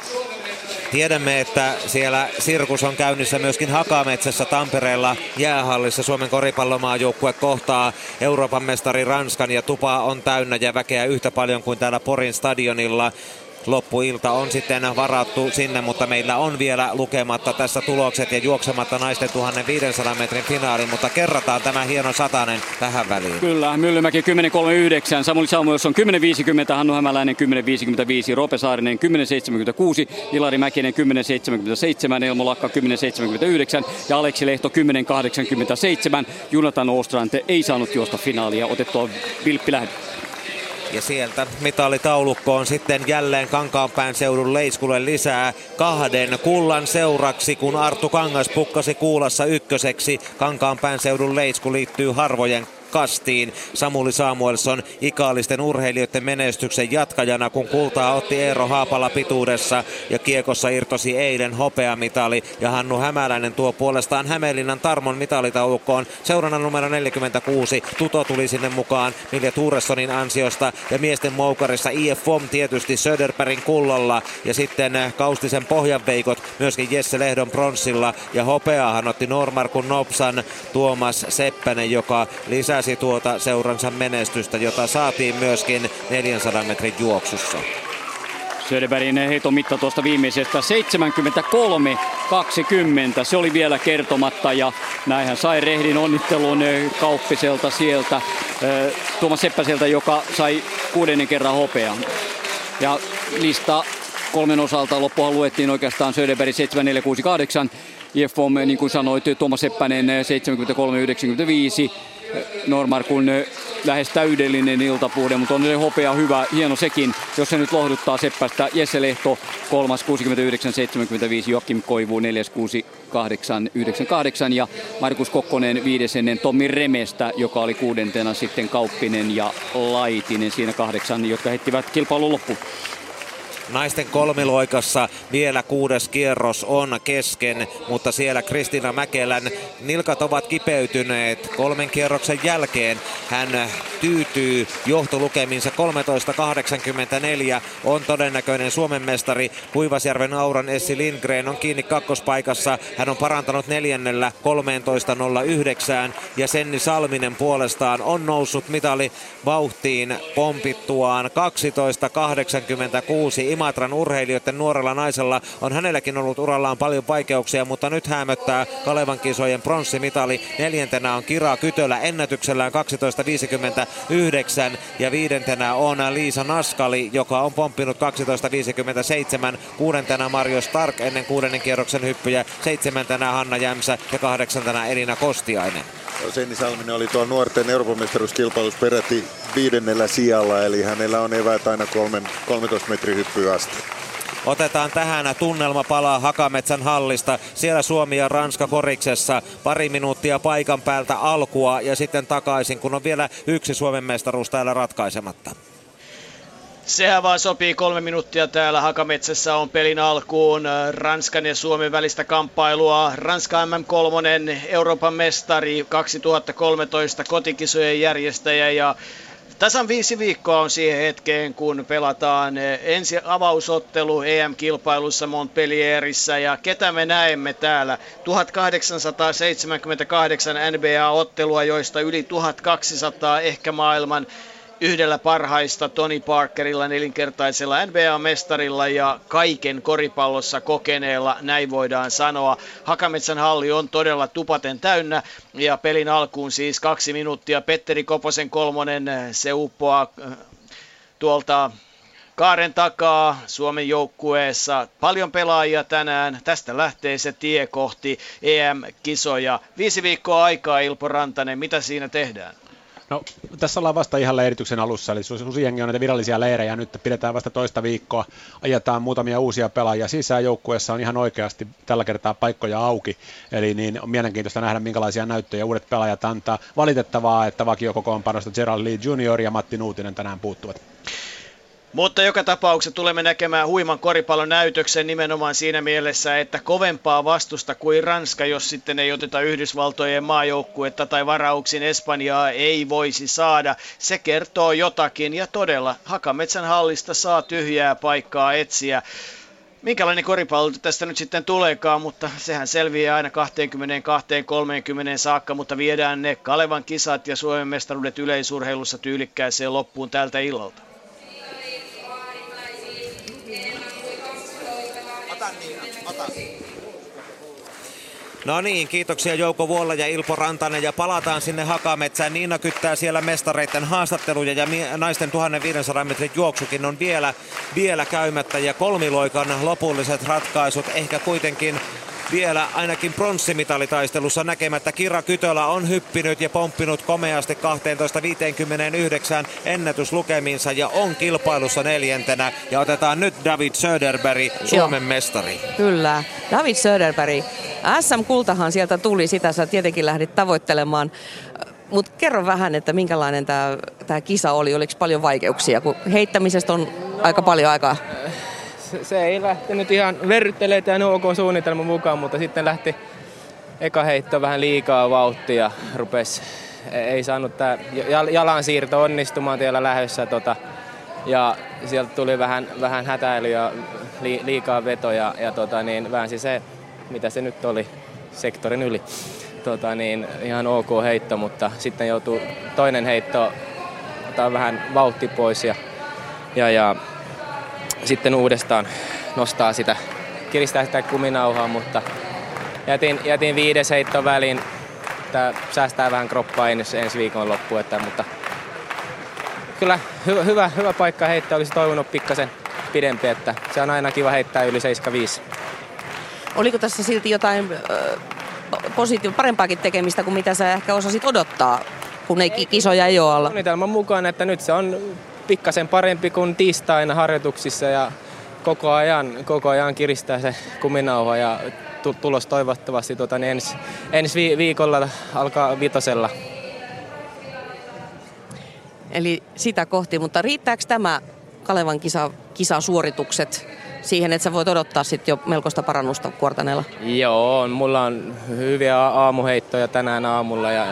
Tiedämme, että siellä sirkus on käynnissä myöskin Hakametsässä Tampereella jäähallissa. Suomen koripallomaajoukkue kohtaa Euroopan mestari Ranskan ja tupa on täynnä ja väkeä yhtä paljon kuin täällä Porin stadionilla. Loppuilta on sitten varattu sinne, mutta meillä on vielä lukematta tässä tulokset ja juoksematta naisten 1500 metrin finaali, mutta kerrataan tämä hieno satanen tähän väliin. Kyllä, Myllymäki 10.39, Samuli Samuelsson 10.50, Hannu Hämäläinen 10.55, Roope Saarinen 10.76, Ilari Mäkinen 10.77, Elmo Lakka 10.79 ja Aleksi Lehto 10.87. Jonathan Ostrand ei saanut juosta finaalia, otettua vilppilähdö. Ja sieltä mitalitaulukkoon sitten jälleen Kankaanpään seudun Leiskulle lisää 2 kullan seuraksi, kun Arttu Kangas pukkasi kuulassa ykköseksi. Kankaanpään seudun Leisku liittyy harvojen kastiin. Samuli Samuelsson ikaalisten urheilijoiden menestyksen jatkajana, kun kultaa otti Eero Haapala pituudessa ja kiekossa irtosi eilen hopeamitali. Ja Hannu Hämäläinen tuo puolestaan Hämeenlinnan Tarmon mitalitaulukkoon seurannan numero 46. Tuto tuli sinne mukaan Milja Turessonin ansiosta ja miesten moukarissa IFFOM tietysti Söderbergin kullolla ja sitten Kaustisen pohjanveikot myöskin Jesse Lehdon pronssilla ja hopeahan otti Normarkun Nopsan Tuomas Seppänen, joka lisäsi tuota seuransa menestystä, jota saatiin myöskin 400 metrin juoksussa. Söderbergin heiton mitta tuosta viimeisestä 73.20. Se oli vielä kertomatta ja näinhän sai rehdin onnittelun Kauppiselta sieltä, Tuomas Seppäseltä, joka sai 6. kerran hopean. Ja lista 3 osalta loppuhan luettiin oikeastaan Söderberg 7468. IFFOM, niin kuin sanoit, Tuomas Seppänen 73.95. Normarkun lähes täydellinen iltapuhde, mutta on hopea hyvä, hieno sekin, jos se nyt lohdutttaa Seppästä. Jesse Lehto 3. 69.75, Joakim Koivu 4. 68.98 ja Markus Kokkonen 5. Tommi Remestä, joka oli 6. sitten Kauppinen ja Laitinen siinä 8, jotka heittivät kilpailun loppuun. Naisten kolmiloikassa vielä 6. kierros on kesken, mutta siellä Kristiina Mäkelän nilkat ovat kipeytyneet 3 kierroksen jälkeen. Hän tyytyy johtolukeminsa 13.84, on todennäköinen Suomen mestari. Kuivasjärven Auran Essi Lindgren on kiinni kakkospaikassa. Hän on parantanut 4. 13.09 ja Senni Salminen puolestaan on noussut mitali vauhtiin pompittuaan 12.86. Imatran urheilijoiden nuorella naisella on hänelläkin ollut urallaan paljon vaikeuksia, mutta nyt hämöttää Kalevan kisojen pronssimitali. 4. on Kira Kytölä ennätyksellään 12.59 ja 5. on Liisa Naskali, joka on pomppinut 12.57. 6. Marjo Stark ennen 6. kierroksen hyppyjä, 7. Hanna Jämsä ja 8. Elina Kostiainen. Senni Salminen oli tuo nuorten Euroopan mestaruuskilpailussa peräti 5. sijalla, eli hänellä on eväät aina 13 metrin hyppyä asti. Otetaan tähän tunnelmapala Hakametsän hallista. Siellä Suomi ja Ranska koriksessa. Pari minuuttia paikan päältä alkua ja sitten takaisin, kun on vielä 1 Suomen mestaruus täällä ratkaisematta. Sehän vaan sopii, 3 minuuttia täällä Hakametsässä on pelin alkuun Ranskan ja Suomen välistä kamppailua. Ranska MM3, Euroopan mestari 2013, kotikisojen järjestäjä ja tasan 5 viikkoa on siihen hetkeen, kun pelataan ensi avausottelu EM-kilpailussa Montpellierissä. Ja ketä me näemme täällä? 1878 NBA-ottelua, joista yli 1200 ehkä maailman yhdellä parhaista Tony Parkerilla, 4-kertaisella NBA-mestarilla ja kaiken koripallossa kokeneella, näin voidaan sanoa. Hakametsän halli on todella tupaten täynnä ja pelin alkuun siis 2 minuuttia. Petteri Koposen 3, se uppoaa tuolta kaaren takaa Suomen joukkueessa. Paljon pelaajia tänään. Tästä lähtee se tie kohti EM-kisoja. 5 viikkoa aikaa, Ilpo Rantanen. Mitä siinä tehdään? No, tässä ollaan vasta ihan leirityksen alussa, eli Susijengi on näitä virallisia leirejä, nyt pidetään vasta toista viikkoa, ajetaan muutamia uusia pelaajia sisään, joukkueessa on ihan oikeasti tällä kertaa paikkoja auki, eli niin on mielenkiintoista nähdä, minkälaisia näyttöjä uudet pelaajat antaa. Valitettavaa, että vakiokokoonpanosta Gerald Lee Jr. ja Matti Nuutinen tänään puuttuvat. Mutta joka tapauksessa tulemme näkemään huiman koripallon näytöksen nimenomaan siinä mielessä, että kovempaa vastusta kuin Ranska, jos sitten ei oteta Yhdysvaltojen maajoukkuetta tai varauksin Espanjaa ei voisi saada. Se kertoo jotakin ja todella Hakametsän hallista saa tyhjää paikkaa etsiä. Minkälainen koripallo tästä nyt sitten tuleekaan, mutta sehän selviää aina 20-30 saakka, mutta viedään ne Kalevan kisat ja Suomen mestaruudet yleisurheilussa tyylikkääseen loppuun tältä illalta. No niin, kiitoksia Jouko Vuolla ja Ilpo Rantanen ja palataan sinne Hakametsään. Niina kyttää siellä mestareiden haastatteluja ja naisten 1500 metrin juoksukin on vielä käymättä ja kolmiloikan lopulliset ratkaisut ehkä kuitenkin vielä ainakin pronssimitalitaistelussa näkemättä. Kira Kytölä on hyppinyt ja pomppinut komeasti 12.59 ennätyslukemiinsa ja on kilpailussa 4. Ja otetaan nyt David Söderberg, Suomen mestari. Kyllä, David Söderberg. SM-kultahan sieltä tuli, sitä sä tietenkin lähdit tavoittelemaan. Mutta kerro vähän, että minkälainen tämä kisa oli. Oliko paljon vaikeuksia, kun heittämisestä on aika paljon aikaa? Se ei lähtenyt ihan verryttelee tämän OK-suunnitelman mukaan, mutta sitten lähti eka heitto vähän liikaa vauhtia. Ei saanut tämä jalansiirto onnistumaan siellä lähdössä. Ja sieltä tuli vähän hätäilyä ja liikaa vetoja ja väänsi se, mitä se nyt oli, sektorin yli. Ihan ok heitto, mutta sitten joutuu toinen heitto ottaa vähän vauhti pois ja sitten uudestaan nostaa sitä, kiristää sitä kuminauhaa, mutta jätin 5. heitton väliin. Tää säästää vähän kroppaa ensi viikon loppuun, mutta kyllä hyvä paikka heittää, olisi toivonut pikkasen pidempi, että se on aina kiva heittää yli 75. Oliko tässä silti jotain parempaakin tekemistä kuin mitä sä ehkä osasit odottaa, kun kisoja ei ole alla? Suunnitelman mukaan, että nyt se on pikkasen parempi kuin tiistaina harjoituksissa ja koko ajan kiristää se kuminauha ja tulos toivottavasti ensi viikolla alkaa 5. Eli sitä kohti, mutta riittääkö tämä Kalevan kisasuoritukset siihen, että sä voit odottaa sitten jo melkoista parannusta Kuortaneella? Joo, mulla on hyviä aamuheittoja tänään aamulla ja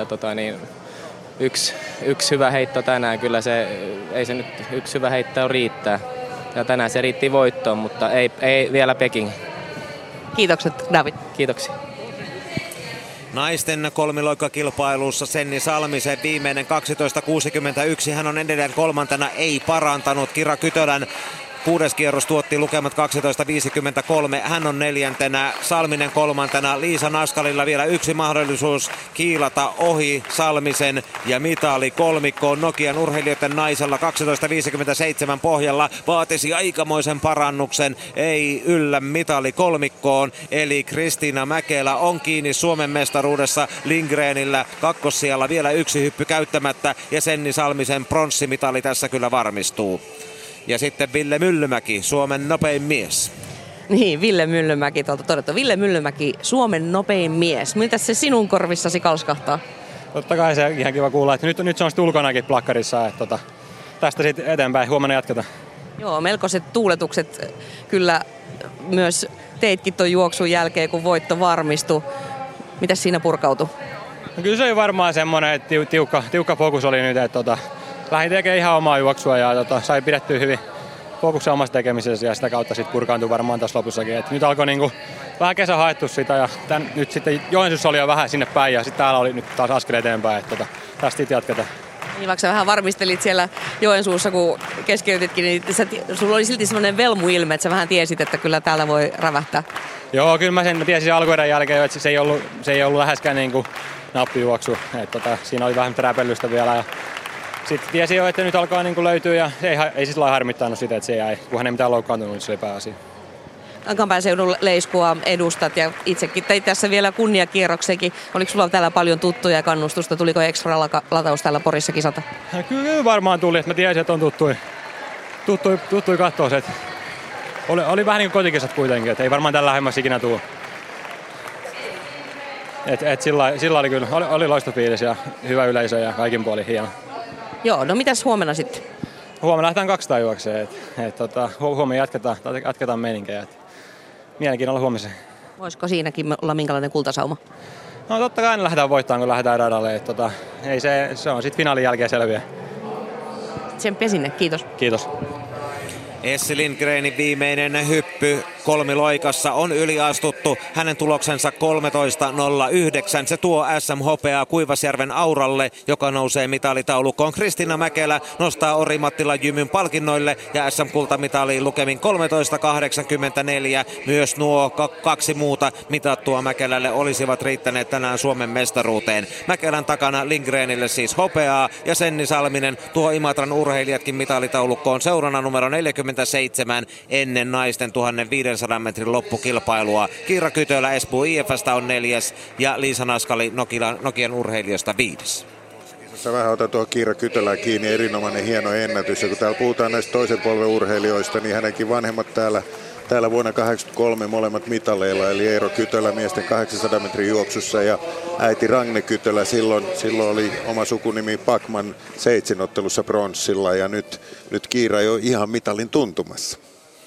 yksi hyvä heitto tänään, kyllä ei se nyt yksi hyvä heitto riittää. Ja tänään se riitti voittoon, mutta ei vielä Peking. Kiitokset, David. Kiitoksia. Naisten kolmiloikkakilpailussa Senni Salmisen viimeinen 12.61. Hän on edelleen 3. ei parantanut. Kira Kytölän 6. kierros tuotti lukemat 12.53. Hän on 4. Salminen 3. Liisa Naskalilla vielä yksi mahdollisuus kiilata ohi Salmisen ja mitali kolmikkoon. Nokian urheilijoiden naisella 12.57 pohjalla vaatisi aikamoisen parannuksen. Ei yllä mitali kolmikkoon. Eli Kristiina Mäkelä on kiinni Suomen mestaruudessa Lindgrenillä. Kakkossijalla vielä yksi hyppy käyttämättä ja Senni Salmisen pronssimitali tässä kyllä varmistuu. Ja sitten Ville Myllymäki, Suomen nopein mies. Niin, Ville Myllymäki tuolta todettu. Ville Myllymäki, Suomen nopein mies. Mitäs se sinun korvissasi kalskahtaa? Totta kai se ihan kiva kuulla, että nyt se on sitten ulkonakin plakkarissa. Että tästä sitten eteenpäin, huomenna jatketaan. Joo, melkoiset tuuletukset kyllä myös teitkin tuon juoksun jälkeen, kun voitto varmistui. Mitäs siinä purkautui? No kyllä se oli varmaan semmoinen, että tiukka fokus oli nyt, että lähdin tekemään ihan omaa juoksua ja sai pidettyä hyvin fokuksen omassa tekemisessä ja sitä kautta sitten purkaantui varmaan tässä lopussakin. Et nyt alkoi vähän kesä haettu sitä ja nyt sitten Joensuussa oli jo vähän sinne päin ja sitten täällä oli nyt taas askel eteenpäin, että tästä sitten jatketaan. Niin, vaikka sä vähän varmistelit siellä Joensuussa, kun keskeytitkin, niin sulla oli silti semmoinen velmuilme, että sä vähän tiesit, että kyllä täällä voi rävähtää. Joo, kyllä mä tiesin alkuerän jälkeen jo, että se ei ollut läheskään nappijuoksu. Siinä oli vähän räpellystä vielä ja sitten tiesi jo, että nyt alkaa löytyä ja ei sillä lailla harmittanut sitä, että se jäi. Kun hän ei mitään loukkaantunut, niin se oli pääasia. Kankaanpään seudun leiskua edustat ja itsekin teit tässä vielä kunniakierroksenkin. Oliko sulla täällä paljon tuttuja ja kannustusta? Tuliko ekstra lataus täällä Porissa kisata? Kyllä varmaan tuli, että mä tiesin, että on tuttui katsoa se. Oli vähän niin kuin kotikisat kuitenkin, että ei varmaan tällä lähemmässä ikinä tule. Sillä oli kyllä, oli loistofiilis ja hyvä yleisö ja kaikin puolin hieno. Joo, no mitäs huomenna sitten? Huomenna lähdetään 200 juokseen, huomenna jatketaan meininkiä. Mielenkiinnolla huomiseen. Voisiko siinäkin olla minkälainen kultasauma? No totta kai aina lähdetään voittamaan, kun lähdetään radalle. Ei se on sitten finaalin jälkeen selviä. Tsemppiä sinne, kiitos. Kiitos. Essi Lindgrenin viimeinen hyppy kolmiloikassa on yliastuttu. Hänen tuloksensa 13.09. Se tuo SM-hopeaa Kuivasjärven Auralle, joka nousee mitalitaulukkoon. Kristiina Mäkelä nostaaOri-Mattila jymyn palkinnoille ja SM-kultamitaliin lukemin 13.84. Myös nuo kaksi muuta mitattua Mäkelälle olisivat riittäneet tänään Suomen mestaruuteen. Mäkelän takana Lindgrenille siis hopeaa ja Senni Salminen tuo Imatran urheilijatkin mitalitaulukkoon seurana numero 47 ennen naisten 1500 metrin loppukilpailua. Kiira Kytölä Espoo IF:stä on 4. ja Liisa Naskali Nokian urheilijoista 5. Sä vähän otan tuohon Kiira Kytölään kiinni, erinomainen hieno ennätys. Ja kun täällä puhutaan näistä toisen polven urheilijoista, niin hänenkin vanhemmat täällä vuonna 1983 molemmat mitaleilla, eli Eero Kytölä miesten 800 metrin juoksussa ja äiti Ragne Kytölä silloin oli oma sukunimi Backman seitsinottelussa pronssilla ja nyt Kiira jo ihan mitalin tuntumassa.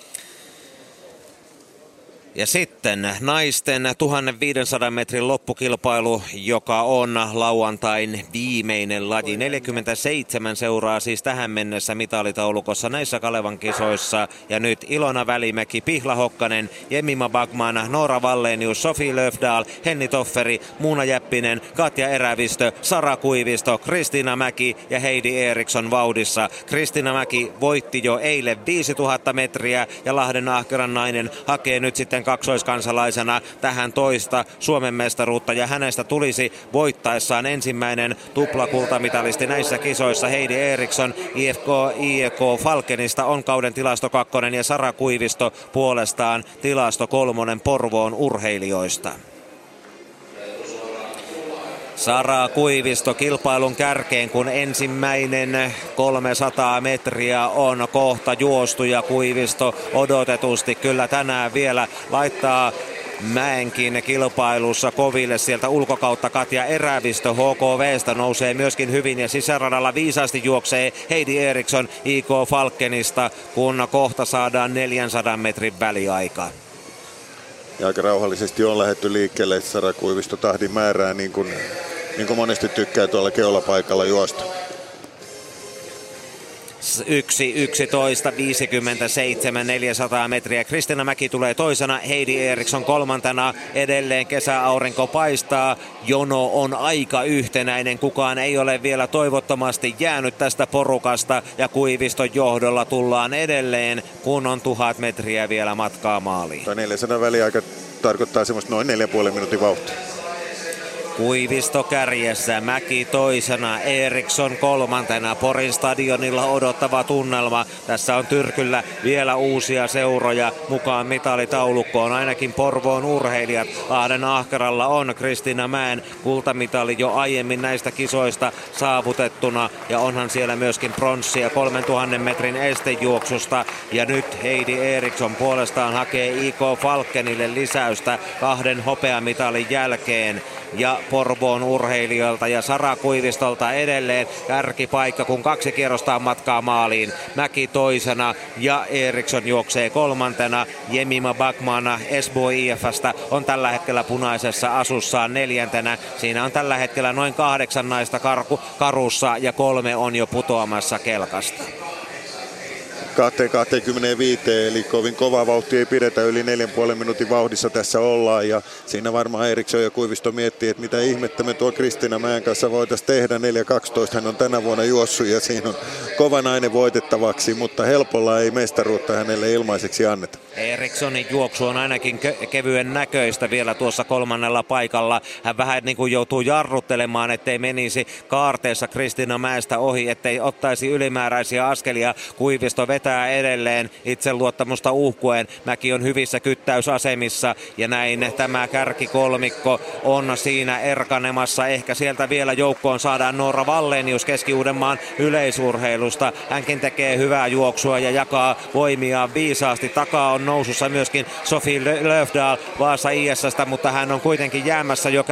Ja sitten naisten 1500 metrin loppukilpailu, joka on lauantain viimeinen laji. 47 seuraa siis tähän mennessä mitalitaulukossa näissä Kalevan kisoissa. Ja nyt Ilona Välimäki, Pihla Hokkanen, Jemima Backman, Noora Wallenius, Sofi Löfdahl, Henni Tofferi, Muuna Jäppinen, Katja Erävistö, Sara Kuivisto, Kristiina Mäki ja Heidi Eriksson vauhdissa. Kristiina Mäki voitti jo eilen 5000 metriä ja Lahden ahkeran nainen hakee nyt sitten kaksoiskansalaisena tähän toista Suomen mestaruutta ja hänestä tulisi voittaessaan ensimmäinen tuplakultamitalisti näissä kisoissa. Heidi Eriksson IEK Falkenista on kauden tilasto 2 ja Sara Kuivisto puolestaan tilasto 3 Porvoon urheilijoista. Sara Kuivisto kilpailun kärkeen, kun ensimmäinen 300 metriä on kohta juostu ja Kuivisto odotetusti kyllä tänään vielä laittaa mäenkin kilpailussa koville sieltä ulkokautta. Katja Erävistö HKV:stä nousee myöskin hyvin ja sisäradalla viisaasti juoksee Heidi Eriksson IK Falkenista, kun kohta saadaan 400 metrin väliaika. Ja aika rauhallisesti on lähdetty liikkeelle. Sara Kuivisto tahdin määrää niin kuin monesti tykkää tuolla keulapaikalla juosta. 1.11.57 400 metriä. Kristiina Mäki tulee toisena, Heidi Eriksson kolmantena. Edelleen kesäaurinko paistaa. Jono on aika yhtenäinen. Kukaan ei ole vielä toivottomasti jäänyt tästä porukasta. Ja Kuiviston johdolla tullaan edelleen, kun on 1000 metriä vielä matkaa maaliin. Tuo 400 väliaika tarkoittaa semmoista noin 4,5 minuutin vauhtia. Kuivisto kärjessä, Mäki toisena, Eriksson kolmantena. Porin stadionilla odottava tunnelma. Tässä on Tyrkyllä vielä uusia seuroja mukaan mitalitaulukkoon. Ainakin Porvoon urheilijat. Lahden ahkeralla on Kristiina Mäen kultamitali jo aiemmin näistä kisoista saavutettuna. Ja onhan siellä myöskin pronssia 3000 metrin estejuoksusta. Ja nyt Heidi Eriksson puolestaan hakee IK Falkenille lisäystä 2 hopeamitalin jälkeen. Ja Porvoon urheilijoilta ja Sara Kuivistolta edelleen kärkipaikka, kun 2 kierrosta on matkaa maaliin. Mäki toisena ja Eriksson juoksee kolmantena. Jemima Backman Espoo IF:stä on tällä hetkellä punaisessa asussaan 4. Siinä on tällä hetkellä noin 8 naista karussa ja 3 on jo putoamassa kelkasta. 2.25, eli kovin kova vauhti ei pidetä, yli 4,5 minuutin vauhdissa tässä ollaan ja siinä varmaan Eriksson ja Kuivisto miettii, että mitä ihmettä me tuo Kristiina Mäen kanssa voitaisiin tehdä. 4.12 hän on tänä vuonna juossut ja siinä kova nainen voitettavaksi, mutta helpolla ei mestaruutta hänelle ilmaiseksi anneta. Erikssonin juoksu on ainakin kevyen näköistä vielä tuossa kolmannella paikalla. Hän vähän niin kuin joutuu jarruttelemaan, ettei menisi kaarteessa Kristiina Mäestä ohi, ettei ottaisi ylimääräisiä askelia. Kuivisto vetää edelleen itseluottamusta uhkuen. Mäki on hyvissä kyttäysasemissa ja näin tämä kärkikolmikko on siinä erkanemassa. Ehkä sieltä vielä joukkoon saadaan Noora Wallenius Keski-Uudenmaan yleisurheilusta. Hänkin tekee hyvää juoksua ja jakaa voimiaan viisaasti. Takaa on nousussa myöskin Sofie Löfdahl Vaasa IS:stä, mutta hän on kuitenkin jäämässä jo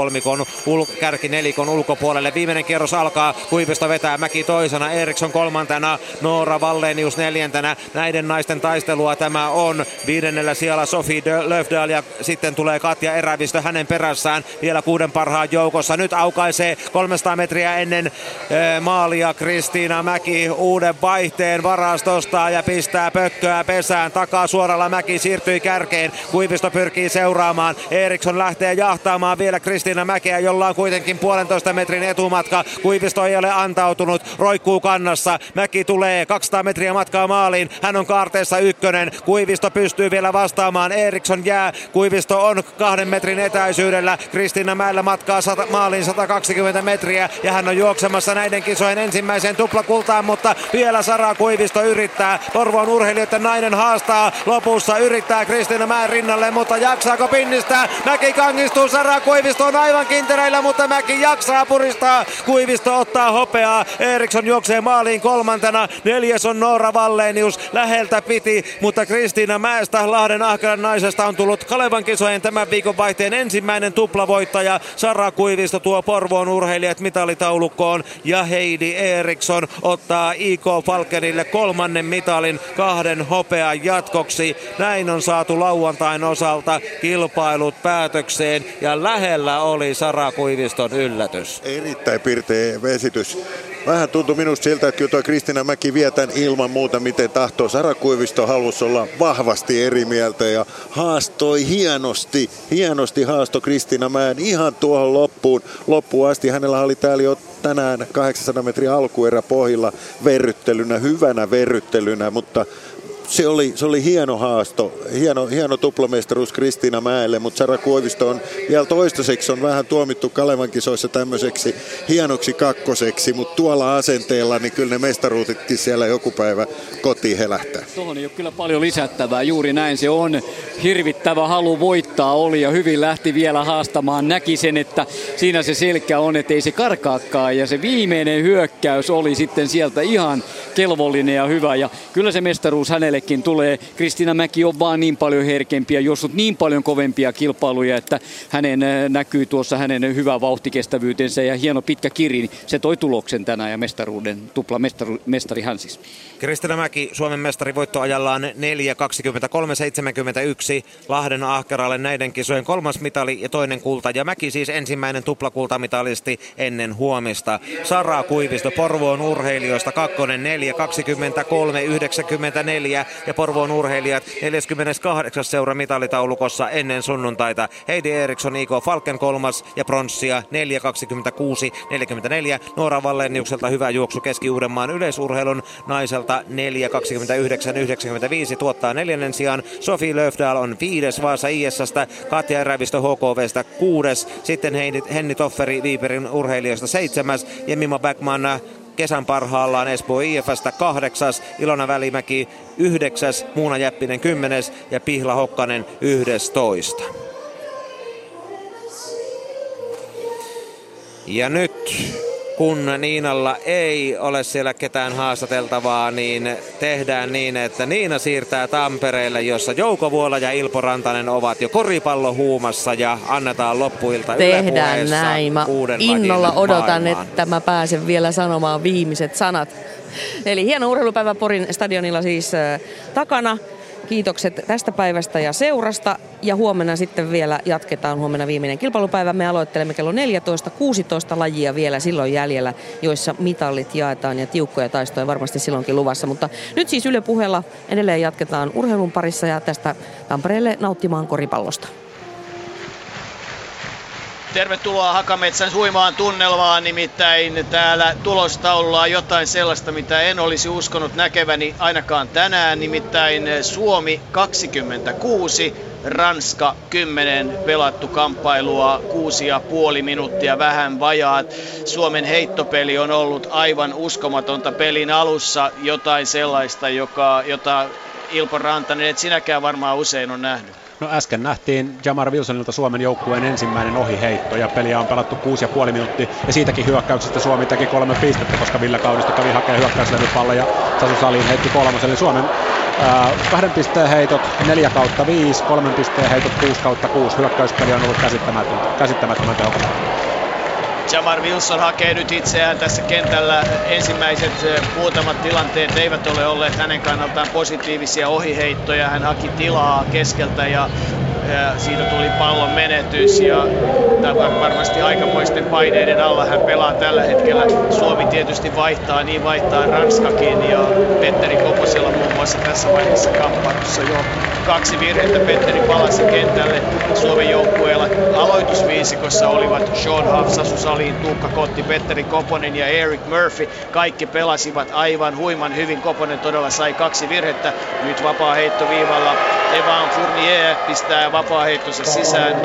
kärkinelikon ulkopuolelle. Viimeinen kierros alkaa. Kuivisto vetää, Mäki toisena, Eriksson kolmantena, Noora Wallenius neljäntenä. Näiden naisten taistelua tämä on. 5. sijalla Sofie Löfdahl ja sitten tulee Katja Erävistö hänen perässään vielä 6 parhaan joukossa. Nyt aukaisee 300 metriä ennen maalia Kristiina Mäki uuden vaihteen varastosta ja pistää pökköä pesään. Takaa suoralla Mäki siirtyi kärkeen. Kuivisto pyrkii seuraamaan. Eriksson lähtee jahtaamaan vielä Kristiina Mäkeä, jolla on kuitenkin 1,5 metrin etumatka. Kuivisto ei ole antautunut, roikkuu kannassa. Mäki tulee 200 metriä matkaa maaliin. Hän on kaarteessa ykkönen. Kuivisto pystyy vielä vastaamaan. Eriksson jää. Kuivisto on 2 metrin etäisyydellä. Kristiina Mäellä matkaa maaliin 120 metriä ja hän on juoksemassa näiden kisojen ensimmäiseen tuplakultaan, mutta vielä Sara Kuivisto yrittää. Porvoon urheilijoiden nainen haastaa lopussa, yrittää Kristiina Mäen rinnalle, mutta jaksaako pinnistää? Mäki kangistuu, Sara Kuivisto on aivan kintereillä, mutta Mäki jaksaa puristaa. Kuivisto ottaa hopeaa. Eriksson juoksee maaliin 3. 4. on Noora Wallenius. Läheltä piti, mutta Kristiina Mäestä, Lahden ahkeran naisesta, on tullut Kalevan kisojen tämän viikon vaihteen ensimmäinen tuplavoittaja. Sara Kuivisto tuo Porvoon urheilijat mitalitaulukkoon ja Heidi Eriksson ottaa IK Falkenille 3. mitalin 2 hopean jatkoksi. Näin on saatu lauantain osalta kilpailut päätökseen ja lähellä oli Sara Kuiviston yllätys. Erittäin pirteä esitys. Vähän tuntui minusta siltä, että kyllä tuo Kristiina Mäki vie tämän ilman muuta miten tahtoo. Sara Kuivisto halusi olla vahvasti eri mieltä ja haastoi hienosti haastoi Kristiina Mäen ihan tuohon loppuun asti. Hänellä oli täällä jo tänään 800 metrin alkuerä pohjilla hyvänä verryttelynä, mutta se oli hieno haasto, hieno tuplamestaruus Kristiina Mäelle, mutta Sara Kuivisto on vielä toistaiseksi on vähän tuomittu Kalevan kisoissa tämmöiseksi hienoksi kakkoseksi, mutta tuolla asenteella niin kyllä ne mestaruutitkin siellä joku päivä kotiin helähtää. Tuohon ei ole kyllä paljon lisättävää, juuri näin se on. Hirvittävä halu voittaa oli ja hyvin lähti vielä haastamaan. Näki sen, että siinä se selkä on, että ei se karkaakaan ja se viimeinen hyökkäys oli sitten sieltä ihan kelvollinen ja hyvä ja kyllä se mestaruus hänellekin tulee. Kristiina Mäki on vaan niin paljon herkempiä, juossut niin paljon kovempia kilpailuja, että hänen näkyy tuossa hänen hyvä vauhtikestävyytensä ja hieno pitkä kiri. Se toi tuloksen tänään ja mestaruuden tuplamestari hän siis. Kristiina Mäki Suomen mestari voittoajallaan 4.23.71. Lahden ahkeralle näiden kisojen 3. mitali ja 2. kulta. Ja Mäki siis ensimmäinen tuplakultamitalisti ennen huomista. Sara Kuivisto Porvoon urheilijoista 2. 4.23.94 ja Porvoon urheilijat 48. seura mitalitaulukossa ennen sunnuntaita. Heidi Eriksson IK Falken 3. ja pronssia 4.26.44. Noora Walleniukselta hyvä juoksu Keski-Uudenmaan yleisurheilun naiselta 4.29.95 tuottaa 4. sijaan. Sofie Löfdahl on 5. Vaasa IS:stä, Katja Erävistö HKV:stä 6. Sitten Henni Tofferi Viiperin urheilijoista 7. ja Mimmo Backman kesän parhaallaan Espoo IF:stä 8. Ilona Välimäki 9. Muuna Jäppinen 10. ja Pihla Hokkanen 11. Ja nyt kun Niinalla ei ole siellä ketään haastateltavaa, niin tehdään niin, että Niina siirtää Tampereelle, jossa Jouko Vuola ja Ilpo Rantanen ovat jo koripallohuumassa ja annetaan loppuilta tehdään näin. Mä innolla odotan, maailmaan. että mä pääsen vielä sanomaan viimeiset sanat. Eli hieno urheilupäivä Porin stadionilla siis takana. Kiitokset tästä päivästä ja seurasta. Ja huomenna sitten vielä jatketaan huomenna viimeinen kilpailupäivä. Me aloittelemme kello 14, 16 lajia vielä silloin jäljellä, joissa mitallit jaetaan ja tiukkoja taistoja varmasti silloinkin luvassa. Mutta nyt siis Yle Puheella edelleen jatketaan urheilun parissa ja tästä Tampereelle nauttimaan koripallosta. Tervetuloa Hakametsän huimaan tunnelmaan, nimittäin täällä tulostaululla on jotain sellaista, mitä en olisi uskonut näkeväni ainakaan tänään, nimittäin Suomi 26, Ranska 10 pelattu kamppailua 6,5 minuuttia vähän vajaat. Suomen heittopeli on ollut aivan uskomatonta pelin alussa, jotain sellaista, jota Ilpo Rantanen, et sinäkään varmaan usein on nähnyt. No äsken nähtiin Jamar Wilsonilta Suomen joukkueen ensimmäinen ohiheitto ja peliä on pelattu 6,5 minuuttia ja siitäkin hyökkäyksestä Suomi teki 3 pistettä, koska Ville Kaunisto kävi hakemaan hyökkäyslevypallon ja Sasu Salin heitti 3. Eli Suomen 2 pisteen heitot 4/5, 3 pisteen heitot 6/6. Hyökkäyspeli on ollut käsittämättömän tehokasta. Jamar Wilson hakee nyt itseään tässä kentällä. Ensimmäiset muutamat tilanteet eivät ole olleet hänen kannaltaan positiivisia ohiheittoja. Hän haki tilaa keskeltä ja siitä tuli pallon menetys ja varmasti aikamoisten paineiden alla hän pelaa tällä hetkellä. Suomi tietysti vaihtaa, niin vaihtaa Ranskakin ja Petteri Koposella muun muassa tässä vaiheessa kamppailussa jo 2 virhettä. Petteri palasi kentälle. Suomen joukkueella aloitusviisikossa olivat Sean Huff, Sasu Salin, Tuukka Kotti, Petteri Koponen ja Eric Murphy. Kaikki pelasivat aivan huiman hyvin. Koponen todella sai 2 virhettä. Nyt vapaa heittoviivalla Evan Fournier pistää vapaaheittonsa sisään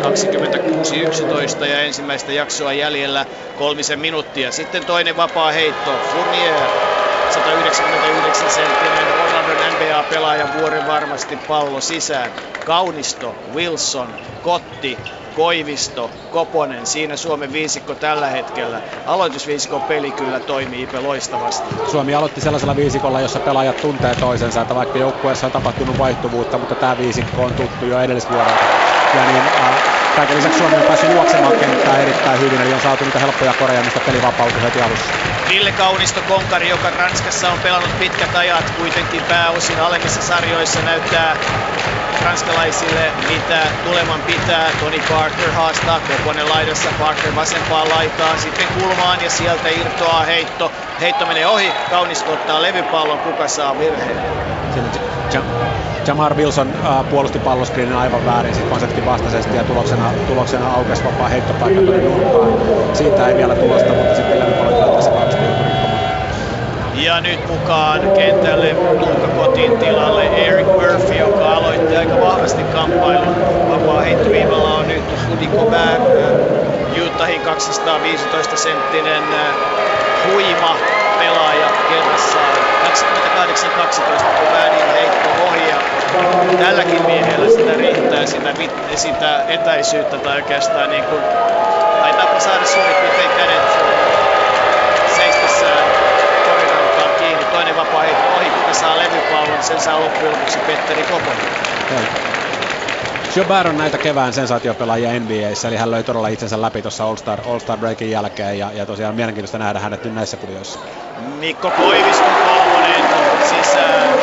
26-11 ja ensimmäistä jaksoa jäljellä 3 minuuttia. Sitten toinen vapaa heitto. Fournier, 199 senttinen Orlandon NBA-pelaaja, vuoren varmasti pallo sisään. Kaunisto, Wilson, Kotti, Koivisto, Koponen, siinä Suomen viisikko tällä hetkellä. Aloitusviisikon peli kyllä toimii Ipe loistavasti. Suomi aloitti sellaisella viisikolla, jossa pelaajat tuntee toisensa, että vaikka joukkueessa on tapahtunut vaihtuvuutta, mutta tämä viisikko on tuttu jo edellisvuodelta. Ja niin, kaiken lisäksi Suomi on päässyt juoksemaan kenttää erittäin hyvin, eli on saatu niitä helppoja koreja, mistä peli vapautui heti alussa. Ville Kaunisto, konkari, joka Ranskassa on pelannut pitkät ajat, kuitenkin pääosin alemmissa sarjoissa, näyttää ranskalaisille mitä tuleman pitää. Tony Parker haastaa, Koponen laidassa, Parker vasempaan laitaan, sitten kulmaan ja sieltä irtoaa heitto. Heitto menee ohi, Kaunisto ottaa levypallon, kuka saa virheen? Jamar Wilson puolusti palloskriinin aivan väärin sit konseptin vastaisesti ja tuloksena aukesi vapaa heittopaikka tuonne nurkkaan. Siitä ei vielä tulosta, mutta sitten levypallon tilanteessa varmasti joutui rikkomaan. Ja nyt mukaan kentälle Tuukka Kotin tilalle Eric Murphy, joka aloitti aika vahvasti kamppailun. Vapaa heittoviivalla on nyt Rudy Gobert, Utahin 215 senttinen huima pelaaja kerrassaan. 28-12 Gobertin heitto ohi ja tälläkin miehellä sitä riittää sitä etäisyyttä tai oikeastaan niin kuin taitaapa saada suurin piirtein kädet seistessään korinautaan kiinni. Toinen vapaa heitto ohi, kuka saa levypallon, sen saa loppujen lopuksi Petteri Koponen. Gobert on näitä kevään sensaatiopelaajia NBA:ssä, eli hän löi todella itsensä läpi tuossa All-Star breakin jälkeen ja tosiaan mielenkiintoista nähdä hänet nyt näissä kuvioissa. Mikko Koiviston kolmonen sisään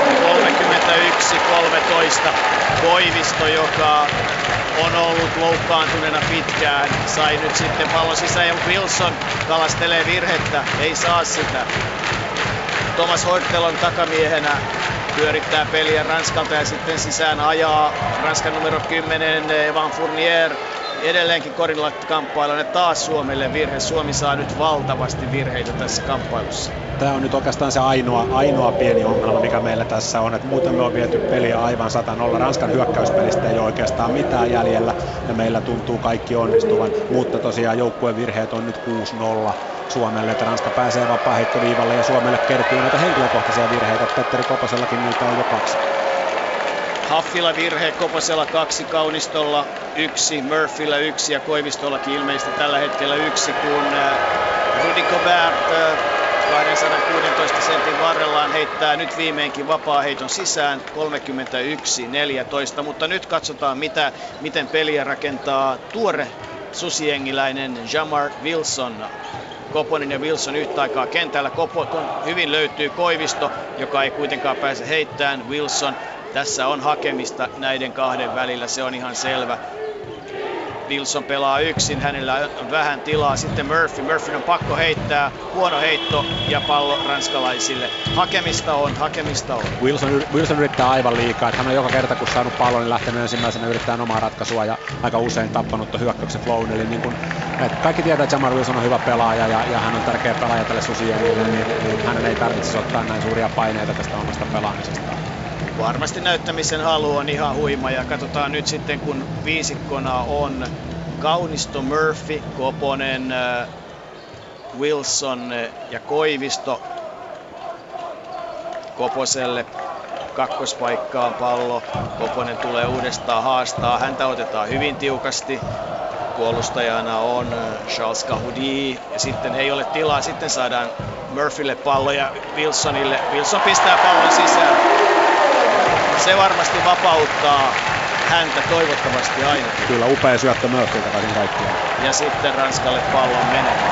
31-13. Koivisto, joka on ollut loukkaantuneena pitkään, sai nyt sitten pallon sisään ja Wilson kalastelee virhettä, ei saa sitä. Thomas Hortelon takamiehenä pyörittää peliä Ranskalta ja sitten sisään ajaa Ranskan numero 10 Evan Fournier. Edelleenkin korilla kamppailuun ja taas Suomelle virhe. Suomi saa nyt valtavasti virheitä tässä kamppailussa. Tämä on nyt oikeastaan se ainoa pieni ongelma, mikä meillä tässä on, että muuten me on viety peliä aivan 100-0. Ranskan hyökkäyspelistä ei ole oikeastaan mitään jäljellä ja meillä tuntuu kaikki onnistuvan, mutta tosiaan joukkueen virheet on nyt 6-0 Suomelle, että Ranska pääsee vapaaheittoviivalle ja Suomelle kertyy näitä henkilökohtaisia virheitä. Petteri Koposellakin niitä on jo 2. Haffilla virhe, Koposella 2, Kaunistolla 1, Murphyllä 1 ja Koivistollakin ilmeisesti tällä hetkellä 1, kun Rudy Gobert 216 sentin varrellaan heittää nyt viimeinkin vapaaheiton sisään 31-14, mutta nyt katsotaan miten peliä rakentaa tuore susiengiläinen Jamar Wilson. Koponen ja Wilson yhtä aikaa kentällä. Hyvin löytyy Koivisto, joka ei kuitenkaan pääse heittämään. Wilson, tässä on hakemista näiden kahden välillä, se on ihan selvä. Wilson pelaa yksin, hänellä on vähän tilaa. Sitten Murphy on pakko heittää. Huono heitto ja pallo ranskalaisille. Hakemista on. Wilson yrittää aivan liikaa. Hän on joka kerta kun saanut pallon, niin lähtenyt ensimmäisenä yrittämään omaa ratkaisua ja aika usein tappanut tuon hyökkäyksen flown. Eli niin kun, kaikki tietää, että Jamar Wilson on hyvä pelaaja ja hän on tärkeä pelaaja tälle Susienille, niin hänen ei tarvitse ottaa näin suuria paineita tästä omasta pelaamisestaan. Varmasti näyttämisen halu on ihan huima ja katsotaan nyt sitten kun viisikkona on Kaunisto, Murphy, Koponen, Wilson ja Koivisto. Koposelle kakkospaikkaan pallo. Koponen tulee uudestaan haastaa. Häntä otetaan hyvin tiukasti. Puolustajana on Charles Cahoudi ja sitten ei ole tilaa. Sitten saadaan Murphylle pallo ja Wilsonille. Wilson pistää pallon sisään. Se varmasti vapauttaa häntä toivottavasti ainakin. Kyllä, upea syöttö Murphyltä kaiken kaikkiaan. Ja sitten Ranskalle pallon menetys.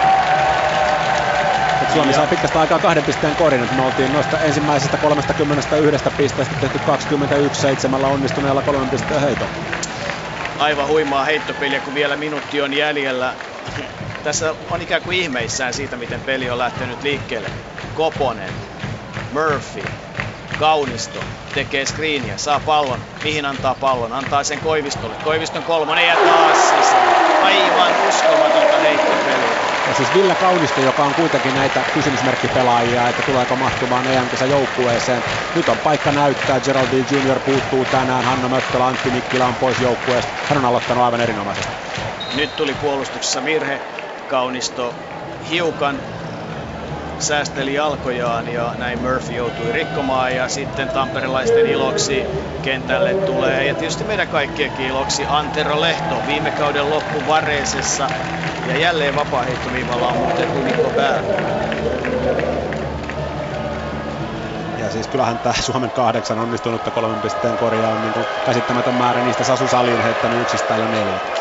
Suomi sai pitkästä aikaa 2 pisteen korin. Me oltiin noista ensimmäisestä 31 pisteestä tehty 21-7 onnistuneella 3 pisteen heitolla. Aivan huimaa heittopeliä, kun vielä minuutti on jäljellä. Tässä on ikään kuin ihmeissään siitä, miten peli on lähtenyt liikkeelle. Koponen, Murphy, Kaunisto tekee screeniä, saa pallon. Mihin antaa pallon? Antaa sen Koivistolle. Koiviston kolmonen ja taas sisään. Aivan uskomatonta heittopeliä. Ja siis Ville Kaunisto, joka on kuitenkin näitä kysymysmerkkipelaajia, että tuleeko mahtumaan EM-kisän joukkueeseen. Nyt on paikka näyttää. Gerald Jr. puuttuu tänään. Hanna Möttölä, Antti Mikkilä on pois joukkueesta. Hän on aloittanut aivan erinomaisesti. Nyt tuli puolustuksessa virhe. Kaunisto hiukan säästeli jalkojaan ja näin Murphy joutui rikkomaan ja sitten tamperelaisten iloksi kentälle tulee ja tietysti meidän kaikkienkin iloksi Antero Lehto viime kauden loppu Vareisessa ja jälleen vapaaheittoviivalla on muuten Unico Bär. Ja siis kyllähän tämä Suomen 8 onnistunutta 3 pisteen korjaa on niin kuin käsittämätön määrä, niistä Sasu Salin heittänyt yksistään jo 4.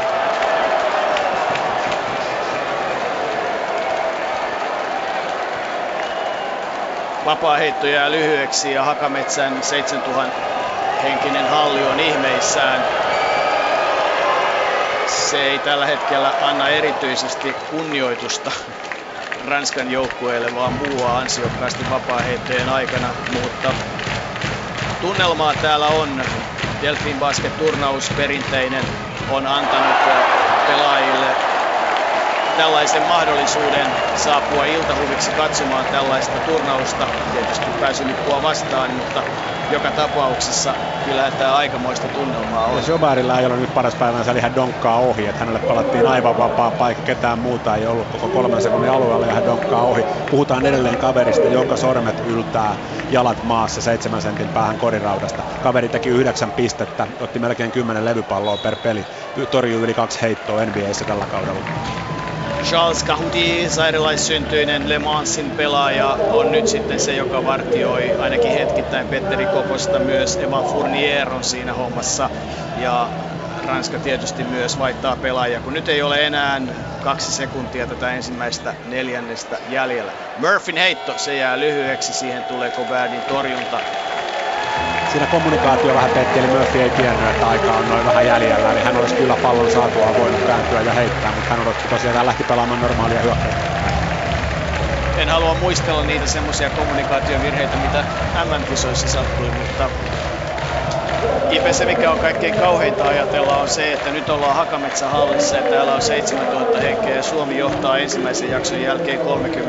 Vapaaheitto jää lyhyeksi ja Hakametsän 7000 henkinen halli on ihmeissään. Se ei tällä hetkellä anna erityisesti kunnioitusta Ranskan joukkueelle, vaan muuaa ansiokkaasti vapaaheittojen aikana. Mutta tunnelmaa täällä on. Delfin Basket-turnaus perinteinen on antanut pelaajille tällaisen mahdollisuuden saapua iltahuviksi katsomaan tällaista turnausta. Tietysti pääsylippua vastaan, mutta joka tapauksessa kyllähän tämä aikamoista tunnelmaa on. Ja Jobarilla ei ole nyt paras päivänsä, eli hän donkkaa ohi, että hänelle palattiin aivan vapaa paikka, ketään muuta ei ollut koko 3 sekunnin alueella ja hän donkkaa ohi. Puhutaan edelleen kaverista, jonka sormet yltää jalat maassa 7 sentin päähän koriraudasta. Kaveri teki 9 pistettä, otti melkein 10 levypalloa per peli, torjui yli 2 heittoa NBA:ssä tällä kaudella. Charles Cahoudi, sairelaissyntyinen Le Mansin pelaaja, on nyt sitten se, joka vartioi ainakin hetkittäin Petteri Koposta. Myös Evan Fournier on siinä hommassa ja Ranska tietysti myös vaihtaa pelaajia, kun nyt ei ole enää 2 sekuntia tätä ensimmäistä neljännestä jäljellä. Murphyn heitto, se jää lyhyeksi, siihen tulee Cobertin torjunta. Siinä kommunikaatio vähän petti, eli Murphy ei tiennyt, että aika on noin vähän jäljellä, eli hän olisi kyllä pallon saatua voinut kääntyä ja heittää, mutta hän odotti tosiaan, hän lähti pelaamaan normaalia hyökkäystä. En halua muistella niitä semmoisia kommunikaatiovirheitä, mitä MM-kisoissa sattui, mutta se mikä on kaikkein kauheinta ajatella on se, että nyt ollaan Hakametsän hallissa ja täällä on 7000 henkeä ja Suomi johtaa ensimmäisen jakson jälkeen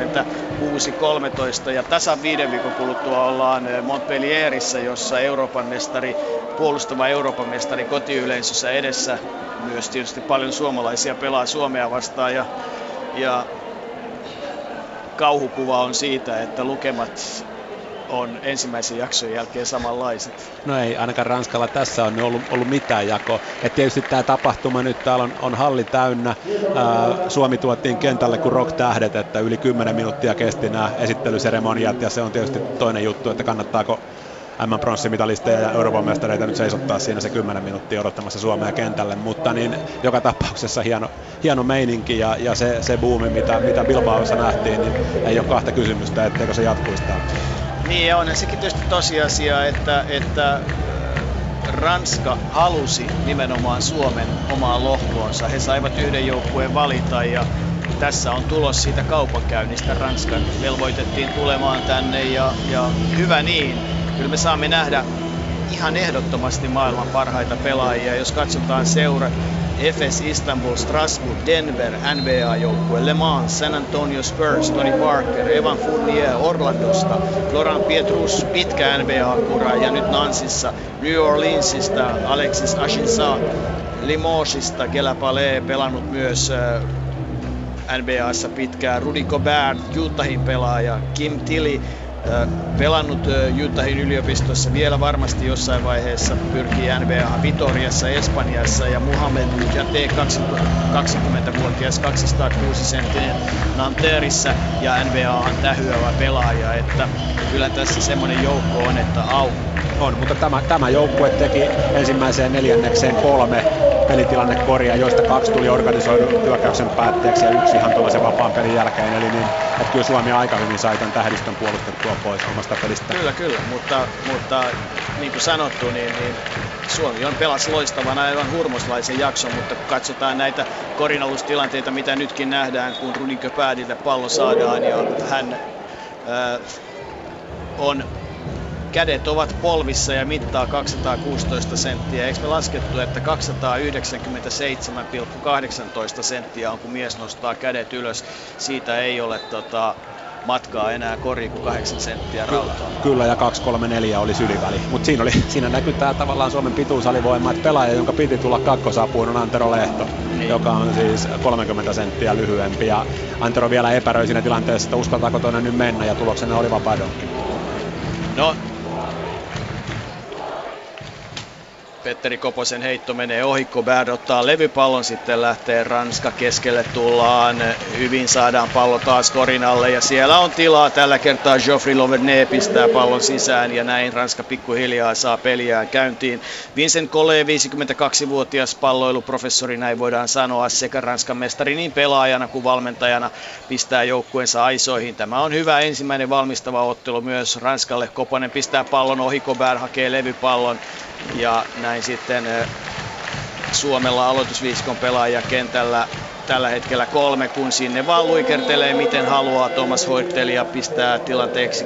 36-13 ja tasan 5 viikon kuluttua ollaan Montpellierissä, jossa Euroopan mestari, puolustava Euroopan mestari kotiyleisössä edessä. Myös tietysti paljon suomalaisia pelaa Suomea vastaan ja kauhukuva on siitä, että lukemat on ensimmäisen jakson jälkeen samanlaiset. No ei, ainakaan Ranskalla tässä on ollut mitään jakoa. Et tietysti tämä tapahtuma nyt täällä on halli täynnä. Suomi tuotiin kentälle kuin rock-tähdet, että yli 10 minuuttia kesti nämä esittelyseremoniat ja se on tietysti toinen juttu, että kannattaako M-pronssimitalisteja ja Euroopan mestareita nyt seisottaa siinä se 10 minuuttia odottamassa Suomea kentälle, mutta niin joka tapauksessa hieno meininki ja se buumi, mitä Bilbaossa nähtiin, niin ei ole kahta kysymystä, etteikö se jatkuisi. Niin ja onhan sekin tietysti tosiasia, että Ranska halusi nimenomaan Suomen omaan lohkoonsa. He saivat yhden joukkueen valita ja tässä on tulos siitä kaupankäynnistä. Ranskan velvoitettiin tulemaan tänne ja hyvä niin. Kyllä me saamme nähdä ihan ehdottomasti maailman parhaita pelaajia. Jos katsotaan seurat, FS Istanbul, Strasbourg, Denver, NBA-joukkue, Le Mans, San Antonio Spurs, Tony Parker, Evan Fournier Orlandosta, Laurent Pietrus, pitkä NBA-kura ja nyt Nansissa, New Orleansista, Alexis Ashinsa, Limougeista, Gela Palais pelannut myös NBA:ssa pitkään, Rudy Gobert, Utahin pelaaja, Kim Tilly, pelannut Utahin yliopistossa, vielä varmasti jossain vaiheessa pyrkii NBA Vitoriassa Espanjassa ja Mohamed Jate 20-vuotias 206-senttinen Nanterissa ja NBA:han tähyävä pelaaja, että kyllä tässä semmoinen joukko on, että au. On, mutta tämä joukkue teki ensimmäiseen neljännekseen 3 pelitilannekoria, joista 2 tuli organisoidun hyökkäyksen päätteeksi ja 1 ihan tuollaisen vapaan pelin jälkeen. Eli niin, että kyllä Suomi aika hyvin sai tämän tähdistön puolustettua pois omasta pelistä. Kyllä, mutta niin kuin sanottu, niin Suomi on pelasi loistavan aivan hurmoslaisen jakson, mutta kun katsotaan näitä korinalustilanteita, mitä nytkin nähdään, kun Rudy Gobertille pallo saadaan ja hän kädet ovat polvissa ja mittaa 216 senttiä. Eikö me laskettu, että 297,18 senttiä on, kun mies nostaa kädet ylös. Siitä ei ole matkaa enää koriin kuin 8 senttiä rautaa. Kyllä, ja 234 oli syliväli. Mutta siinä näkyy tää tavallaan Suomen pituusalivoima, että pelaaja, jonka piti tulla kakkosapuun, on Antero Lehto, joka on siis 30 senttiä lyhyempi. Ja Antero vielä epäröi siinä tilanteessa, että uskaltaako toinen nyt mennä, ja tuloksena oli vapaa donkki. No, Petteri Koposen heitto menee ohi, Gobert ottaa levypallon, sitten lähtee Ranska, keskelle tullaan, hyvin saadaan pallo taas korin alle ja siellä on tilaa, tällä kertaa Geoffrey Lauvergne pistää pallon sisään ja näin Ranska pikkuhiljaa saa peliään käyntiin. Vincent Collet, 52-vuotias palloiluprofessori, näin voidaan sanoa, sekä Ranskan mestari niin pelaajana kuin valmentajana pistää joukkueensa aisoihin. Tämä on hyvä ensimmäinen valmistava ottelu myös Ranskalle. Koponen pistää pallon ohi, Gobert hakee levypallon. Ja näin sitten Suomella aloitusviisikon pelaaja kentällä tällä hetkellä 3, kun sinne vaan luikertelee miten haluaa. Thomas Hoittel ja pistää tilanteeksi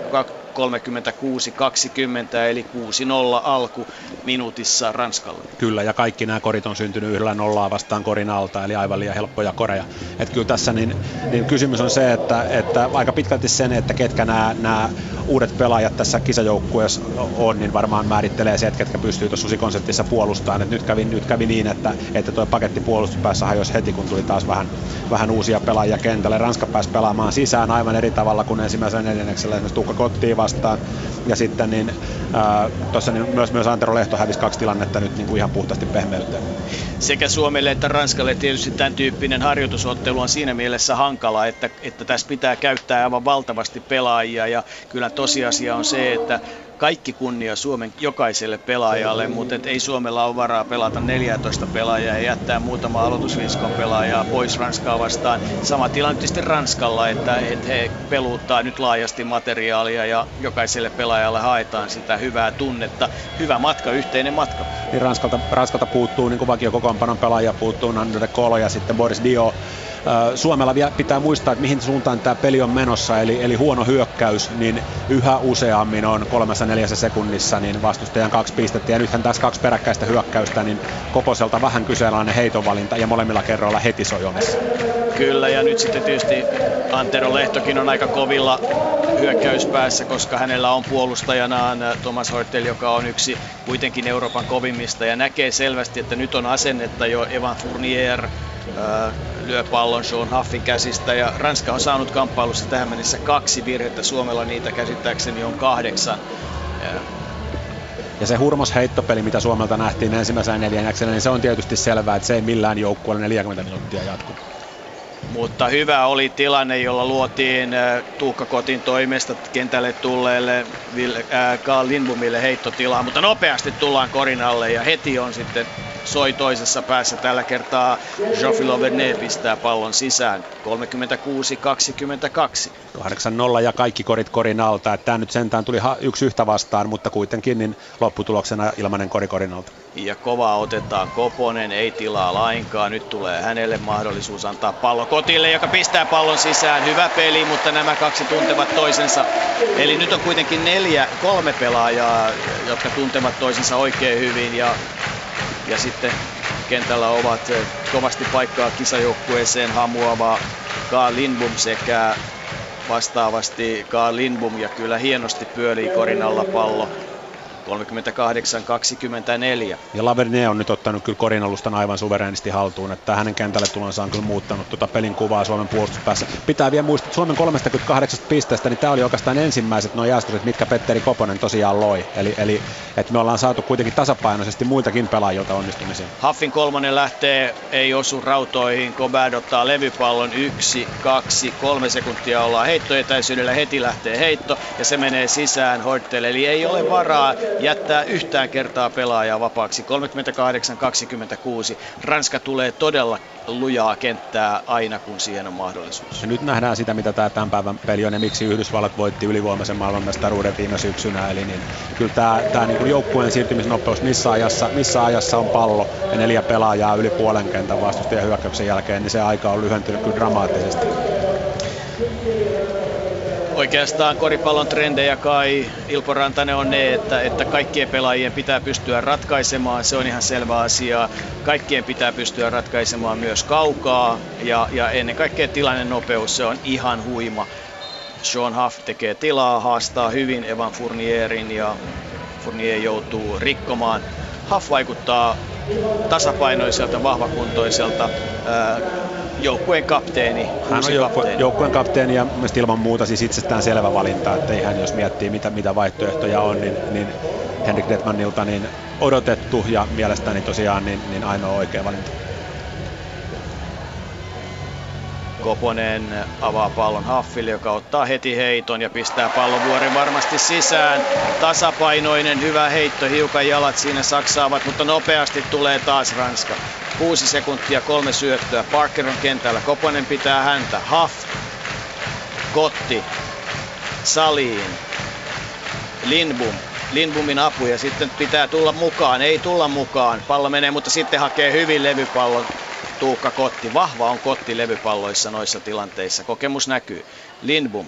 36-20 eli 6-0 alku minuutissa Ranskalle. Kyllä, ja kaikki nämä korit on syntynyt 1-0 vastaan korin alta, eli aivan liian helppoja koreja. Että kyllä tässä niin kysymys on se, että aika pitkälti sen, että ketkä nämä uudet pelaajat tässä kisajoukkueessa on, niin varmaan määrittelee se, että ketkä pystyy tuossa Susi-konseptissa puolustamaan. Et nyt kävi niin, että tuo paketti puolustuspäässä hajosi heti, kun tuli taas vähän uusia pelaajia kentälle. Ranska pääsi pelaamaan sisään aivan eri tavalla kuin ensimmäisellä neljänneksellä esimerkiksi Tuukka Kottiin vastaan. Ja sitten niin, tuossa niin myös Antero Lehto hävisi 2 tilannetta nyt niin kuin ihan puhtaasti pehmeyteen. Sekä Suomelle että Ranskalle tietysti tämän tyyppinen harjoitusottelu on siinä mielessä hankala, että tässä pitää käyttää aivan valtavasti pelaajia ja kyllä tosiasia on se, että kaikki kunnia Suomen jokaiselle pelaajalle, mutta ei Suomella ole varaa pelata 14 pelaajaa ja jättää muutama aloitusviisikon pelaajaa pois Ranskaa vastaan. Sama tilanne tietysti Ranskalla, että he peluuttaa nyt laajasti materiaalia ja jokaiselle pelaajalle haetaan sitä hyvää tunnetta. Hyvä matka, yhteinen matka. Niin Ranskalta puuttuu niin kuin vakiokokoonpanon pelaajia, puuttuu Nando de Colo ja sitten Boris Dio. Suomella vielä pitää muistaa, että mihin suuntaan tämä peli on menossa, eli huono hyökkäys, niin yhä useammin on 3-4 sekunnissa niin vastustajan 2 pistettä, ja nythän tässä 2 peräkkäistä hyökkäystä, niin Koposelta vähän kyseenalainen heitonvalinta, ja molemmilla kerroilla heti soi omissa. Kyllä, ja nyt sitten tietysti Antero Lehtokin on aika kovilla hyökkäyspäässä, koska hänellä on puolustajanaan Thomas Hoittel, joka on yksi kuitenkin Euroopan kovimmista, ja näkee selvästi, että nyt on asennetta jo Evan Fournier, lyö pallon Sean Huffin käsistä ja Ranska on saanut kamppailussa tähän mennessä 2 virhettä, Suomella niitä käsittääkseni on 8. Ja se hurmosheittopeli, mitä Suomelta nähtiin ensimmäisenä neljänneksellä, niin se on tietysti selvää, että se ei millään joukkueella 40 minuuttia jatku. Mutta hyvä oli tilanne, jolla luotiin Tuukka Kotin toimesta kentälle tulleelle Carl Lindbomille heittotilaa, mutta nopeasti tullaan korin alle ja heti on sitten soi toisessa päässä. Tällä kertaa Geoffrey Lauvergne pistää pallon sisään. 36-22. 8-0 ja kaikki korit korin alta. Tämä nyt sentään tuli yksi yhtä vastaan, mutta kuitenkin niin lopputuloksena ilmanen kori korin alta. Ja kovaa otetaan Koponen, ei tilaa lainkaan. Nyt tulee hänelle mahdollisuus antaa pallo Kotille, joka pistää pallon sisään. Hyvä peli, mutta nämä kaksi tuntevat toisensa. Eli nyt on kuitenkin 3 pelaajaa, jotka tuntevat toisensa oikein hyvin. Ja sitten kentällä ovat kovasti paikkaa kisajoukkueeseen hamuava Carl Lindbom sekä vastaavasti Carl Lindbom. Ja kyllä hienosti pyörii korin alla pallo. 38-24. Ja Lauvergne on nyt ottanut kyllä korin alustan aivan suvereenisti haltuun, että hänen kentälle tulonsa on kyllä muuttanut pelin kuvaa Suomen puolustuspäässä. Pitää vielä muistaa, että Suomen 38 pisteestä, niin tämä oli oikeastaan ensimmäiset nuo jäästykset, mitkä Petteri Koponen tosiaan loi. Eli että me ollaan saatu kuitenkin tasapainoisesti muiltakin pelaajilta onnistumisia. Huffin 3 lähtee, ei osu rautoihin, Gobert ottaa levypallon, 1, 2, 3 sekuntia ollaan heittoetäisyydellä, heti lähtee heitto ja se menee sisään Hortel, eli ei ole varaa jättää yhtään kertaa pelaajaa vapaaksi. 38-26. Ranska tulee todella lujaa kenttää aina, kun siihen on mahdollisuus. Ja nyt nähdään sitä, mitä tämä tämän päivän peli on ja miksi Yhdysvallat voitti ylivoimaisen maailmanmestaruuden viime syksynä. Eli niin, kyllä tämä niin kuin joukkueen siirtymisnopeus, missä ajassa on pallo ja 4 pelaajaa yli puolen kentän vastustajan hyökkäyksen jälkeen, niin se aika on lyhentynyt kyllä dramaattisesti. Oikeastaan koripallon trendejä kai, Ilpo Rantanen, on ne, että kaikkien pelaajien pitää pystyä ratkaisemaan. Se on ihan selvä asia. Kaikkien pitää pystyä ratkaisemaan myös kaukaa ja ennen kaikkea tilannenopeus, se on ihan huima. Sean Huff tekee tilaa, haastaa hyvin Evan Fournierin ja Fournier joutuu rikkomaan. Huff vaikuttaa tasapainoiselta, vahvakuntoiselta joukkueen kapteeni. Hän on joukkueen kapteeni ja mielestäni ilman muuta siis itsestään selvä valinta, että ihan jos miettii mitä vaihtoehtoja on, niin Henrik Detmannilta niin odotettu ja mielestäni tosiaan niin ainoa oikea valinta. Koponen avaa pallon Huffille, joka ottaa heti heiton ja pistää pallon vuoren varmasti sisään. Tasapainoinen, hyvä heitto, hiukan jalat siinä saksaavat, mutta nopeasti tulee taas Ranska. 6 sekuntia, 3 syöttöä. Parker on kentällä, Koponen pitää häntä. Huff, Kotti, Salin, Lindbom. Lindbomin apu ja sitten pitää tulla mukaan, ei tulla mukaan. Pallo menee, mutta sitten hakee hyvin levypallon Tuukka Kotti. Vahva on Kotti levypalloissa noissa tilanteissa. Kokemus näkyy. Lindbom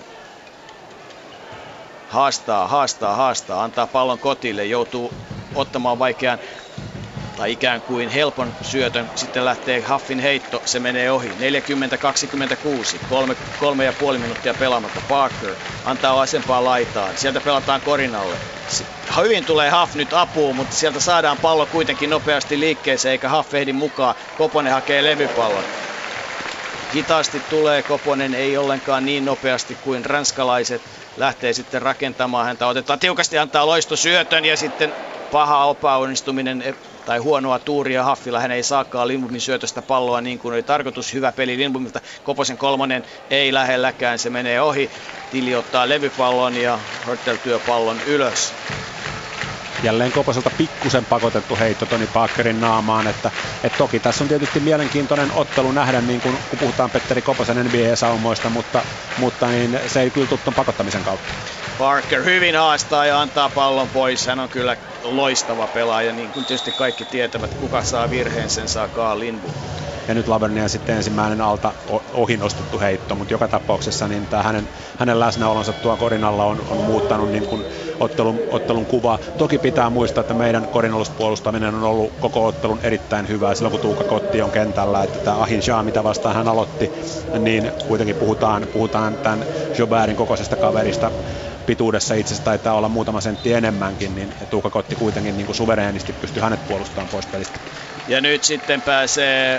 haastaa. Antaa pallon Kotille. Joutuu ottamaan vaikean tai ikään kuin helpon syötön. Sitten lähtee Huffin heitto. Se menee ohi. 40-26. 3,5 minuuttia pelaamatta. Parker antaa vasempaan laitaan. Sieltä pelataan korinalle. Hyvin tulee Huff nyt apuun, mutta sieltä saadaan pallo kuitenkin nopeasti liikkeeseen, eikä Huff ehdi mukaan. Koponen hakee levypallon. Hitaasti tulee Koponen, ei ollenkaan niin nopeasti kuin ranskalaiset. Lähtee sitten rakentamaan, häntä otetaan tiukasti, antaa loistosyötön ja sitten paha epäonnistuminen tai huonoa tuuria Huffilla. Hän ei saakaan Lindbomin syötöstä palloa niin kuin oli tarkoitus. Hyvä peli Lindbomilta. Koposen 3 ei lähelläkään, se menee ohi. Tili ottaa levypallon ja Hurtel työ pallon ylös. Jälleen Koposelta pikkusen pakotettu heitto Tony Parkerin naamaan, että toki tässä on tietysti mielenkiintoinen ottelu nähdä, niin kun puhutaan Petteri Koposen NBA-saumoista, mutta niin se ei kyllä tuttu pakottamisen kautta. Parker hyvin haastaa ja antaa pallon pois. Hän on kyllä loistava pelaaja, niin kuin tietysti kaikki tietävät, kuka saa virheen, sen saa Carl Lindbom. Ja nyt Lauvergne sitten ensimmäinen alta ohi nostettu heitto, mutta joka tapauksessa niin tämä hänen läsnäolonsa tuo korin alla on muuttanut niin kuin ottelun kuvaa. Toki pitää muistaa, että meidän korinaluspuolustaminen on ollut koko ottelun erittäin hyvää silloin, kun Tuukka Kotti on kentällä. Että tämä Ahin Shah, mitä vastaan hän aloitti, niin kuitenkin puhutaan tämän Jobertin kokoisesta kaverista. Pituudessa itse asiassa taitaa olla muutama sentti enemmänkin, niin Tuukka Kotti kuitenkin niin kuin suvereenisti pystyy hänet puolustamaan pois pelistä. Ja nyt sitten pääsee,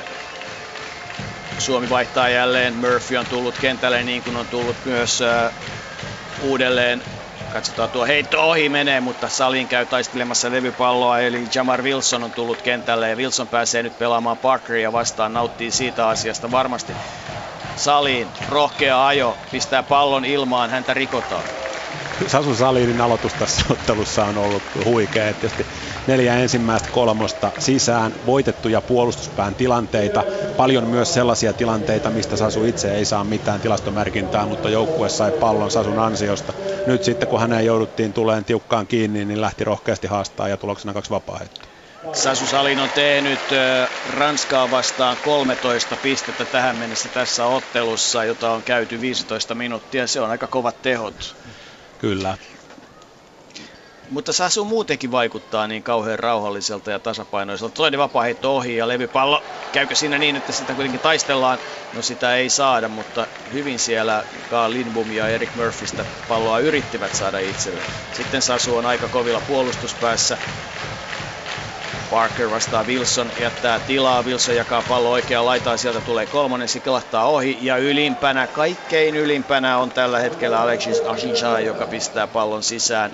Suomi vaihtaa jälleen, Murphy on tullut kentälle niin kuin on tullut myös uudelleen. Katsotaan, tuo heitto ohi menee, mutta Salin käy taistelemassa levypalloa, eli Jamar Wilson on tullut kentälle ja Wilson pääsee nyt pelaamaan Parkeria vastaan, nauttii siitä asiasta varmasti. Salin, rohkea ajo, pistää pallon ilmaan, häntä rikotaan. Sasu Salinin aloitus tässä ottelussa on ollut huikea. Tietysti 4 ensimmäistä kolmosta sisään, voitettuja puolustuspään tilanteita, paljon myös sellaisia tilanteita, mistä Sasu itse ei saa mitään tilastomerkintää, mutta joukkue sai pallon Sasun ansiosta. Nyt sitten kun häneen jouduttiin tuleen tiukkaan kiinni, niin lähti rohkeasti haastaa ja tuloksena 2 vapaaheittoa. Sasu Salin on tehnyt Ranskaa vastaan 13 pistettä tähän mennessä tässä ottelussa, jota on käyty 15 minuuttia. Se on aika kovat tehot. Kyllä. Mutta Sasu muutenkin vaikuttaa niin kauhean rauhalliselta ja tasapainoiselta. Toinen vapaaheitto ohi ja levypallo. Käykö siinä niin, että sitä kuitenkin taistellaan? No sitä ei saada, mutta hyvin siellä Carl Lindbom ja Eric Murphystä palloa yrittivät saada itselleen. Sitten Sasu on aika kovilla puolustuspäässä. Parker vastaa Wilson, jättää tilaa, Wilson jakaa pallo oikeaan laitaan, sieltä tulee kolmonen, sikelahtaa ohi ja ylimpänä, kaikkein ylimpänä on tällä hetkellä Alexis Ajinja, joka pistää pallon sisään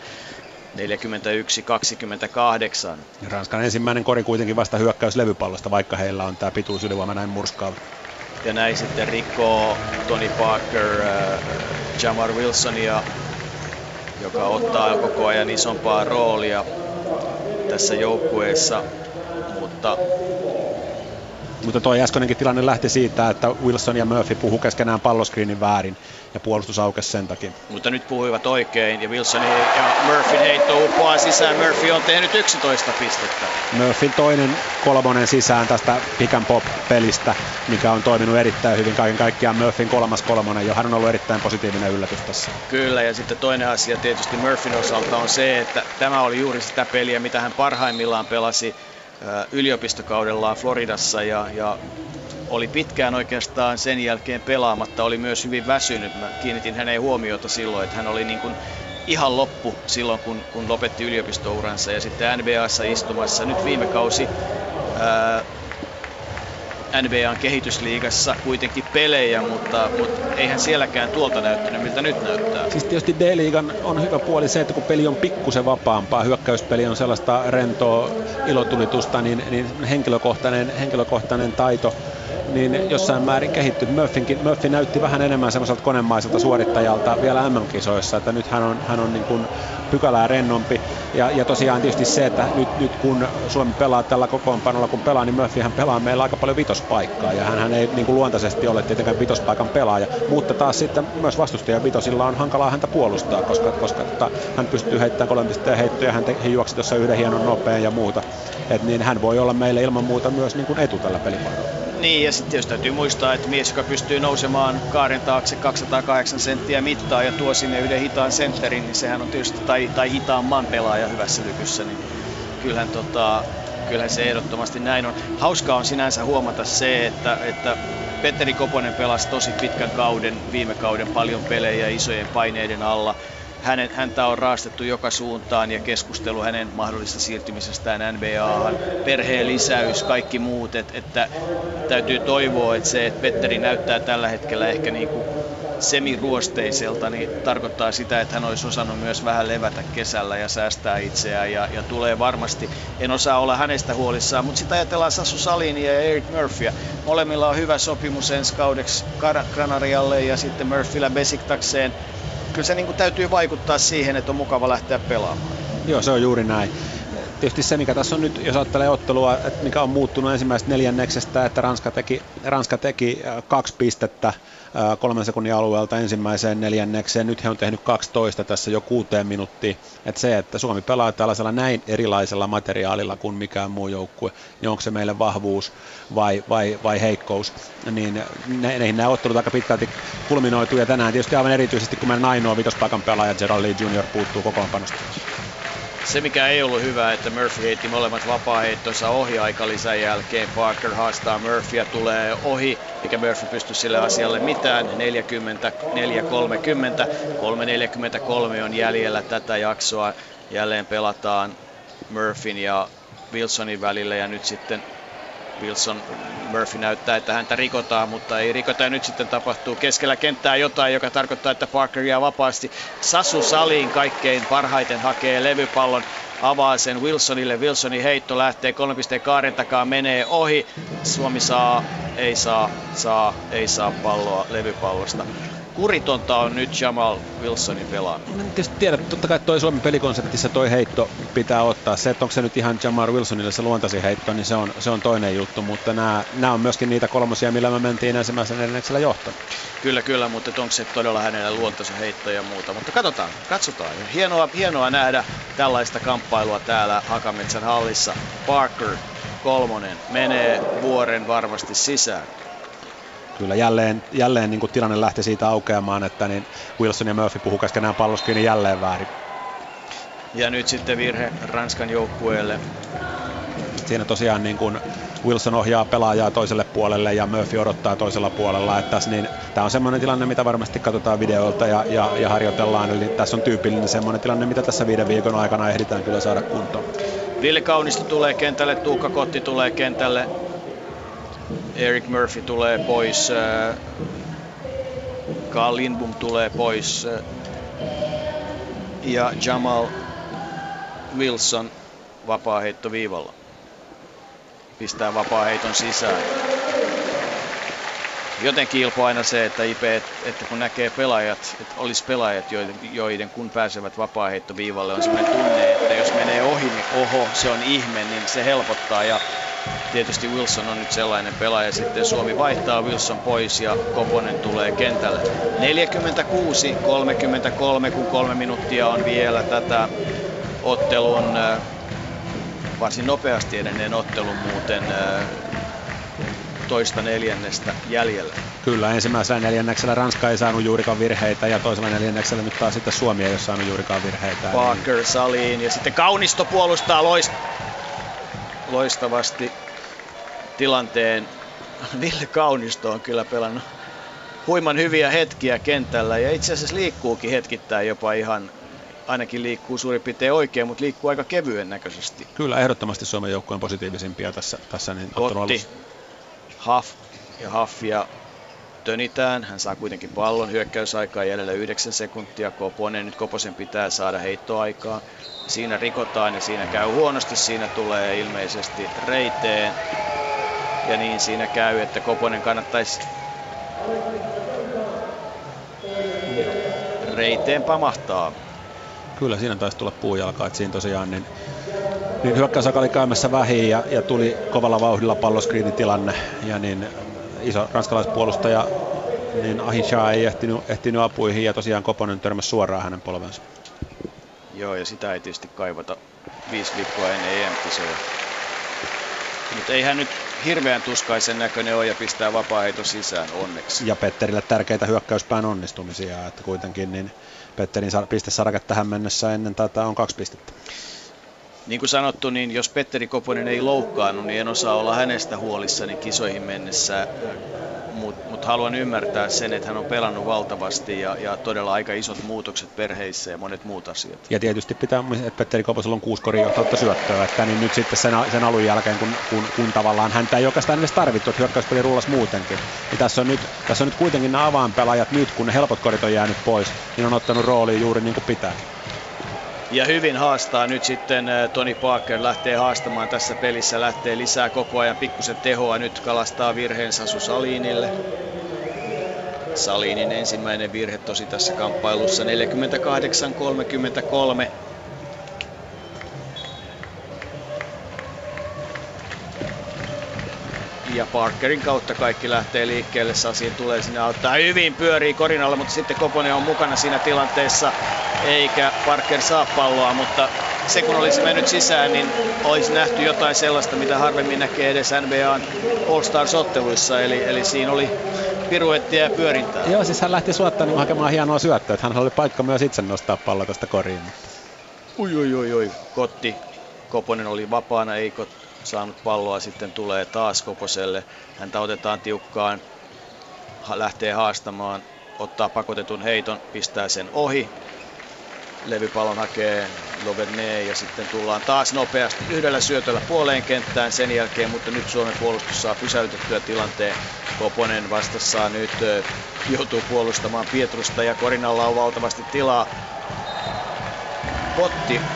41-28. Ranskan ensimmäinen kori kuitenkin vasta hyökkäys levypallosta, vaikka heillä on tämä pituusylivoima näin murskaava. Ja näin sitten rikkoo Tony Parker Jamar Wilsonia, joka ottaa koko ajan isompaa roolia tässä joukkueessa, mutta toi äskeinenkin tilanne lähti siitä, että Wilson ja Murphy puhu keskenään palloskriinin väärin ja puolustus aukesi sen takia. Mutta nyt puhuivat oikein ja Wilson ja Murphyn heitto uppoaa sisään. Murphy on tehnyt 11 pistettä. Murphyn toinen kolmonen sisään tästä pick and pop pelistä, mikä on toiminut erittäin hyvin kaiken kaikkiaan. Murphyn kolmas kolmonen, johon on ollut erittäin positiivinen yllätys tässä. Kyllä, ja sitten toinen asia tietysti Murphyn osalta on se, että tämä oli juuri sitä peliä, mitä hän parhaimmillaan pelasi yliopistokaudellaan Floridassa ja oli pitkään oikeastaan sen jälkeen pelaamatta, oli myös hyvin väsynyt. Mä kiinnitin häneen huomiota silloin, että hän oli niin kuin ihan loppu silloin, kun lopetti yliopistouransa ja sitten NBA:ssa istumassa. Nyt viime kausi NBA:n kehitysliigassa kuitenkin pelejä, mutta eihän sielläkään tuolta näyttänyt, miltä nyt näyttää. Siis tietysti D-liigan on hyvä puoli se, että kun peli on pikkusen vapaampaa, hyökkäyspeli on sellaista rentoa ilotulitusta, niin henkilökohtainen taito niin jossain määrin kehittyy. Murphy näytti vähän enemmän semmoiselta konemaiselta suorittajalta vielä MM-kisoissa, että nyt hän on niin kuin pykälää rennompi. Ja tosiaan tietysti se, että nyt kun Suomi pelaa tällä kokoonpanolla, kun pelaa, niin Murphyhän pelaa meillä aika paljon vitospaikkaa. Ja hän ei niin kuin luontaisesti ole tietenkään vitospaikan pelaaja. Mutta taas sitten myös vastustajan vitosilla on hankalaa häntä puolustaa, koska hän pystyy heittämään 3 pisteen heittoja, hän juoksi tuossa yhden hienon nopean ja muuta. Et niin hän voi olla meille ilman muuta myös niin kuin etu tällä pelipaikalla. Niin, ja sitten tietysti täytyy muistaa, että mies, joka pystyy nousemaan kaaren taakse 208 senttiä mittaa ja tuo sinne yhden hitaan sentterin, niin sehän on tietysti, tai hitaamman pelaaja hyvässä lykyssä, niin kyllähän se ehdottomasti näin on. Hauskaa on sinänsä huomata se, että Petteri Koponen pelasi tosi pitkän kauden, viime kauden paljon pelejä isojen paineiden alla. Häntä on raastettu joka suuntaan ja keskustelu hänen mahdollista siirtymisestään NBA:han, perheen lisäys, kaikki muut, että täytyy toivoa, että se, että Petteri näyttää tällä hetkellä ehkä niinku semiruosteiselta, niin tarkoittaa sitä, että hän olisi osannut myös vähän levätä kesällä ja säästää itseään ja tulee varmasti, en osaa olla hänestä huolissaan, mutta sitten ajatellaan Sasu Salinia ja Eric Murphyä. Molemmilla on hyvä sopimus ensi kaudeksi Granarialle ja sitten Murphyllä Besiktakseen. Kyllä se niin kuin täytyy vaikuttaa siihen, että on mukava lähteä pelaamaan. Joo, se on juuri näin. Tietysti se, mikä tässä on nyt, jos ajattelee ottelua, että mikä on muuttunut ensimmäisestä neljänneksestä, että Ranska teki 2 pistettä 3 sekunnin alueelta ensimmäiseen neljännekseen. Nyt he on tehnyt 12 tässä jo 6 minuuttiin. Että se, että Suomi pelaa tällaisella näin erilaisella materiaalilla kuin mikään muu joukkue, niin onko se meille vahvuus vai heikkous, niin nämä ottelut aika pitkälti kulminoituu. Ja tänään tietysti aivan erityisesti, kun meidän ainoa vitospaikan pelaaja Gerald Lee Jr. puuttuu kokoonpanosta. Se mikä ei ollut hyvä, että Murphy heitti molemmat vapaaheittonsa ohi aikalisän jälkeen. Parker haastaa Murphyä, tulee ohi, eikä Murphy pysty sille asialle mitään. 40-30. 3:43 on jäljellä tätä jaksoa. Jälleen pelataan Murphyn ja Wilsonin välillä ja nyt sitten Murphy näyttää, että häntä rikotaan, mutta ei rikota. Ja nyt sitten tapahtuu keskellä kenttää jotain, joka tarkoittaa, että Parker jää vapaasti. Sasu Salin kaikkein parhaiten hakee levypallon, avaa sen Wilsonille. Wilsonin heitto lähtee 3 pisteen kaaren takaa, menee ohi. Suomi ei saa palloa levypallosta. kuritonta on nyt Jamal Wilsonin pelaaminen. En tietysti tiedä, totta kai toi Suomen pelikonseptissa toi heitto pitää ottaa. Se, että onko se nyt ihan Jamal Wilsonille se luontaisin heitto, niin se on toinen juttu, mutta nämä on myöskin niitä kolmosia, millä me mentiin ensimmäisen neljänneksellä johtoon. Kyllä, mutta onko se todella hänellä luontaisen heitto ja muuta. Mutta katsotaan. Hienoa nähdä tällaista kamppailua täällä Hakametsän hallissa. Parker kolmonen menee vuoren varmasti sisään. Kyllä jälleen niin kuin tilanne lähti siitä aukeamaan, että niin Wilson ja Murphy puhuu keskenään palloskiin niin jälleen väärin. Ja nyt sitten virhe Ranskan joukkueelle. Siinä tosiaan niin kuin Wilson ohjaa pelaajaa toiselle puolelle ja Murphy odottaa toisella puolella. Että tässä niin, tämä on semmoinen tilanne, mitä varmasti katsotaan videolta ja harjoitellaan. Eli tässä on tyypillinen semmoinen tilanne, mitä tässä 5 viikon aikana ehditään kyllä saada kuntoon. Ville Kaunisto tulee kentälle, Tuukka Kotti tulee kentälle. Eric Murphy tulee pois, Carl Lindbom tulee pois ja Jamal Wilson vapaaheitto viivalla. Pistää vapaaheiton sisään. Jotenkin kilpaa aina se, että että kun näkee pelaajat, että olisi pelaajat, joiden kun pääsevät vapaaheittoviivalle, on sellainen tunne, että jos menee ohi, niin oho, se on ihme, niin se helpottaa. Ja tietysti Wilson on nyt sellainen pelaaja, sitten Suomi vaihtaa Wilson pois ja Koponen tulee kentälle. 46-33, kun 3 minuuttia on vielä tätä ottelun, varsin nopeasti edenneen ottelun muuten toista neljännestä jäljellä. Kyllä, ensimmäisellä neljänneksellä Ranska ei saanut juurikaan virheitä ja toisella neljänneksellä nyt taas sitten Suomi ei ole saanut juurikaan virheitä. Parker saliin ja sitten Kaunisto puolustaa loistavasti tilanteen. Ville Kaunisto on kyllä pelannut huiman hyviä hetkiä kentällä ja itse asiassa liikkuukin hetkittäin jopa ihan, ainakin liikkuu suurin piirtein oikein, mutta liikkuu aika kevyen näköisesti. Kyllä, ehdottomasti Suomen joukkueen positiivisimpia tässä niin Kotti, Haffia tönitään, hän saa kuitenkin pallon, hyökkäysaikaa jäljellä 9 sekuntia, Koponen, nyt Koposen pitää saada heittoaikaa. Siinä rikotaan ja siinä käy huonosti, siinä tulee ilmeisesti reiteen. Ja niin siinä käy, että Koponen kannattaisi reiteen pamahtaa. Kyllä, siinä taisi tulla puujalka, että siinä tosiaan niin hyökkäysaika oli käymässä vähin ja tuli kovalla vauhdilla palloskriinitilanne ja niin iso ranskalaispuolustaja niin Ahisha ei ehtinyt apuihin ja tosiaan Koponen törmäsi suoraan hänen polvensa. Joo, ja sitä ei tietysti kaivata 5 viikkoa ennen EM-kisoja. Mutta ei hän nyt hirveän tuskaisen näköinen ole ja pistää vapaaheiton sisään onneksi. Ja Petterille tärkeitä hyökkäyspään onnistumisia, että kuitenkin niin Petterin pistesarake tähän mennessä ennen tätä on 2 pistettä. Niin kuin sanottu, niin jos Petteri Koponen ei loukkaannut, niin en osaa olla hänestä huolissani kisoihin mennessä. Mutta haluan ymmärtää sen, että hän on pelannut valtavasti ja todella aika isot muutokset perheissä ja monet muut asiat. Ja tietysti pitää, että Petteri Koposella on 6 korinjohtautta syöttöä, että niin nyt sitten sen alun jälkeen, kun tavallaan häntä ei oikeastaan edes tarvittu, että hyökkäyspeli rullas muutenkin. Niin tässä on nyt kuitenkin nämä avainpelaajat nyt, kun ne helpot korit on jäänyt pois, niin on ottanut rooliin juuri niin kuin pitää. Ja hyvin haastaa nyt sitten Tony Parker, lähtee haastamaan tässä pelissä, lähtee lisää koko ajan pikkusen tehoa, nyt kalastaa virheen Sasu Salinille. Salinin ensimmäinen virhe tosi tässä kamppailussa, 48-33. Ja Parkerin kautta kaikki lähtee liikkeelle, Sasin tulee sinne auttaa, hyvin pyörii korin alla, mutta sitten Koponen on mukana siinä tilanteessa, eikä Parker saa palloa, mutta se kun olisi mennyt sisään, niin olisi nähty jotain sellaista, mitä harvemmin näkee edes NBA:n All-Stars-otteluissa, eli siinä oli piruettia ja pyörintää. Joo, siis hän lähti suottamaan hakemaan hienoa syöttöä, että hän oli paikka myös itse nostaa pallo tästä koriin. Ui. Kotti, Koponen oli vapaana, ei saanut palloa, sitten tulee taas Koposelle. Häntä otetaan tiukkaan, lähtee haastamaan, ottaa pakotetun heiton, pistää sen ohi. Levypallon hakee Loverne ja sitten tullaan taas nopeasti yhdellä syötöllä puoleen kenttään sen jälkeen, mutta nyt Suomen puolustus saa pysäytettyä tilanteen. Koponen vastassa nyt joutuu puolustamaan Pietrusta ja korinalla on valtavasti tilaa. Kotti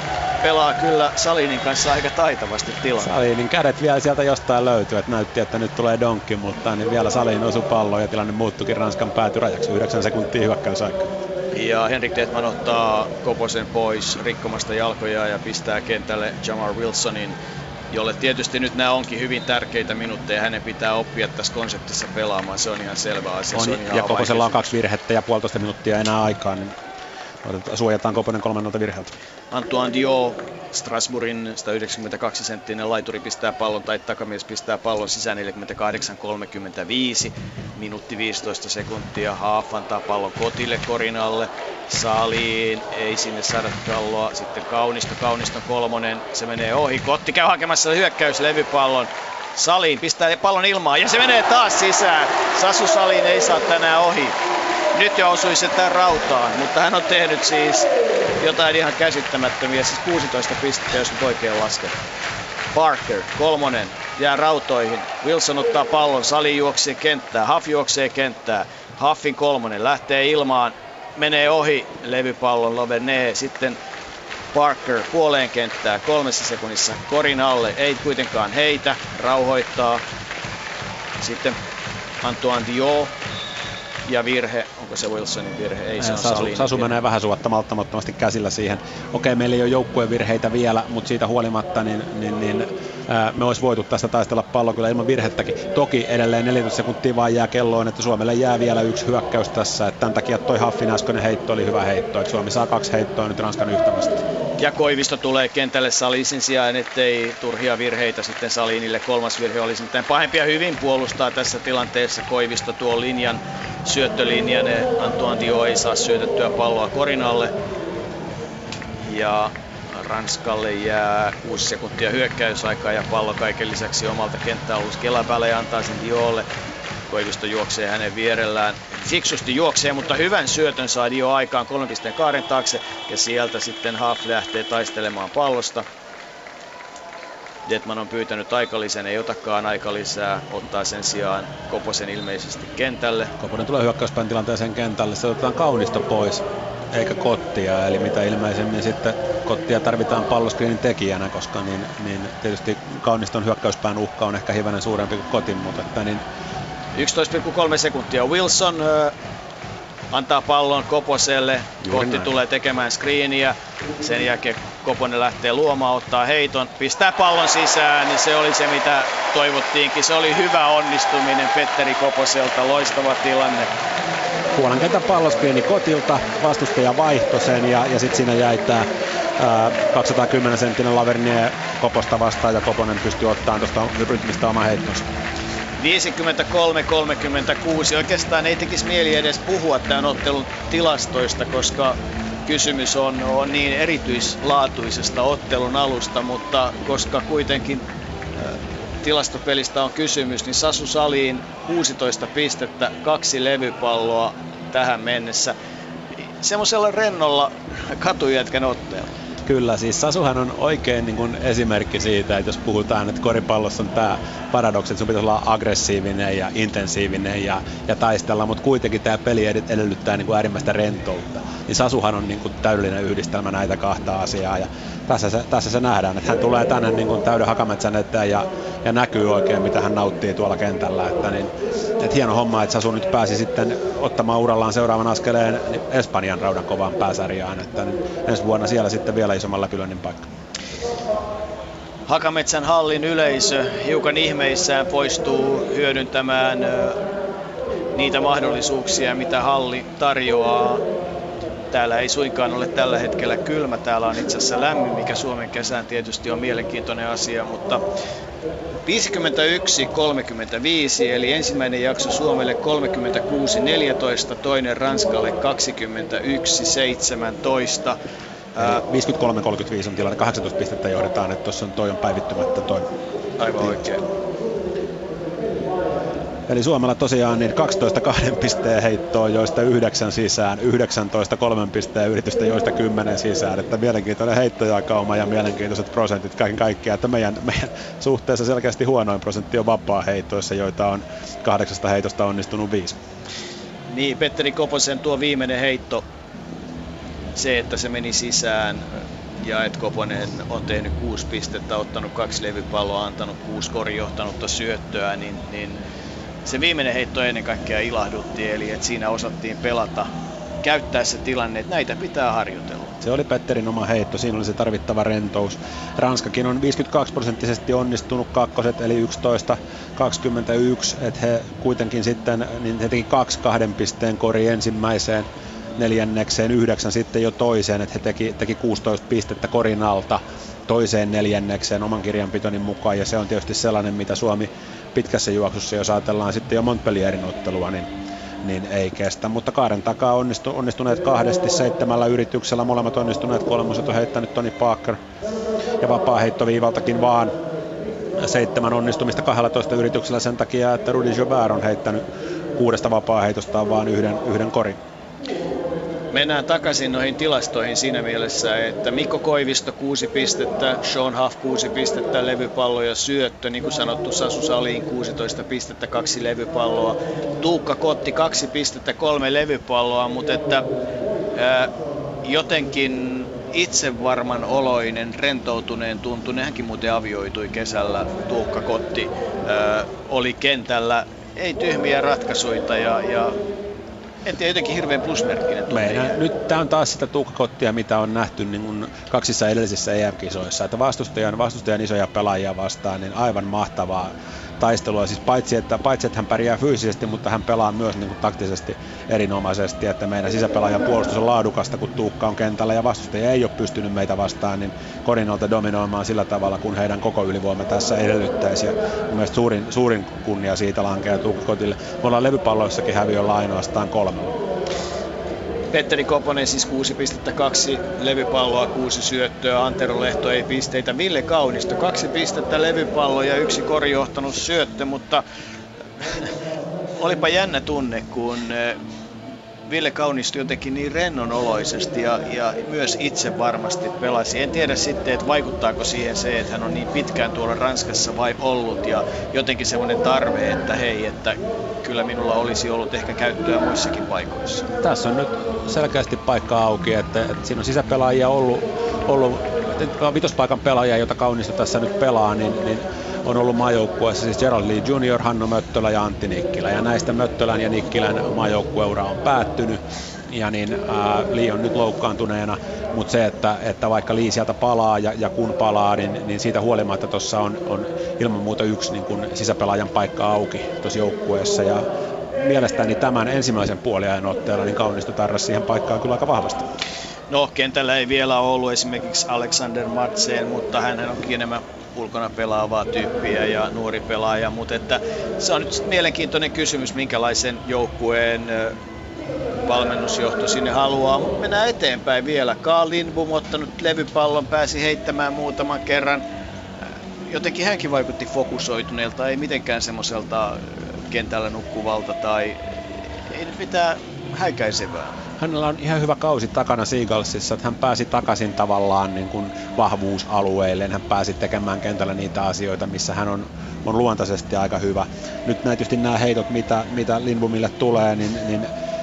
pelaa kyllä Salinin kanssa aika taitavasti tilaa. Salinin kädet vielä sieltä jostain löytyy, että näytti, että nyt tulee donkki, mutta niin vielä Salin osui palloon ja tilanne muuttuikin Ranskan päätyrajaksi. 9 sekuntia hyökkäysaikaa. Ja Henrik Detman ottaa Koposen pois rikkomasta jalkoja ja pistää kentälle Jamar Wilsonin, jolle tietysti nyt nämä onkin hyvin tärkeitä minuutteja. Hänen pitää oppia tässä konseptissa pelaamaan, se on ihan selvä asia. Ja Koposella on 2 virhettä ja 1,5 minuuttia enää aikaa, niin suojataan Koponen 3 virheeltä. Antoine Diop, Strasbourgin 192-senttinen laituri pistää pallon, tai takamies pistää pallon sisään 48-35, minuutti 15 sekuntia. Haaf antaa pallon Kotille korin alle. Salin ei sinne saada palloa. Sitten Kauniston 3, se menee ohi. Kotti käy hakemassa hyökkäyslevypallon. Salin pistää pallon ilmaan ja se menee taas sisään. Sasu Salin ei saa tänään ohi. Nyt jo osui se tämän rautaan, mutta hän on tehnyt siis jotain ihan käsittämättömiä, siis 16 pistettä, jos nyt oikein lasken. Parker, 3, jää rautoihin. Wilson ottaa pallon, Salin juoksee kenttää, Huff juoksee kenttää. Huffin 3 lähtee ilmaan, menee ohi levypallon Lovene, sitten Parker puoleen kenttää 3 sekunnissa korin alle, ei kuitenkaan heitä, rauhoittaa. Sitten Antoine Diop. Ja virhe, onko se Wilsonin virhe? Ei, se on Salinin Sasu menee vähän suottamattomasti käsillä siihen. Okei, meillä ei ole joukkueen virheitä vielä, mutta siitä huolimatta me olisi voitu tästä taistella pallo kyllä ilman virhettäkin. Toki edelleen 14 sekuntia vaan jää kelloon, että Suomelle jää vielä 1 hyökkäys tässä. Että tämän takia toi Huffin äskeinen heitto oli hyvä heitto, että Suomi saa 2 heittoa nyt Ranskan yhtä vastaan. Ja Koivisto tulee kentälle Salisin sijaan, ettei turhia virheitä sitten Salinille. 3. virhe olisi nimittäin pahempia, hyvin puolustaa tässä tilanteessa Koivisto tuo linjan, syöttölinjan. Antoine Diop ei saa syötettyä palloa korin alle. Ja Ranskalle jää 6 sekuntia hyökkäysaikaa ja pallo kaiken lisäksi omalta kenttäalueelta Kelabälle ja antaa sen Diolle. Koivisto juoksee hänen vierellään. Fiksusti juoksee, mutta hyvän syötön saa Dio aikaan 3 pisteen kaaren taakse. Ja sieltä sitten Huff lähtee taistelemaan pallosta. Detman on pyytänyt aikalisän, ei otakaan aikalisää, ottaa sen sijaan Koposen ilmeisesti kentälle. Koponen tulee hyökkäyspään tilanteeseen kentälle, se otetaan Kaunisto pois, eikä Kottia, eli mitä ilmeisemmin sitten Kottia tarvitaan palloskriinin tekijänä, koska niin tietysti Kauniston hyökkäyspään uhka on ehkä hivenen suurempi kuin Kotin, mutta että niin 11,3 sekuntia. Wilson antaa pallon Koposelle. Kotti tulee tekemään screeniä. Sen jälkeen Koponen lähtee luomaan, ottaa heiton, pistää pallon sisään. Ja se oli se, mitä toivottiinkin. Se oli hyvä onnistuminen Petteri Koposelta. Loistava tilanne. Puolen kentän palloskriini Kotilta, vastustaja vaihto sen ja sitten siinä jäi tämä 210 senttinen Lavernier Koposta vastaan ja Koponen pystyi ottamaan tuosta rytmistä oman heittonsa. 53-36. Oikeastaan ei tekisi mieli edes puhua tämän ottelun tilastoista, koska kysymys on niin erityislaatuisesta ottelun alusta, mutta koska kuitenkin tilastopelistä on kysymys, niin Sasu Salin 16 pistettä, 2 levypalloa tähän mennessä. Semmoisella rennolla katujätkän otteella. Kyllä, siis Sasuhan on oikein niin kuin esimerkki siitä, että jos puhutaan, että koripallossa on tämä paradoksi, että sun pitäisi olla aggressiivinen ja intensiivinen ja taistella, mutta kuitenkin tämä peli edellyttää niin kuin äärimmäistä rentoutta. Niin Sasuhan on niin kuin täydellinen yhdistelmä näitä 2 asiaa ja tässä se nähdään, että hän tulee tänne niin kuin täyden Hakametsän eteen ja näkyy oikein, mitä hän nauttii tuolla kentällä. Että hieno homma, että Sasu nyt pääsi sitten ottamaan urallaan seuraavan askeleen Espanjan raudan kovaan pääsarjaan. Että ensi vuonna siellä sitten vielä isommalla kylönnin paikka. Hakametsän hallin yleisö hiukan ihmeissään poistuu hyödyntämään niitä mahdollisuuksia, mitä halli tarjoaa. Täällä ei suinkaan ole tällä hetkellä kylmä, täällä on itse asiassa lämmin, mikä Suomen kesään tietysti on mielenkiintoinen asia, mutta 51-35, eli ensimmäinen jakso Suomelle 36-14, toinen Ranskalle 21-17. 53-35 on tilanne, 18 pistettä johdetaan, että tuossa toi on päivittymättä toi. Aivan oikein. Eli Suomella tosiaan niin 12 2 pisteen heittoa, joista 9 sisään, 19 3 pisteen yritystä, joista 10 sisään. Että mielenkiintoinen heittojakauma ja mielenkiintoiset prosentit kaiken kaikkiaan. Että meidän suhteessa selkeästi huonoin prosentti on vapaa-heitoissa, joita on 8 heitosta onnistunut 5. Niin, Petteri Koposen tuo viimeinen heitto, se että se meni sisään, ja että Koponen on tehnyt 6 pistettä, ottanut 2 levypalloa, antanut 6 korijohtanutta syöttöä, niin se viimeinen heitto ennen kaikkea ilahdutti, eli että siinä osattiin pelata, käyttää se tilanne, että näitä pitää harjoitella. Se oli Petterin oma heitto, siinä oli se tarvittava rentous. Ranskakin on 52% onnistunut kakkoset, eli 11-21, että he kuitenkin sitten, niin he teki 2 pisteen kori ensimmäiseen neljännekseen, 9 sitten jo toiseen, että he teki 16 pistettä korin alta toiseen neljännekseen oman kirjanpitoni mukaan, ja se on tietysti sellainen, mitä Suomi pitkässä juoksussa, jos ajatellaan sitten jo Montpellierin ottelua, niin ei kestä, mutta kaaren takaa onnistuneet 2 7 yrityksellä, molemmat onnistuneet 3 on heittänyt Tony Parker, ja vapaaheittoviivaltakin vaan 7 onnistumista 12 yrityksellä sen takia, että Rudy Gobert on heittänyt 6 vapaaheitostaan vaan yhden korin. Mennään takaisin noihin tilastoihin siinä mielessä, että Mikko Koivisto 6 pistettä, Sean Huff 6 pistettä, levypallo ja syöttö, niin kuin sanottu Sasu Salin 16 pistettä, 2 levypalloa, Tuukka Kotti 2 pistettä, 3 levypalloa, mutta että jotenkin itsevarman oloinen, rentoutuneen tuntunen, hänkin muuten avioitui kesällä, Tuukka Kotti oli kentällä, ei tyhmiä ratkaisuita ja en tiedä, jotenkin hirveän plusmerkkinen tunne. Nyt tämä on taas sitä Tuukka Kottia, mitä on nähty niin kuin 2 edellisissä EM-kisoissa, että vastustajan isoja pelaajia vastaan, niin aivan mahtavaa taistelua. Siis paitsi että hän pärjää fyysisesti, mutta hän pelaa myös niin kuin taktisesti erinomaisesti, että meidän sisäpelaajan puolustus on laadukasta, kun Tuukka on kentällä ja vastustaja ei ole pystynyt meitä vastaan, niin korinalta dominoimaan sillä tavalla, kun heidän koko ylivoima tässä edellyttäisi. Ja mielestäni suurin kunnia siitä lankeaa Tuukka Kotille. Me ollaan levypalloissakin häviöllä ainoastaan 3. Petteri Koponen siis 6 pistettä, 2 levypalloa, 6 syöttöä, Antero Lehto ei pisteitä, Ville Kaunisto 2 pistettä, levypalloa ja 1 korijohtanut syöttö, mutta olipa jännä tunne, kun Ville Kaunisto jotenkin niin rennonoloisesti ja myös itse varmasti pelasi. En tiedä sitten, että vaikuttaako siihen se, että hän on niin pitkään tuolla Ranskassa vai ollut ja jotenkin semmoinen tarve, että hei, että kyllä minulla olisi ollut ehkä käyttöä muissakin paikoissa. Tässä on nyt selkeästi paikka auki, että siinä on sisäpelaajia ollut vitospaikan pelaajia, jota Kaunisto tässä nyt pelaa, niin on ollut maajoukkueessa siis Gerald Lee Jr., Hanno Möttölä ja Antti Nikkilä. Ja näistä Möttölän ja Nikkilän maajoukkueura on päättynyt. Ja niin Lee on nyt loukkaantuneena, mutta se, että vaikka Lee sieltä palaa ja kun palaa, niin siitä huolimatta tuossa on ilman muuta 1 niin kun sisäpelaajan paikka auki tuossa joukkueessa. Ja mielestäni tämän ensimmäisen puoliajan otteella niin Kaunisto tarrasi siihen paikkaan kyllä aika vahvasti. No, kentällä ei vielä ollut esimerkiksi Alexander Matseen, mutta hän onkin enemmän ulkona pelaavaa tyyppiä ja nuori pelaaja, mutta että se on nyt mielenkiintoinen kysymys, minkälaisen joukkueen valmennusjohto sinne haluaa, mutta mennään eteenpäin vielä. Carl Lindbom ottanut levypallon, pääsi heittämään muutaman kerran. Jotenkin hänkin vaikutti fokusoituneelta, ei mitenkään semmoiselta kentällä nukkuvalta tai ei nyt mitään häikäisevää. Hänellä on ihan hyvä kausi takana Seagullsissa, että hän pääsi takaisin tavallaan niin kuin vahvuusalueilleen. Hän pääsi tekemään kentällä niitä asioita, missä hän on luontaisesti aika hyvä. Nyt tietysti nämä heitot, mitä Lindbomille tulee, niin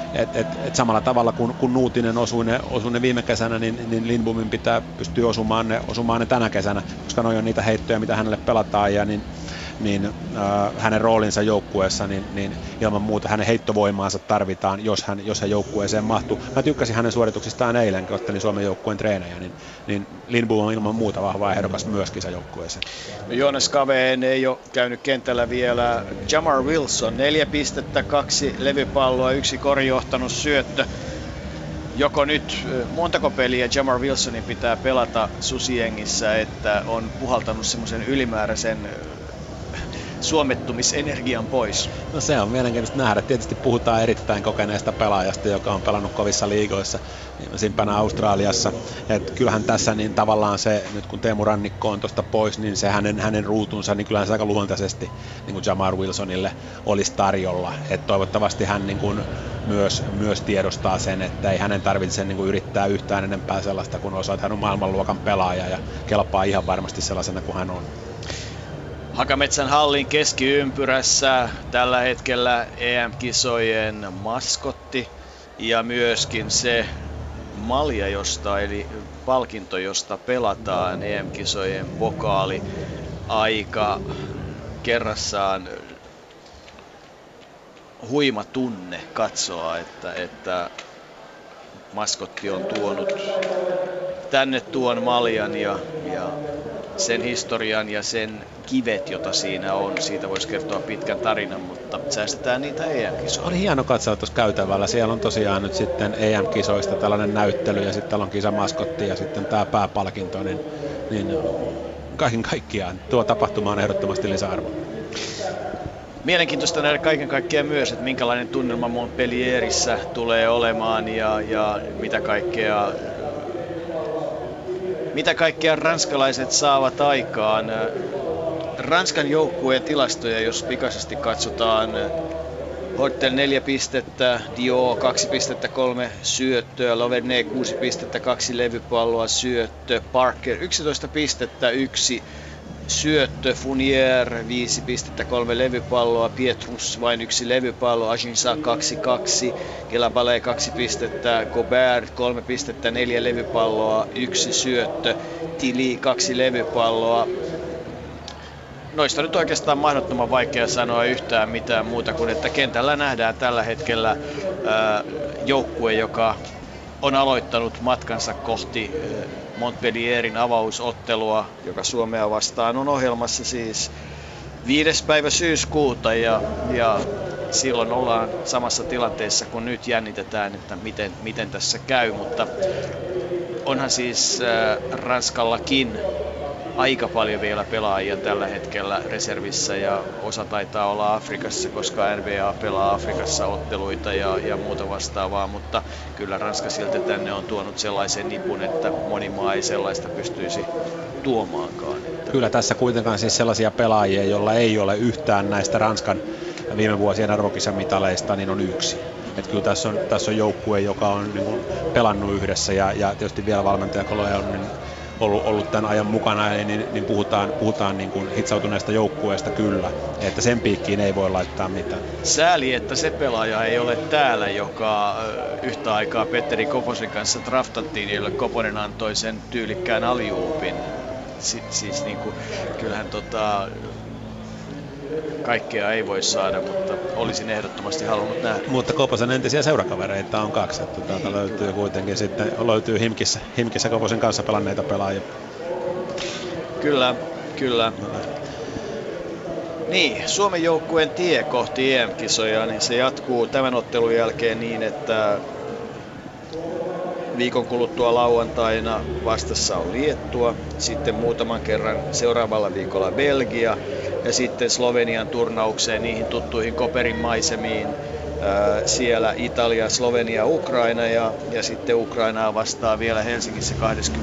et samalla tavalla kun Nuutinen osui ne viime kesänä, niin Lindbomin pitää pystyä osumaan ne tänä kesänä, koska ne on niitä heittoja, mitä hänelle pelataan, ja niin hänen roolinsa joukkueessa, niin ilman muuta hänen heittovoimaansa tarvitaan, jos hän joukkueeseen mahtuu. Mä tykkäsin hänen suorituksistaan eilen, kun ottelin Suomen joukkueen treenejä, niin Lindbom on ilman muuta vahva ehdokas myös kisajoukkueeseen. No Joonas Kaveen ei ole käynyt kentällä vielä. Jamar Wilson, 4 pistettä, 2 levypalloa, 1 korijohtanut syöttö. Joko nyt, montako peliä Jamar Wilsonin pitää pelata Susijengissä, että on puhaltanut semmoisen ylimääräisen suomettumisenergian pois? No se on mielenkiintoista nähdä. Tietysti puhutaan erittäin kokeneesta pelaajasta, joka on pelannut kovissa liigoissa, viimeisimpänä Australiassa. Et kyllähän tässä niin tavallaan se, nyt kun Teemu Rannikko on tuosta pois, niin se hänen ruutunsa, niin kyllähän se aika luontaisesti niin kuin Jamar Wilsonille olisi tarjolla. Et toivottavasti hän niin kuin myös tiedostaa sen, että ei hänen tarvitse niin kuin yrittää yhtään enempää sellaista, kun osaa, että hän on maailmanluokan pelaaja ja kelpaa ihan varmasti sellaisena kuin hän on. Hakametsän hallin keskiympyrässä tällä hetkellä EM-kisojen maskotti ja myöskin se malja, eli palkinto, josta pelataan EM-kisojen pokaali aika kerrassaan huima tunne katsoa, että maskotti on tuonut tänne tuon maljan ja sen historian ja sen kivet, jota siinä on. Siitä voisi kertoa pitkän tarinan, mutta säästetään niitä EM-kisoja. Oli hieno katsoa tuossa käytävällä. Siellä on tosiaan nyt sitten EM-kisoista tällainen näyttely ja sitten täällä on kisamaskotti ja sitten tämä pääpalkinto, niin kaiken kaikkiaan tuo tapahtuma on ehdottomasti lisäarvo. Mielenkiintoista nähdä kaiken kaikkiaan myös, että minkälainen tunnelma Montpellierissä tulee olemaan ja mitä kaikkea ranskalaiset saavat aikaan. Ranskan joukkueen tilastoja, jos pikaisesti katsotaan, Hortel 4 pistettä, Dio 2 pistettä, 3 syöttöä, Loverne 6 pistettä, 2 levypalloa, syöttö, Parker 11 pistettä, 1 syöttö, Fournier 5 pistettä, 3 levypalloa, Pietrus vain 1 levypallo, Aginsa 2-2, Kelabale 2 pistettä, Gobert 3 pistettä, 4 levypalloa, 1 syöttö, Tilly 2 levypalloa. Noista nyt oikeastaan mahdottoman vaikea sanoa yhtään mitään muuta kuin, että kentällä nähdään tällä hetkellä joukkue, joka on aloittanut matkansa kohti Montpellierin avausottelua, joka Suomea vastaan on ohjelmassa siis 5. päivä syyskuuta ja silloin ollaan samassa tilanteessa, kun nyt jännitetään, että miten tässä käy, mutta onhan siis Ranskallakin aika paljon vielä pelaajia tällä hetkellä reservissä ja osa taitaa olla Afrikassa, koska NBA pelaa Afrikassa otteluita ja muuta vastaavaa, mutta kyllä Ranska silti tänne on tuonut sellaisen nipun, että moni maa ei sellaista pystyisi tuomaankaan. Kyllä tässä kuitenkaan siis sellaisia pelaajia, joilla ei ole yhtään näistä Ranskan viime vuosien arvokisamitaleista, niin on yksi. Että kyllä tässä on joukkue, joka on niin kuin pelannut yhdessä ja tietysti vielä valmentajakoloja on niin ollut tämän ajan mukana, niin puhutaan niin kuin hitsautuneesta joukkueesta kyllä, että sen piikkiin ei voi laittaa mitään. Sääli, että se pelaaja ei ole täällä, joka yhtä aikaa Petteri Koposen kanssa draftattiin, jolle Koponen antoi sen tyylikkään aliuupin. Siis niin kuin, kyllähän kaikkea ei voi saada, mutta olisin ehdottomasti halunnut nähdä. Mutta Koposen entisiä seurakavereita on 2, että täältä löytyy kuitenkin sitten Himkissä Koposen kanssa pelanneita pelaajia. Kyllä. Niin, Suomen joukkueen tie kohti EM-kisoja, niin se jatkuu tämän ottelun jälkeen niin, että viikon kuluttua lauantaina vastassa on Liettua, sitten muutaman kerran seuraavalla viikolla Belgia ja sitten Slovenian turnaukseen niihin tuttuihin Koperin maisemiin. Siellä Italia, Slovenia, Ukraina ja sitten Ukrainaa vastaa vielä Helsingissä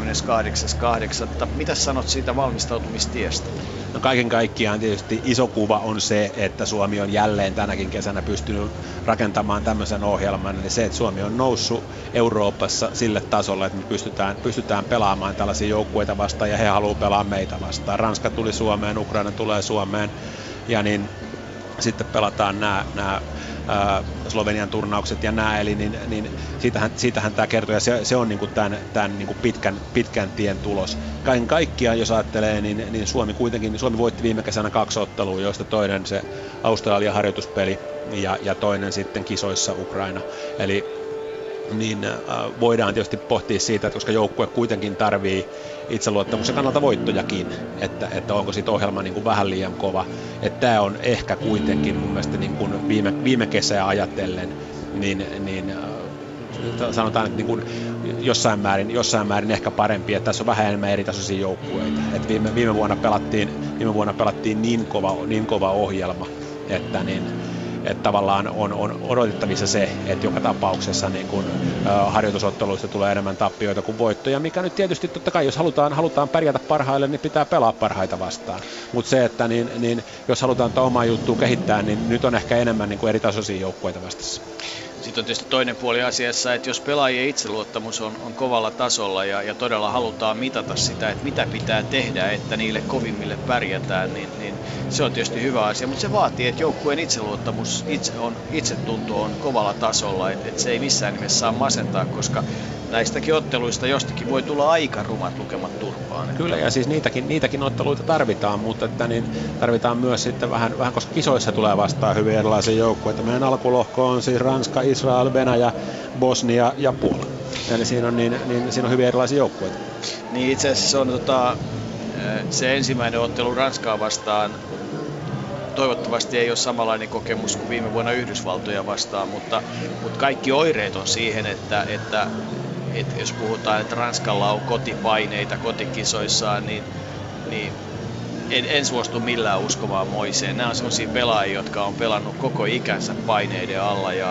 28.8. Mitä sanot siitä valmistautumistiestä? No kaiken kaikkiaan tietysti iso kuva on se, että Suomi on jälleen tänäkin kesänä pystynyt rakentamaan tämmöisen ohjelman. Eli se, että Suomi on noussut Euroopassa sille tasolle, että me pystytään pelaamaan tällaisia joukkueita vastaan ja he haluavat pelaa meitä vastaan. Ranska tuli Suomeen, Ukraina tulee Suomeen ja niin sitten pelataan nämä Slovenian turnaukset ja nämä, eli niin siitähän tämä kertoo, ja se on niin kuin tämän niin kuin pitkän tien tulos. Kaiken kaikkiaan, jos ajattelee, niin Suomi voitti viime kesänä 2 ottelua, joista toinen se Australian harjoituspeli ja toinen sitten kisoissa Ukraina. Eli niin voidaan tietysti pohtia siitä, että koska joukkue kuitenkin tarvii itseluottamuksen kannalta voittojakin, että onko siitä ohjelma niin kuin vähän liian kova. Että tämä on ehkä kuitenkin mun mielestä niin kuin viime kesää ajatellen, niin sanotaan, että niin kuin jossain määrin ehkä parempi, että tässä on vähän enemmän eritasoisia joukkueita. Että viime vuonna pelattiin niin kova ohjelma, että että tavallaan on odotettavissa se, että joka tapauksessa niin kun, harjoitusotteluista tulee enemmän tappioita kuin voittoja, mikä nyt tietysti totta kai, jos halutaan pärjätä parhaille, niin pitää pelaa parhaita vastaan. Mutta se, että jos halutaan omaa juttua kehittää, niin nyt on ehkä enemmän niin kuin eri tasoisia joukkueita vastassa. Sitten on tietysti toinen puoli asiassa, että jos pelaajien itseluottamus on kovalla tasolla ja todella halutaan mitata sitä, että mitä pitää tehdä, että niille kovimmille pärjätään, niin se on tietysti hyvä asia. Mutta se vaatii, että joukkueen itseluottamus, itsetunto on kovalla tasolla, että se ei missään nimessä saa masentaa, koska näistäkin otteluista jostakin voi tulla aika rumat lukemat turpaan. Kyllä, ja siis niitäkin otteluita tarvitaan, mutta että niin tarvitaan myös sitten vähän, koska kisoissa tulee vastaan hyvin erilaisia joukkueita. Meidän alkulohko on siis Ranska, Israel, Venäjä, Bosnia ja Puola. Eli siinä on hyvin erilaisia joukkueita. Niin itse asiassa on se ensimmäinen ottelu Ranskaa vastaan. Toivottavasti ei ole samanlainen kokemus kuin viime vuonna Yhdysvaltoja vastaan, mutta kaikki oireet on siihen, että jos puhutaan, että Ranskalla on kotipaineita kotikisoissaan, niin en suostu millään uskomaan moiseen. Nämä on sellaisia pelaajia, jotka on pelannut koko ikänsä paineiden alla ja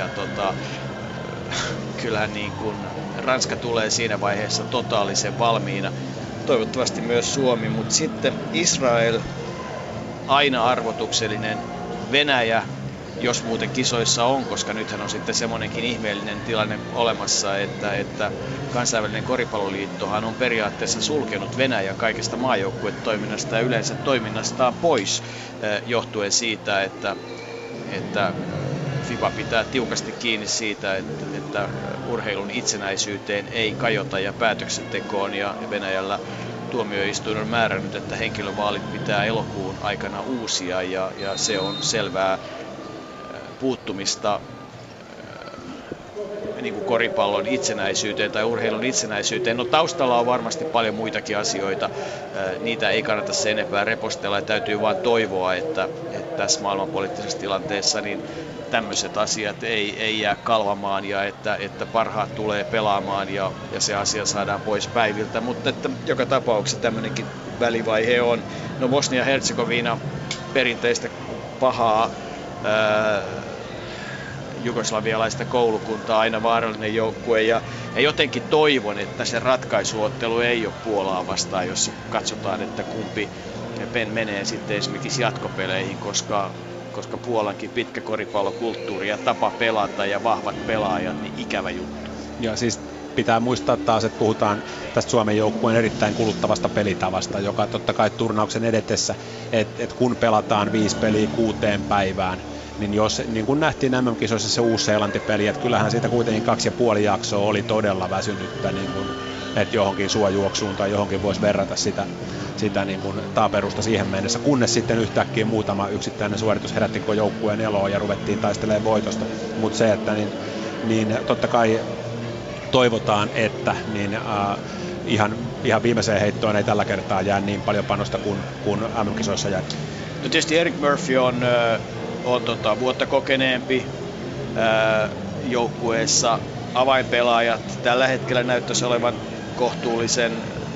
kyllähän niin kuin Ranska tulee siinä vaiheessa totaalisen valmiina. Toivottavasti myös Suomi, mutta sitten Israel, aina arvotuksellinen, Venäjä, jos muuten kisoissa on, koska nythän on sitten semmoinenkin ihmeellinen tilanne olemassa, että kansainvälinen koripalloliittohan on periaatteessa sulkenut Venäjän kaikesta maajoukkuetoiminnasta ja yleensä toiminnastaan pois johtuen siitä, että FIBA pitää tiukasti kiinni siitä, että urheilun itsenäisyyteen ei kajota ja päätöksentekoon, ja Venäjällä tuomioistuin on määrännyt, että henkilövaalit pitää elokuun aikana uusia, ja se on selvää puuttumista niin kuin koripallon itsenäisyyteen tai urheilun itsenäisyyteen. No taustalla on varmasti paljon muitakin asioita. Niitä ei kannata sen enempää repostella, ja täytyy vaan toivoa, että tässä maailmanpoliittisessa tilanteessa niin tämmöiset asiat ei jää kalvamaan ja että parhaat tulee pelaamaan ja se asia saadaan pois päiviltä. Mutta että joka tapauksessa tämmöinenkin välivaihe on. No Bosnia-Herzegovina perinteistä pahaa jugoslavialaista koulukuntaa, aina vaarallinen joukkue, ja jotenkin toivon, että se ratkaisuottelu ei ole Puolaa vastaan, jos katsotaan, että kumpi menee sitten esimerkiksi jatkopeleihin, koska Puolankin pitkä koripallokulttuuri ja tapa pelata ja vahvat pelaajat, niin ikävä juttu. Ja siis pitää muistaa taas, että puhutaan tästä Suomen joukkueen erittäin kuluttavasta pelitavasta, joka totta kai turnauksen edetessä, että kun pelataan 5 peliä 6 päivään, niin jos, niin kuin nähtiin MM-kisoissa se Uusi-Seelanti-peli, että kyllähän siitä kuitenkin 2,5 jaksoa oli todella väsynyttä, niin kuin, että johonkin suojuoksuun tai johonkin voisi verrata sitä niin kuin taaperusta siihen mennessä, kunnes sitten yhtäkkiä muutama yksittäinen suoritus herätti koko joukkueen eloon ja ruvettiin taistelemaan voitosta. Mutta se, että niin totta kai toivotaan, että ihan viimeiseen heittoon ei tällä kertaa jää niin paljon panosta kuin MM-kisoissa jäi. No tietysti Eric Murphy on vuotta kokeneempi joukkueessa. Avainpelaajat tällä hetkellä näyttäisi olevan kohtuullisen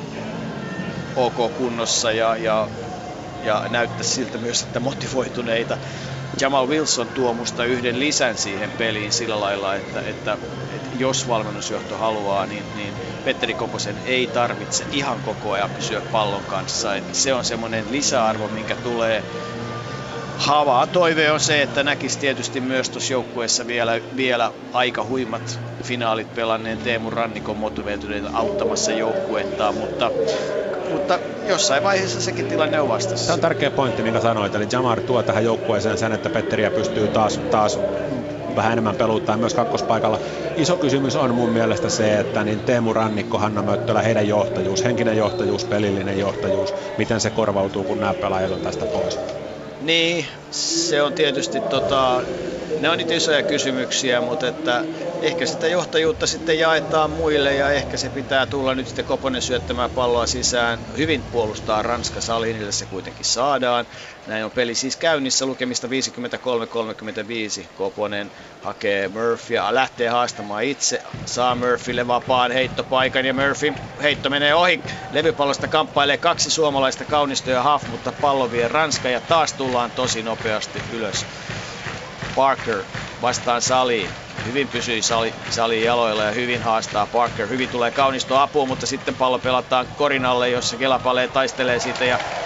ok kunnossa ja näyttäisi siltä myös, että motivoituneita. Jamal Wilson tuo musta yhden lisän siihen peliin sillä lailla, että jos valmennusjohto haluaa, niin Petteri Koposen ei tarvitse ihan koko ajan pysyä pallon kanssa. Että se on semmoinen lisäarvo, minkä tulee. Havaa toive on se, että näkisi tietysti myös tuossa joukkueessa vielä aika huimat finaalit pelanneen Teemu Rannikon motivoituneita auttamassa joukkuettaan, mutta jossain vaiheessa sekin tilanne on vastassa. Tämä on tärkeä pointti, minkä sanoit, eli Jamar tuo tähän joukkueeseen sen, että Petteriä pystyy taas vähän enemmän peluttaa myös kakkospaikalla. Iso kysymys on mun mielestä se, että niin Teemu Rannikko, Hanna Möttölä, heidän johtajuus, henkinen johtajuus, pelillinen johtajuus, miten se korvautuu, kun nämä pelaajat on tästä pois? Niin, se on tietysti, ne on niitä isoja kysymyksiä, mutta että ehkä sitä johtajuutta sitten jaetaan muille ja ehkä se pitää tulla nyt sitten Koponen syöttämään palloa sisään. Hyvin puolustaa Ranska, Salinille se kuitenkin saadaan. Näin on peli siis käynnissä, lukemista 53-35. Koponen hakee Murphyä, lähtee haastamaan itse, saa Murphylle vapaan heittopaikan ja Murphy heitto menee ohi. Levypallosta kamppailee 2 suomalaista, Kaunisto ja Huff, mutta pallo vie Ranska ja taas tullaan tosi nopeasti ylös. Parker vastaan Saliin. Hyvin pysyi Saliin jaloilla ja hyvin haastaa Parker. Hyvin tulee Kaunisto apuun, mutta sitten pallo pelataan Korinalle, jossa Kelapalee taistelee siitä ja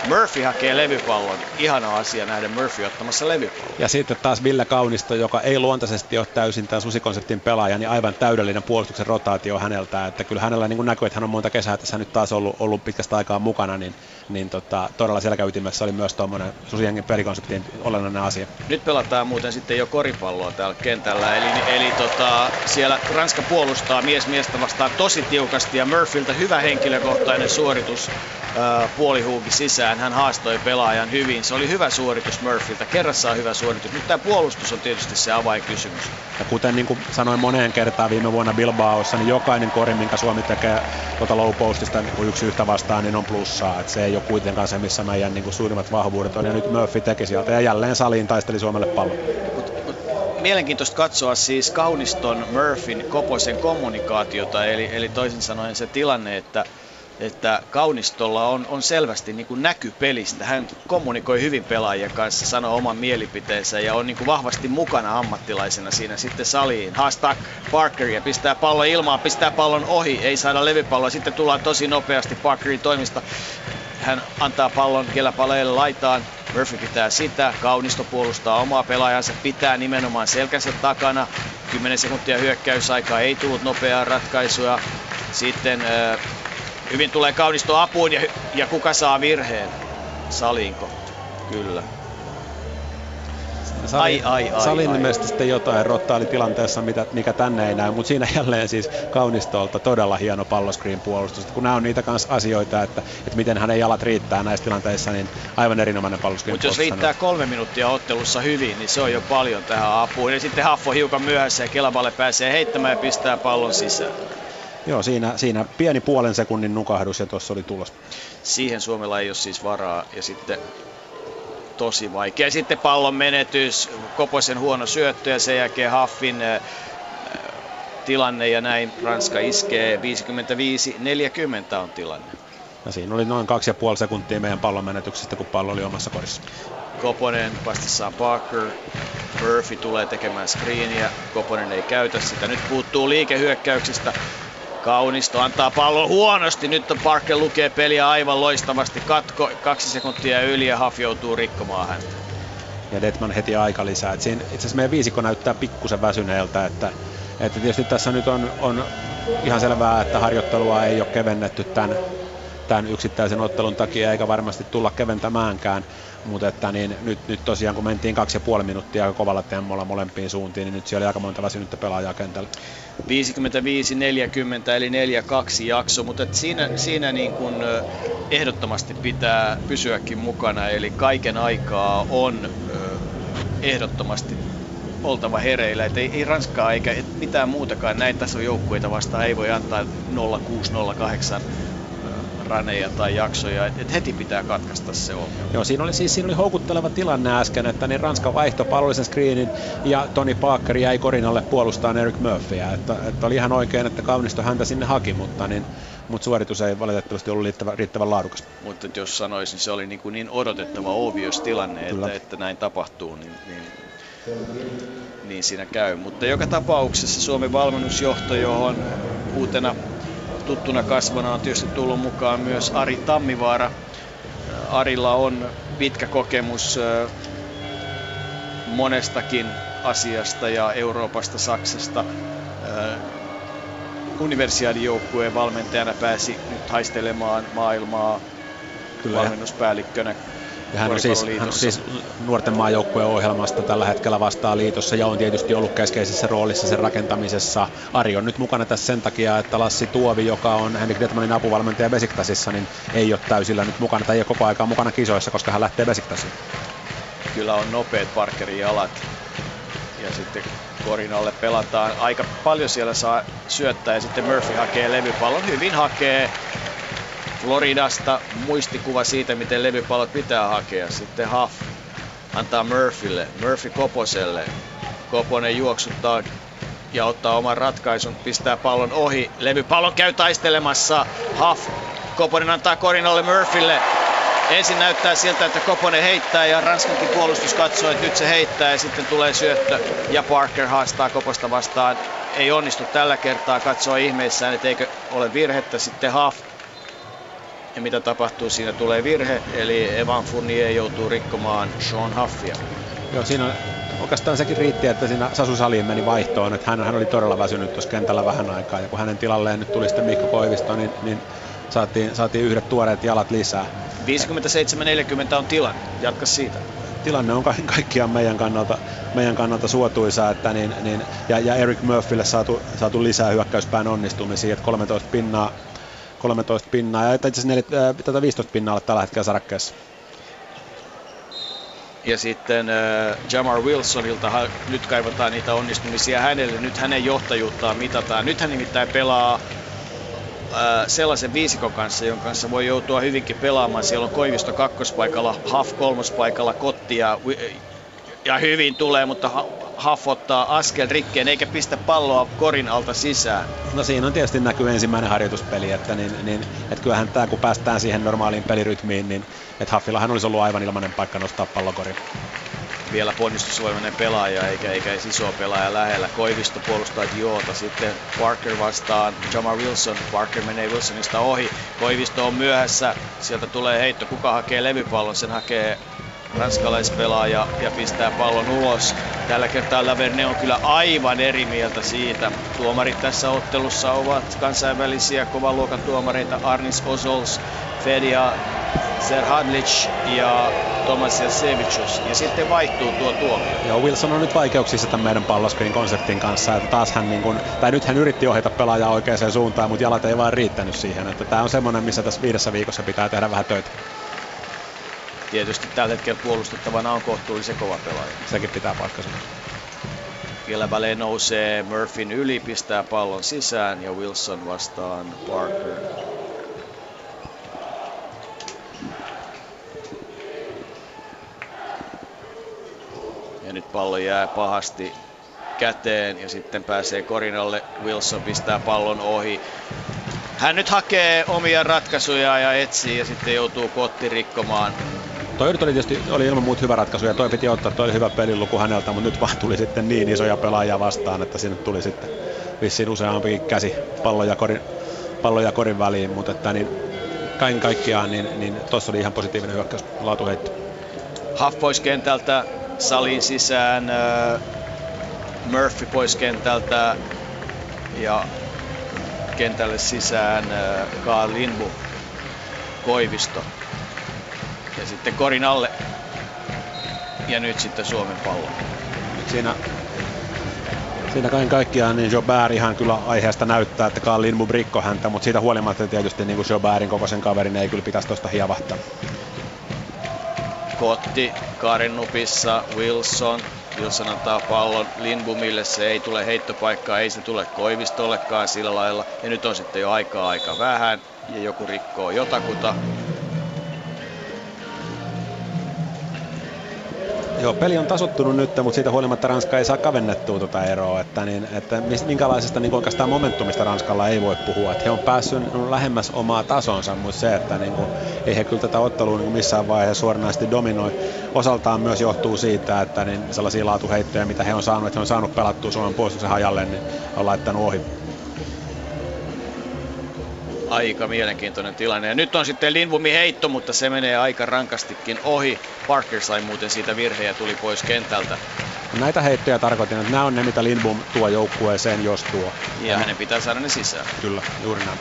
Murphy hakee levypallon. Ihana asia nähdä Murphy ottamassa levypallon. Ja sitten taas Ville Kaunisto, joka ei luontaisesti ole täysin tämän Susi-konseptin pelaaja, niin aivan täydellinen puolustuksen rotaatio häneltä. Että kyllä hänellä niin kuin näkyy, että hän on monta kesää tässä nyt taas ollut pitkästä aikaa mukana, niin todella selkäytimessä oli myös tuommoinen Susijengin pelikonseptin olennainen asia. Nyt pelataan muuten sitten jo koripalloa täällä kentällä, eli siellä Ranska puolustaa miestä vastaan tosi tiukasti ja Murphyltä hyvä henkilökohtainen suoritus puolihuuki sisään. Hän haastoi pelaajan hyvin. Se oli hyvä suoritus Murphyltä, kerrassaan hyvä suoritus, mutta tämä puolustus on tietysti se avainkysymys. Ja kuten niin kuin sanoin moneen kertaan viime vuonna Bilbaossa, niin jokainen kori, minkä Suomi tekee low postista niin yksi yhtä vastaan, niin on plussaa. Et se ei ole kuitenkaan se, missä meidän niin kuin suurimmat vahvuudet on. Ja nyt Murphy teki sieltä ja jälleen saliin taisteli Suomelle pallon. Mielenkiintoista katsoa siis Kauniston, Murphyn, Koposen kommunikaatiota, eli toisin sanoen se tilanne, että Kaunistolla on selvästi niin kuin näky pelistä. Hän kommunikoi hyvin pelaajien kanssa, sanoo oman mielipiteensä ja on niin kuin vahvasti mukana ammattilaisena siinä sitten saliin. Haastaa Parkeria, pistää pallon ilmaan, pistää pallon ohi, ei saada levypalloa. Sitten tullaan tosi nopeasti Parkerin toimista. Hän antaa pallon Keläpaleelle laitaan. Murphy pitää sitä. Kaunisto puolustaa omaa pelaajansa. Pitää nimenomaan selkänsä takana. 10 sekuntia hyökkäysaikaa. Ei tullut nopeaa ratkaisua. Sitten hyvin tulee Kaunisto apuun ja kuka saa virheen? Salinko? Kyllä. Salin nimestä sitten jotain rottaili tilanteessa, mikä tänne ei näy, mutta siinä jälleen siis Kaunistolta todella hieno palloscreen puolustus. Kun nämä on niitä kanssa asioita, että miten hänen jalat riittää näissä tilanteissa, niin aivan erinomainen palloscreen puolustus. Mutta jos riittää 3 minuuttia ottelussa hyvin, niin se on jo paljon tähän apuun. Ja sitten Haffo hiukan myöhässä ja Kelaballe pääsee heittämään ja pistää pallon sisään. Joo, siinä pieni puolen sekunnin nukahdus ja tuossa oli tulos. Siihen Suomella ei ole siis varaa ja sitten tosi vaikea. Sitten pallon menetys, Koposen huono syöttö ja sen jälkeen Haffin tilanne ja näin Ranska iskee. 55-40 on tilanne. Ja siinä oli noin 2,5 sekuntia meidän pallon menetyksestä, kun pallo oli omassa korissa. Koponen vastassaan Parker. Murphy tulee tekemään screeniä. Koponen ei käytä sitä. Nyt puuttuu liikehyökkäyksistä. Kaunisto antaa pallon huonosti. Nyt Parker lukee peliä aivan loistavasti. Katko 2 sekuntia yli ja Huff joutuu rikkomaan häntä. Ja Detman heti aika lisää. Itse asiassa meidän viisikko näyttää pikkusen väsyneeltä. Että tietysti tässä nyt on ihan selvää, että harjoittelua ei ole kevennetty tämän yksittäisen ottelun takia eikä varmasti tulla keventämäänkään. Mutta että niin, nyt tosiaan kun mentiin 2,5 minuuttia aika kovalla temmolla molempiin suuntiin, niin nyt siellä oli aika monta väsynyttä pelaajaa kentällä. 55-40 eli 4-2 jakso, mutta siinä niin kuin ehdottomasti pitää pysyäkin mukana, eli kaiken aikaa on ehdottomasti oltava hereillä, että ei Ranskaa eikä mitään muutakaan näin tason joukkueita vastaan ei voi antaa 0-6-0-8 raneja tai jaksoja, että heti pitää katkaista se ongelma. Joo, siinä oli houkutteleva tilanne äsken, että niin Ranska vaihtoi pallollisen screenin ja Tony Parker jäi korinalle puolustaan Eric Murphyä. Että oli ihan oikein, että Kaunisto häntä sinne haki, mutta suoritus ei valitettavasti ollut riittävän laadukas. Mutta jos sanoisin, se oli niin odotettava obvious tilanne, että näin tapahtuu, niin siinä käy. Mutta joka tapauksessa Suomen valmennusjohto, johon uutena tuttuna kasvona on tietysti tullut mukaan myös Ari Tammivaara. Arilla on pitkä kokemus monestakin asiasta ja Euroopasta, Saksasta. Universiadijoukkueen valmentajana pääsi nyt haistelemaan maailmaa. Kyllä, valmennuspäällikkönä. Ja hän on siis nuorten maajoukkueen ohjelmasta tällä hetkellä vastaan liitossa ja on tietysti ollut keskeisessä roolissa sen rakentamisessa. Ari on nyt mukana tässä sen takia, että Lassi Tuovi, joka on Henrik Detmanin apuvalmentaja Besiktasissa, niin ei ole täysillä nyt mukana tai ei ole koko aikaa mukana kisoissa, koska hän lähtee Besiktasiin. Kyllä on nopeat Parkerin jalat ja sitten korin alle pelataan. Aika paljon siellä saa syöttää ja sitten Murphy hakee levypallon. Hyvin hakee Floridasta muistikuva siitä, miten levypallot pitää hakea. Sitten Huff antaa Murphylle, Murphy Koposelle. Koponen juoksuttaa ja ottaa oman ratkaisun, pistää pallon ohi. Levypallon käy taistelemassa Huff. Koponen antaa korinalle Murphylle. Ensin näyttää siltä, että Koponen heittää ja Ranskankin puolustus katsoo, että nyt se heittää ja sitten tulee syöttö ja Parker haastaa Koposta vastaan. Ei onnistu tällä kertaa, katsoo ihmeissään, että eikö ole virhettä. Sitten Huff Ja mitä tapahtuu? Siinä tulee virhe, eli Evan Fournier joutuu rikkomaan Sean Huffia. Joo, siinä oikeastaan sekin riitti, että siinä Sasu Salin meni vaihtoon, että hän oli todella väsynyt tuossa kentällä vähän aikaa, ja kun hänen tilalleen nyt tuli sitten Mikko Koivisto, niin saatiin yhdet tuoreet jalat lisää. 57-40 on tilanne, jatka siitä. Tilanne on kaikkiaan meidän kannalta suotuisa, että ja Eric Murphylle saatu lisää hyökkäyspään onnistumisia, että 13 pinnaa ja itse asiassa 15 pinnaa tällä hetkellä sarakkeessa. Ja sitten Jamar Wilsonilta nyt kaivataan niitä onnistumisia hänelle. Nyt hänen johtajuuttaan mitataan. Nyt hän nimittäin pelaa sellaisen viisikon kanssa, jonka kanssa voi joutua hyvinkin pelaamaan. Siellä on Koivisto kakkospaikalla, Huff kolmospaikalla, Kotti ja hyvin tulee, mutta Huff ottaa askel rikkeen eikä pistä palloa korin alta sisään. No siinä on tietysti näkyy ensimmäinen harjoituspeli, että kyllähän tämä kun päästään siihen normaaliin pelirytmiin, niin että Huffillahan olisi ollut aivan ilmainen paikka nostaa pallokorin. Vielä ponnistusvoimainen pelaaja eikä isoa pelaaja lähellä. Koivisto puolustaa Diota, sitten Parker vastaan Jamar Wilson. Parker menee Wilsonista ohi. Koivisto on myöhässä, sieltä tulee heitto. Kuka hakee levypallon? Sen hakee ranskalaispelaaja ja pistää pallon ulos. Tällä kertaa Laverne on kyllä aivan eri mieltä siitä. Tuomarit tässä ottelussa ovat kansainvälisiä kovan luokan tuomareita Arnis Ozols, Fedia Serhadlic ja Tomas Jasevicius, ja sitten vaihtuu tuo tuomio. Joo, Wilson on nyt vaikeuksissa tämän meidän palloskrin konseptin kanssa, että taas nyt hän yritti ohjata pelaajaa oikeaan suuntaan, mutta jalat ei vaan riittänyt siihen, että tämä on semmoinen, missä tässä 5 viikossa pitää tehdä vähän töitä. Tietysti tällä hetkellä puolustettavana on kohtuullisen kova pelaaja. Sekin pitää paikkansa. Gilabale nousee Murphyn yli, pistää pallon sisään ja Wilson vastaan Parker. Ja nyt pallo jää pahasti käteen ja sitten pääsee korinalle. Wilson pistää pallon ohi. Hän nyt hakee omia ratkaisuja ja etsii ja sitten joutuu Kotti rikkomaan. Toi oli tietysti ilman muuta hyvä ratkaisu ja toi piti ottaa, toi oli hyvä peliluku häneltä, mutta nyt vaan tuli sitten niin isoja pelaajia vastaan, että sinne tuli sitten vissiin useampikin käsi pallon ja korin väliin, mutta että kaiken kaikkiaan niin tossa oli ihan positiivinen hyökkäys laatuheitto. Huff pois kentältä, Salin sisään, Murphy pois kentältä ja kentälle sisään Carl Lindbom, Koivisto. Ja sitten korin alle. Ja nyt sitten Suomen pallo. Siinä kaiken kaikkiaan niin Jobert ihan kyllä aiheesta näyttää, että Carl Lindbom rikko häntä, mutta siitä huolimatta tietysti niin kuin Jobertin kokoisen kaverin ei kyllä pitäisi tuosta hiavahtaa. Kotti Karin nupissa, Wilson antaa pallon Lindbomille, se ei tule heittopaikkaa, ei se tule Koivistollekaan sillä lailla. Ja nyt on sitten jo aika vähän ja joku rikkoo jotakuta. Joo, peli on tasottunut nyt, mutta siitä huolimatta Ranska ei saa kavennettua tuota eroa, että minkälaisesta oikeastaan momentumista Ranskalla ei voi puhua, että he on päässyt lähemmäs omaa tasonsa, mutta se, että ei he kyllä tätä ottelua missään vaiheessa suoranaisesti dominoi. Osaltaan myös johtuu siitä, että sellaisia laatuheittoja, mitä he on saanut, että he on saanut pelattua Suomen puolustuksen hajalle, niin on laittanut ohi. Aika mielenkiintoinen tilanne. Ja nyt on sitten Lindbomin heitto, mutta se menee aika rankastikin ohi. Parker sai muuten siitä virheen ja tuli pois kentältä. Näitä heittoja tarkoitin, että nämä on ne, mitä Lindbom tuo joukkueeseen, jos tuo. Ja hänen pitää saada ne sisään. Kyllä, juuri näin.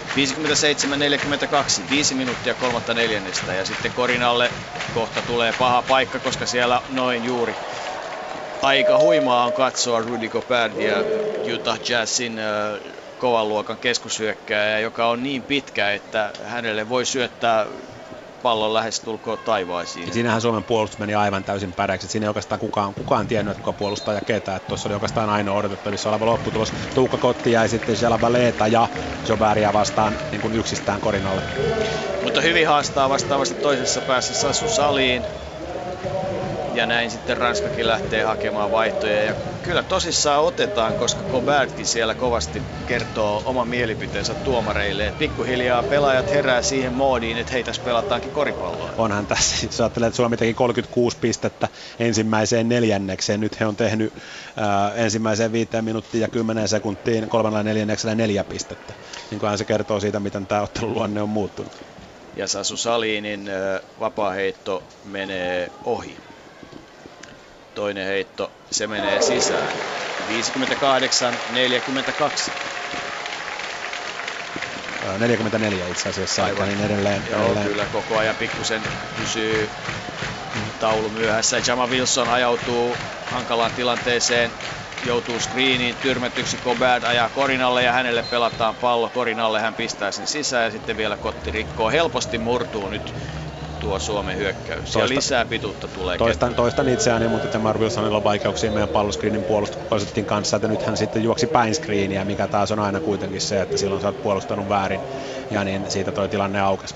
57-42, 5 minuuttia 3/4. Ja sitten korinalle kohta tulee paha paikka, koska siellä noin juuri aika huimaa on katsoa Rudy Gobertia, Utah Jazzin kovan luokan keskushyökkääjä, joka on niin pitkä, että hänelle voi syöttää pallon lähestulkoon taivaisiin. Ja siinähän Suomen puolustus meni aivan täysin päreiksi. Siinä ei oikeastaan kukaan tiennyt, että kuka puolustaa ja ketä. Tuossa oli oikeastaan ainoa odotettavissa oleva lopputulos. Tuukka Kotti jäi sitten siellä Valeta ja Jobertia vastaan niin kuin yksistään korinalle. Mutta hyvin haastaa vastaavasti toisessa päässä Sasu Saliin. Ja näin sitten Ranskakin lähtee hakemaan vaihtoja. Ja kyllä tosissaan otetaan, koska Gobertkin siellä kovasti kertoo oman mielipiteensä tuomareille. Et pikkuhiljaa pelaajat herää siihen moodiin, että hei, tässä pelataankin koripalloa. Onhan tässä. Jos ajattelee, että Suomi teki 36 pistettä ensimmäiseen neljännekseen. Nyt he on tehnyt ensimmäiseen 5 minuuttiin ja 10 sekuntiin 3. neljänneksellä 4 pistettä. Niin se kertoo siitä, miten tämä ottelun luonne on muuttunut. Ja Sasu Salinin vapaaheitto menee ohi. Toinen heitto, se menee sisään. 58-42. 44 itse asiassa aika, niin edelleen. Kyllä koko ajan pikkusen pysyy taulu myöhässä. Jamal Wilson ajautuu hankalaan tilanteeseen, joutuu screeniin tyrmätyksi. Gobert ajaa korin alle ja hänelle pelataan pallo korin alle. Hän pistää sen sisään ja sitten vielä Kotti rikkoo. Helposti murtuu nyt tuo Suomen hyökkäys. Ja lisää pituutta tulee. Toistan itseäni, mutta Jamal Wilsonilla on vaikeuksia meidän palloscreenin puolustuksen kanssa, että nyt hän sitten juoksi päin screeniä, mikä taas on aina kuitenkin se, että silloin sä oot puolustanut väärin, ja niin siitä toi tilanne aukesi.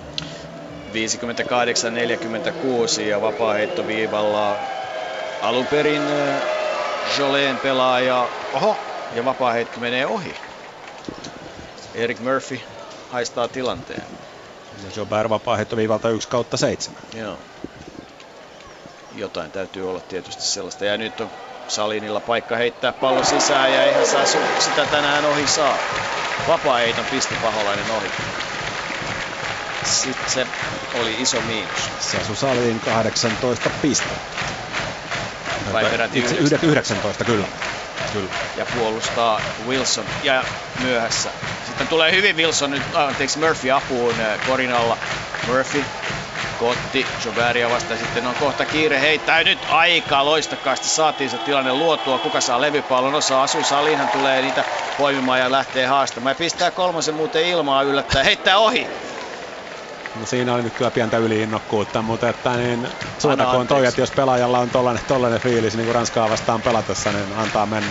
58-46 ja vapaaheittoviivalla alun perin Jolén pelaaja. Oho, ja vapaaheitto menee ohi. Eric Murphy haistaa tilanteen. Ja Jobert vapaaheittoviivalta 1/7. Joo. Jotain täytyy olla tietysti sellaista. Ja nyt on Salinilla paikka heittää pallo sisään ja eihän saa sitä tänään ohi saa. Vapaa-heiton pisti Paholainen ohi. Sitten se oli iso miinus. Sasu Salin 18 pistettä. Vai peräti 19, kyllä. Ja puolustaa Wilson ja myöhässä. Sitten tulee hyvin Wilson nyt, Murphy apuun korin alla. Murphy, Kotti, Joberia vasta sitten on kohta kiire heittää. Nyt aika loistakkaasti saatiin se tilanne luotua. Kuka saa levypallon? Osa Asu Salinhan tulee niitä poimimaan ja lähtee haastamaan. Ja pistää kolmosen muuten ilmaa yllättää. Heittää ohi. No siinä oli nyt kyllä pientä yliinnokkuutta, mutta että niin suotakoon toi, että jos pelaajalla on tollainen fiilis niin kuin Ranskaa vastaan pelatessa, niin antaa mennä.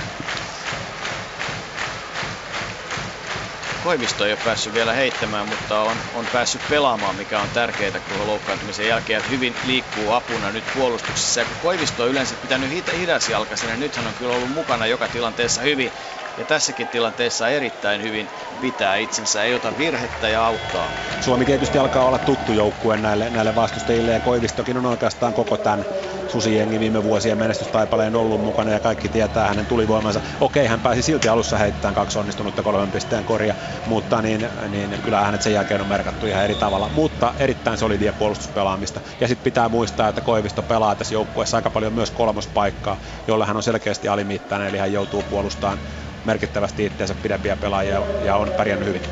Koivisto ei ole päässyt vielä heittämään, mutta on päässyt pelaamaan, mikä on tärkeää koko loukkaantumisen jälkeen. Hyvin liikkuu apuna nyt puolustuksessa. Ja kun Koivisto on yleensä pitänyt hidasjalkaisen, niin nyt hän on kyllä ollut mukana joka tilanteessa hyvin. Ja tässäkin tilanteessa erittäin hyvin pitää itsensä, ei ota virhettä ja auttaa. Suomi tietysti alkaa olla tuttu joukkue näille vastustajille ja Koivistokin on oikeastaan koko tämän Susijengin viime vuosien menestystaipaleen ollut mukana ja kaikki tietää hänen tulivoimansa. Okei, hän pääsi silti alussa heittämään 2 onnistunutta 3 pisteen koria, mutta niin kyllä hänet sen jälkeen on merkattu ihan eri tavalla, mutta erittäin solidia puolustuspelaamista. Ja sitten pitää muistaa, että Koivisto pelaa tässä joukkueessa aika paljon myös kolmospaikkaa, jolla hän on selkeästi alimittainen, eli hän joutuu puolustamaan merkittävästi itseänsä pidempiä pelaajia ja on pärjännyt hyvin.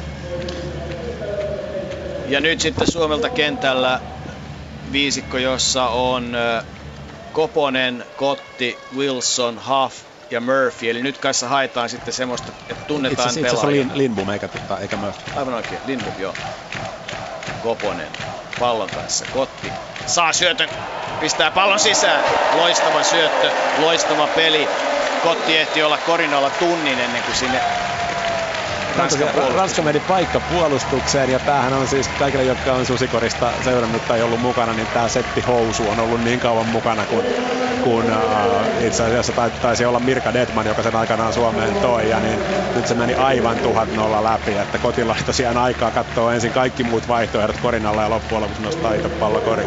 Ja nyt sitten Suomelta kentällä viisikko, jossa on Koponen, Kotti, Wilson, Huff ja Murphy. Eli nyt kanssa haetaan sitten semmoista, että tunnetaan pelaajia. Itse asiassa Lindbom eikä Murphy. Aivan oikein, Lindbom, joo. Koponen pallon kanssa, Kotti saa syötön, pistää pallon sisään. Loistava syöttö, loistava peli. Kotti ehti olla korin alla tunnin ennen kuin sinne Ranska meni paikkapuolustukseen ja tämähän on siis kaikille, jotka on Susikorista seurannut tai ollut mukana, niin tämä Seppi Housu on ollut niin kauan mukana kun itse asiassa taisi olla Mirka Detman, joka sen aikanaan Suomeen toi ja niin nyt se meni aivan 1000-0 läpi, että Kotilla oli tosiaan aikaa katsoa ensin kaikki muut vaihtoehdot korin alla ja loppujen lopuksi nostaa itse pallo korin.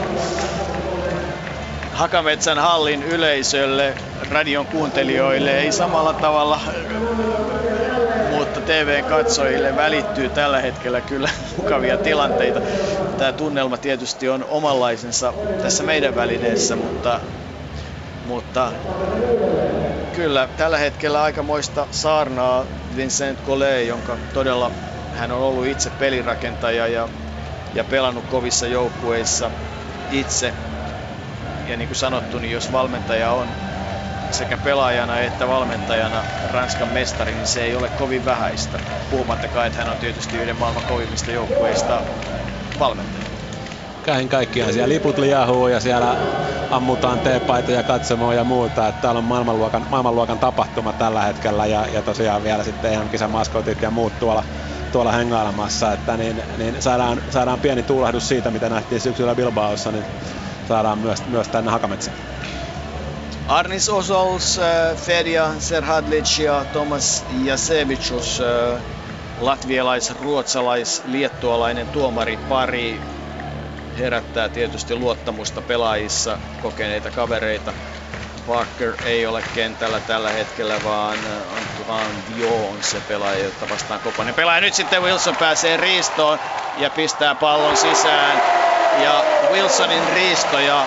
Hakametsän hallin yleisölle, radion kuuntelijoille ei samalla tavalla, mutta TV-katsojille välittyy tällä hetkellä kyllä mukavia tilanteita. Tämä tunnelma tietysti on omanlaisensa tässä meidän välineessä, mutta kyllä tällä hetkellä aikamoista saarnaa Vincent Collet, jonka todella hän on ollut itse pelirakentaja ja pelannut kovissa joukkueissa itse. Ja niin kuin sanottu, niin jos valmentaja on sekä pelaajana että valmentajana Ranskan mestari, niin se ei ole kovin vähäistä. Puhumattakaan, että hän on tietysti yhden maailman kovimmista joukkueista valmentaja. Kaiken kaikkiaan siellä liput liahuu ja siellä ammutaan teepaitoja katsomoa ja muuta. Että täällä on maailmanluokan tapahtuma tällä hetkellä ja tosiaan vielä sitten EM-kisamaskotit ja muut tuolla hengailemassa. Että niin saadaan pieni tuulahdus siitä, mitä nähtiin syksyllä Bilbaossa, niin saadaan myös tänne Hakametsään. Arnis Ozols, Fedja Serhadlic ja Tomas Jasevicius, latvialais, ruotsalais, liettualainen tuomaripari herättää tietysti luottamusta pelaajissa, kokeneita kavereita. Parker ei ole kentällä tällä hetkellä, vaan on Grandio on se pelaaja, jota vastaan Koponen pelaa. Nyt sitten Wilson pääsee riistoon ja pistää pallon sisään. Ja Wilsonin riisto ja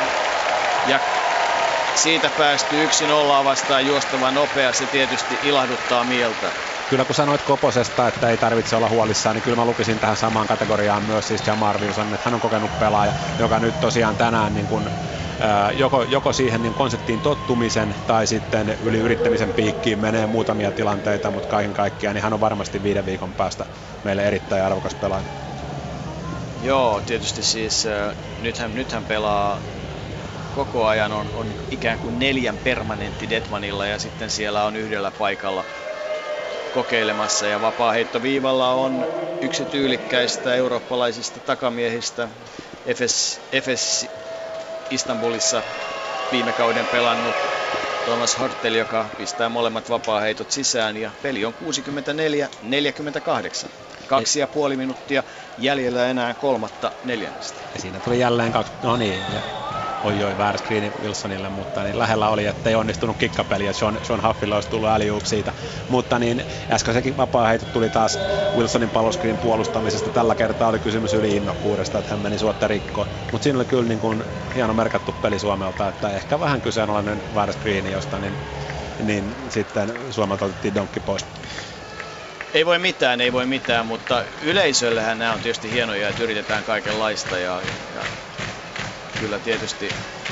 siitä päästy 1-0 vastaan juostava nopea, se tietysti ilahduttaa mieltä. Kyllä kun sanoit Koposesta, että ei tarvitse olla huolissaan, niin kyllä mä lukisin tähän samaan kategoriaan myös siis Jamar Wilson, että hän on kokenut pelaaja, joka nyt tosiaan tänään niin kuin, joko siihen niin konseptiin tottumisen tai sitten yli yrittämisen piikkiin menee muutamia tilanteita, mutta kaiken kaikkiaan niin hän on varmasti 5 viikon päästä meille erittäin arvokas pelaaja. Joo, tietysti siis nythän pelaa koko ajan on ikään kuin 4 permanentti Detmanilla ja sitten siellä on 1 paikalla kokeilemassa ja vapaaheittoviivalla on yksi tyylikkäistä eurooppalaisista takamiehistä Efes Istanbulissa viime kauden pelannut Thomas Hartel, joka pistää molemmat vapaaheitot sisään ja peli on 64-48. 2,5 minuuttia jäljellä enää 3/4. Ja siinä tuli jälleen 2, no niin, väärä screeni Wilsonille, mutta niin lähellä oli, että ei onnistunut kikkapeli ja Sean Huffille olisi tullut alley-oop siitä. Mutta niin äskeisekin vapaa-heitot tuli taas Wilsonin palloskriin puolustamisesta. Tällä kertaa oli kysymys yli-innokkuudesta, että hän meni suotta rikkoon. Mutta siinä oli kyllä niin kuin hieno merkattu peli Suomelta, että ehkä vähän kyseenalainen väärä screeni, josta niin sitten Suomelta otettiin donkki pois. Ei voi mitään, mutta yleisöllähän nämä on tietysti hienoja, että yritetään kaikenlaista ja kyllä tietysti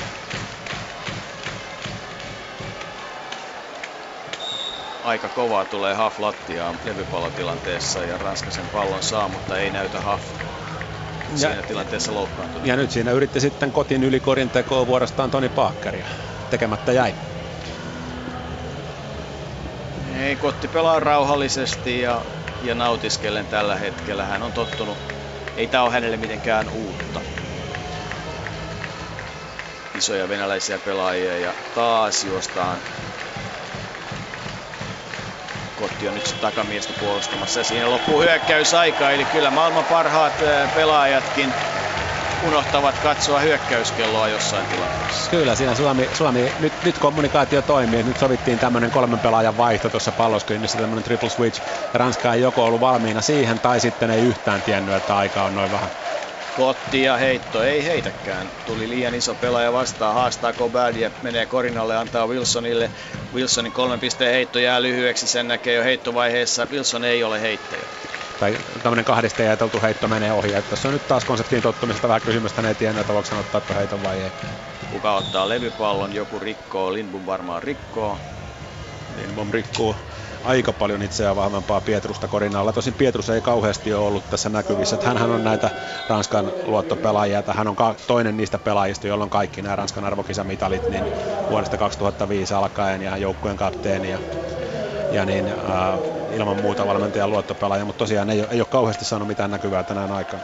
aika kovaa tulee Huff lattiaan levypallotilanteessa ja Ranska sen pallon saa, mutta ei näytä Huff siinä tilanteessa loukkaantunut. Ja nyt siinä yritti sitten kotin ylikorin tekoa vuorostaan Tony Parkeria. Tekemättä jäi. Ei, Kotti pelaa rauhallisesti ja nautiskellen tällä hetkellä. Hän on tottunut. Ei tää ole hänelle mitenkään uutta. Isoja venäläisiä pelaajia ja taas juostaan. Kotti on nyt se takamiestä puolustamassa ja siinä loppuu hyökkäysaika. Eli kyllä maailman parhaat pelaajatkin unohtavat katsoa hyökkäyskelloa jossain tilanteessa. Kyllä, siinä Suomi nyt kommunikaatio toimii. Nyt sovittiin tämmöinen 3 pelaajan vaihto tuossa palloskriinissä, tämmöinen triple switch. Ranska ei joko ollut valmiina siihen tai sitten ei yhtään tiennyt, että aika on noin vähän. Kotti ja heitto, ei heitäkään. Tuli liian iso pelaaja vastaan, haastaa Gobert ja menee korinalle, antaa Wilsonille. Wilsonin 3 pisteen heitto jää lyhyeksi, sen näkee jo heittovaiheessa. Wilson ei ole heittäjä. Tai tämmöinen 2 jätelty heitto menee ohi. Että tässä on nyt taas konseptiin tottumisesta vähän kysymystä, ne ei tiennyt, että voiko sanoa ottaa heiton vai ei. Kuka ottaa levypallon, joku rikkoo, Lindbom varmaan rikkoo. Lindbom rikkoo aika paljon itseään vahvempaa Pietrusta korinalla. Tosin Pietrus ei kauheasti ole ollut tässä näkyvissä. Hänhän on näitä Ranskan luottopelaajia, että hän on toinen niistä pelaajista, joilla on kaikki nämä Ranskan arvokisamitalit niin vuodesta 2005 alkaen ja joukkueen kapteeni ja niin, ilman muuta valmentajan luottopelaaja, mutta tosiaan ei ole kauheasti saanut mitään näkyvää tänään aikaan.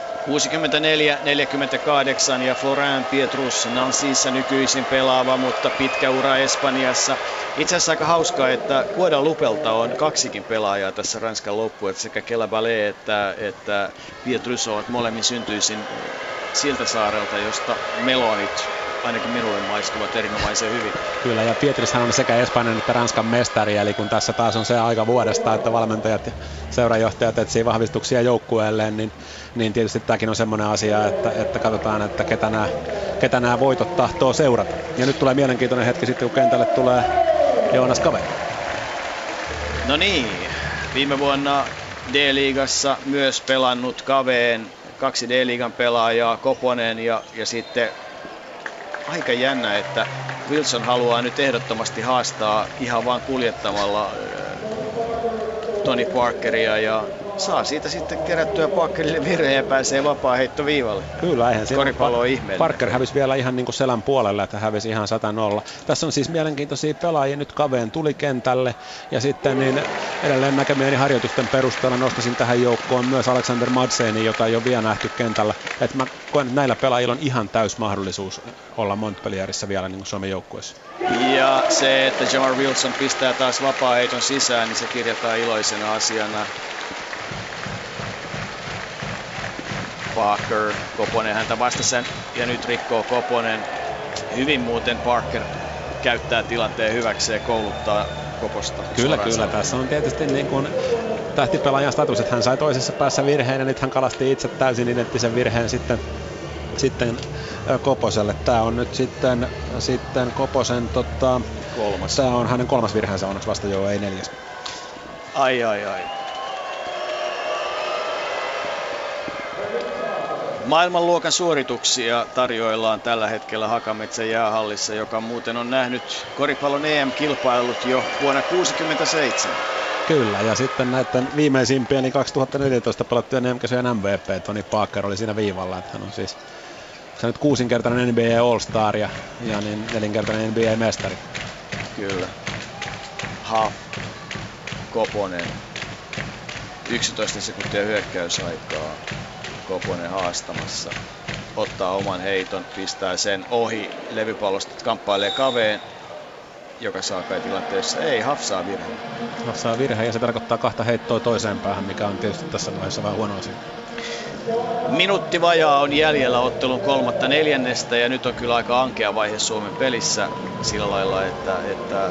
64-48 ja Florent Pietrus Nancyssa nykyisin pelaava, mutta pitkä ura Espanjassa. Itse asiassa aika hauskaa, että Guadalupelta on 2 pelaajaa tässä Ranskan loppuessa, sekä Kelabalé että Pietrus ovat molemmin syntyisin siltä saarelta, josta melonit ainakin minulle maistuvat erinomaisen hyvin. Kyllä, ja Pietrushan on sekä Espanjan että Ranskan mestari, eli kun tässä taas on se aika vuodesta, että valmentajat ja seurajohtajat etsii vahvistuksia joukkueelleen, niin tietysti tämäkin on semmoinen asia, että katsotaan, että ketä nämä voitot tahtoo seurata. Ja nyt tulee mielenkiintoinen hetki sitten, kun kentälle tulee Joonas Kave. No niin, viime vuonna D-liigassa myös pelannut Kaveen, 2 D-liigan pelaajaa, Koponen ja sitten aika jännä, että Wilson haluaa nyt ehdottomasti haastaa ihan vaan kuljettamalla Tony Parkeria ja saa siitä sitten kerättyä Parkerille virheen ja pääsee vapaaheittoviivalle. Kyllä, eihän siinä koripallo on ihmeellinen. Parker hävisi vielä ihan niin kuin selän puolelle, että hävisi ihan 100-0. Tässä on siis mielenkiintoisia pelaajia. Nyt Kaveen tuli kentälle ja sitten niin edelleen näkemieni harjoitusten perusteella nostaisin tähän joukkoon myös Alexander Madsenin, jota ei ole vielä nähty kentällä. Että mä koen, että näillä pelaajilla on ihan täys mahdollisuus olla Montpellierissä vielä niin kuin Suomen joukkueessa. Ja se, että Jamar Wilson pistää taas vapaaheiton sisään, niin se kirjataan iloisena asiana. Parker, Koponen häntä vastassa ja nyt rikkoo Koponen. Hyvin muuten Parker käyttää tilanteen hyväkseen, kouluttaa Koposta. Kyllä. Tässä on tietysti niin kuin tähtipelaajan status, että hän sai toisessa päässä virheen ja nyt hän kalasti itse täysin identtisen virheen sitten Koposelle. Tämä on nyt sitten Koposen kolmas. Tämä on hänen kolmas virheensä, onneksi vasta ei neljäs. Ai. Maailmanluokan suorituksia tarjoillaan tällä hetkellä Hakametsän jäähallissa, joka muuten on nähnyt koripallon EM-kilpailut jo vuonna 1967. Kyllä, ja sitten näiden viimeisimpien, niin 2014 pelattujen EM-kisojen MVP, Tony Parker oli siinä viivalla, että hän on siis se on nyt 6-kertainen NBA All-Star ja niin 4-kertainen NBA-mestari. Kyllä. Koponen. 11 sekuntia hyökkäysaikaa. Koponen haastamassa. Ottaa oman heiton, pistää sen ohi. Levypallosta kamppailee Kaveen, joka saa kai tilanteessa. Ei, Haf saa virheen. Haf saa virheen ja se tarkoittaa 2 heittoa toiseen päähän, mikä on tietysti tässä vaiheessa vähän huono asia. Minuutti vajaa on jäljellä ottelun 3/4 ja nyt on kyllä aika ankea vaihe Suomen pelissä sillä lailla, että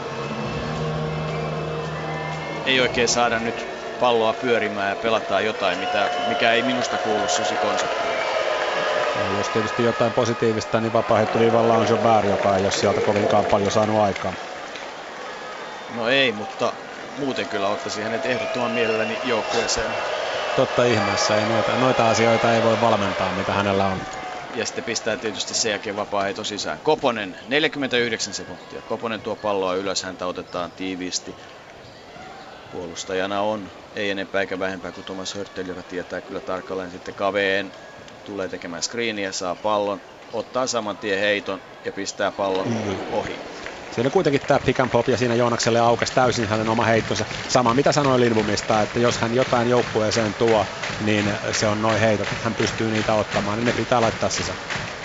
ei oikein saada nyt palloa pyörimään ja pelataan jotain, mikä ei minusta kuulu Susi-konseptiin. Ja jos tietysti jotain positiivista, niin vapaaheittoviivalla on Jobert, joka ei ole sieltä kovinkaan paljon saanut aikaa. No ei, mutta muuten kyllä ottaisin hänet ehdottoman mielelläni joukkueeseen. Totta ihmeessä, ei noita asioita ei voi valmentaa, mitä hänellä on. Ja sitten pistää tietysti sen jälkeen vapaaheito sisään. Koponen, 49 sekuntia. Koponen tuo palloa ylös, häntä otetaan tiiviisti. Puolustajana on ei enempää eikä vähempää kuin Thomas Hörtel, joka tietää kyllä tarkalleen. Sitten Kaveen tulee tekemään screeniä, saa pallon, ottaa saman tien heiton ja pistää pallon ohi. Siellä kuitenkin tämä pick and pop ja siinä Joonakselle aukesi täysin hänen oma heittonsa. Sama mitä sanoi Lindbomista, että jos hän jotain joukkueeseen tuo, niin se on noin heitot, että hän pystyy niitä ottamaan, niin ne pitää laittaa sisään.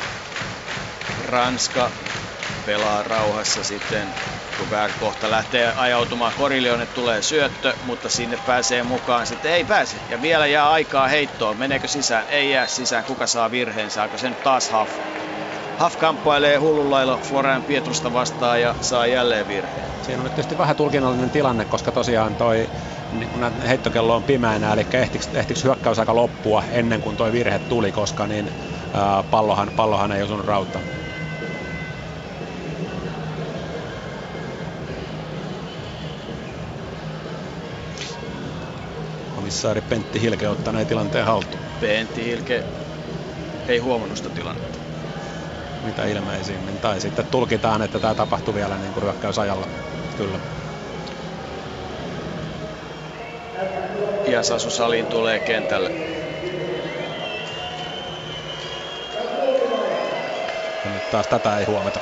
Ranska pelaa rauhassa sitten, kun kohta lähtee ajautumaan Korilioon, tulee syöttö, mutta sinne pääsee mukaan. Sitten ei pääse ja vielä jää aikaa heittoon. Meneekö sisään? Ei jää sisään. Kuka saa virheen? Saako sen nyt taas Haf kamppailee hullun lailla Florian Pietrusta vastaan ja saa jälleen virheen. Siinä on nyt tietysti vähän tulkinnallinen tilanne, koska tosiaan toi heittokello on pimeänä, eli ehtikö hyökkäysaika loppua ennen kuin toi virhe tuli, koska niin pallohan ei osunut rautaan. Komissaari Pentti Hilke ottaneen tilanteen haltuun. Pentti Hilke ei huomannut sitä tilannetta. Mitä ilmeisimmin. Tai sitten tulkitaan, että tämä tapahtui vielä niin kuin hyökkäysajalla. Kyllä. Ja Sasu Salin tulee kentälle. Ja nyt taas tätä ei huomata.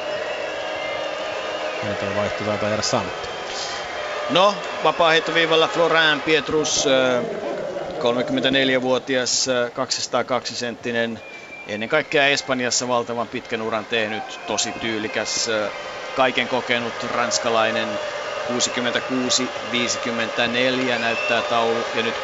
Ja tuo vaihto taitaa jäädä saamatta. No, vapaaheittoviivalla Florian Pietrus, 34-vuotias, 202-senttinen. Ennen kaikkea Espanjassa valtavan pitkän uran tehnyt, tosi tyylikäs, kaiken kokenut ranskalainen. 66-54 näyttää taulu ja nyt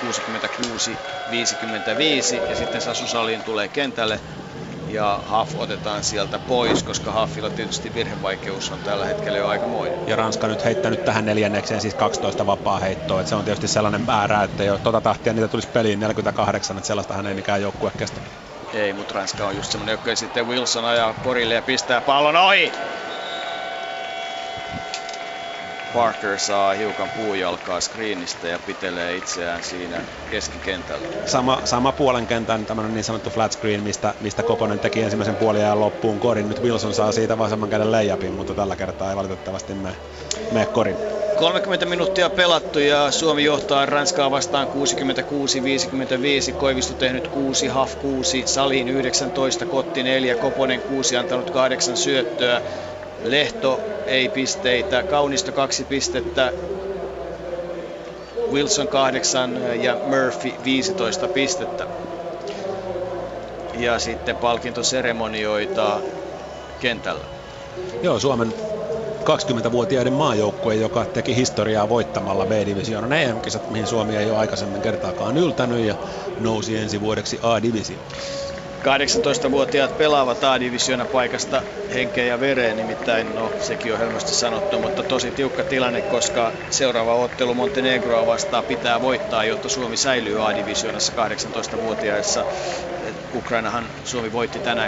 66-55 ja sitten Sasu Salin tulee kentälle ja Haf otetaan sieltä pois, koska Hafilla tietysti virhevaikeus on tällä hetkellä jo aikamoinen. Ja Ranska nyt heittänyt tähän neljännekseen siis 12 vapaa heittoa, että se on tietysti sellainen määrä, että jo tahtia niitä tulisi peliin 48, että sellaistahan ei mikään joukkue kestä. Ei, mutta Ranska on just semmoinen, joka sitten Wilson ajaa korille ja pistää pallon ohi. Parker saa hiukan puujalkaa screenistä ja pitelee itseään siinä keskikentällä. Sama puolen kentän tämmöinen niin sanottu flat screen, mistä Koponen teki ensimmäisen puoliajan loppuun korin. Nyt Wilson saa siitä vasemman käden layupin, mutta tällä kertaa ei valitettavasti mene korin. 30 minuuttia pelattu ja Suomi johtaa Ranskaa vastaan 66-55. Koivisto tehnyt 6, Haf 6, Salin 19, Kotti 4, Koponen 6, antanut 8 syöttöä. Lehto ei pisteitä, Kaunisto 2 pistettä, Wilson 8 ja Murphy 15 pistettä. Ja sitten palkintoseremonioita kentällä. Joo, Suomen 20-vuotiaiden maajoukkue, joka teki historiaa voittamalla B-divisioonan EM-kisat, mihin Suomi ei ole aikaisemmin kertaakaan yltänyt ja nousi ensi vuodeksi A-divisioon. 18-vuotiaat pelaavat A-divisioona paikasta henkeä ja vereen, nimittäin, no sekin on helposti sanottu, mutta tosi tiukka tilanne, koska seuraava ottelu Montenegroa vastaan pitää voittaa, jotta Suomi säilyy A-divisioonassa 18-vuotiaissa. Ukrainahan Suomi voitti tänään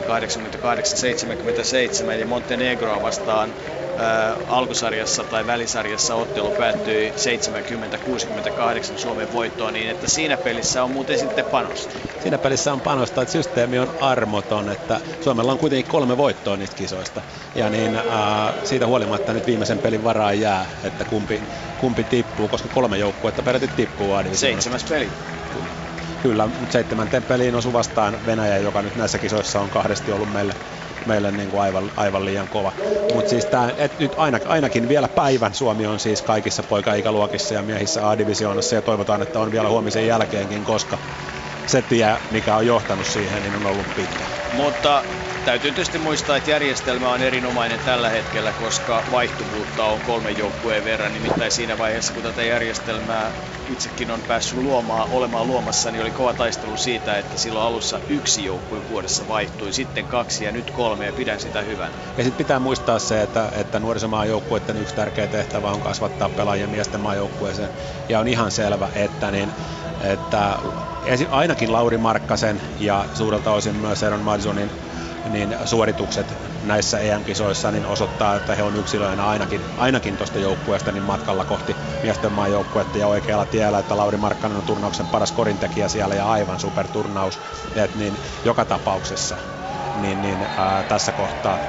88-77 ja Montenegroa vastaan alkusarjassa tai välisarjassa ottelu päättyi 70-68 Suomen voittoon, niin että siinä pelissä on muuten sitten panosta. Siinä pelissä on panosta, että systeemi on armoton, että Suomella on kuitenkin 3 voittoa niistä kisoista. Ja niin siitä huolimatta nyt viimeisen pelin varaan jää, että kumpi tippuu, koska 3 joukkuetta peräti tippuu A-divisioonasta. 7. peli. Kyllä, mutta 7. peliin osui vastaan Venäjä, joka nyt näissä kisoissa on kahdesti ollut meille niin kuin aivan liian kova. Mutta siis nyt ainakin vielä päivän Suomi on siis kaikissa poikaikäluokissa ja miehissä A-divisioonassa ja toivotaan, että on vielä huomisen jälkeenkin, koska se tie, mikä on johtanut siihen, niin on ollut pitkä. Mutta täytyy tietysti muistaa, että järjestelmä on erinomainen tällä hetkellä, koska vaihtuvuutta on 3 joukkueen verran. Nimittäin siinä vaiheessa, kun tätä järjestelmää itsekin on päässyt olemaan luomassa, niin oli kova taistelu siitä, että silloin alussa 1 joukkue vuodessa vaihtui, sitten 2 ja nyt 3 ja pidän sitä hyvän. Ja sitten pitää muistaa se, että nuorisomaajoukkueiden yksi tärkeä tehtävä on kasvattaa pelaajia miesten maajoukkueeseen. Ja on ihan selvä, että ainakin Lauri Markkasen ja suurelta osin myös Aaron Madsonin suoritukset näissä EM-kisoissa niin osoittaa, että he on yksilöinä ainakin tuosta joukkueesta niin matkalla kohti miesten maajoukkuetta ja oikealla tiellä, että Lauri Markkanen on turnauksen paras korintekijä siellä ja aivan superturnaus, että niin joka tapauksessa tässä kohtaa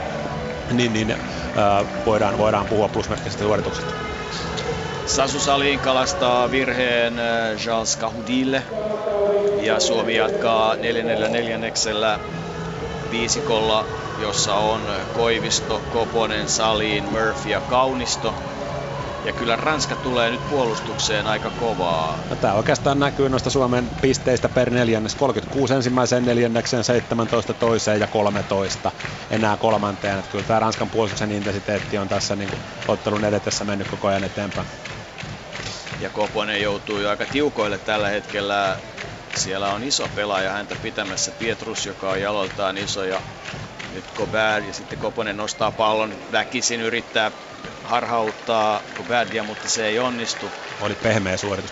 voidaan puhua plusmerkkisestä suorituksesta. Sasu Salin kalastaa virheen Charles Cahoudille ja Suomi jatkaa 4. viisikolla, jossa on Koivisto, Koponen, Salin, Murphy ja Kaunisto. Ja kyllä Ranska tulee nyt puolustukseen aika kovaa. No, tämä oikeastaan näkyy noista Suomen pisteistä per neljännes. 36 ensimmäiseen neljännekseen, 17 toiseen ja 13 enää kolmanteen. Että kyllä tämä Ranskan puolustuksen intensiteetti on tässä niin kuin ottelun edetessä mennyt koko ajan eteenpäin. Ja Koponen joutuu jo aika tiukoille tällä hetkellä. Siellä on iso pelaaja häntä pitämässä, Pietrus, joka on jaloiltaan iso, ja nyt Gobert, ja sitten Koponen nostaa pallon, väkisin yrittää harhauttaa Gobertia, mutta se ei onnistu. Oli pehmeä suoritus.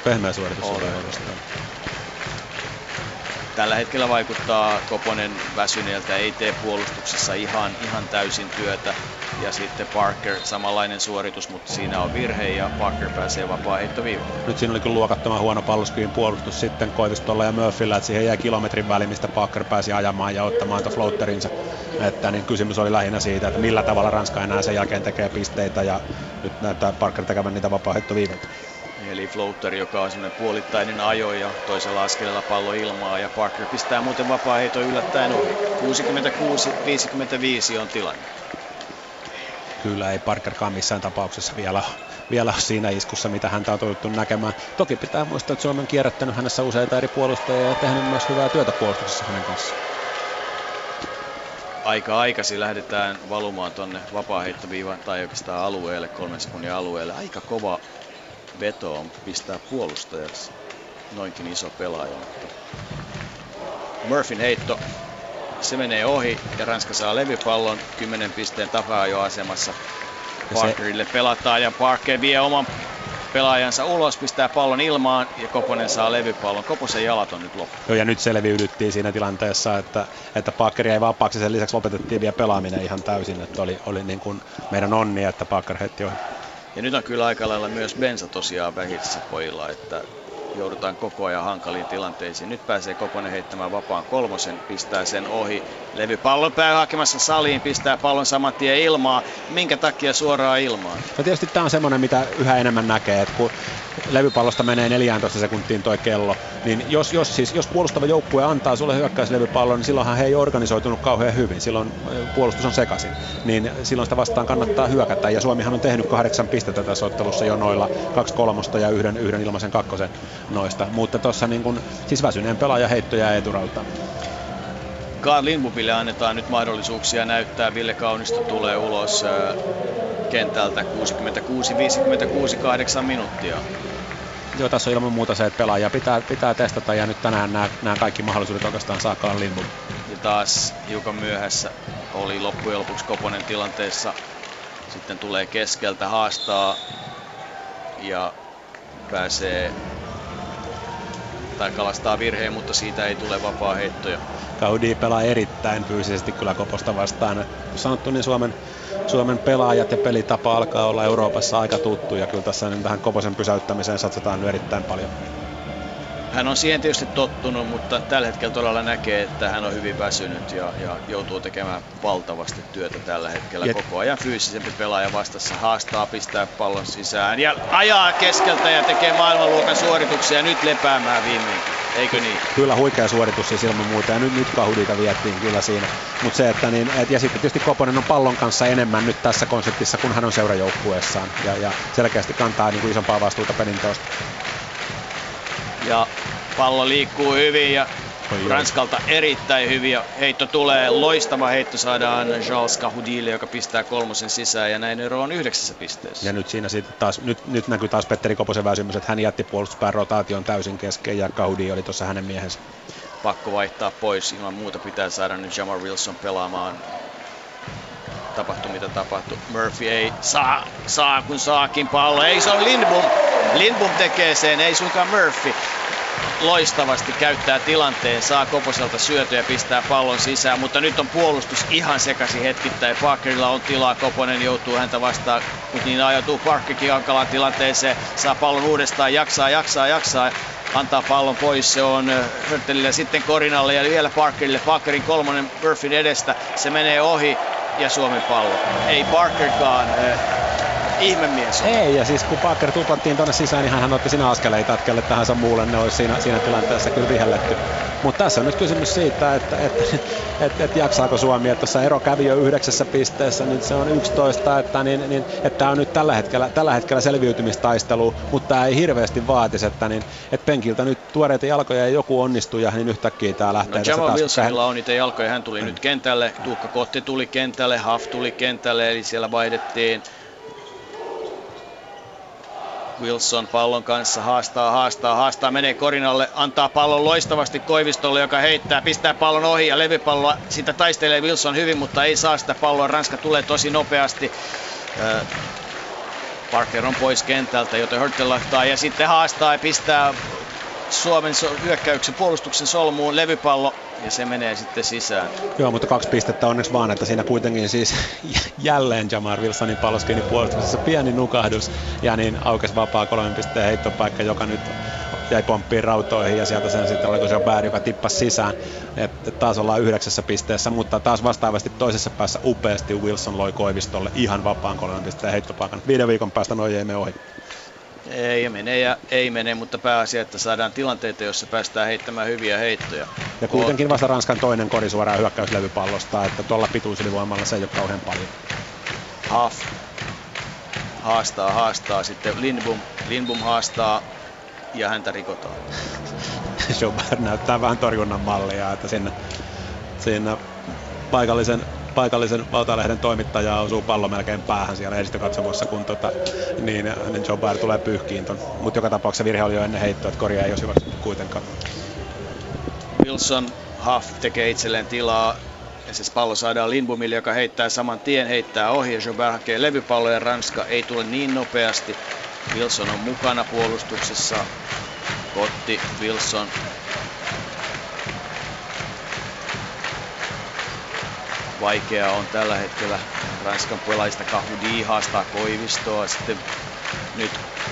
Tällä hetkellä vaikuttaa Koponen väsyneeltä, ei tee puolustuksessa ihan täysin työtä. Ja sitten Parker, samanlainen suoritus, mutta siinä on virhe ja Parker pääsee vapaa-heittoviivalle. Nyt siinä oli kyllä luokattoman huono Palloskyin puolustus sitten Koivistolla ja Murphyllä, että siihen jäi kilometrin väliin, mistä Parker pääsi ajamaan ja ottamaan tuon floatterinsa. Että niin kysymys oli lähinnä siitä, että millä tavalla Ranska enää sen jälkeen tekee pisteitä ja nyt näyttää Parker tekevän niitä vapaa-heittoviivalta. Eli floater, joka on semmoinen puolittainen ajo ja toisella askeleella pallo ilmaa ja Parker pistää muuten vapaa-heiton yllättäen ohi. 66-55 on tilanne. Kyllä ei Parkerkaan missään tapauksessa vielä siinä iskussa, mitä häntä on totuttu näkemään. Toki pitää muistaa, että Suomi on kierrättänyt hänessä useita eri puolustajia ja tehnyt myös hyvää työtä puolustuksessa hänen kanssaan. Aika aikaisin lähdetään valumaan tonne vapaa-heittoviivan tai oikeastaan alueelle, 3 sekunnin alueelle. Aika kova veto on pistää puolustajaksi noinkin iso pelaaja. Murphyn heitto, se menee ohi ja Ranska saa levypallon 10 pisteen taka-ajoasemassa. Parkerille pelataan ja Parker vie oman pelaajansa ulos, pistää pallon ilmaan ja Koponen saa levypallon. Koposen jalat on nyt loppu. Joo, ja nyt selviydyttiin siinä tilanteessa, että Parker jäi vapaaksi, sen lisäksi lopetettiin vielä pelaaminen ihan täysin, että oli niin kuin meidän onni, että Parker heitti ohi. Ja nyt on kyllä aika lailla myös bensa tosiaan vähissä pojilla, että joudutaan koko ajan hankaliin tilanteisiin. Nyt pääsee Koponen heittämään vapaan 3, pistää sen ohi. Levypallon pää hakemassa Saliin, pistää pallon saman tien ilmaa. Minkä takia suoraan ilmaan? No tietysti tämä on semmoinen, mitä yhä enemmän näkee, että kun levypallosta menee 14 sekuntiin toi kello, niin jos puolustava joukkue antaa sulle hyökkäyslevypallon, niin silloinhan he ei organisoitunut kauhean hyvin. Silloin puolustus on sekaisin. Niin silloin sitä vastaan kannattaa hyökätä. Ja Suomihan on tehnyt 8 pistettä tässä ottelussa jo noilla 2 kolmosta ja yhden ilmaisen 2 noista. Mutta tuossa niin kun, siis väsyneen pelaaja heittoja eturautaan. Carl Lindbomille annetaan nyt mahdollisuuksia näyttää. Ville Kaunisto tulee ulos kentältä 66-56, 8 minuuttia. Joo, tässä on ilman muuta se, että pelaajia pitää testata ja nyt tänään nämä kaikki mahdollisuudet oikeastaan saa Carl Lindbom. Ja taas hiukan myöhässä. Oli loppujen lopuksi Koponen tilanteessa. Sitten tulee keskeltä, haastaa ja pääsee tai kalastaa virheen, mutta siitä ei tule vapaa heittoja. Gaudi pelaa erittäin fyysisesti kyllä Koposta vastaan. Kun sanottu, niin Suomen pelaajat ja pelitapa alkaa olla Euroopassa aika tuttu ja kyllä tässä niin tähän Koposen pysäyttämiseen satsataan nyt erittäin paljon. Hän on siihen tietysti tottunut, mutta tällä hetkellä todella näkee, että hän on hyvin väsynyt ja joutuu tekemään valtavasti työtä tällä hetkellä. Koko ajan fyysisempi pelaaja vastassa, haastaa, pistää pallon sisään ja ajaa keskeltä ja tekee maailmanluokan suorituksia nyt lepäämään viimeinkin. Eikö niin? Kyllä huikea suoritus siis ilman muuta ja nyt Gaudita viettiin kyllä siinä. Mutta se, että ja sitten tietysti Koponen on pallon kanssa enemmän nyt tässä konseptissa, kun hän on seurajoukkueessaan ja selkeästi kantaa niin kuin isompaa vastuuta pelinteosta. Ja pallo liikkuu hyvin ja Ranskalta erittäin hyvin ja heitto tulee. Loistava heitto saadaan Charles Cahoudille, joka pistää 3 sisään ja näin ero on 9 pisteessä. Ja nyt siinä sitten taas, nyt näkyy taas Petteri Koposen väsymys, että hän jätti puolustuspään rotaation täysin kesken ja Cahoudi oli tuossa hänen miehensä. Pakko vaihtaa pois, ilman muuta pitää saada nyt Jamar Wilson pelaamaan. Tapahtuu mitä tapahtuu. Murphy ei saa kun saakin pallo. Ei, se on Lindbom. Lindbom tekee sen, ei suinkaan Murphy. Loistavasti käyttää tilanteen, saa Koposelta syötyä ja pistää pallon sisään, mutta nyt on puolustus ihan sekaisin hetkittäin. Parkerilla on tilaa, Koponen joutuu häntä vastaan, mutta niin ajautuu Parkerkin hankalaan tilanteeseen, saa pallon uudestaan, jaksaa. Antaa pallon pois, se on Hörtelille, sitten Korinalle ja vielä Parkerille. Parkerin 3 Murphyn edestä, se menee ohi ja Suomen pallo. Ei Parkerkaan ihmemies on. Ei, ja siis kun Parker tuplattiin tonne sisään, niin hän otti siinä askeleita, että kelle tahansa muulle ne olisi siinä tilanteessa kyllä vihelletty. Mutta tässä on nyt kysymys siitä, että jaksaako Suomi, että tuossa ero kävi jo 9 pisteessä, nyt se on 11, että tämä on nyt tällä hetkellä selviytymistaistelu, mutta tämä ei hirveästi vaatisi, että penkiltä nyt tuoreita jalkoja ja joku onnistuu ja niin yhtäkkiä tämä lähtee tässä Jamal taas. Wilsonilla on niitä jalkoja, hän tuli nyt kentälle, Tuukka Kotti tuli kentälle, Huff tuli kentälle, eli siellä vaihdettiin. Wilson pallon kanssa haastaa, menee Korinalle, antaa pallon loistavasti Koivistolle, joka heittää, pistää pallon ohi ja levypalloa, sitä taistelee Wilson hyvin, mutta ei saa sitä palloa, Ranska tulee tosi nopeasti. Parker on pois kentältä, joten Hurtel lahtaa ja sitten haastaa ja pistää Suomen hyökkäyksen puolustuksen solmuun levypallo ja se menee sitten sisään. Joo, mutta 2 pistettä onneksi vaan, että siinä kuitenkin siis jälleen Jamar Wilsonin palloskiinni puolustuksessa pieni nukahdus ja niin aukesi vapaa 3 pisteen heittopaikka, joka nyt jäi pomppiin rautoihin ja sieltä sen sitten oliko se Bär, joka tippasi sisään. Että taas ollaan 9 pisteessä, mutta taas vastaavasti toisessa päässä upeasti Wilson loi Koivistolle ihan vapaan 3 pisteen heittopaikan. 5 viikon päästä noi ei mene ohi. Ei mene, mutta pääasia, että saadaan tilanteita, joissa päästään heittämään hyviä heittoja. Ja kuitenkin vasta Ranskan toinen kori suoraan hyökkäyslevypallosta, että tuolla pituusylivoimalla se ei ole kauhean paljon. Huff haastaa, sitten Lindbom haastaa ja häntä rikotaan. Joubert näyttää vähän torjunnan mallia, että siinä paikallisen Valtalehden toimittaja osuu pallo melkein päähän siellä edistökatsomossa, kun niin Joubert tulee pyyhkiin ton. Mutta joka tapauksessa virhe oli jo ennen heittoa, että korjaa ei olisi hyväksytty kuitenkaan. Wilson, Huff tekee itselleen tilaa ja se pallo saadaan Lindbomille, joka heittää saman tien, heittää ohi ja Joubert hakee levypallo ja Ranska ei tule niin nopeasti. Wilson on mukana puolustuksessa. Kotti, Wilson. Vaikea on tällä hetkellä Ranskan pelaajista. Cahoudi haastaa Koivistoa. Sitten nyt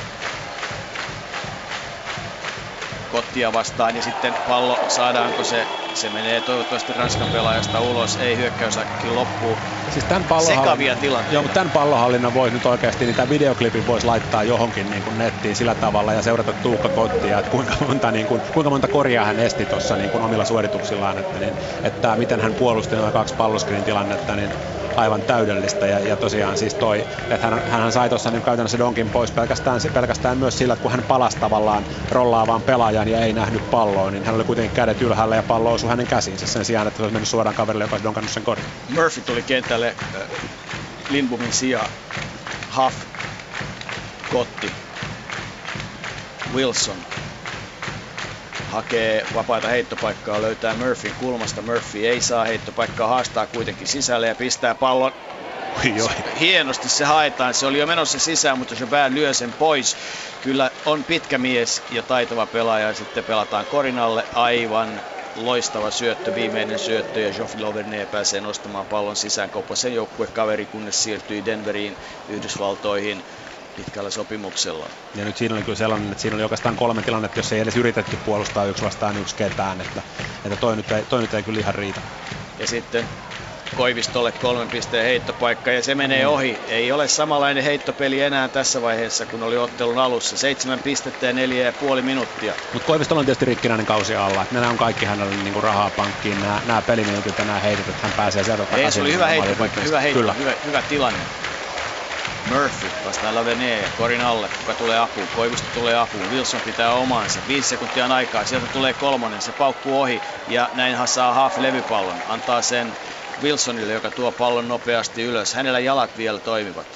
Kottia vastaan ja sitten pallo, saadaanko se menee toivottavasti Ranskan pelaajasta ulos, ei hyökkäysaikakin loppuu. Siis sekavia tilanteita. Joo, mutta tämän pallohallinnan voisi nyt oikeasti, niin tämän videoklipin voisi laittaa johonkin niin kuin nettiin sillä tavalla ja seurata Tuukka Kottia, että kuinka monta korjaa hän esti tuossa niin kuin omilla suorituksillaan, että miten hän puolusti noin 2 palloskrin tilannetta, niin aivan täydellistä ja tosiaan siis että hän sai tuossa niin käytännössä donkin pois pelkästään myös sillä, että kun hän palasi tavallaan rollaavaan pelaajan ja ei nähnyt palloa, niin hän oli kuitenkin kädet ylhäällä ja pallo osui hänen käsiinsä sen sijaan, että se olisi mennyt suoraan kaverille, joka olisi donkannut sen korin. Murphy tuli kentälle Lindbomin sijaan. Huff, Kotti, Wilson. hakee vapaata heittopaikkaa, löytää Murphyn kulmasta. Murphy ei saa heittopaikkaa, haastaa kuitenkin sisälle ja pistää pallon. Hienosti se haetaan, se oli jo menossa sisään, mutta Jobert lyö sen pois. Kyllä on pitkä mies ja taitava pelaaja ja sitten pelataan korin alle. Aivan loistava syöttö, viimeinen syöttö ja Geoffrey Lauvergne pääsee nostamaan pallon sisään. Koposen joukkuekaveri, kunnes siirtyi Denveriin Yhdysvaltoihin pitkällä sopimuksella. Ja nyt siinä oli kyllä sellainen, että siinä oli oikeastaan 3 tilannetta, jos ei edes yritetty puolustaa 1 vastaan 1 ketään, että toi nyt ei kyllä ihan riitä. Ja sitten Koivistolle 3 pisteen heittopaikka ja se menee ohi. Ei ole samanlainen heittopeli enää tässä vaiheessa, kun oli ottelun alussa. 7 pistettä ja 4,5 minuuttia. Mutta Koivistolla on tietysti rikkinäinen kausi alla. Että nämä on kaikki hänelle niinku rahaa pankkiin, nämä peliminuutit ja nämä heitot, että hän pääsee sieltä takaisin. Ei, se oli hyvä heittopaikka, hyvä tilanne. Murphy vastaa Lauvergne korin alle. Kuka tulee apuun? Koivisto tulee apuun. Wilson pitää omaansa. 5 sekuntia on aikaa. Sieltä tulee 3. Se paukkuu ohi ja näin saa Haaf levypallon. Antaa sen Wilsonille, joka tuo pallon nopeasti ylös. Hänellä jalat vielä toimivat.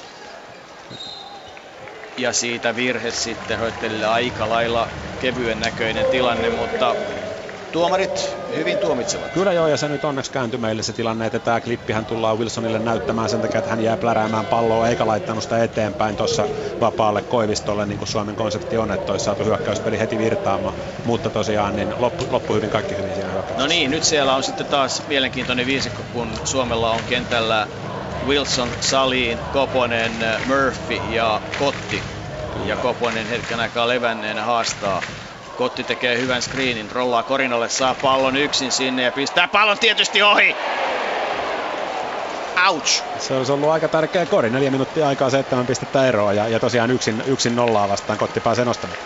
Ja siitä virhe sitten Höttelille aika lailla kevyen näköinen tilanne, mutta tuomarit hyvin tuomitsevat. Kyllä joo, ja se nyt onneksi kääntyi meille se tilanne, että tämä klippihän tullaan Wilsonille näyttämään sen takia, että hän jää pläräämään palloa eikä laittanut sitä eteenpäin tuossa vapaalle Koivistolle, niin kuin Suomen konsepti on, että olisi saatu hyökkäyspeli heti virtaamaan. Mutta tosiaan niin loppu hyvin, kaikki hyvin siinä hyökkäyksessä. No niin, nyt siellä on sitten taas mielenkiintoinen viisikko, kun Suomella on kentällä Wilson, Salin, Koponen, Murphy ja Kotti. Ja Koponen hetken aikaa levänneenä haastaa. Kotti tekee hyvän screenin, rollaa korinalle, saa pallon yksin sinne ja pistää pallon tietysti ohi. Ouch! Se olisi ollut aika tärkeä kori, 4 minuuttia aikaa, 7 pistettä eroa ja tosiaan yksin nollaa vastaan Kotti pääsee nostamaan.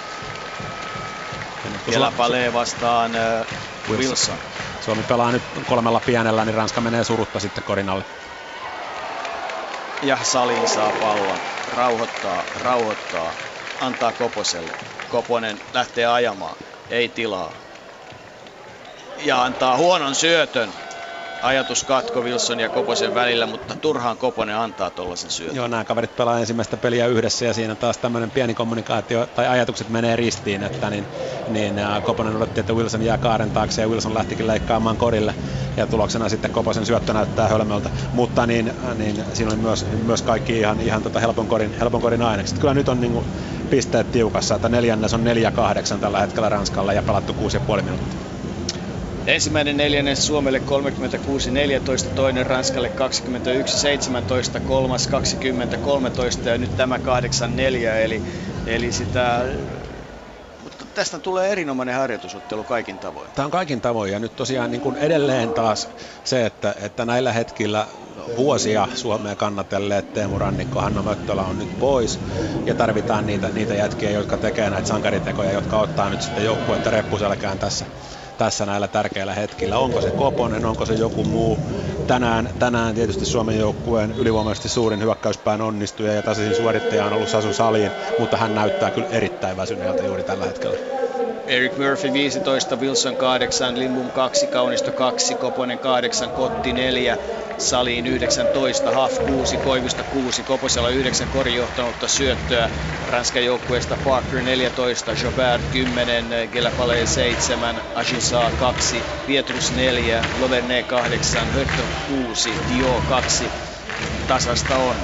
Kelapalee vastaan Wilson. Suomi pelaa nyt 3 pienellä, niin Ranska menee surutta sitten korinalle. Ja Salin saa pallon, rauhoittaa, antaa Koposelle. Koponen lähtee ajamaan, ei tilaa. Ja antaa huonon syötön. Ajatuskatko Wilson ja Koposen välillä, mutta turhaan Koponen antaa tollaisen syötön. Joo, nämä kaverit pelaa ensimmäistä peliä yhdessä ja siinä taas tämmöinen pieni kommunikaatio tai ajatukset menee ristiin, että niin Koponen odotti, että Wilson jää kaaren taakse ja Wilson lähtikin leikkaamaan korille ja tuloksena sitten Koposen syöttö näyttää hölmöltä, mutta niin siinä oli myös kaikki ihan helpon korin ainekset. Kyllä nyt on niin kuin pisteet tiukassa, että 4. on 4-8 tällä hetkellä Ranskalla ja pelattu 6,5 minuuttia. Ensimmäinen 4. Suomelle 36-14, toinen Ranskalle 21-17, kolmas 20-13 ja nyt tämä 8-4, eli sitä... Mutta tästä tulee erinomainen harjoitusottelu kaikin tavoin. Tämä on kaikin tavoin ja nyt tosiaan niin kuin edelleen taas se, että näillä hetkillä vuosia Suomea kannatelleet Teemu Rannikko, Hanna Möttölä on nyt pois ja tarvitaan niitä jätkiä, jotka tekee näitä sankaritekoja, jotka ottaa nyt sitten joukkuetta reppuselkään tässä näillä tärkeillä hetkillä. Onko se Koponen, onko se joku muu? Tänään tietysti Suomen joukkueen ylivoimaisesti suurin hyökkäyspään onnistuja ja tasaisin suorittaja on ollut Sasu Salin, mutta hän näyttää kyllä erittäin väsyneeltä juuri tällä hetkellä. Eric Murphy 15, Wilson 8, Lindbom 2, Kaunisto 2, Koponen 8, Kotti 4, Salin 19, Haaf 6, Koivisto 6, Koposella 9 korijohtanutta syöttöä. Ranskan joukkueesta Parker 14, Jobert 10, Gelapale 7, Ajisa 2, Pietrus 4, Lauvergne 8, Höttö 6, Dio 2. Tasasta on.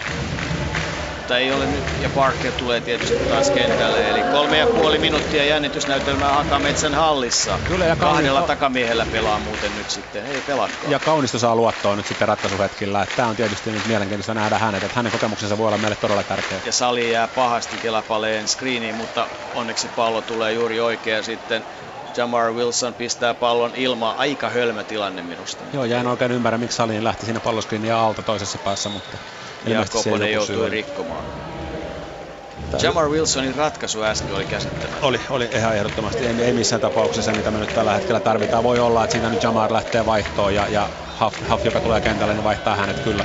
Mutta ei ole nyt, ja Parker tulee tietysti taas kentälle, eli 3,5 minuuttia jännitysnäytelmää Hakametsän hallissa. Kyllä, ja 2 takamiehellä pelaa muuten nyt sitten, ei pelatkaan. Ja Kaunisto saa luottoa nyt sitten ratkaisuhetkillä, tämä on tietysti nyt mielenkiintoista nähdä hänet, että hänen kokemuksensa voi olla meille todella tärkeä. Ja Sali jää pahasti Kelapaleen screeniin, mutta onneksi pallo tulee juuri oikein sitten. Jamar Wilson pistää pallon ilmaan, aika hölmö tilanne minusta. Joo, ja en oikein ymmärrä, miksi Salin lähti siinä palloskriiniä alta toisessa päässä, mutta... Ja Koponen joutui rikkomaan. Jamar Wilsonin ratkaisu äsken oli käsittämätön. Oli ihan ehdottomasti. Ei missään tapauksessa, mitä me nyt tällä hetkellä tarvitaan. Voi olla, että siinä nyt Jamar lähtee vaihtoon ja Haaf, joka tulee kentälle, niin vaihtaa hänet kyllä.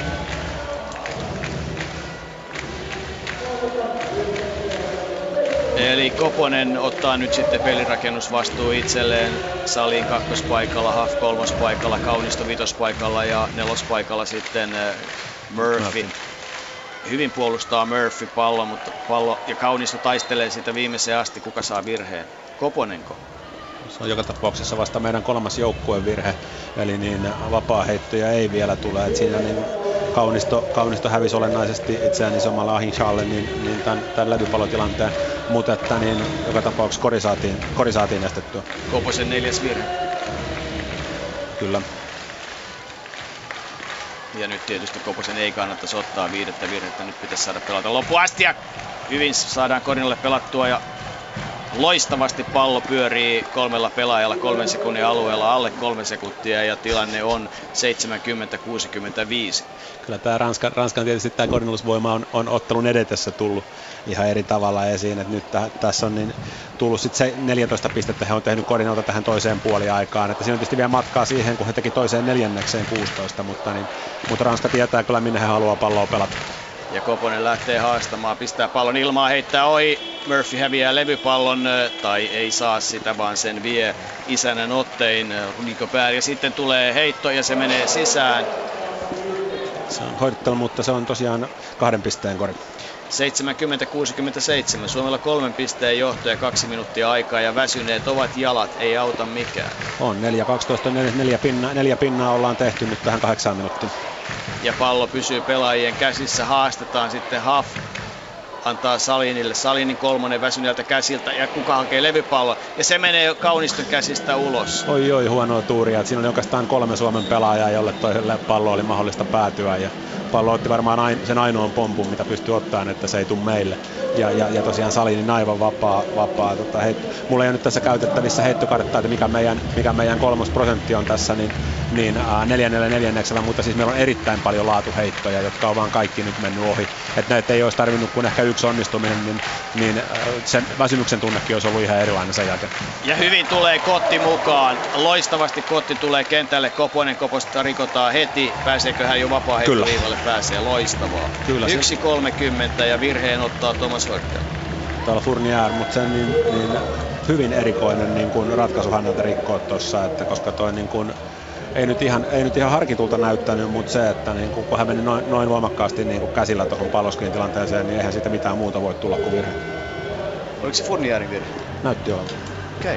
Eli Koponen ottaa nyt sitten pelirakennusvastuu itselleen. Salin kakkospaikalla, Haaf kolmospaikalla, Kaunisto vitospaikalla ja nelospaikalla sitten Murphy. Hyvin puolustaa Murphy pallo ja Kaunisto taistelee sitä viimeiseen asti, kuka saa virheen. Koponenko? Se on joka tapauksessa vasta meidän 3. joukkuevirhe, eli niin vapaaheittoja ei vielä tule. Et siinä niin Kaunisto hävisi olennaisesti itseään isommalle Ahinchalle niin tämän lävypallotilanteen, mutta että niin joka tapauksessa kori saatiin estettyä. Koposen 4. virhe. Kyllä. Ja nyt tietysti Koposen ei kannattaisi ottaa 5. virhettä, nyt pitäisi saada pelata loppuun asti ja hyvin saadaan Korinalle pelattua ja loistavasti pallo pyörii 3 pelaajalla 3 sekunnin alueella alle 3 sekuntia ja tilanne on 70-65. Kyllä tämä Ranskan tietysti tämä koordinallisvoima on ottelun edetessä tullut ihan eri tavalla esiin, että nyt tässä on niin tullut sitten 14 pistettä, he on tehnyt koordinalta tähän toiseen puoliaikaan, että siinä on tietysti vielä matkaa siihen, kun he teki toiseen 4. 16, mutta Ranska tietää kyllä minne he haluaa palloa pelata. Ja Koponen lähtee haastamaan, pistää pallon ilmaan, heittää ohi. Murphy häviää levypallon, tai ei saa sitä, vaan sen vie isännän ottein Nico Pär. Ja sitten tulee heitto ja se menee sisään. Se on hoidettelu, mutta se on tosiaan 2 pisteen kori. 70-67. Suomella 3 pisteen johto ja 2 minuuttia aikaa ja väsyneet ovat jalat, ei auta mikään. On 4-12, 4 pinnaa ollaan tehty nyt tähän 8 minuuttiin. Ja pallo pysyy pelaajien käsissä, haastetaan sitten Huff. Antaa Salinille, Salinin 3 väsyneeltä käsiltä ja kuka hakee levypallon ja se menee jo Kauniston käsistä ulos. Oi huonoa tuuria, siinä oli oikeastaan 3 Suomen pelaajaa, jolle toiselle pallo oli mahdollista päätyä ja pallo otti varmaan sen ainoan pompun, mitä pystyy ottamaan, että se ei tule meille. Ja tosiaan Salinin aivan vapaa. Mulla ei ole nyt tässä käytettävissä heittokarttaa, että mikä meidän 3% on tässä, niin 4-4, mutta siis meillä on erittäin paljon laatuheittoja, jotka on vaan kaikki nyt mennyt ohi. Että näitä ei olisi tarvinnut kuin ehkä 1 onnistuminen, niin sen väsymyksen tunnekin olisi ollut ihan erilainen sen jälkeen. Ja hyvin tulee Kotti mukaan. Loistavasti Kotti tulee kentälle. Koposta rikotaan heti. Pääseekö hän jo vapaa-heittoviivalle? Pääsee, loistavaa. 1.30 ja virheen ottaa Thomas Hörtel. Täällä Fournier, mutta se niin hyvin erikoinen niin kuin ratkaisu häneltä rikkoa tuossa, että koska toi niin kuin ei nyt ihan harkitulta näyttänyt, mutta se, että niin kun hän meni noin voimakkaasti niin käsillä tuohon palloskriin tilanteeseen, niin eihän siitä mitään muuta voi tulla kuin virhe. Oliko se Fournierin virhe? Näytti olevan. Okei.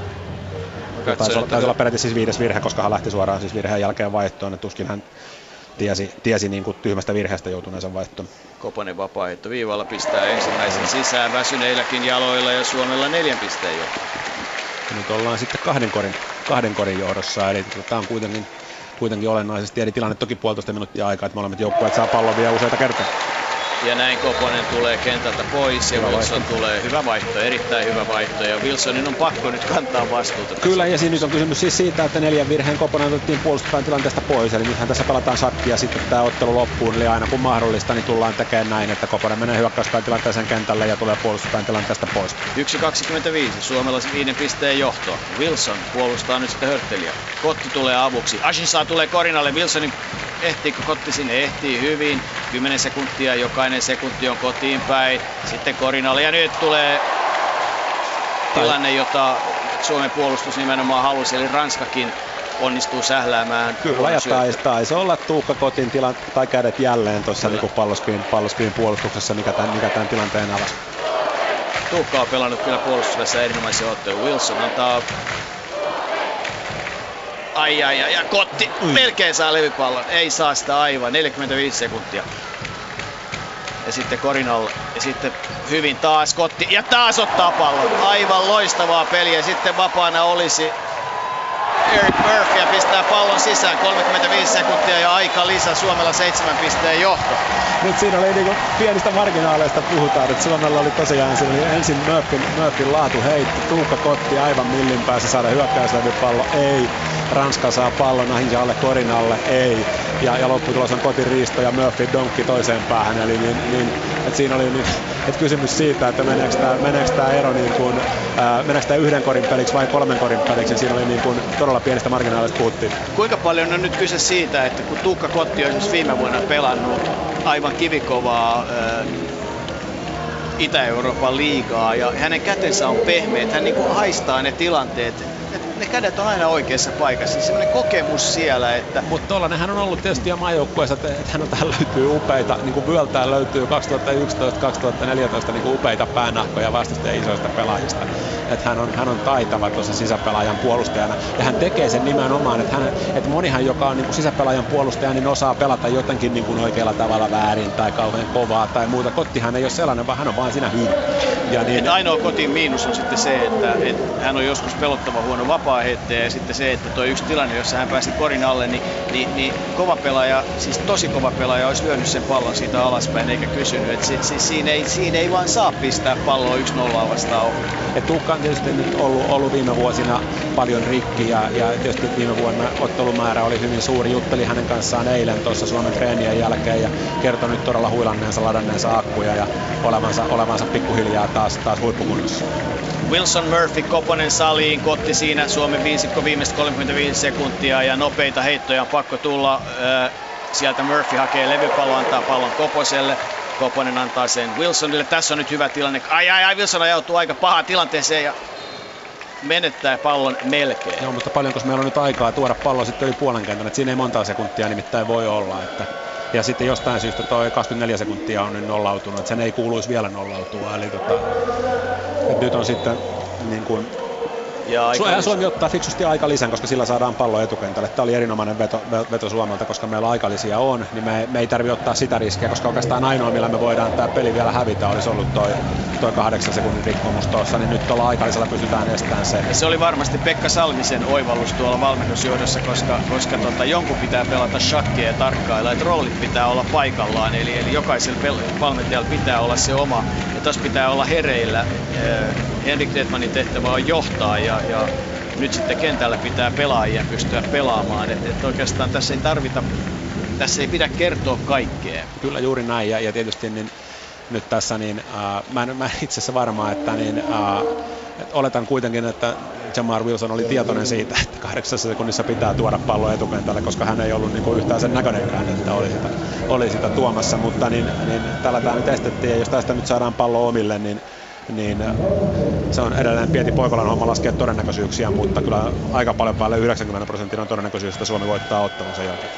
Taisi olla peräti siis 5. virhe, koska hän lähti suoraan siis virheen jälkeen vaihtoon, että tuskin hän tiesi niin kuin tyhmästä virheestä joutuneensa vaihtoon. Koponen vapaaheitto viivalla pistää ensimmäisen sisään väsyneilläkin jaloilla ja Suomella 4 pisteen jo. Nyt ollaan sitten 2 korin johdossa, eli tämä on kuitenkin olennaisesti eri tilanne, toki 1,5 minuuttia aikaa, että molemmat joukkueet saa pallon vielä useita kertaa. Ja näin Koponen tulee kentältä pois ja Wilson tulee hyvä vaihto, erittäin hyvä vaihto ja Wilsonin on pakko nyt kantaa vastuuta. Kyllä ja siinä nyt on kysymys siis siitä, että 4 virheen Koponen otettiin puolustuspään tilanteesta pois, eli nythän tässä pelataan shakkia sitten tämä ottelu loppuun, eli aina kun mahdollista niin tullaan tekemään näin, että Koponen menee hyökkäyspään tilanteeseen kentälle ja tulee puolustuspään tilanteesta pois. 1.25, Suomella 5 pisteen johto. Wilson puolustaa nyt sitten Hörteliä. Kotti tulee avuksi, Ashinsaa tulee Korinalle, Wilsonin ehtiikö Kotti sinne? Ehtii hyvin. 10 sekuntia, jokainen sekunti on kotiin päin. Sitten Korinalle ja nyt tulee tilanne, jota Suomen puolustus nimenomaan halusi, eli Ranskakin onnistuu sähläämään. Kyllä, ja taisi olla Tuukka Kotin tai kädet jälleen tuossa niin palloskriin puolustuksessa, mikä tämän tilanteen avasi. Tuukka on pelannut kyllä puolustuksessa erinomaisen ottelun. Wilson antaa ja Kotti melkein saa levypallon, ei saa sitä aivan, 45 sekuntia. Ja sitten Korinalle, ja sitten hyvin taas Kotti, ja taas ottaa pallon. Aivan loistavaa peliä, sitten vapaana olisi Eric Murphy ja pistää pallon sisään, 35 sekuntia ja aika lisä, Suomella 7 pisteen johto. Nyt siinä oli niinku pienistä marginaaleista puhutaan, että Suomella oli tosiaan ensin Murphyn laatuheitto, Tuukka Kotti aivan millin päässä saada hyökkäyslevypallo, ei. Ranska saa pallon Ahinjalle, Korinalle, ei. Ja lopputulos on Kotin riisto ja Murphy donkki toiseen päähän, eli että siinä oli nyt kysymys siitä, että meneekö tämä ero niin kuin, meneekö tämä 1 korin peliksi vai 3 korin peliksi, siinä oli niin kuin todella pienistä marginaalista puhuttiin. Kuinka paljon on nyt kyse siitä, että kun Tuukka Kotti on esimerkiksi viime vuonna pelannut aivan kivikovaa Itä-Euroopan liigaa ja hänen kätensä on pehmeät, hän niin kuin haistaa ne tilanteet. ne kädet on aina oikeassa paikassa. Semmoinen kokemus siellä, että... Mutta tollanenhan on ollut tietysti jo maajoukkueessa, että hän on tähän löytyy upeita, niin kuin Vyöltään löytyy 2011-2014 niin kuin upeita päänahkoja vastustajien isoista pelaajista. Että hän on taitava tuossa sisäpelaajan puolustajana. Ja hän tekee sen nimenomaan, että monihan, joka on niin kuin sisäpelaajan puolustaja, niin osaa pelata jotenkin niin kuin oikealla tavalla väärin tai kauhean kovaa tai muuta. Kottihan ei ole sellainen, vaan hän on vaan siinä hyvä. Ja niin... Ainoa Kotin miinus on sitten se, että hän on joskus pelottava huono vapaaheittäjä ja sitten se, että tuo yksi tilanne, jossa hän pääsi korin alle, niin kova pelaaja, siis tosi kova pelaaja olisi lyönyt sen pallon siitä alaspäin eikä kysynyt. Että siinä ei vaan saa pistää palloa 1-0 vastaan ohi. Ja Tuukka on tietysti nyt ollut viime vuosina paljon rikki ja tietysti viime vuonna ottelumäärä oli hyvin suuri. Juttelin hänen kanssaan eilen tuossa Suomen treenien jälkeen ja kertoi nyt todella huilanneensa, ladanneensa akkuja ja olevansa pikkuhiljaa taas huippukunnossa. Wilson, Murphy, Koponen saliin, Kotti siinä, Suomen viisikko viimeiset 35 sekuntia ja nopeita heittoja on pakko tulla. Sieltä Murphy hakee levypallo, antaa pallon Koposelle. Koponen antaa sen Wilsonille. Tässä on nyt hyvä tilanne. Ai, Wilson ajautuu aika pahaan tilanteeseen ja menettää pallon melkein. Joo, mutta paljonko meillä on nyt aikaa tuoda pallo sitten yli puolen kentän, että siinä ei montaa sekuntia nimittäin voi olla. Ja sitten jostain syystä toi 24 sekuntia on nyt nollautunut, että sen ei kuuluisi vielä nollautua. Eli nyt on sitten niin kuin... Suomi ottaa fiksusti aikalisän, koska sillä saadaan pallo etukentälle. Tämä oli erinomainen veto Suomelta, koska meillä aikalisia on, niin me ei tarvitse ottaa sitä riskiä, koska oikeastaan ainoa, millä me voidaan tämä peli vielä hävitä, olisi ollut toi 8 sekunnin rikkomus tuossa, niin nyt tuolla aikalisella pystytään estämään se. Se oli varmasti Pekka Salmisen oivallus tuolla valmennusjohdossa, koska jonkun pitää pelata shakkia ja tarkkailla, että roolit pitää olla paikallaan, eli jokaisella valmentajalla pitää olla se oma, ja tuossa pitää olla hereillä. Henrik Detmanin tehtävä on johtaa ja nyt sitten kentällä pitää pelaajia pystyä pelaamaan. Et oikeastaan tässä ei pidä kertoa kaikkea. Kyllä juuri näin ja tietysti niin, nyt tässä niin, mä en itse asiassa varma, että oletan kuitenkin, että Jamar Wilson oli tietoinen siitä, että 8 sekunnissa pitää tuoda pallo etukentälle, koska hän ei ollut niin kuin yhtään sen näköinenkään, että oli sitä tuomassa, mutta niin tällä tämä nyt estettiin ja jos tästä nyt saadaan pallo omille, niin se on edelleen Pieti Poikolan homma laskea todennäköisyyksiä, mutta kyllä aika paljon päälle 90% on todennäköisyys, että Suomi voittaa ottelun sen jälkeen.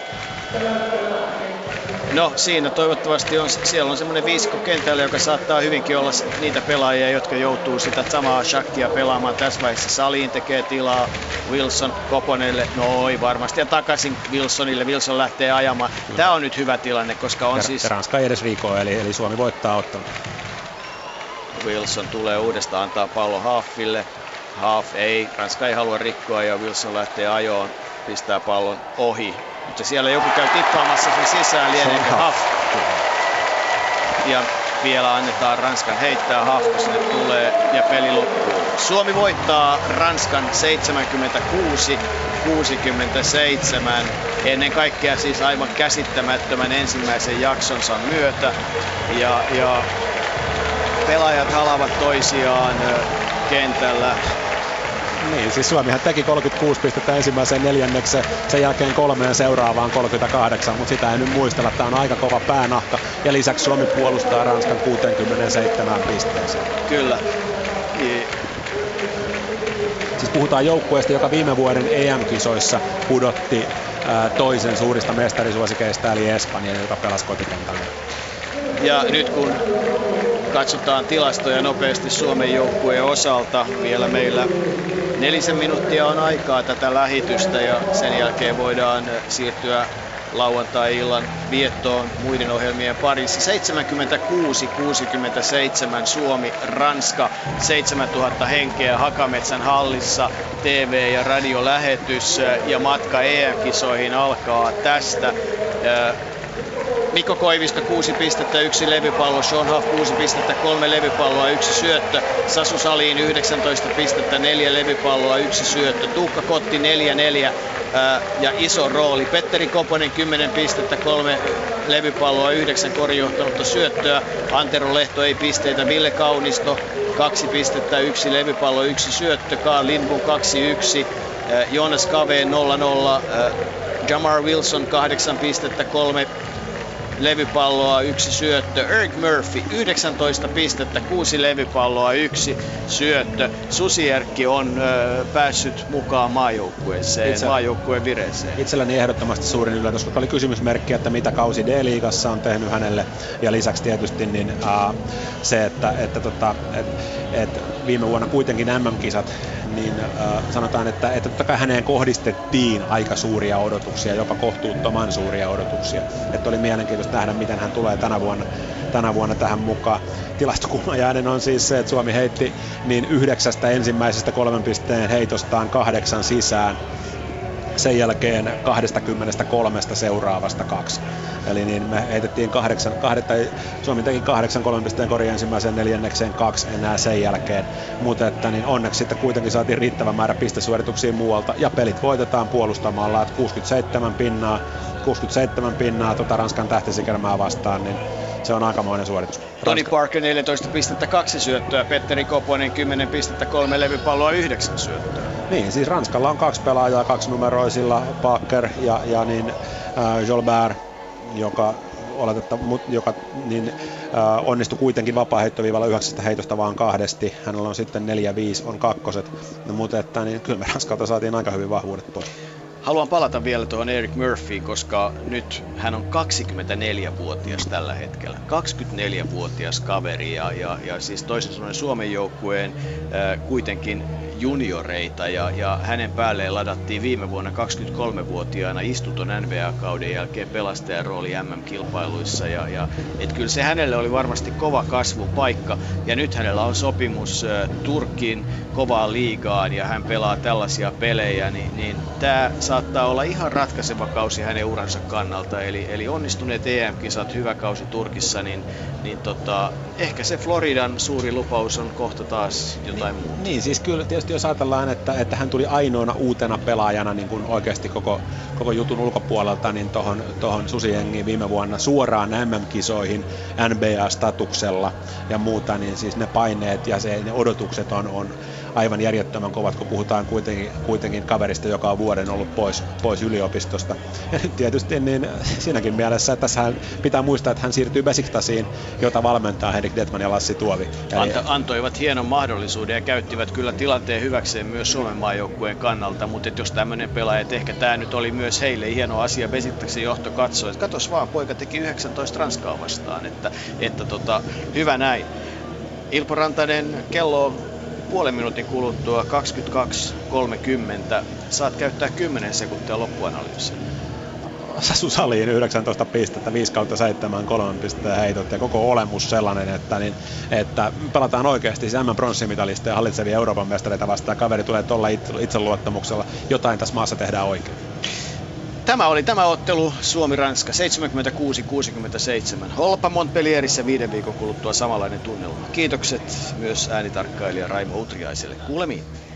No siinä toivottavasti siellä on semmoinen viisikko kentällä, joka saattaa hyvinkin olla niitä pelaajia, jotka joutuu sitä samaa shakkia pelaamaan tässä vaiheessa. Saliin tekee tilaa Wilson Koponelle, varmasti ja takaisin Wilsonille. Wilson lähtee ajamaan. Tämä on nyt hyvä tilanne, koska on siis... Ranska ei edes riikoa, eli Suomi voittaa ottelun. Wilson tulee uudestaan antaa pallo Haaffille. Haaff ei, Ranska ei halua rikkoa ja Wilson lähtee ajoon, pistää pallon ohi. Mutta siellä joku käy tippaamassa sen sisään, lieneekö Haaff. Ja vielä annetaan Ranskan heittää, Haaff sinne tulee ja peli loppuu. Suomi voittaa Ranskan 76-67. Ennen kaikkea siis aivan käsittämättömän ensimmäisen jaksonsa myötä. Ja pelaajat halavat toisiaan kentällä. Niin, siis Suomihan teki 36 pistettä ensimmäiseen neljännekseen, sen jälkeen 3 ja seuraavaan 38, mutta sitä ei nyt muistella. Tämä on aika kova päänahka ja lisäksi Suomi puolustaa Ranskan 67 pisteeseen. Kyllä. Siis puhutaan joukkueesta, joka viime vuoden EM-kisoissa pudotti toisen suurista mestarisuosikeista eli Espanjan, joka pelasi kotikentällä. Ja nyt kun katsotaan tilastoja nopeasti Suomen joukkueen osalta, vielä meillä 4 minuuttia on aikaa tätä lähetystä ja sen jälkeen voidaan siirtyä lauantai-illan viettoon muiden ohjelmien parissa. 76-67 Suomi, Ranska, 7000 henkeä Hakametsän hallissa, TV- ja radiolähetys ja matka EM-kisoihin alkaa tästä. Mikko Koivisto 6 pistettä, 1 levypallo, Sean Huff 6 pistettä, 3 levypalloa, 1 syöttö, Sasu Salin 19 pistettä, 4 levypalloa, 1 syöttö, Tuukka Kotti 4-4 ja iso rooli, Petteri Koponen 10 pistettä, 3 levypalloa, 9 korijohtanutta syöttöä, Antero Lehto ei pisteitä, Ville Kaunisto 2 pistettä, 1 levypallo, 1 syöttö, Carl Lindbom 2-1, Jonas Kaveen 0-0, Jamar Wilson 8 pistettä, 3 levypalloa, 1 syöttö. Eric Murphy 19 pistettä, 6 levypalloa, 1 syöttö. Susi Erkki on päässyt mukaan maajoukkueen vireeseen. Itselläni ehdottomasti suurin yllätys, koska oli kysymysmerkki, että mitä kausi D-liigassa on tehnyt hänelle. Ja lisäksi tietysti niin, se, että viime vuonna kuitenkin MM-kisat, niin sanotaan, että totta kai häneen kohdistettiin aika suuria odotuksia, jopa kohtuuttoman suuria odotuksia. Että oli mielenkiintoista nähdä, miten hän tulee tänä vuonna tähän mukaan. Tilastokummajainen on siis se, että Suomi heitti niin 9 ensimmäisestä 3 pisteen heitostaan 8 sisään. Sen jälkeen 23 seuraavasta 2. Eli niin me heitettiin Suomi teki 8 3 pisteen kori ensimmäiseen neljännekseen 2 enää sen jälkeen. Mutta että niin onneksi sitten kuitenkin saatiin riittävä määrä pistesuorituksia muualta ja pelit voitetaan puolustamalla, että 67 pinnaa Ranskan tähtisikermää vastaan, niin se on aikamoinen suoritus. Tony Parker 14 pistettä, 2 syöttöä, Petteri Koponen 10 pistettä, 3 levypalloa, 9 syöttöä. Niin, siis Ranskalla on 2 pelaajaa, 2 numeroisilla, Parker ja niin Jolbert, joka onnistui kuitenkin vapaaheittoviivalla 9 heitosta vaan 2. Hänellä on sitten 4-5 on 2. No, mutta että, niin kyllä me Ranskalta saatiin aika hyvin vahvuudet pois. Haluan palata vielä tuohon Eric Murphyin, koska nyt hän on 24-vuotias tällä hetkellä. 24-vuotias kaveri ja siis toisin sanoen Suomen joukkueen kuitenkin junioreita ja hänen päälleen ladattiin viime vuonna 23-vuotiaana istuton NBA-kauden jälkeen pelastajan rooli MM-kilpailuissa ja et kyllä se hänelle oli varmasti kova kasvun paikka ja nyt hänellä on sopimus Turkkiin kovaan liigaan ja hän pelaa tällaisia pelejä, niin tämä saattaa olla ihan ratkaiseva kausi hänen uransa kannalta, eli onnistuneet EM-kisat, hyvä kausi Turkissa, niin ehkä se Floridan suuri lupaus on kohta taas jotain muuta. Niin, siis kyllä tietysti jos ajatellaan, että hän tuli ainoana uutena pelaajana niin kuin oikeasti koko jutun ulkopuolelta niin tohon Susijengiin viime vuonna suoraan MM-kisoihin NBA-statuksella ja muuta, niin siis ne paineet ja ne odotukset on aivan järjettömän kovat, kun puhutaan kuitenkin kaverista, joka on vuoden ollut pois yliopistosta. Ja nyt tietysti niin siinäkin mielessä, että tässä pitää muistaa, että hän siirtyy Besiktassiin, jota valmentaa Henrik Detman ja Lassi Tuovi. Antoivat hienon mahdollisuuden ja käyttivät kyllä tilanteen hyväkseen myös Suomen maajoukkueen kannalta, mutta jos tämmöinen pelaaja, että ehkä tämä nyt oli myös heille hieno asia, Besiktaksin johto katsoi, että katos vaan, poika teki 19 Ranskaa vastaan, että hyvä näin. Ilpo Rantanen, kello on puolen minuutin kuluttua 22.30. Saat käyttää 10 sekuntia loppuanalyysiin. Sasu Salin 19 pistettä, 5/7, 3 pistettä heitot ja koko olemus sellainen, että pelataan oikeasti MM-pronssimitalisteja ja hallitsevia Euroopan mestareita vastaan. Kaveri tulee tuolla itseluottamuksella. Jotain tässä maassa tehdään oikein. Tämä oli tämä ottelu Suomi-Ranska 76-67. Holpa Montpellierissä 5 viikon kuluttua samanlainen tunnelma. Kiitokset myös äänitarkkailija Raimo Utriaiselle. Kuulemiin.